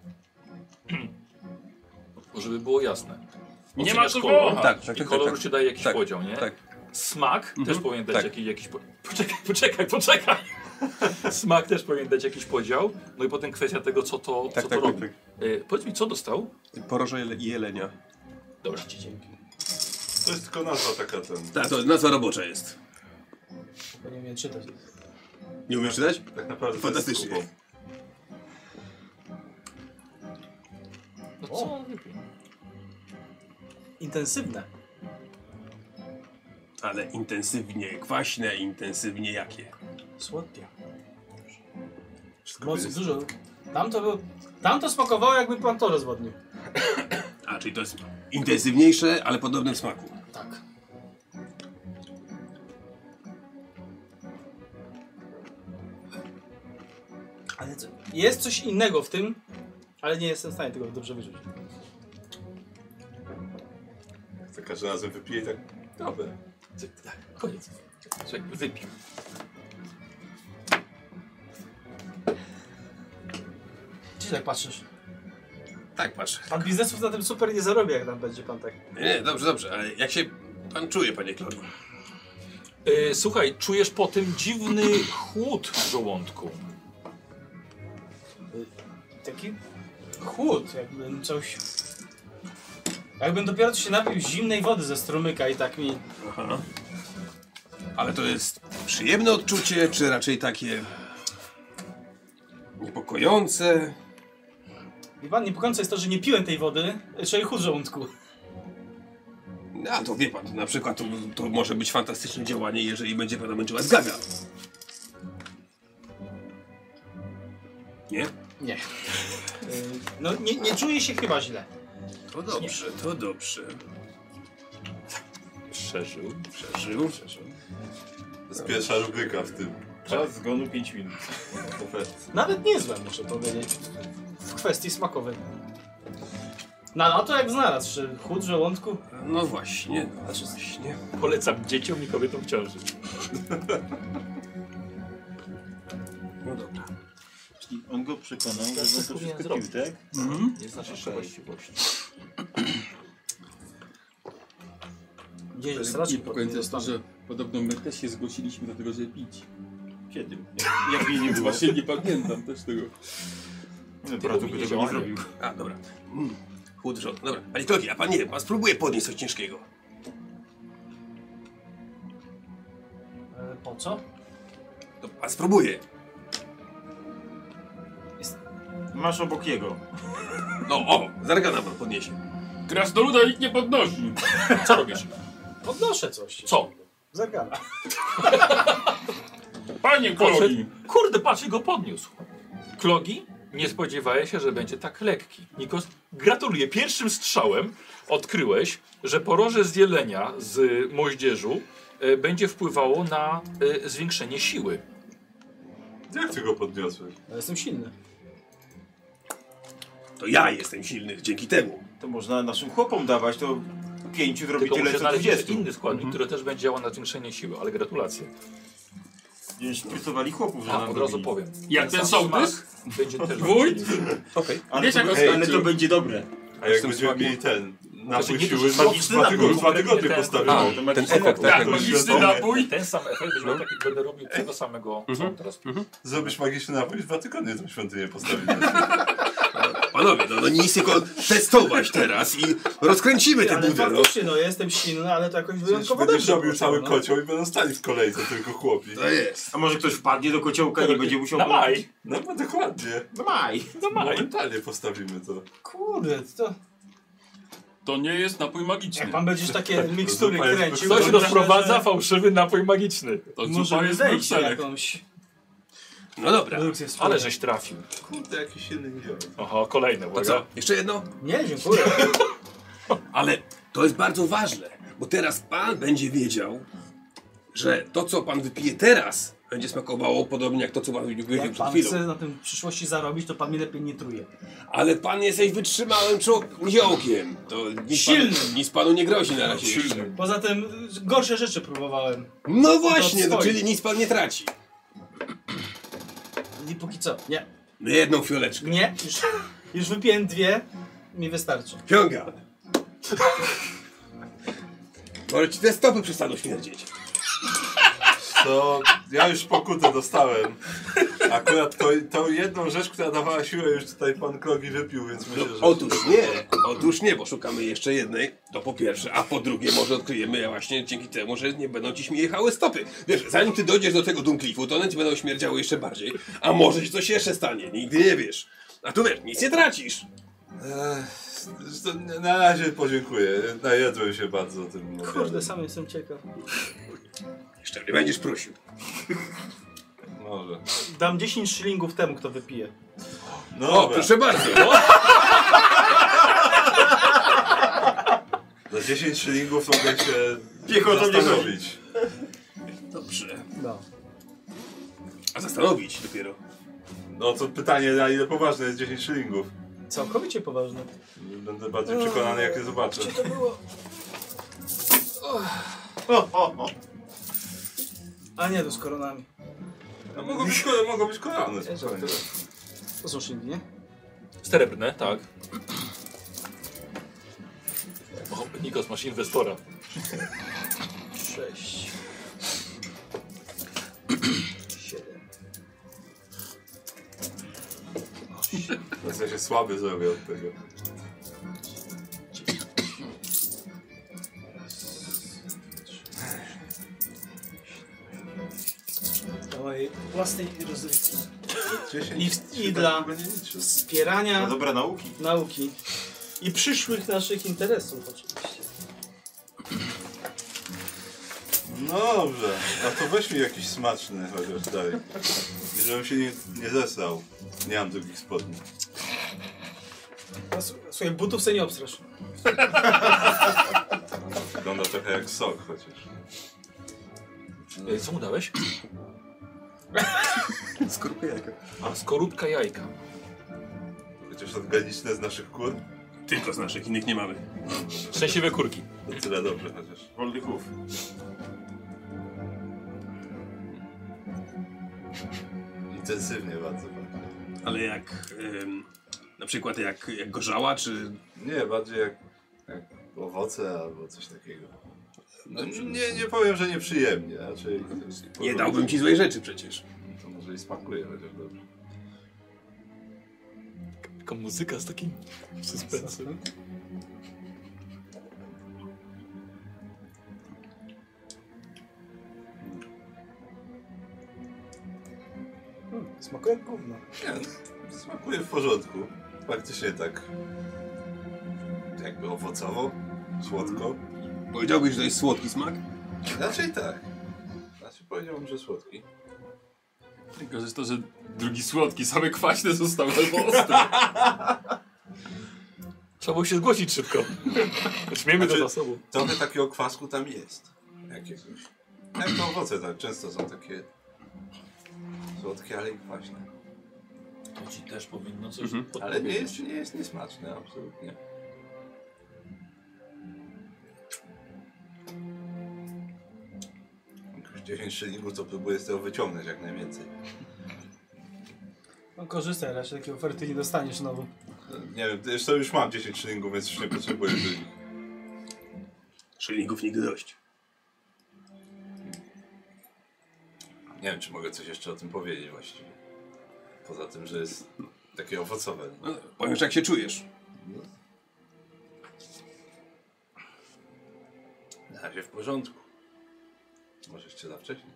żeby było jasne. Nie ma co kolor, wąchać. Tak, i kolor już ci daje jakiś tak, podział, nie? tak. Smak też powinien dać tak. jakiś Poczekaj. Smak też powinien dać jakiś podział. No i potem kwestia tego, co to robi. Tak. Powiedz mi, co dostał? Poroże i jelenia. Dobra, ci dzięki. To jest tylko nazwa taka ten. Tak, to nazwa robocza jest. Bo nie wiem czytać. Nie umiesz czytać? Tak naprawdę Fantastycznie. To jest No co on wypił? Intensywne. Ale intensywnie kwaśne, intensywnie jakie? Słodkie. wszystko Mocy jest. dużo. Tamto smakowało, jakby pan to rozwodnił. A, czyli to jest intensywniejsze, ale podobne w smaku. Tak. Ale co? Jest coś innego w tym, ale nie jestem w stanie tego dobrze wyczuć. Za każdym razem wypije tak. Dobra. Tak, koniec. Czekaj, wypił. Gdzie tak patrzysz? Tak, patrz. Pan biznesów na tym super nie zarobi, jak tam będzie pan tak. Nie, dobrze, ale jak się pan czuje, panie Klori? Słuchaj, czujesz po tym dziwny chłód w żołądku. Taki chłód, jakbym coś... Jakbym dopiero co się napił zimnej wody ze strumyka i tak mi... Aha. Ale to jest przyjemne odczucie, czy raczej takie niepokojące? Wie pan, niepokojące jest to, że nie piłem tej wody, czyli chłód w żołądku. A to wie pan, na przykład to może być fantastyczne działanie, jeżeli będzie pana męczyła zgaga. Nie? Nie. No nie czuję się chyba źle. To dobrze, to dobrze. Przeżył. Przeżył. To jest pierwsza rubryka w tym. Czas zgonu 5 minut. Nawet niezłe, muszę powiedzieć. W kwestii smakowej. No to jak znalazł, że chłód w żołądku? No właśnie, właśnie. Polecam dzieciom i kobietom w ciąży. No dobra. Czyli on go przekonał, że co on to powinien wszystko pił, zrobić? tak? Nie znasz jeszcze właściwości. Gdzieś stracił Niepokojące jest to, że podobno my też się zgłosiliśmy do tego, żeby pić. Kiedy? Jak mnie nie było? Właśnie nie pamiętam też tego. Bratu by tego nie zrobił. A, dobra. Chłód rząd. Dobra. Panie Kloki, a pan nie, pan spróbuje podnieść coś ciężkiego. Po co? To pan spróbuje. Masz obok jego. No, o, zargana pan podniesie. Krasnoluda nikt nie podnosi. Co robisz? Podnoszę coś. Co? Zergana. Panie podszedł. Klogi! Kurde, patrz, i go podniósł. Klogi nie spodziewałeś się, że będzie tak lekki. Nikos, gratuluję. Pierwszym strzałem odkryłeś, że poroże z jelenia z moździerzu będzie wpływało na zwiększenie siły. Jak ty go podniosłeś? Ja jestem silny. To ja jestem silny dzięki temu. To można naszym chłopom dawać, to 5 zrobi Tylko tyle muszę co znaleźć 20. inny składnik, który też będzie działał na zwiększenie siły, ale gratulacje. Będziemy szpricowali chłopów, że A, nam od razu robili. powiem. Jak ten sam sołtys? smak będzie też Wójt? Okej. Ale, Wiesz, jak to, go ale to będzie dobre. A jak będziemy mieli ten napój nie to, siły, że magiczny napój, dwa tygodnie ten- postawimy. A, to Ten magiczny efekt, napój. tak. Tak, magiczny świetny. napój. Ten sam efekt będzie miał taki, będę robił tego samego, co on teraz. Zrobisz magiczny napój i 2 tygodnie tą świątynię postawimy. Panowie, no nic tylko testować teraz i rozkręcimy tę Ale budę, no. faktycznie, no ja jestem silny, ale to jakoś wyjątkowo Będziesz dobrze robił poszło, cały no. kocioł i będą stali w kolejce tylko chłopi. To jest. A może ktoś wpadnie do kociołka i nie będzie musiał... Na maj! No bo dokładnie. Na maj! Na maj! Momentalnie postawimy to. Kurde, to... To nie jest napój magiczny. Jak pan będziesz takie mikstury zupa jest kręcił... bez Ktoś to rozprowadza myślę, fałszywy napój magiczny. To że zupa Możemy jest wejść na brukselek. jakąś No dobra. produkcję Ale żeś trafił. Kurde, jakiś silny nie wziąłem. Oho, kolejne, To uwaga. co? Jeszcze jedno? Nie, dziękuję. Ale to jest bardzo ważne, bo teraz pan będzie wiedział, że to, co pan wypije teraz, będzie smakowało podobnie jak to, co pan wypił Jak przed pan chwilą. chce na tym w przyszłości zarobić, to pan mnie lepiej nie truje. Ale pan jesteś wytrzymałym niziołkiem. To Silnym. nic panu nie grozi na razie. jeszcze. Poza tym gorsze rzeczy próbowałem. No właśnie, To no, swoje. czyli nic pan nie traci. I póki co. Nie. No jedną fioleczkę. Nie. Już wypiłem 2. Mi wystarczy. Ciąga. Może ci te stopy przestaną śmierdzieć. To ja już pokutę dostałem. Akurat tą jedną rzecz, która dawała siłę, już tutaj pan Klogi wypił, więc myślę, że... Otóż nie, bo szukamy jeszcze jednej, to po pierwsze, a po drugie może odkryjemy właśnie dzięki temu, że nie będą ci śmiechały stopy. Wiesz, zanim ty dojdziesz do tego Dunklifu, to one ci będą śmierdziały jeszcze bardziej, a może ci coś jeszcze stanie, nigdy nie wiesz. A tu wiesz, nic nie tracisz. Na razie podziękuję. Najedłem się bardzo tym Kurde, obiadem. sam jestem ciekaw. Jeszcze nie będziesz prosił. Może. Dam 10 szylingów temu, kto wypije. No O, dobra. proszę bardzo. Za 10 szylingów mogę się Piechotą nie zastanowić. Dobrze. No. A zastanowić dopiero. No to pytanie, na ile poważne jest 10 szylingów. Całkowicie poważne. Będę bardziej przekonany, jak je zobaczę. Gdzie to było? A nie, to z koronami. No, mogą być korony, spokojnie. To są szylingi, nie? Srebrne, tak. O, Nikos, masz inwestora. 6. 7. Teraz ja się słaby zrobię od tego. Do mojej własnej rozrywki. 10 I dla będzie liczył. wspierania No dobre nauki. nauki. I przyszłych naszych interesów oczywiście. No dobrze, a to weź mi jakiś smaczny chociaż daj. I żebym się nie zesrał. Nie mam drugich spodni. A słuchaj, butów sobie nie obstrasz. Wygląda trochę jak sok chociaż. Co mu dałeś? Skorupę jajka. A, skorupka jajka. Chociaż organiczne z naszych kur? Tylko z naszych, innych nie mamy. Szczęśliwe kurki. To tyle dobrze chociaż. Wolny chów. Intensywnie bardzo. Ale jak, na przykład jak gorzała, czy... Nie, bardziej jak owoce albo coś takiego. No, nie powiem, że nieprzyjemnie, raczej... Nie dałbym ci złej rzeczy przecież. To może i smakuje chociaż dobrze. Taka muzyka z takim suspensem. Smakuje jak gówno. Nie, smakuje w porządku. Faktycznie tak... jakby owocowo, słodko. Powiedziałbyś, że to jest słodki smak? Raczej tak. Znaczy powiedziałbym, że słodki. Tylko, że to, że drugi słodki, same kwaśne zostały albo ostre. Trzeba było się zgłosić szybko. Śmiejmy to za Znaczy, sobą. trochę takiego kwasku tam jest. Jakiegoś. Jak to owoce tak często są takie słodkie, ale i kwaśne. To ci też powinno coś Ale nie jest niesmaczne, absolutnie. Jak już 10 szylingów, to próbuję z tego wyciągnąć jak najwięcej. No korzystaj, raczej takiej oferty nie dostaniesz znowu. Nie wiem, zresztą już mam 10 szylingów, więc już nie potrzebuję szylingów. Szylingów nigdy dość. Nie wiem, czy mogę coś jeszcze o tym powiedzieć właściwie. Poza tym, że jest takie owocowe. No, powiesz, jak się czujesz. Na razie w porządku. Może jeszcze za wcześnie.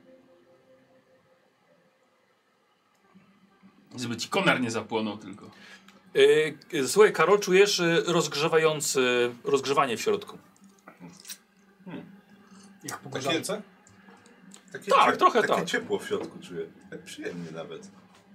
Żeby ci konar nie zapłonął tylko. Słuchaj, Karol, czujesz rozgrzewanie w środku. Jak po gorzałce? Takie Tak, trochę takie tak. ciepło w środku czuję. Tak przyjemnie nawet.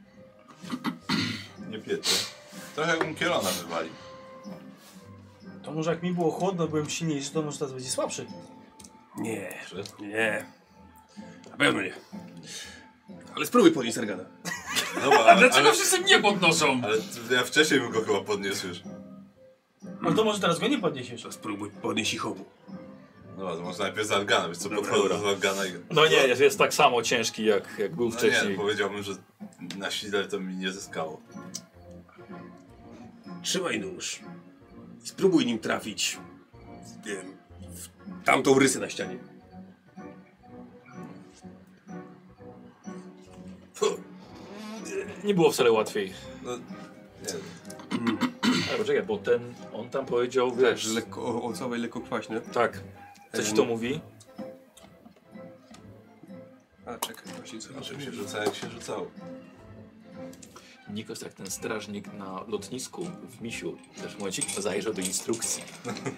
Nie piecze. Trochę jakbym kierona wywali. To może jak mi było chłodno, byłem silniejszy, to może teraz będzie słabszy. Nie, nie. Na pewno nie. Ale spróbuj podnieść Sargana. Dobra, A dlaczego wszyscy mnie podnoszą? Ale ja wcześniej bym go chyba podniósł już. No to może teraz go nie podniesiesz. To spróbuj podnieść ich obu. Dobra, to może najpierw Zargana, wiesz co, Dobra, podchodzę do dobra. Zargana i... No nie, jest tak samo ciężki jak był No wcześniej. nie, powiedziałbym, że na sile to mi nie zyskało. Trzymaj nóż. Spróbuj nim trafić w tamtą rysę na ścianie. Nie było wcale łatwiej. No, nie wiem. Ale poczekaj, bo on tam powiedział, Tak, wiesz... że lekko owocowe i lekko kwaśne. Tak. Co ci to mówi? A czekaj, właśnie co Na czym się rzuca, jak się rzucało. Nikos, jak ten strażnik na lotnisku w Misiu, też momencik zajrzał do instrukcji.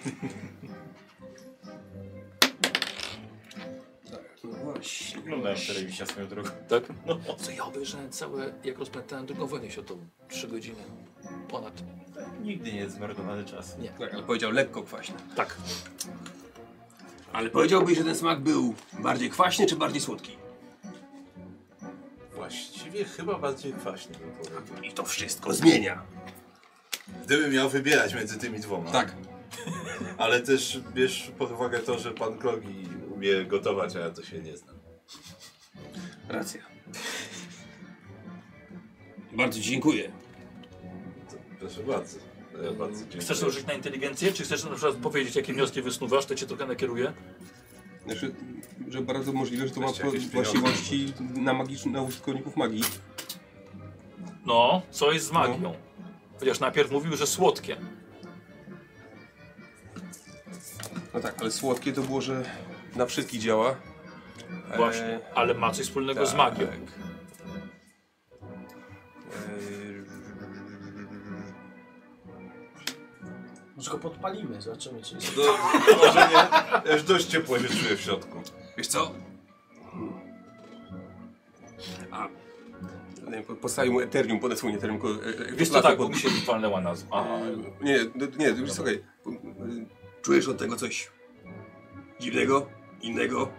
No właśnie. Oglądałem telewizję swoją drogą. Tak? No. Co ja obejrzałem całe, jak rozpętałem drugą wojnę światową. 3 godziny. Ponad. Nigdy nie jest zmarnowany czas. Nie. Tak, ale powiedział lekko kwaśne. Tak. Ale powiedziałbyś, że ten smak był bardziej kwaśny czy bardziej słodki? Właściwie chyba bardziej kwaśny bym powiedział. I to wszystko zmienia. Gdybym miał wybierać między tymi dwoma. Tak. Ale też bierz pod uwagę to, że pan Krogi umie gotować, a ja to się nie znam. Racja. Bardzo ci dziękuję. To, proszę bardzo. Ja bardzo dziękuję. Chcesz to użyć na inteligencję, czy chcesz na przykład powiedzieć, jakie wnioski wysnuwasz, to cię trochę nakieruje? Znaczy, że bardzo możliwe, że to ma Weźcie jakieś pieniądze. właściwości na użytkowników magii. No, coś z magią. Chociaż najpierw mówił, że słodkie. No tak, ale słodkie to było, że na wszystkich działa. Właśnie. Ale ma coś wspólnego z magią. Może go podpalimy, zobaczymy czy jest... Może nie. Ja już dość ciepło się czuję w środku. Wiesz co? Postawił mu Eternium, podesłał nie Eternium, tylko... Wiesz co, tak, bo mi się walnęła nazwa. Nie, już słuchaj. Czujesz od tego coś dziwnego, innego?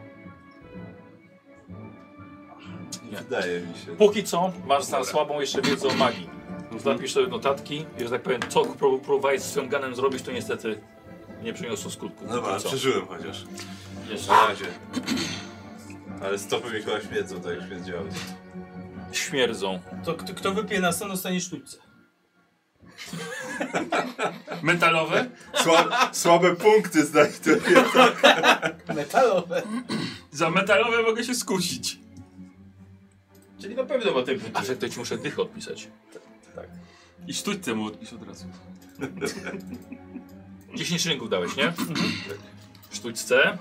Nie. Wydaje mi się. Póki co masz za słabą jeszcze wiedzę o magii. Zapisz sobie notatki i, że tak powiem, co próbowałeś z swoim ganem zrobić, to niestety nie przyniosło skutku. No dobra, Co? przeżyłem chociaż. Jeszcze Na razie. Ale stopy mi chyba śmierdzą, tak jak śmierdziały. śmierdzą. To kto wypije na scenę, dostanie sztućce. Metalowe? Słabe punkty znajduję. Metalowe. Za metalowe mogę się skusić. Czyli na pewno ma ten A że to ci muszę dychę odpisać. I sztućce mu odpisz od razu. 10 szylingów dałeś, nie? Sztućce.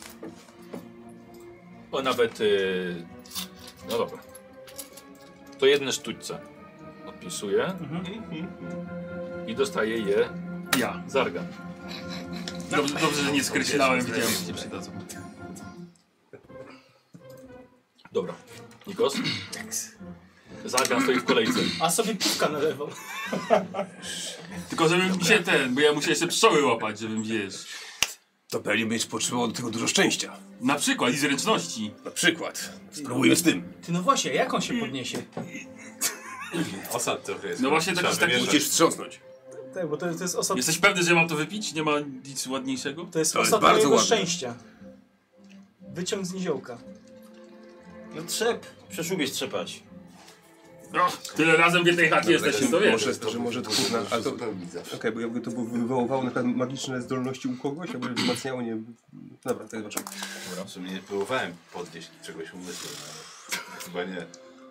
O, nawet... No dobra. To jedne sztućce. Odpisuję. I dostaję je Ja. Zargan. Dobrze, że nie skreślałem, widziałem, że ci przydadzą. Dobra. Nikos? Zagan stoi w kolejce. A sobie piwka nalewam. Tylko żebym się bo ja muszę jeszcze pszczoły łapać, żebym wiesz. To pewnie będziesz potrzebował do tego dużo szczęścia. Na przykład i zręczności. Na przykład. Spróbujmy z tym. Ty no właśnie, jak on się podniesie? Osad trochę jest. No właśnie Trzeba taki wymieszać. Musisz wstrząsnąć. Tak, bo to jest osad... Jesteś pewny, że mam to wypić? Nie ma nic ładniejszego? To jest To jest osad bardzo mojego ładne. szczęścia. Wyciąg z niziołka. No trzep. Przeszubie strzepać. No, tyle razem w jednej chacie jesteśmy, to wiesz. Może to kurna, ale to... Zupełnie zawsze. Okej, bo jakby to wywoływało na przykład magiczne zdolności u kogoś, albo wzmacniało, nie... Dobra, to zobaczymy. Dobra, w sumie nie próbowałem podnieść czegoś umysłu, ale chyba nie.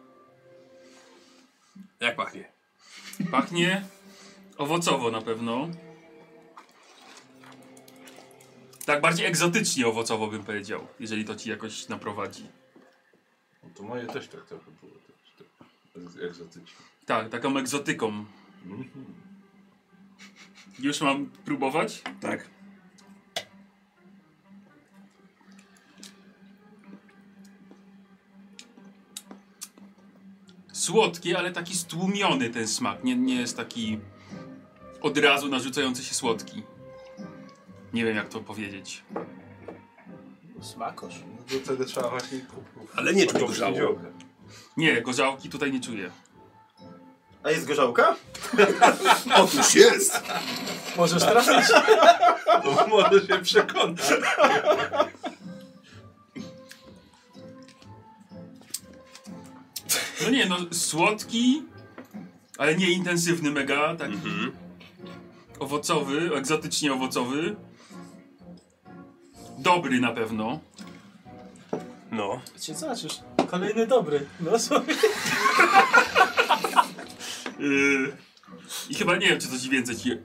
Jak pachnie? Pachnie owocowo na pewno. Tak bardziej egzotycznie owocowo bym powiedział, jeżeli to ci jakoś naprowadzi. No to moje też tak trochę było. Tak egzotycznie. Tak, taką egzotyką. Już mam próbować? Tak. Słodkie, ale taki stłumiony ten smak. Nie jest taki od razu narzucający się słodki. Nie wiem jak to powiedzieć. Smakosz. No to wtedy trzeba właśnie... Ale nie czuć Taką gorzało. niziołkę. Nie, gorzałki tutaj nie czuję. A jest gorzałka? Otóż jest! Możesz trafić. No, może się przekonać. No nie, no słodki, ale nie intensywny mega, taki owocowy, egzotycznie owocowy. Dobry na pewno. No. Cię zobaczysz. Kolejny dobry. No sobie. I chyba nie wiem, czy coś więcej ci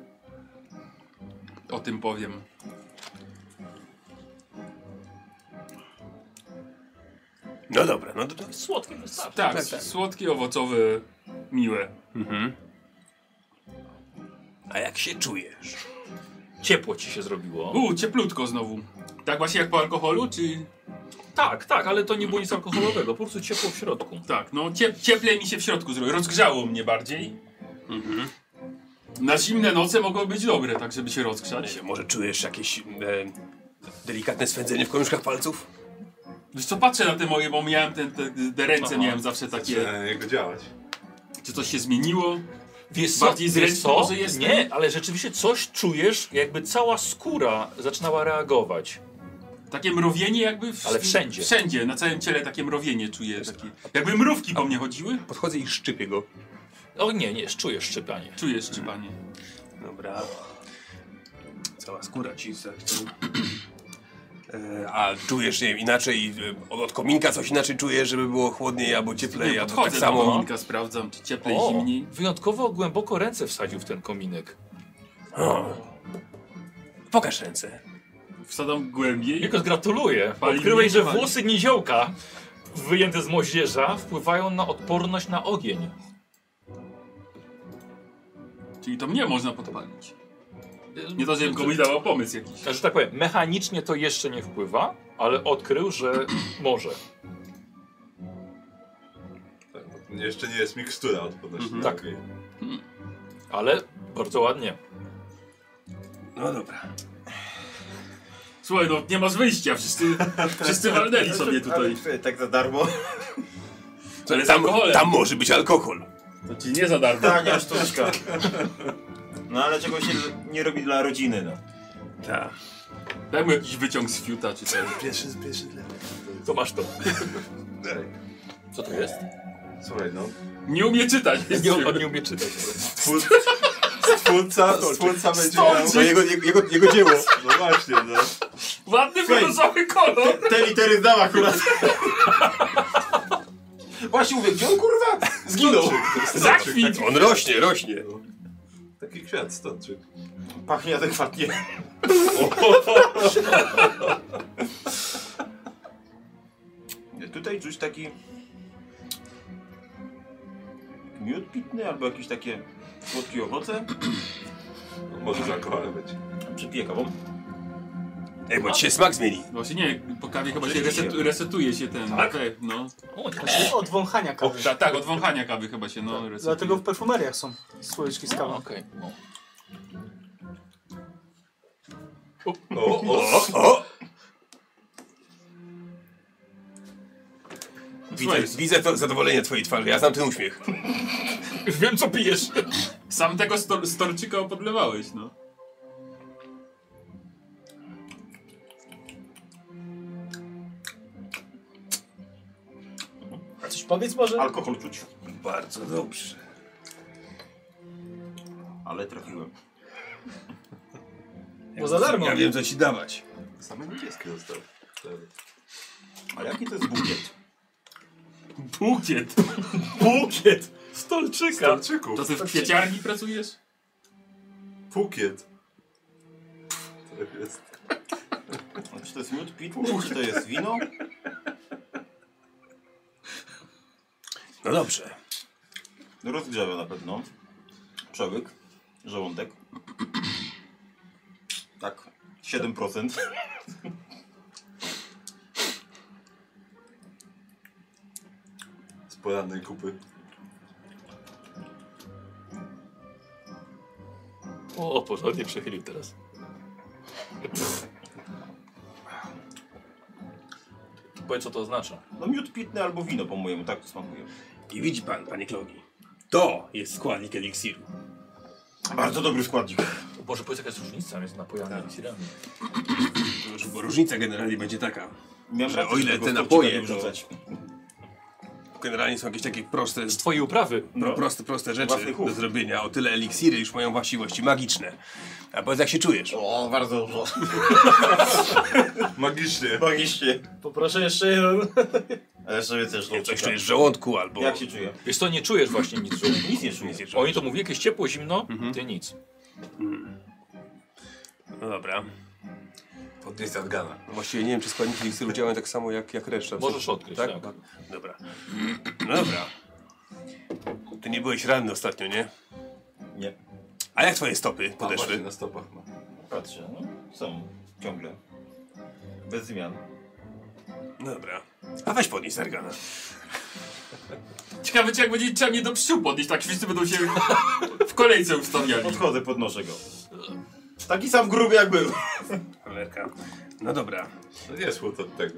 o tym powiem. No dobra, no to... Słodkie wystarczy. Tak, słodkie, owocowe, miłe. A jak się czujesz? Ciepło ci się zrobiło. Cieplutko znowu. Tak właśnie jak po alkoholu, czy... Tak, tak, ale to nie było nic alkoholowego, po prostu ciepło w środku. Tak, no cieplej mi się w środku zrobiło. Rozgrzało mnie bardziej. Na zimne noce mogą być dobre, tak żeby się rozgrzać. Może czujesz jakieś delikatne swędzenie w kończykach palców? Wiesz co, patrzę na te moje, bo miałem te ręce, miałem zawsze takie... Zaczyna na niego działać. Czy coś się zmieniło? Wiesz co? Bardziej zręczny może jestem? Nie, ale rzeczywiście coś czujesz, jakby cała skóra zaczynała reagować. Takie mrowienie jakby... Ale wszędzie. Wszędzie, na całym ciele takie mrowienie czuję. Takie, jakby mrówki po mnie chodziły. Podchodzę i szczypię go. O nie, czujesz szczypanie. Czuję szczypanie. Dobra. Cała skóra ci... A czujesz, nie wiem, inaczej, od kominka coś inaczej czujesz, żeby było chłodniej albo cieplej, albo Podchodzę tak do samo? kominka, sprawdzam, czy cieplej, zimniej. Wyjątkowo głęboko ręce wsadził w ten kominek. Pokaż ręce. Wsadzam głębiej. Nikos, gratuluję. Pali Odkryłeś, mnie, że pali. włosy niziołka wyjęte z moździerza wpływają na odporność na ogień. Czyli to mnie można podpalić. Nie to, żebym komuś dawał pomysł jakiś. Że tak powiem, mechanicznie to jeszcze nie wpływa, ale odkrył, że może. Tak, bo to jeszcze nie jest mikstura odporności. Tak. Ale bardzo ładnie. No dobra. Słuchaj, no nie masz wyjścia, wszyscy walnęli sobie tutaj. Tak za darmo. Ale z alkoholem. Tam może być alkohol. To ci nie za darmo. Tania sztuczka. No ale czego się nie robi dla rodziny, no. Tak. Daj mu jakiś wyciąg z fiuta czy coś. Pierwszy level. To masz to. Co to jest? Słuchaj, no. Nie umie czytać. On nie umie czytać. Stwórca będzie miał... To jego dzieło. No właśnie, no. Ładny brązowy kolor. Te litery znał akurat. Właśnie mówię, gdzie on kurwa zginął? Zakwit. On rośnie. Taki kwiat, stądczyk. Pachnie adekwatnie. Tutaj czuć taki miód pitny albo jakieś takie słodkie owoce. Może z alkoholem być. Przypiję kawą. Ej, bo ci się smak zmieni. Właśnie nie, po kawie chyba się Rzeczywiście. resetuje się ten... Tak? No. Znaczy od wąchania kawy. Tak, od wąchania kawy chyba się resetuje. Dlatego w perfumeriach są słoiczki z No, kawą. okej. No. Widzę to zadowolenie twojej twarzy, ja znam ten uśmiech. Już wiem, co pijesz. Sam tego storczyka opodlewałeś, no. A coś powiedz może? Alkohol czuć. Bardzo dobrze. Ale trafiłem. Bo za darmo. Ja wiem, co ci dawać. Same niebieskie zostały. A jaki to jest bukiet? Bukiet. Bukiet stolczyka. Stolczyków. To ty w kwieciarni pracujesz? Pukiet. To jest... A czy to jest miód pitny, czy to jest wino? No dobrze. Rozgrzewę na pewno. Przełyk. Żołądek. Tak. 7%. Z porannej kupy. O, porządnie przechylił teraz. Powiedz, co to oznacza. No miód pitny albo wino po mojemu, tak to smakuje. I widzi pan, panie Klogi. To jest składnik eliksiru. Bardzo dobry składnik. Boże, powiedz, jaka jest różnica między napojami a eliksirami. Bo różnica generalnie będzie taka. Miałem Że rację, o ile tego te storczyka napoje, nie wrzucać. Generalnie są jakieś takie proste, Z twojej uprawy. proste rzeczy Własnych chów. do zrobienia. O tyle eliksiry już mają właściwości magiczne. A powiedz, jak się czujesz? O, bardzo dobrze. Magicznie. Magicznie. Poproszę jeszcze jeden. A jeszcze więcej Coś szlopczyka. czujesz w żołądku albo... Jak się czuję? Wiesz co, nie czujesz właśnie nic. Że... Nic nie czuję. Oni to mówili jakieś ciepło, zimno, ty nic. No dobra. Podnieś Zadgana. Właściwie nie wiem, czy składniki eliksiru działają tak samo jak reszta. Możesz odkryć, tak. Dobra. No dobra. Ty nie byłeś ranny ostatnio, nie? Nie. A jak twoje stopy Właśnie podeszły? na stopach. No. Patrzę, no są ciągle. Bez zmian. No dobra. A weź podnieś Zargana. Ciekawe, czy jak będzie trzeba mnie do pszczół podnieść, tak wszyscy będą się w kolejce ustawiali. Podchodzę, podnoszę go. Taki sam gruby jak był. Cholerka. No dobra. No nie szło to od tego.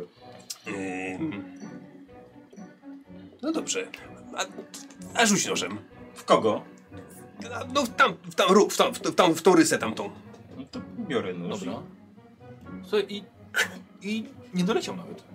No dobrze. A rzuć nożem. W kogo? No w tą rysę tamtą. No to biorę nóż. Dobra. Słuchaj, i nie doleciał nawet.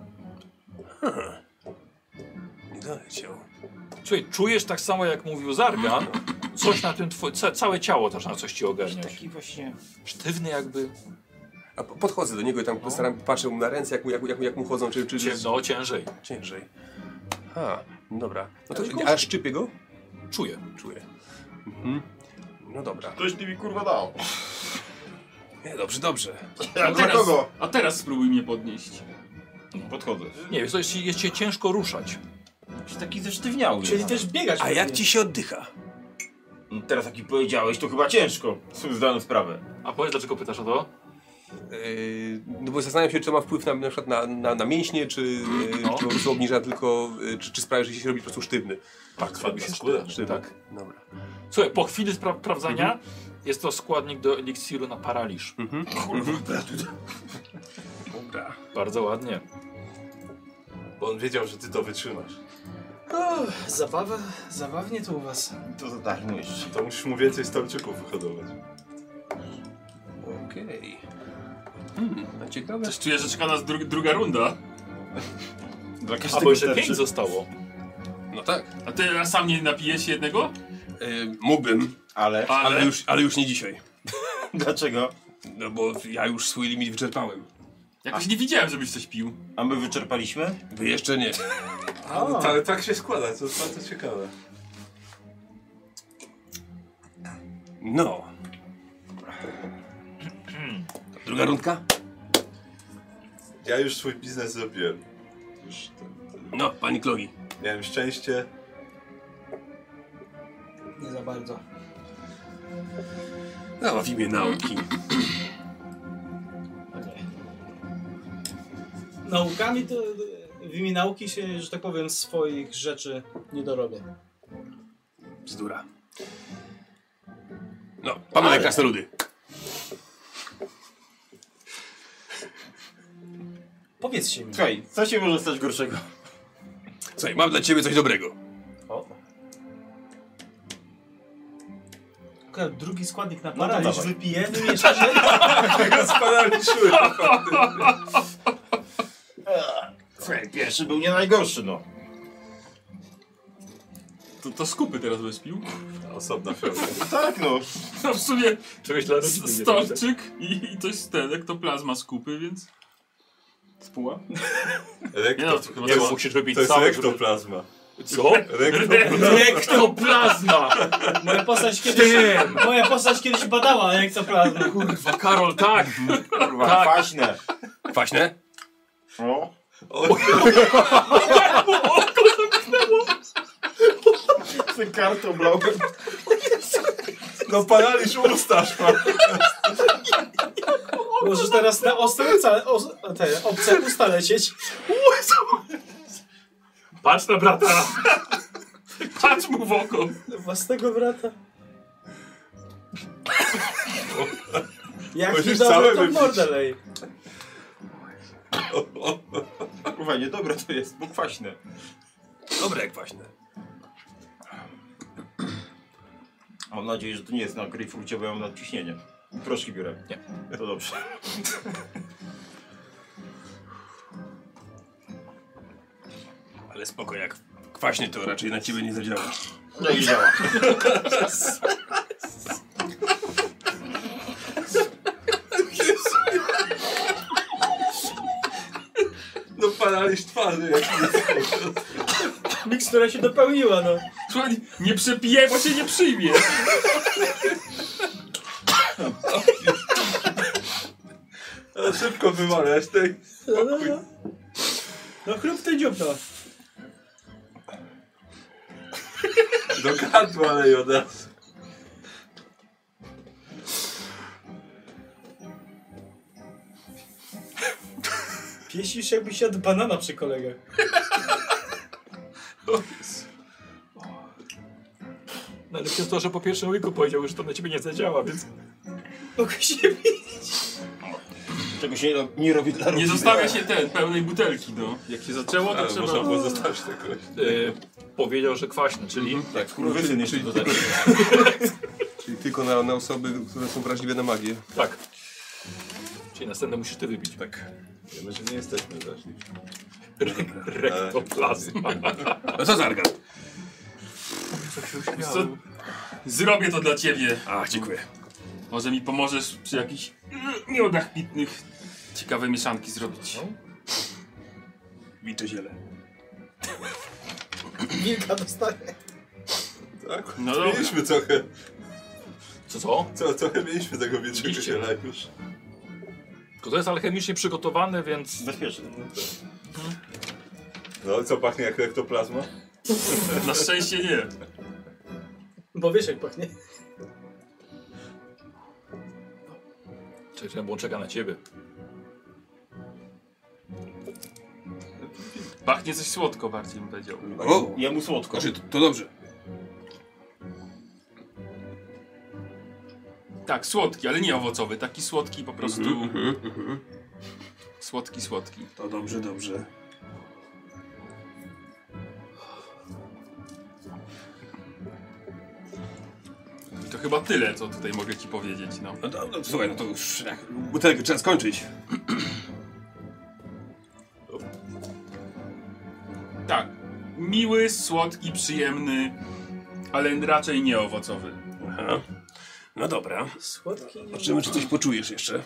Nie doleciał. Słuchaj, czujesz tak samo jak mówił Zargan, coś na tym całe ciało zaczyna coś ci ogarniać. Taki właśnie... Sztywny jakby. A podchodzę do niego i tam patrzę mu na ręce, jak mu chodzą, czy No, ciężej. ciężej. A, no dobra. No to, a szczypie go? Czuję. Czuję. Mhm. No dobra. Ktoś mi kurwa dał. Nie, dobrze. A teraz spróbuj mnie podnieść. Podchodzę. Nie, wiesz, to jest cię ciężko ruszać. Jakiś taki zesztywniały. Czyli też biegać. A pewnie. jak ci się oddycha? No teraz jak powiedziałeś, to chyba ciężko. Sobie zdałem sprawę. A powiedz, dlaczego pytasz o to? No bo zastanawiam się, czy ma wpływ na przykład na mięśnie, czy po prostu obniża tylko, czy sprawia, że się robi po prostu sztywny. Tak, robi się Sztywny. Tak. Dobra. Słuchaj, po chwili sprawdzania jest to składnik do eliksiru na paraliż. Dobra. Bardzo ładnie. Bo on wiedział, że ty to wytrzymasz. Zabawnie to u was. To za darmo jeszcze. To musisz mu więcej stolczyków wyhodować. Okej. Ciekawe. Coś czuję, że czeka nas druga runda. Dla A każdego bo jeszcze starczy. 5 zostało. No tak. A ty sam nie napijesz się jednego? Mógłbym, Ale? ale już nie dzisiaj. Dlaczego? No bo ja już swój limit wyczerpałem. Jakoś nie widziałem, żebyś coś pił. A my wyczerpaliśmy? Wy jeszcze nie. Ale tak się składa, to jest bardzo ciekawe. No. Druga rundka? Ja już swój biznes zrobiłem. Już No, pani Klogi. miałem szczęście. Nie za bardzo. No, w imię nauki. naukami, to w imię nauki się, że tak powiem, swoich rzeczy nie dorobię. Bzdura. No, pamiętaj krasnoludy. Powiedzcie mi. Słuchaj, co się może stać gorszego? Słuchaj, mam dla ciebie coś dobrego. Drugi składnik na No paraliż dawaj. wypiję, wymieszacie. Sparaliżuję. Słuchaj, pierwszy był nie najgorszy, no. To skupy teraz będziesz pił. Osobna fiolka. Tak, no. No w sumie Czegoś dla rodziny. stolczyk i to jest ten ektoplazma skupy, więc... Spuła? Nie no, to chyba Nie, to bo musisz robić To jest całe... ektoplazma. Co? Ektoplazma! Moja postać kiedyś badała ektoplazmę. Kurwa, Karol, tak! Kurwa, Tak. kwaśne. Kwaśne? No. Ty kartą blałem. No paraliż ustasz, man. Możesz teraz na ostre obce usta lecieć. Patrz na brata! patrz mu w oko. Własnego brata. Jak Musisz nie całe dobre, to wypić. mordę lej. Kurwa, niedobre to jest, bo kwaśne. Dobre jak kwaśne. Mam nadzieję, że to nie jest na grejpfrucie, bo ja mam nadciśnienie. Proszki biorę. Nie. To dobrze. Ale spoko, jak kwaśnie to raczej na ciebie nie zadziała. No i działa. No paraliż twarzy jak nic. Mikstura się dopełniła, no. Słuchaj, nie przepijaj, bo się nie przyjmie. Ale szybko wywalasz tej. No chlub ty dziób, no. Do gardła lej od razu. Pieścisz jakbyś jadł banana przy kolegach. Najlepsze jest to, że po pierwszym łyku powiedział, że to na ciebie nie zadziała, więc... Mogę się bić. Czego się nie robi dla Nie rodziny. zostawia się pełnej butelki, no. Jak się zaczęło, to Ale trzeba... można było zostawić te kości. Powiedział, że kwaśny, czyli... Tak, skurwysyn jeszcze dodać. Czyli tylko na osoby, które są wrażliwe na magię. Tak. Czyli następne musisz ty wybić. Tak. Wiemy, że nie jesteśmy wrażliwi. Rektoplazma. No co za argan? Co? Zrobię to dla ciebie. Ach, dziękuję. Może mi pomożesz przy jakichś miodach pitnych ciekawe mieszanki zrobić. Wilcze ziele. Wilka dostaje. Tak? No dobra. Mieliśmy trochę. Co? Trochę mieliśmy tego wiecznego Mieliście. ziela już. Tylko to jest alchemicznie przygotowane, więc... Bezpieczne. No co pachnie jak ektoplazma? Na szczęście nie. Bo wiesz jak pachnie. Czekaj, bo on czeka na ciebie. Pachnie coś słodko bardziej bym powiedział. O! Jemu słodko. Znaczy, to dobrze. Tak, słodki, ale nie owocowy. Taki słodki po prostu. Słodki, słodki. To dobrze, dobrze. I to chyba tyle, co tutaj mogę ci powiedzieć, no. No, słuchaj, no to już butelkę trzeba skończyć. Tak. Miły, słodki, przyjemny, ale raczej nie owocowy. Aha. No dobra. Słodki. Zobaczymy, czy coś poczujesz jeszcze.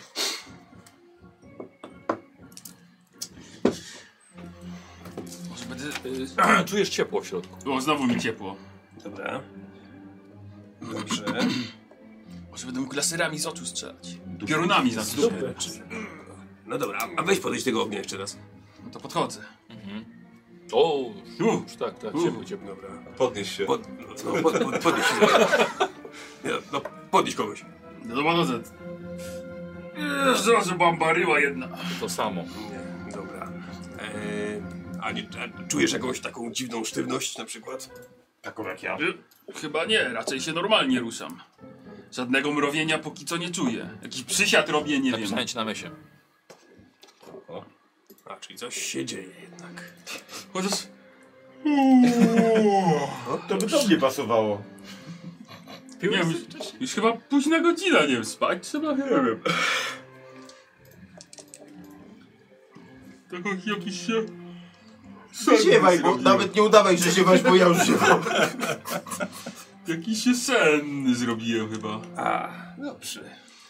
Może będę... Czujesz ciepło w środku. O, znowu mi ciepło. Dobra. Dobrze. Może będę mógł laserami z oczu strzelać. Piorunami znaczy. Dupy. No dobra, a weź podejść tego ognia jeszcze raz. No to podchodzę. O, już tak, ciepło, ciepło. Dobra. Podnieś się. Podnieś się. No, podnieś kogoś. No to podchodzę. Jezu, że bambaryła jedna. To samo. Nie, dobra. A nie, czujesz jakąś taką dziwną sztywność na przykład? Taką jak ja. Chyba nie, raczej się normalnie ruszam. Żadnego mrowienia póki co nie czuję. Jakiś przysiad robię, nie wiem. Zapisałem ci na myśl. A, czyli coś się dzieje jednak. Chociaż... To by to mnie pasowało. Nie wiem, już chyba późna godzina, nie wiem, spać trzeba? Nie wiem. Tak jakiś się... Ziewaj, bo nawet nie udawaj, że ziewasz, bo ja już ziewam. Jakiś się sen zrobiłem chyba. A, dobrze.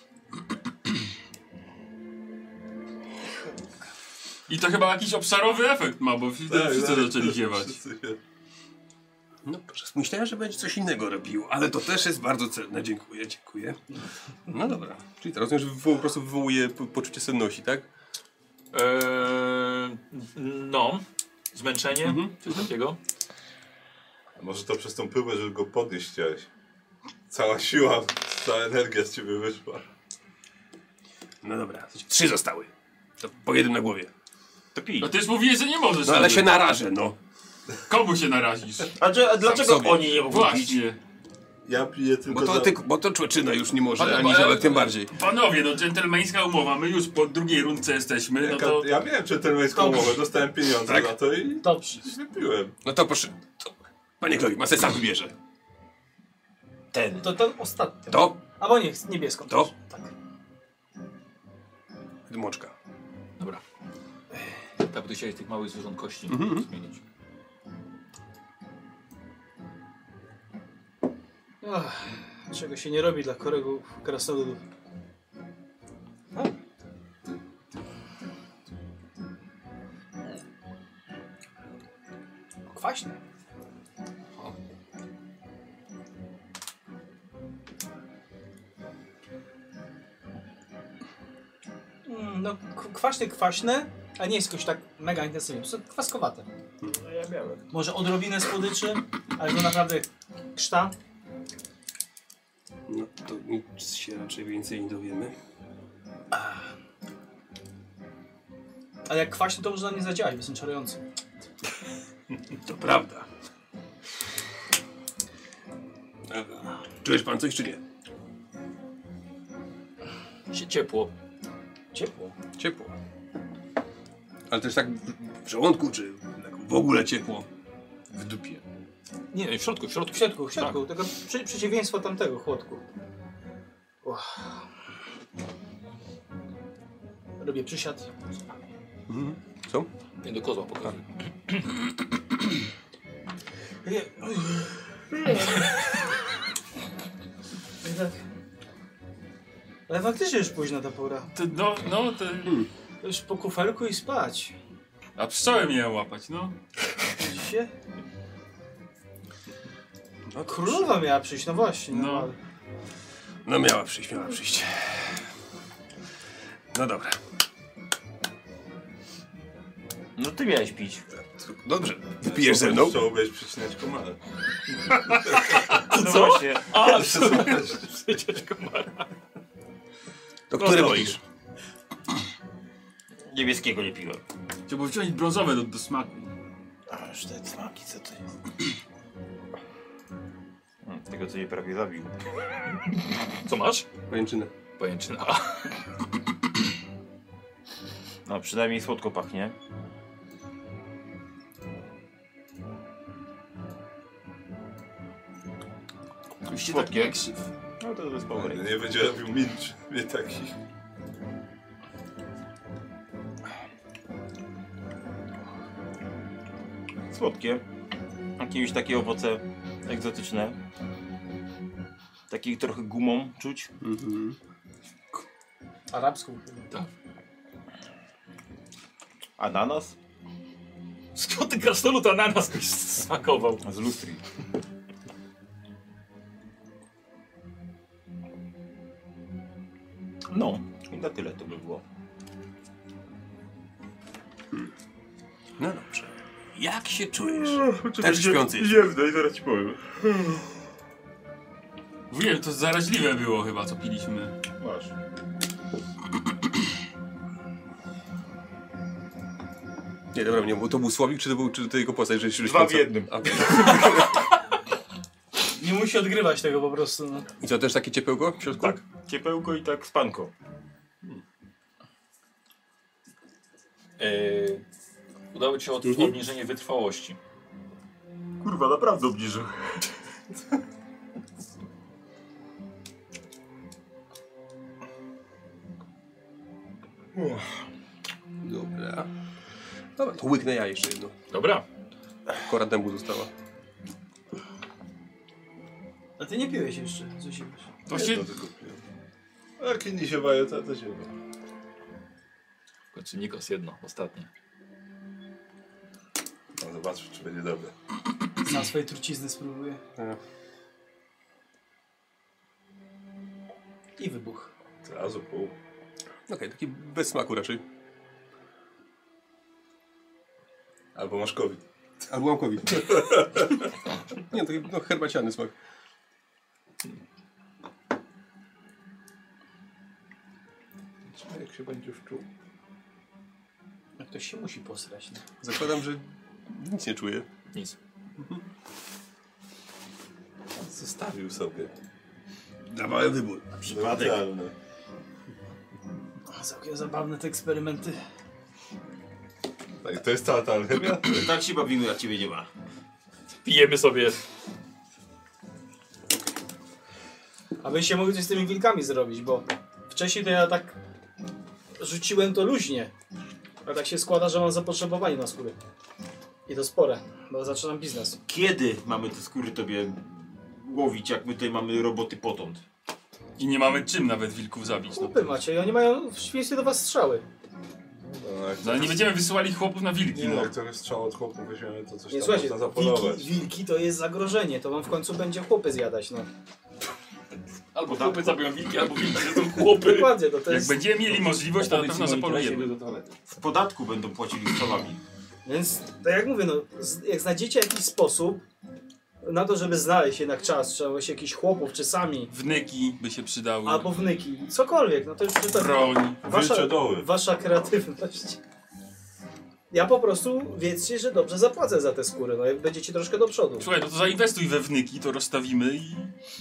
I to chyba jakiś obszarowy efekt ma, bo wszyscy zaczęli ziewać. No proszę, myślałem, że będzie coś innego robił, ale to też jest bardzo cenne. Dziękuję, dziękuję. No dobra. Czyli teraz rozumiem, że po prostu wywołuje poczucie senności, tak? No. Zmęczenie, coś takiego. A może to przez tą próbę, żeby go podnieść chciałeś. Cała siła, cała energia z ciebie wyszła. No dobra, 3 zostały. To po jednym na głowie. To pij. No ty już mówiłeś, że nie możesz. No ale sobie. się narażę, no. Komu się narazisz? A dlaczego sobie. oni nie mogą pić? Właśnie. Ja piję tylko Bo to człeczyna już nie może, Ale- ani ale- ziołek tym bardziej. Panowie, no dżentelmeńska umowa, my już po drugiej rundce jesteśmy, no to... Ja wiem, czy ten mojską umowę, dostałem pieniądze Tak? za to i Dobrze. wypiłem. No to proszę. Panie Klogi, masę sam wybierze. Ten. To ten ostatni. To? Albo nie, niebieską. To? też. Tak. Dmoczka. Dobra. Tak, bo ty chciałeś tych małych zwierząt kości zmienić. Ach, czego się nie robi dla kolegów krasnoludów. Kwaśne. No, kwaśne, a nie jest jakoś tak mega intensywnie. Po prostu kwaskowate. No ja miałem. Może odrobinę słodyczy, ale to naprawdę kształt. No to nic się raczej więcej nie dowiemy. Ale jak kwaśny, to można nie zadziałać, bo jestem czarujący. To prawda. Czujesz pan coś, czy nie? Ciepło. Ciepło. Ciepło. Ale też tak w żołądku, czy tak w ogóle ciepło? W dupie. Nie, w środku. W środku. Tego przeciwieństwo tamtego chłodku. Uff. Robię przysiad. Co? Nie do kozła pokazuję. Ale faktycznie już późna ta pora. To, to... Już po kufelku i spać. A pszczoły miałem łapać, no. Widzicie? Królowa miała przyjść, no właśnie. No. ale- No miała przyjść. No dobra. No ty miałeś pić. Dobrze. Wypijesz ze mną? Chciałbyś przycinać komary. No właśnie. A, przecież komara. To który wolisz? Niebieskiego nie piłem. Trzeba wziąć brązowe do smaku. A już te smaki, co to jest? Tego co mnie prawie zabił. Co masz? Pajęczynę. Pajęczyna. No przynajmniej słodko pachnie. Już się Słodkie. tak krzyw. No to jest power. Nie będzie robił milcz, nie takich. Słodkie. Jakieś takie owoce egzotyczne. Takich trochę gumą czuć. Arabską. Ananas Skąd ty krasnolud ananas byś smakował? z lustri. No, i na tyle to by było. No dobrze. Jak się czujesz? Też śpiący. i zaraz ci powiem. Wiem, to zaraźliwe było chyba, co piliśmy. Masz. Nie, dobra, nie, bo to był Słowik, czy to jego postać, że się Dwa w jednym. Nie musi odgrywać tego po prostu. No. I co, też takie ciepełko w środku? Tak, ciepełko i tak spanko. Udało ci się obniżenie wytrwałości. Kurwa, naprawdę obniżył. Dobra. Dobra, to łyknę ja jeszcze jedno. Dobra. Kora dębu została. A ty nie piłeś jeszcze, co się wiesz? Właśnie Jedno tylko piłem. A jak inni się bają, to ja też jedno. W końcu Nikos jedno, ostatnie. No zobaczmy, czy będzie dobre. Sam swojej trucizny spróbuję. I wybuch. Zrazu pół. Okej, taki bez smaku raczej. Albo masz COVID. Albo mam COVID. Nie, taki no, herbaciany smak. Jak się będziesz czuł? Jak ktoś się musi posrać. No. Zakładam, że nic nie czuję. Nic. Zostawił sobie. Dawałem wybór. Przypadek. Neutralny. Całkiem zabawne te eksperymenty. Tak, to jest cała ta alchemia? Tak się bawimy, jak ciebie nie ma. Pijemy sobie. Abyście mogli coś z tymi wilkami zrobić, bo wcześniej to ja tak rzuciłem to luźnie. A tak się składa, że mam zapotrzebowanie na skóry. I to spore, bo zaczynam biznes. Kiedy mamy te skóry tobie łowić, jak my tutaj mamy roboty potąd? i nie mamy czym nawet wilków zabić. No, Chłopy macie i oni mają w świństwie do was strzały. no ale nie będziemy wysyłali chłopów na wilki, Nie, no. jak trochę strzał od chłopów weźmiemy, to coś Nie, tam słuchajcie, można zapolować. wilki to jest zagrożenie, to wam w końcu będzie chłopy zjadać, no. Albo chłopy zabiją wilki, albo wilki są chłopy. Dokładnie, to Jak jest... będziemy mieli możliwość, to na pewno zapolujemy. W podatku będą płacili strzałami. Więc, tak jak mówię, no, jak znajdziecie jakiś sposób na to, żeby znaleźć jednak czas, trzeba właśnie jakichś chłopów, czy sami, Wnyki by się przydały. albo wnyki, cokolwiek, no to już to broń. Wilcze doły. wasza kreatywność. Ja po prostu wiedzcie, że dobrze zapłacę za te skóry, no jak będziecie troszkę do przodu. Słuchaj, no to zainwestuj we wnyki, to rozstawimy i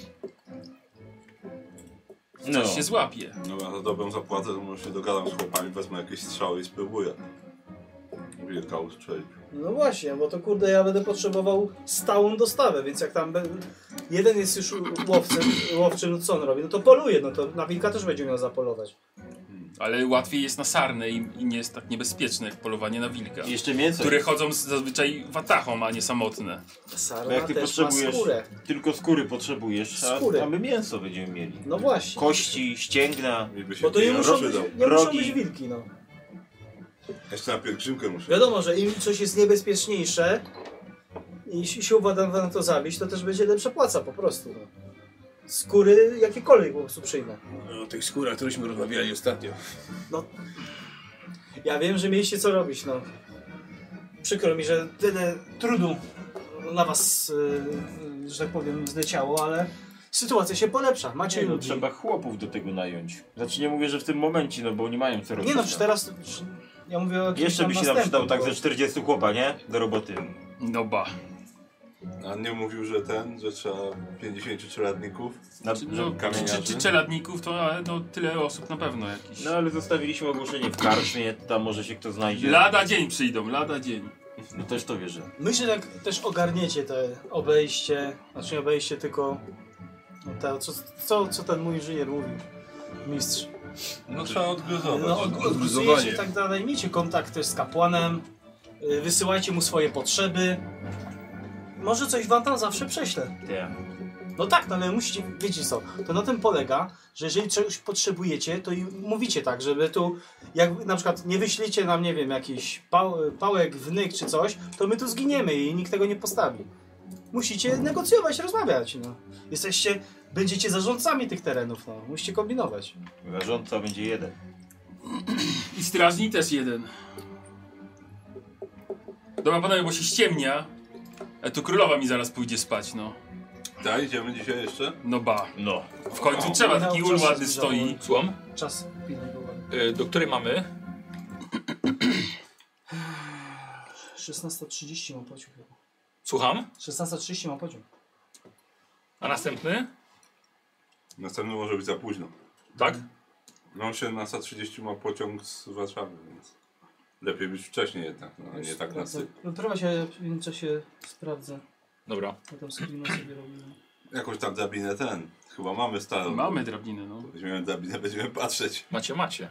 No. coś się złapie. No ja za dobrą zapłacę, to może się dogadam z chłopami, wezmę jakieś strzały i spróbuję. Wilka ustrzelić. No właśnie, bo to kurde ja będę potrzebował stałą dostawę, więc jak tam jeden jest już łowczym, no co on robi? No to poluje, no to na wilka też będzie miał zapolować. Ale łatwiej jest na sarnę i nie jest tak niebezpieczne jak polowanie na wilka. I jeszcze mięso. Które chodzą zazwyczaj watachą, a nie samotne. Bo Sarna jak ty też ma potrzebujesz, skórę. tylko skóry potrzebujesz, Skóry. a my mięso będziemy mieli. No właśnie. Kości, ścięgna. I by się Bo to nie muszą być, przydał. nie muszą rogi. być wilki, no. Jeszcze na pielgrzymkę muszę. Wiadomo, że im coś jest niebezpieczniejsze i jeśli się uważam na to zabić, to też będzie lepsza płaca po prostu. No. Skóry jakiekolwiek po prostu przyjmę. O tych skórach, o którychśmy rozmawiali ostatnio. No, ja wiem, że mieliście co robić, no. Przykro mi, że tyle trudu na was, że tak powiem, zleciało, ale sytuacja się polepsza. Macie Nie, no, ludzi. trzeba chłopów do tego nająć. Znaczy nie mówię, że w tym momencie, no bo nie mają co robić. Nie no, przecież teraz, ja mówię o jakimś Jeszcze tam by się nam następnym, przydał tak bo- ze 40 chłopa, nie? Do roboty. No ba. A nie mówił, że że trzeba 50 czeladników. No, kamieniarzy. czy czeladników to no, tyle osób na pewno jakiś. No ale zostawiliśmy ogłoszenie w karczmie, tam może się kto znajdzie. Lada dzień przyjdą, lada dzień. No też to wierzę. Myślę, że jak też ogarniecie te obejście, znaczy nie obejście, tylko no, to, co ten mój inżynier mówił, mistrz. No trzeba odgryzować. No, odgruzujecie i tak dalej, miejcie kontakt też z kapłanem, wysyłajcie mu swoje potrzeby. Może coś wam tam zawsze prześlę. Nie. No tak, no ale musicie, wiecie co, to na tym polega, że jeżeli czegoś potrzebujecie, to i mówicie tak, żeby tu, jak na przykład nie wyślicie nam, nie wiem, jakiś pałek, wnyk czy coś, to my tu zginiemy i nikt tego nie postawi. Musicie negocjować, rozmawiać, no. Będziecie zarządcami tych terenów, no. Musicie kombinować. Zarządca będzie jeden. I strażnik też jeden. Dobra panowie, bo się ściemnia. A tu królowa mi zaraz pójdzie spać, no. Tak, idziemy dzisiaj jeszcze? No ba. No. W końcu trzeba, taki ul ładny stoi. Słucham? Czas pilny był. Do której mamy? 16:30 mam pociąg chyba. Słucham? 16:30 mam pociąg. A następny? Następny może być za późno. Tak? No 17:30 ma pociąg z Warszawy, więc lepiej być wcześniej jednak, no, a nie tak na syp. No trwa się, w międzyczasie sprawdzę. Dobra. Potem screena sobie robimy. Jakąś tam drabinę chyba mamy starą. Mamy drabinę, no. Weźmiemy drabinę, będziemy patrzeć. Macie.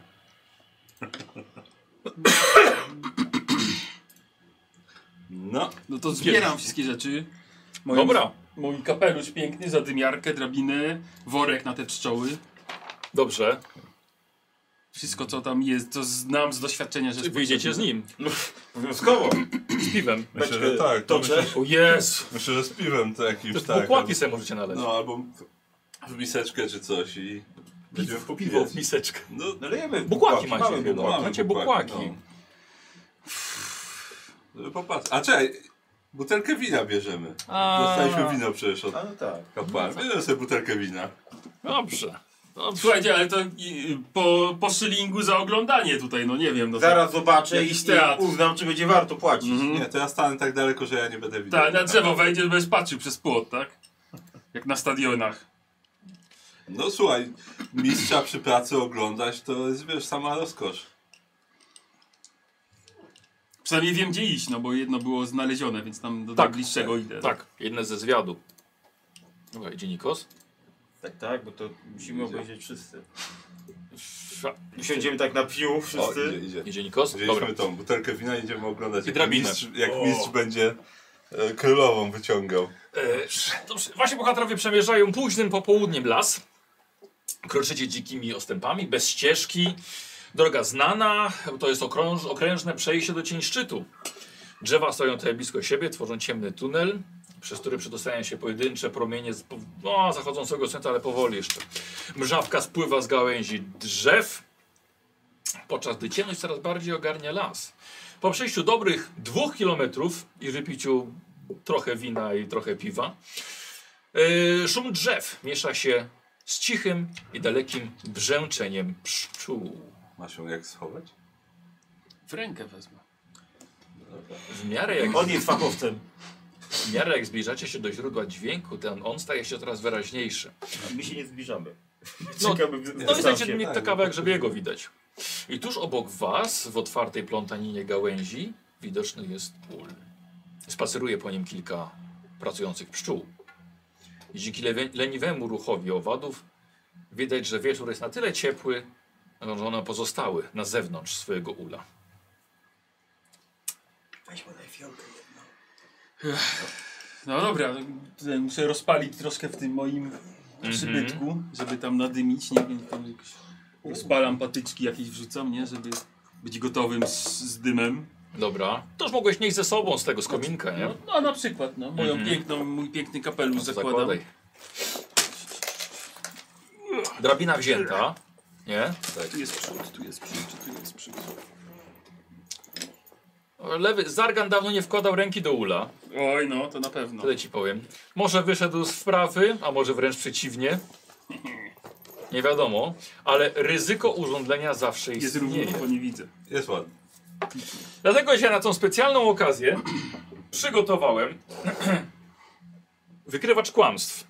No. No to zbieram wszystkie rzeczy. Dobra. Mój kapelusz piękny, zadymiarkę, drabinę, worek na te pszczoły. Dobrze. Wszystko co tam jest, to znam z doświadczenia, że... Wyjdziecie z nim. Obowiązkowo. Z piwem. Myślę, że tak. To O Jezu. myślę, że z piwem to jakimś To tak. bukłaki sobie możecie naleć. No albo w miseczkę czy coś i będziemy Piwo popijać. w miseczkę. No, Nalejemy Bukłaki macie mamy chyba. bukłaki. Macie bukłaki. No. Popatrz. A czekaj, butelkę wina bierzemy. A. Dostaliśmy wino przecież od A no tak. kapłana. Bierzemy sobie butelkę wina. Dobrze. Słuchajcie, ale to po szylingu za oglądanie tutaj, no nie wiem. No to... Zaraz zobaczę Jakiś i teatr. uznam, czy będzie warto płacić. Nie, to ja stanę tak daleko, że ja nie będę widział. Tak, na drzewo wejdziesz, będziesz patrzył przez płot, tak? Jak na stadionach. No słuchaj, mistrza przy pracy oglądać to jest, wiesz, sama rozkosz. Przynajmniej wiem gdzie iść, no bo jedno było znalezione, więc tam do Tak. najbliższego idę. Tak, jedne ze zwiadu. Dobra, idzie Nikos. Tak, bo to musimy obejrzeć wszyscy. Sza- Usiądziemy tak na piu O, wszyscy. idzie. Idzie Nikos. Dobra. Wzięliśmy tą butelkę wina i idziemy oglądać, I drabinę. jak mistrz będzie królową wyciągał. Dobrze. Wasi bohaterowie przemierzają późnym popołudniem las. Kroczycie dzikimi ostępami, bez ścieżki. Droga znana, to jest okrężne przejście do cień szczytu. Drzewa stoją tutaj blisko siebie, tworzą ciemny tunel, przez który przedostają się pojedyncze promienie z zachodzącego słońca, ale powoli jeszcze. Mrzawka spływa z gałęzi drzew, podczas gdy ciemność coraz bardziej ogarnia las. Po przejściu dobrych 2 kilometrów i wypiciu trochę wina i trochę piwa, szum drzew miesza się z cichym i dalekim brzęczeniem pszczół. Masz ją jak schować? W rękę wezmę. W miarę jak On jest fachowcem. W miarę jak zbliżacie się do źródła dźwięku, on staje się coraz wyraźniejszy. A my się nie zbliżamy. No, Czekamy w No dystansie. wiecie, nie to kawałek, żeby jego widać. I tuż obok was, w otwartej plątaninie gałęzi, widoczny jest ul. Spaceruje po nim kilka pracujących pszczół. I dzięki leniwemu ruchowi owadów widać, że wieczór jest na tyle ciepły, że one pozostały na zewnątrz swojego ula. Weźmy na fiolkę jedną. No dobra, tutaj muszę rozpalić troszkę w tym moim przybytku, żeby tam nadymić, nie wiem, tam jakoś rozpalam patyczki jakieś wrzucam, nie, żeby być gotowym z dymem. Dobra. To już mogłeś nieść ze sobą z tego, z kominka, nie? No na przykład, no, mój piękny kapelusz zakładam. Zakładaj. Drabina wzięta, nie? Tu jest przód, tu jest przód, czy tu jest przód? Lewy Zargan dawno nie wkładał ręki do ula. Oj no, to na pewno. Tyle ci powiem. Może wyszedł z wprawy, a może wręcz przeciwnie. Nie wiadomo, ale ryzyko urządzenia zawsze Jest istnieje. równo, bo nie widzę. Jest ładny. Dlatego się na tą specjalną okazję przygotowałem wykrywacz kłamstw.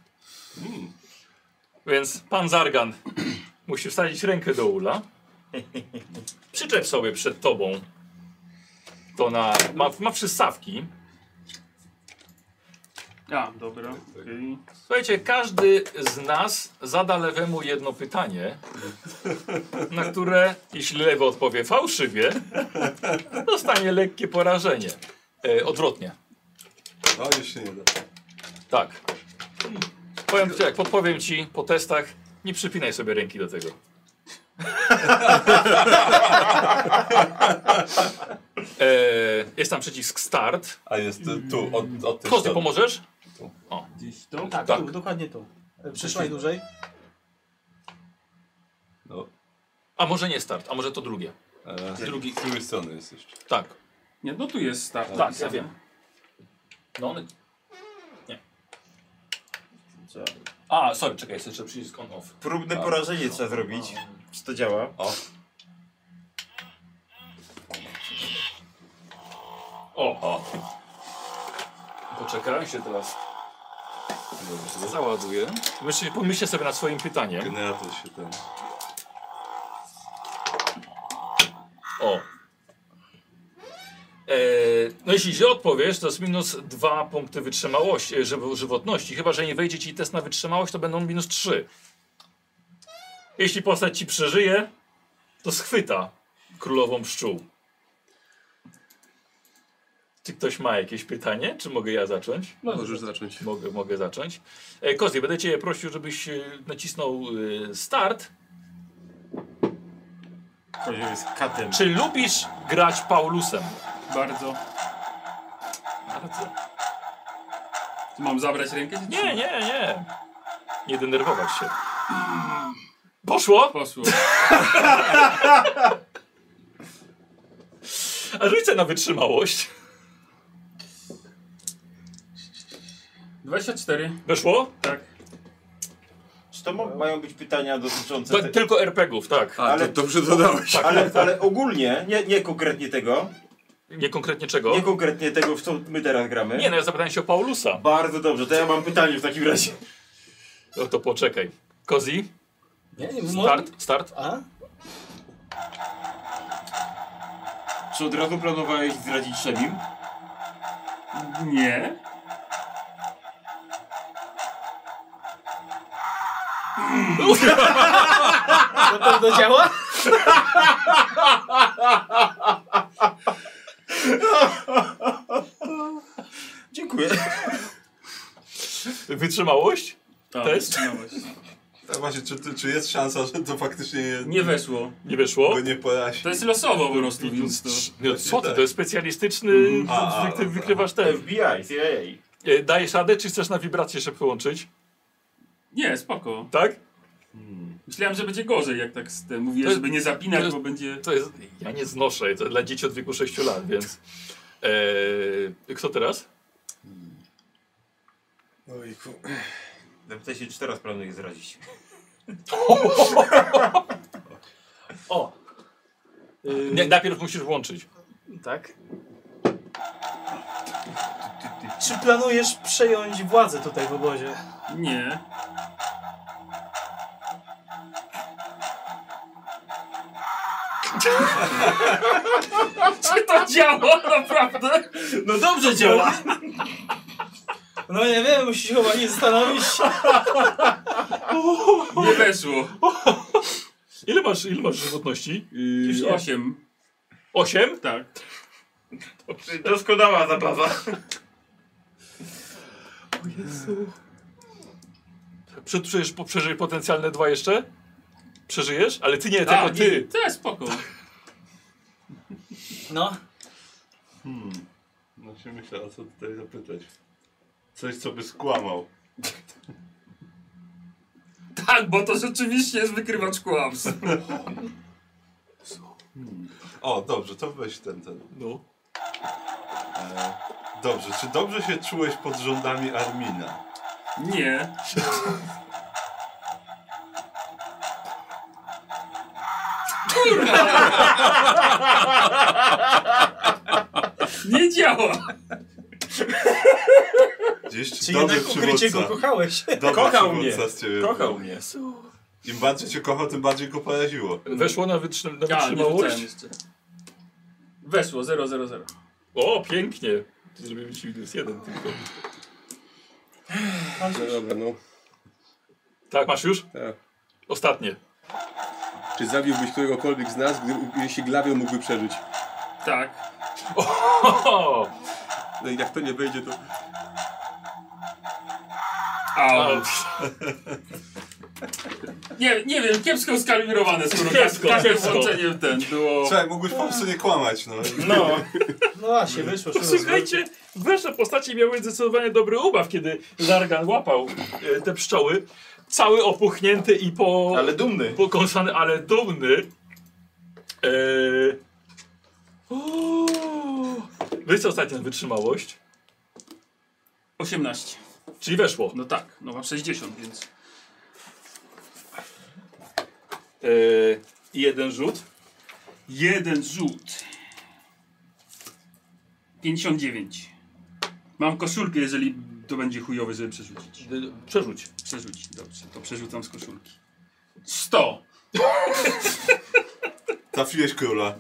Więc pan Zargan musi wsadzić rękę do ula. Przyczep sobie przed tobą. To ma przystawki. A, dobra, okej. Słuchajcie, każdy z nas zada lewemu jedno pytanie, na które, jeśli lewy odpowie fałszywie, dostanie lekkie porażenie. Odwrotnie. No już się nie da. Tak. Powiem ci tak, podpowiem ci po testach, nie przypinaj sobie ręki do tego. Jest tam przycisk start. A jest tu, od tej Kosty, strony. pomożesz? Gdzieś to? Tak, Tak. Tu, dokładnie tu. Przyszłaj dłużej. No. A może nie start, a może to drugie. Drugi. Z drugiej strony jest jeszcze. Tak. Nie, no tu jest start. Tak, ja napisane. wiem. No one... Co? A, sorry, czekaj, jest jeszcze przycisk on off. Próbne porażenie trzeba zrobić. Czy to działa? O. O! Poczekaj się teraz. Załaduję. Pomyślcie sobie nad swoim pytaniem. Generator się ten... O! No jeśli źle odpowiesz, to jest minus 2 punkty wytrzymałości, żywotności. Chyba że nie wejdzie ci test na wytrzymałość, to będą minus 3. Jeśli postać ci przeżyje, to schwyta królową pszczół. Czy ktoś ma jakieś pytanie? Czy mogę ja zacząć? Możesz zacząć. Mogę zacząć. Kozy, będę cię prosił, żebyś nacisnął start. Kozioł jest katem. Czy lubisz grać Paulusem? Bardzo. Bardzo. Czy mam zabrać rękę? Czy Nie. Nie denerwować się. Poszło? Poszło. A rzucę na wytrzymałość. 24. Weszło? Tak. Czy to mają być pytania dotyczące... Tylko RPG-ów, tak. Ale to dobrze dodałeś. Ale ogólnie, nie konkretnie tego. Nie konkretnie czego? Nie konkretnie tego, w co my teraz gramy. Nie, no ja zapytałem się o Paulusa. Bardzo dobrze, to ja mam pytanie w takim razie. No to poczekaj. Kozi? Nie, Start. A? Czy od razu planowałeś zdradzić Szemim? Nie. To pewno działa? Dziękuję. Wytrzymałość? Tak, Test? wytrzymałość. Tak właśnie, czy jest szansa, że to faktycznie Nie weszło. Nie wyszło? go nie porazi? To jest losowo po prostu, więc to... No, co ty, to jest specjalistyczny... Ty wykrywasz te... FBI, CIA. Dajesz radę, czy chcesz na wibrację jeszcze połączyć? Nie, spoko. Tak? Myślałem, że będzie gorzej, jak tak mówię, żeby nie zapinać, bo będzie... To jest... Ja nie znoszę, to dla dzieci od wieku 6 lat, więc... Kto teraz? Ojku. Zapytaj się, czy teraz planujesz zrazić. O! Nie, najpierw musisz włączyć. Tak. Czy planujesz przejąć władzę tutaj w obozie? Nie. Czy to działa naprawdę? No dobrze działa! No nie wiem, musisz się chyba nie zastanowić. Nie weszło. Ile masz żywotności? Już 8. 8? Tak. Doskonała zabawa. Przeżyj potencjalne 2 jeszcze? Przeżyjesz? Ale ty nie, tylko ty. Ty, spoko. No. No się myślę, o co tutaj zapytać. Coś, co by skłamał. Tak, bo to rzeczywiście jest wykrywacz kłamstw. O, dobrze, to weź ten. No. Dobrze, czy dobrze się czułeś pod rządami Armina? Nie. Nie działa. Gdzieś Czy dobry jednak ukrycie go przywódca. kochałeś? Dobry Kochał mnie. przywódca z ciebie Kochał był. mnie. Im bardziej cię kochał, tym bardziej go poraziło. Weszło na nie wytrzymałość? rzucałem jeszcze. Weszło, 0, 0, 0. O, pięknie. Zrobimy ci minus 1 tylko. No dobra, no. Tak, masz już? Tak. Ostatnie. Czy zabiłbyś któregokolwiek z nas, jeśli Glawion mógłby przeżyć? Tak. O! No i jak to nie będzie, to... Au. Nie wiem, kiepsko skalibrowane, skoro każde włączenie w ten było... Słuchaj, mógłbyś po prostu nie kłamać, no. No. No właśnie, wyszło. Słuchajcie, wasze postacie miały zdecydowanie dobry ubaw, kiedy Zargan łapał te pszczoły. Cały opuchnięty i Ale dumny. pokąsany, ale dumny. Weźcie ostatnią wytrzymałość. 18. Czyli weszło. No tak, no mam 60, więc... I jeden rzut. Jeden rzut. 59. Mam koszulkę, jeżeli to będzie chujowe, żeby przerzucić. Przerzuć. Przerzucić, dobrze. To przerzucam z koszulki. 100! Trafiłeś króla.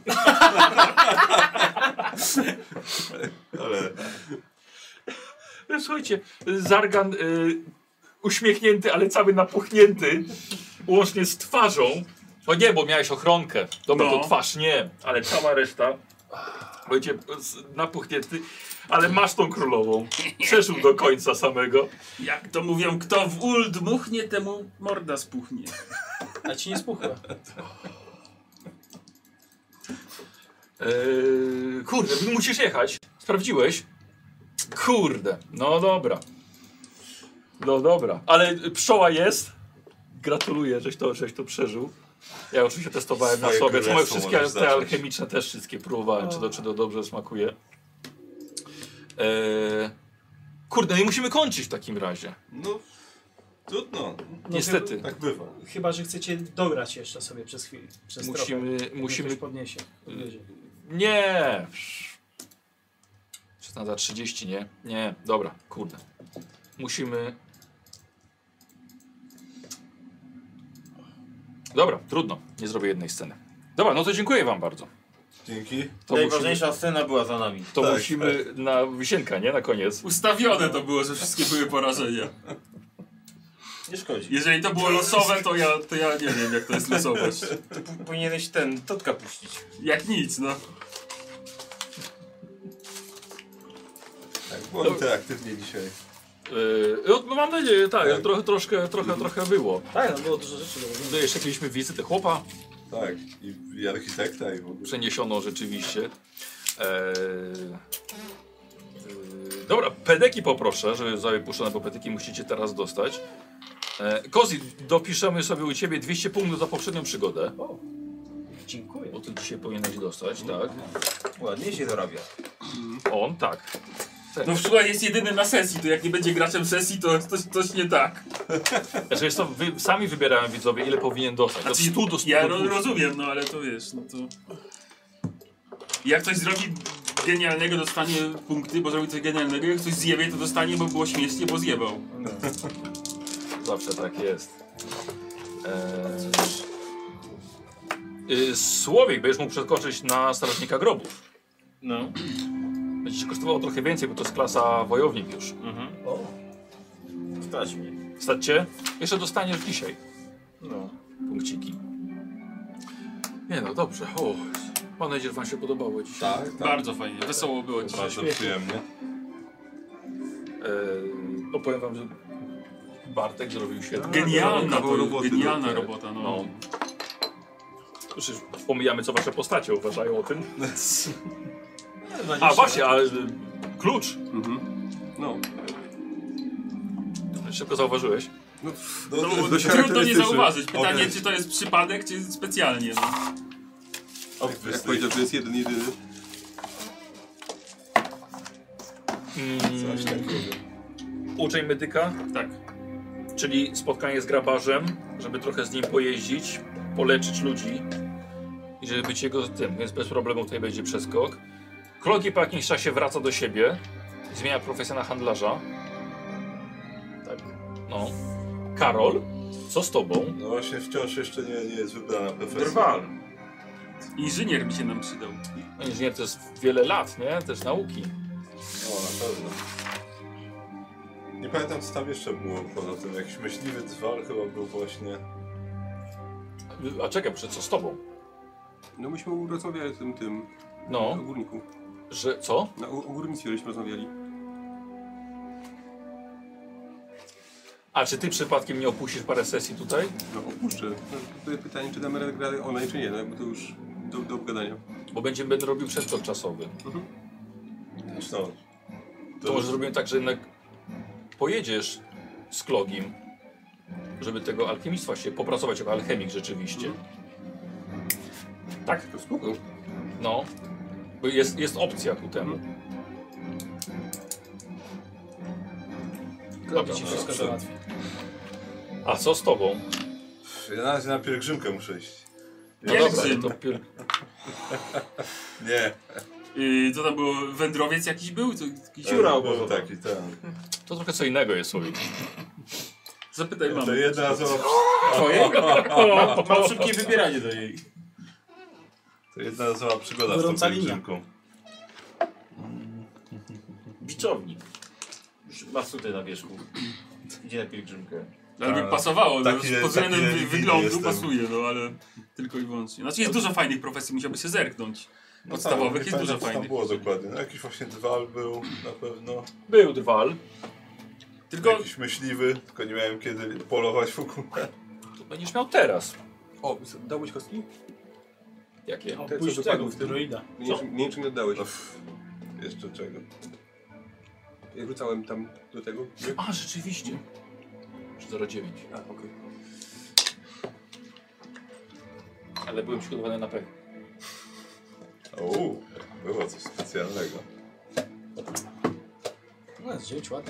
Ale... Słuchajcie, Zargan uśmiechnięty, ale cały napuchnięty, łącznie z twarzą. O nie, bo miałeś ochronkę. Dobra, No. to twarz nie, ale cała reszta. Będzie napuchnięty, ale masz tą królową. Przeżył do końca samego. Jak to mówią, kto w ul dmuchnie, temu morda spuchnie. A ci nie spuchła. Kurde, musisz jechać. Sprawdziłeś? Kurde, no dobra. No dobra, ale pszczoła jest. Gratuluję, żeś to przeżył. Ja oczywiście testowałem na Swoje sobie. Moje królestwo wszystkie możesz te zacząć. alchemiczne też wszystkie próbowałem, czy to dobrze smakuje. Kurde, no i musimy kończyć w takim razie. No, trudno. Niestety. Tak bywa. Chyba, że chcecie dograć jeszcze sobie przez chwilę. Przez Musimy. Ktoś podniesie. Podwiezie. Nie. 16:30, nie? Nie, dobra, kurde. Musimy. Dobra, trudno. Nie zrobię jednej sceny. Dobra, no to dziękuję wam bardzo. Dzięki. To Najważniejsza scena była za nami. To Tak. musimy na wisienka, nie? Na koniec. Ustawione to było, że wszystkie były porażenia. Nie szkodzi. Jeżeli to było losowe, to ja nie wiem, jak to jest losowość. Ty powinieneś Totka puścić. Jak nic, no. Tak, było interaktywnie dzisiaj. No mam nadzieję, tak, Tak. trochę było. Tak, no było dużo rzeczy do robienia. No jeszcze mieliśmy wizytę chłopa, Tak, i architekta i w ogóle. przeniesiono rzeczywiście. Dobra, pedeki poproszę, żeby zostały puszczone, bo pedeki musicie teraz dostać. Kozi, dopiszemy sobie u ciebie 200 punktów za poprzednią przygodę, O, dziękuję. bo ty dzisiaj powinieneś dostać, tak? Ładnie się zarabia. On, tak. No słuchaj, jest jedyny na sesji, to jak nie będzie graczem sesji, to coś nie tak. Znaczy jest to, sami wybierają widzowie, ile powinien dostać. Od 100 do 100. Ja rozumiem, no ale to wiesz, no to... Jak ktoś zrobi genialnego, dostanie punkty, bo zrobi coś genialnego, jak ktoś zjebie, to dostanie, bo było śmiesznie, bo zjebał. Zawsze tak jest. Słowik, będziesz mógł przeskoczyć na strażnika grobów. No. Będzie ci kosztowało trochę więcej, bo to jest klasa wojownik już. O, Stać mnie. Stać cię? Jeszcze dostaniesz dzisiaj No. punkciki. Nie no, dobrze. O, mam nadzieję, że wam się podobało dzisiaj. Tak, tak. Bardzo fajnie, wesoło było dzisiaj. Bardzo przyjemnie. No powiem wam, że Bartek zrobił świetnie. Genialna, Kawał roboty, genialna tak. robota, no. No. Już pomijamy, co wasze postacie uważają o tym. A właśnie, ale klucz. No. Szybko zauważyłeś. No, No, No, dość trudno nie charakterystyczny. zauważyć. Pytanie, Okej. czy to jest przypadek, czy specjalnie, no. jak powiedział, że jest jeden, jedyny. Coś takiego. Uczeń medyka, Tak. czyli spotkanie z grabarzem, żeby trochę z nim pojeździć, poleczyć ludzi i żeby być jego tym, więc bez problemu tutaj będzie przeskok. Klogi po jakimś czasie wraca do siebie, zmienia profesję na handlarza. Tak. No. Karol, co z tobą? No właśnie wciąż jeszcze nie jest wybrana profesja. Drwal. Inżynier by się nam przydał. No, inżynier to jest wiele lat, nie? Też nauki. No na pewno. Nie pamiętam co tam jeszcze było poza tym. Jakiś myśliwy dzwal chyba był właśnie. A czekaj, proszę, co z tobą? No myśmy rozmawiali o tym No, o górniku. że co? O górnictwie żeśmy rozmawiali. A czy ty przypadkiem nie opuścisz parę sesji tutaj? No opuszczę. No, to jest pytanie, czy damy radę grać online, czy nie, no jakby to już do obgadania. Bo będę robił przeskok czasowy. Zresztą. To może zrobimy tak, że jednak pojedziesz z Klogim, żeby tego alchemistwa się popracować jako alchemik rzeczywiście. Tak? To spoko. No. Bo jest opcja ku temu. Klopi ci wszystko dobrze. załatwi. A co z tobą? Ja na razie na pielgrzymkę muszę iść. No Pielgrzym. dobra, to Nie. Co tam było? Wędrowiec jakiś był? Ciura Był obozowa. taki, ten. To trochę co innego jest, Słowik. Zapytaj To mamy. jedna osoba, Twoje? Mam szybkie wybieranie do jej. to jedna osoba przygoda z tą Gorąca linia. pielgrzymką. Biczownik. Już masz tutaj na wierzchu. Idzie na pielgrzymkę. Ale by pasowało, no, taki- pod względem taki religijny wyglądu jestem. pasuje, no ale tylko i wyłącznie. Znaczy jest dużo fajnych profesji, musiałby się zerknąć. Podstawowych tak, jest dużo co tam fajnych. było dokładnie. No, jakiś właśnie drwal był na pewno. Był drwal. Tylko Jakiś myśliwy, tylko nie miałem kiedy polować w ogóle. To będziesz miał teraz. O, dałeś kostki? Jakie? Te, co Pójść wypadły tego, w tym. druida. Nie wiem, czy mi oddałeś. Jeszcze czego? Ja wrzucałem tam do tego. Nie? A, rzeczywiście. 0,9. A, okej. Ale byłem przygotowany na pewno. Było coś specjalnego. No jest 9 ładnie.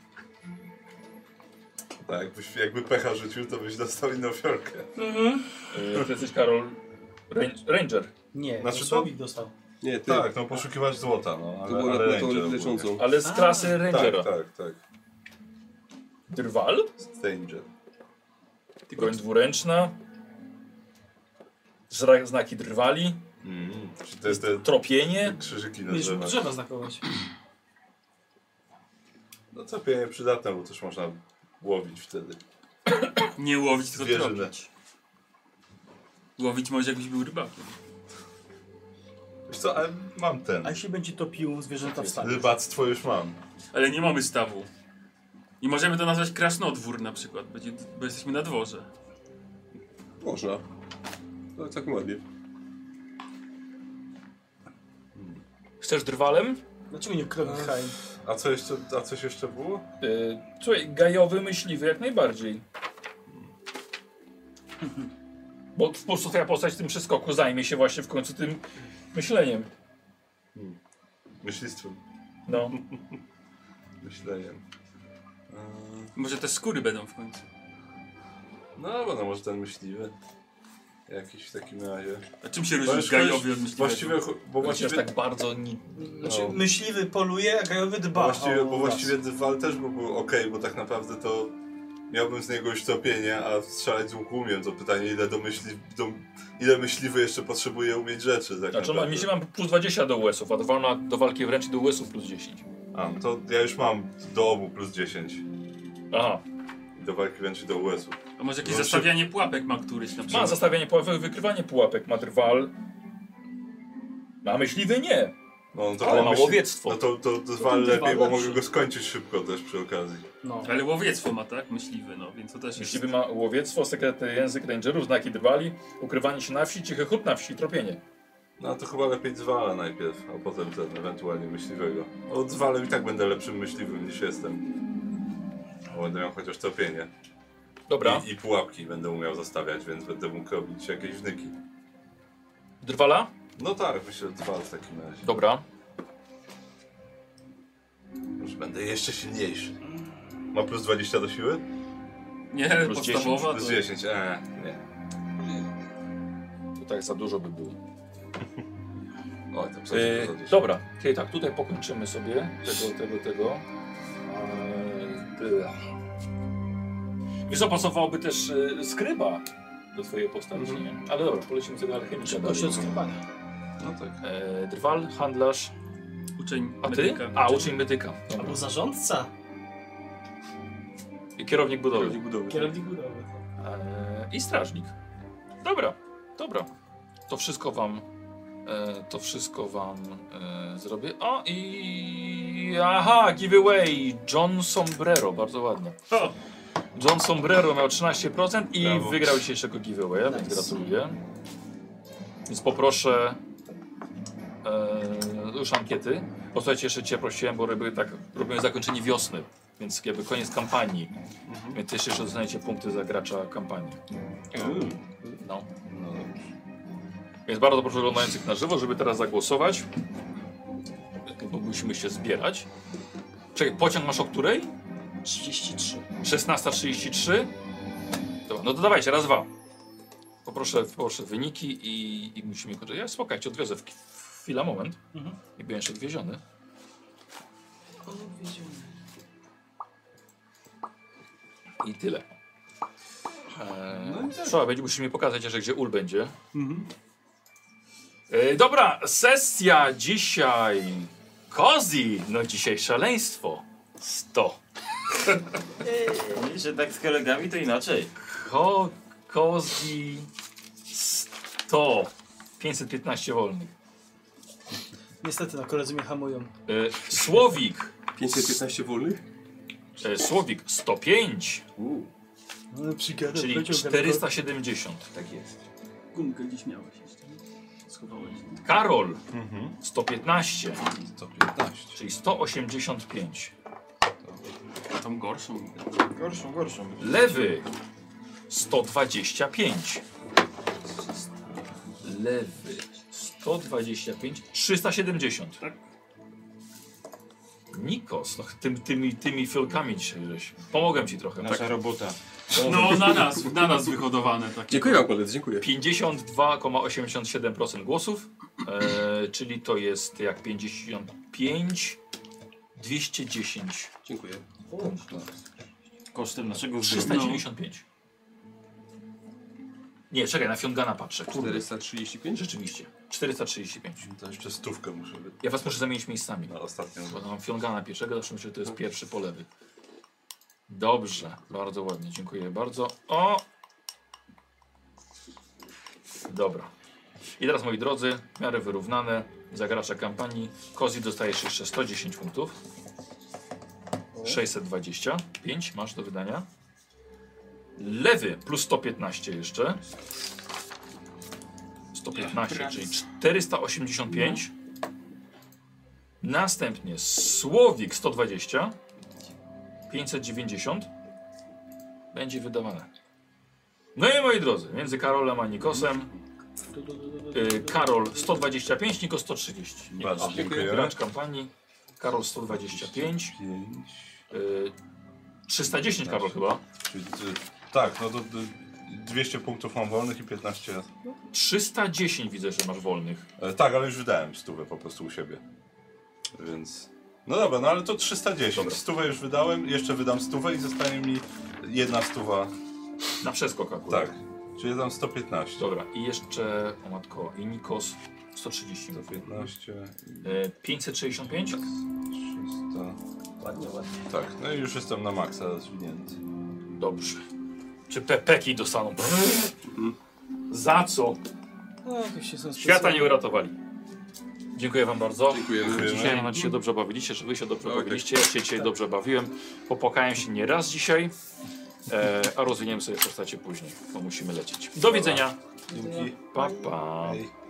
Tak, jakby pecha rzucił, to byś dostał inną fiolkę. Ty jesteś, Karol, Ranger. Nie, Znaczy to to- Słowik dostał. Nie, ty. Tak, no poszukiwać złota, no, To ale, było ale na tą ranger ogólnie. leczącą. Ale z klasy Rangera. Tak. Drwal? Stranger. Broń dwuręczna. Znaki drwali. Czy to jest te Tropienie. krzyżyki na Będziesz mógł drzewach? drzewa znakować. No tropienie przydatne, bo też można łowić wtedy. nie łowić, tylko Zwierzynę. tropić. Łowić może jakbyś był rybakiem. Wiesz co, ale mam ten. A jeśli będzie topił zwierzęta w stanie? Rybactwo już mam. Ale nie mamy stawu. I możemy to nazwać krasnodwór na przykład, bo jesteśmy na dworze. Można. No całkiem ładnie. Chcesz drwalem? Dlaczego nie Krogenheim? A coś jeszcze było? Słuchaj, gajowy, myśliwy jak najbardziej. Bo po prostu twoja postać w tym przeskoku zajmie się właśnie w końcu tym myśleniem. Myślistwem. No. Myśleniem. Może te skóry będą w końcu. No, bo no może ten myśliwy. Jakiś w takim razie. A czym się Bo różni już gajowy od kogoś- myśliwego? Właściwie, bo Właściwie właściwie, tak bardzo Znaczy No. myśliwy poluje, a gajowy dba. właściwie, o bo las. właściwie drwal też by był ok, bo tak naprawdę to miałbym z niego już tropienie, a strzelać z łuku umiem. To pytanie, ile myśliwy jeszcze potrzebuje umieć rzeczy. Tak Znaczy, naprawdę. mi się mam plus 20 do US-ów, a drwal ma do walki wręcz i do US-ów plus 10. A, no to ja już mam do obu plus 10. Aha. Do walki wręcz i do US-u. A może jakieś No, zastawianie pułapek ma któryś na Ma przykład? zastawianie pułapek, wykrywanie pułapek, ma drwal. A myśliwy nie. No, to Ale chyba ma łowiectwo. No to drwal drwal lepiej, bo lepszy. mogę go skończyć szybko też przy okazji. No. Ale łowiectwo ma, tak? Myśliwy, no, więc to też jest... Myśliwy ma łowiectwo, sekretny język rangerów, znaki drwali, ukrywanie się na wsi, cichy chód na wsi, tropienie. No to chyba lepiej drwala najpierw, a potem ten ewentualnie myśliwego. No drwalem i tak będę lepszym myśliwym niż jestem. Bo będę miał chociaż tropienie. Dobra. I pułapki będę umiał zostawiać, więc będę mógł robić jakieś wnyki. Drwala? No tak, myślę, że drwal w takim razie. Dobra. Już będę jeszcze silniejszy. Ma plus 20 do siły? Nie, Plus podstawowa Plus to... 10, nie. To tak za dużo by było. Oj, to przecież za dużo. Dobra, czyli tak, tutaj pokończymy sobie tego. Wiesz co, pasowałoby też skryba do twojej postaci, nie? Ale dobra, polecimy sobie do alchemika. Szybkość dalej. odskrywania. No tak. Drwal, handlarz, Uczeń a ty? medyka. A, uczeń medyka. Dobra. Albo zarządca. I kierownik budowy. budowy. Kierownik budowy. I strażnik. Dobra. To wszystko wam zrobię. O i... Aha, giveaway. John Sombrero, bardzo ładnie. O! John Sombrero miał 13% i Brawo. wygrał dzisiejszego giveawaya, więc gratuluję. Więc poproszę już ankiety. Posłuchajcie, jeszcze cię prosiłem, bo robiłem zakończenie wiosny, więc jakby koniec kampanii. Więc jeszcze dostaniecie punkty za gracza kampanii. No. Więc bardzo proszę oglądających na żywo, żeby teraz zagłosować. Bo musimy się zbierać. Czekaj, pociąg masz o której? 33. 16:33. Dobra, no to dawajcie, raz, dwa. Poproszę wyniki i musimy kończyć. Ja spokojnie, cię odwiozę w chwila, moment. Mhm. I byłem jeszcze odwieziony. I tyle. Trzeba będzie, musisz mi pokazać jeszcze, gdzie ul będzie. Dobra, sesja dzisiaj. Cozy, no dzisiaj szaleństwo. 100. Widzisz, że tak z kolegami to inaczej. Cozy 100. 515 wolnych. Niestety, koledzy mnie hamują. Słowik. 515 wolnych? Słowik 105. No, Czyli 470. Tak jest. Gumkę gdzieś miałeś jeszcze. Schowałeś. Karol 115. 115. Czyli 185. A tam gorszą. Gorszą. Lewy 125. Lewy 125. 370. Tak. Nikos, no, tymi fiolkami dzisiaj żeś. Pomogłem ci trochę. Nasza robota. No na nas wyhodowane takie. Dziękuję wam koledzy, dziękuję. 52,87% głosów, czyli to jest jak 55, 210, Dziękuję. Kosztem naszego 395. Nie, czekaj, na Fiongana patrzę. Kurde, 435? rzeczywiście. 435. To jeszcze 100 muszę być. Ja was muszę zamienić miejscami. Na ostatnią. Bo mam Fiongana pierwszego, zawsze myślę, że to jest pierwszy po lewy. Dobrze, bardzo ładnie, dziękuję bardzo. O! Dobra. I teraz, moi drodzy, w miarę wyrównane, za gracza kampanii. Cozy dostajesz jeszcze 110 punktów. 625 masz do wydania. Lewy plus 115 jeszcze. 115, czyli 485. Następnie Słowik 120. 590 będzie wydawane. No i moi drodzy, między Karolem a Nikosem Karol 125, Nikos 130. Bardzo dziękuję. Gracz kampanii. Karol 125. 310 Karol chyba. Czyli, tak, no to 200 punktów mam wolnych i 15. 310 widzę, że masz wolnych. Tak, ale już wydałem 100 po prostu u siebie. Więc. No dobra, no ale to 310. Dobra. 100 już wydałem, jeszcze wydam 100 i zostanie mi jedna 100. Na przeskok akurat. Tak. Czyli ja dam 115. Dobra, i jeszcze, o matko, i Nikos 130. 115. 565? 300. Ładnie. Tak, no i już jestem na maksa rozwinięty. Dobrze. Czy pepeki dostaną? Za co? No, jakoś się są Świata nie uratowali. Dziękuję wam bardzo. Dziękujemy. Dzisiaj mam nadzieję, się dobrze bawiliście, że wy się dobrze Tak, bawiliście. Ja się dzisiaj dobrze bawiłem. Popłakałem się nie raz dzisiaj, a rozwiniemy sobie postacie później, bo musimy lecieć. Do widzenia. Dzięki. Pa, pa. Hej.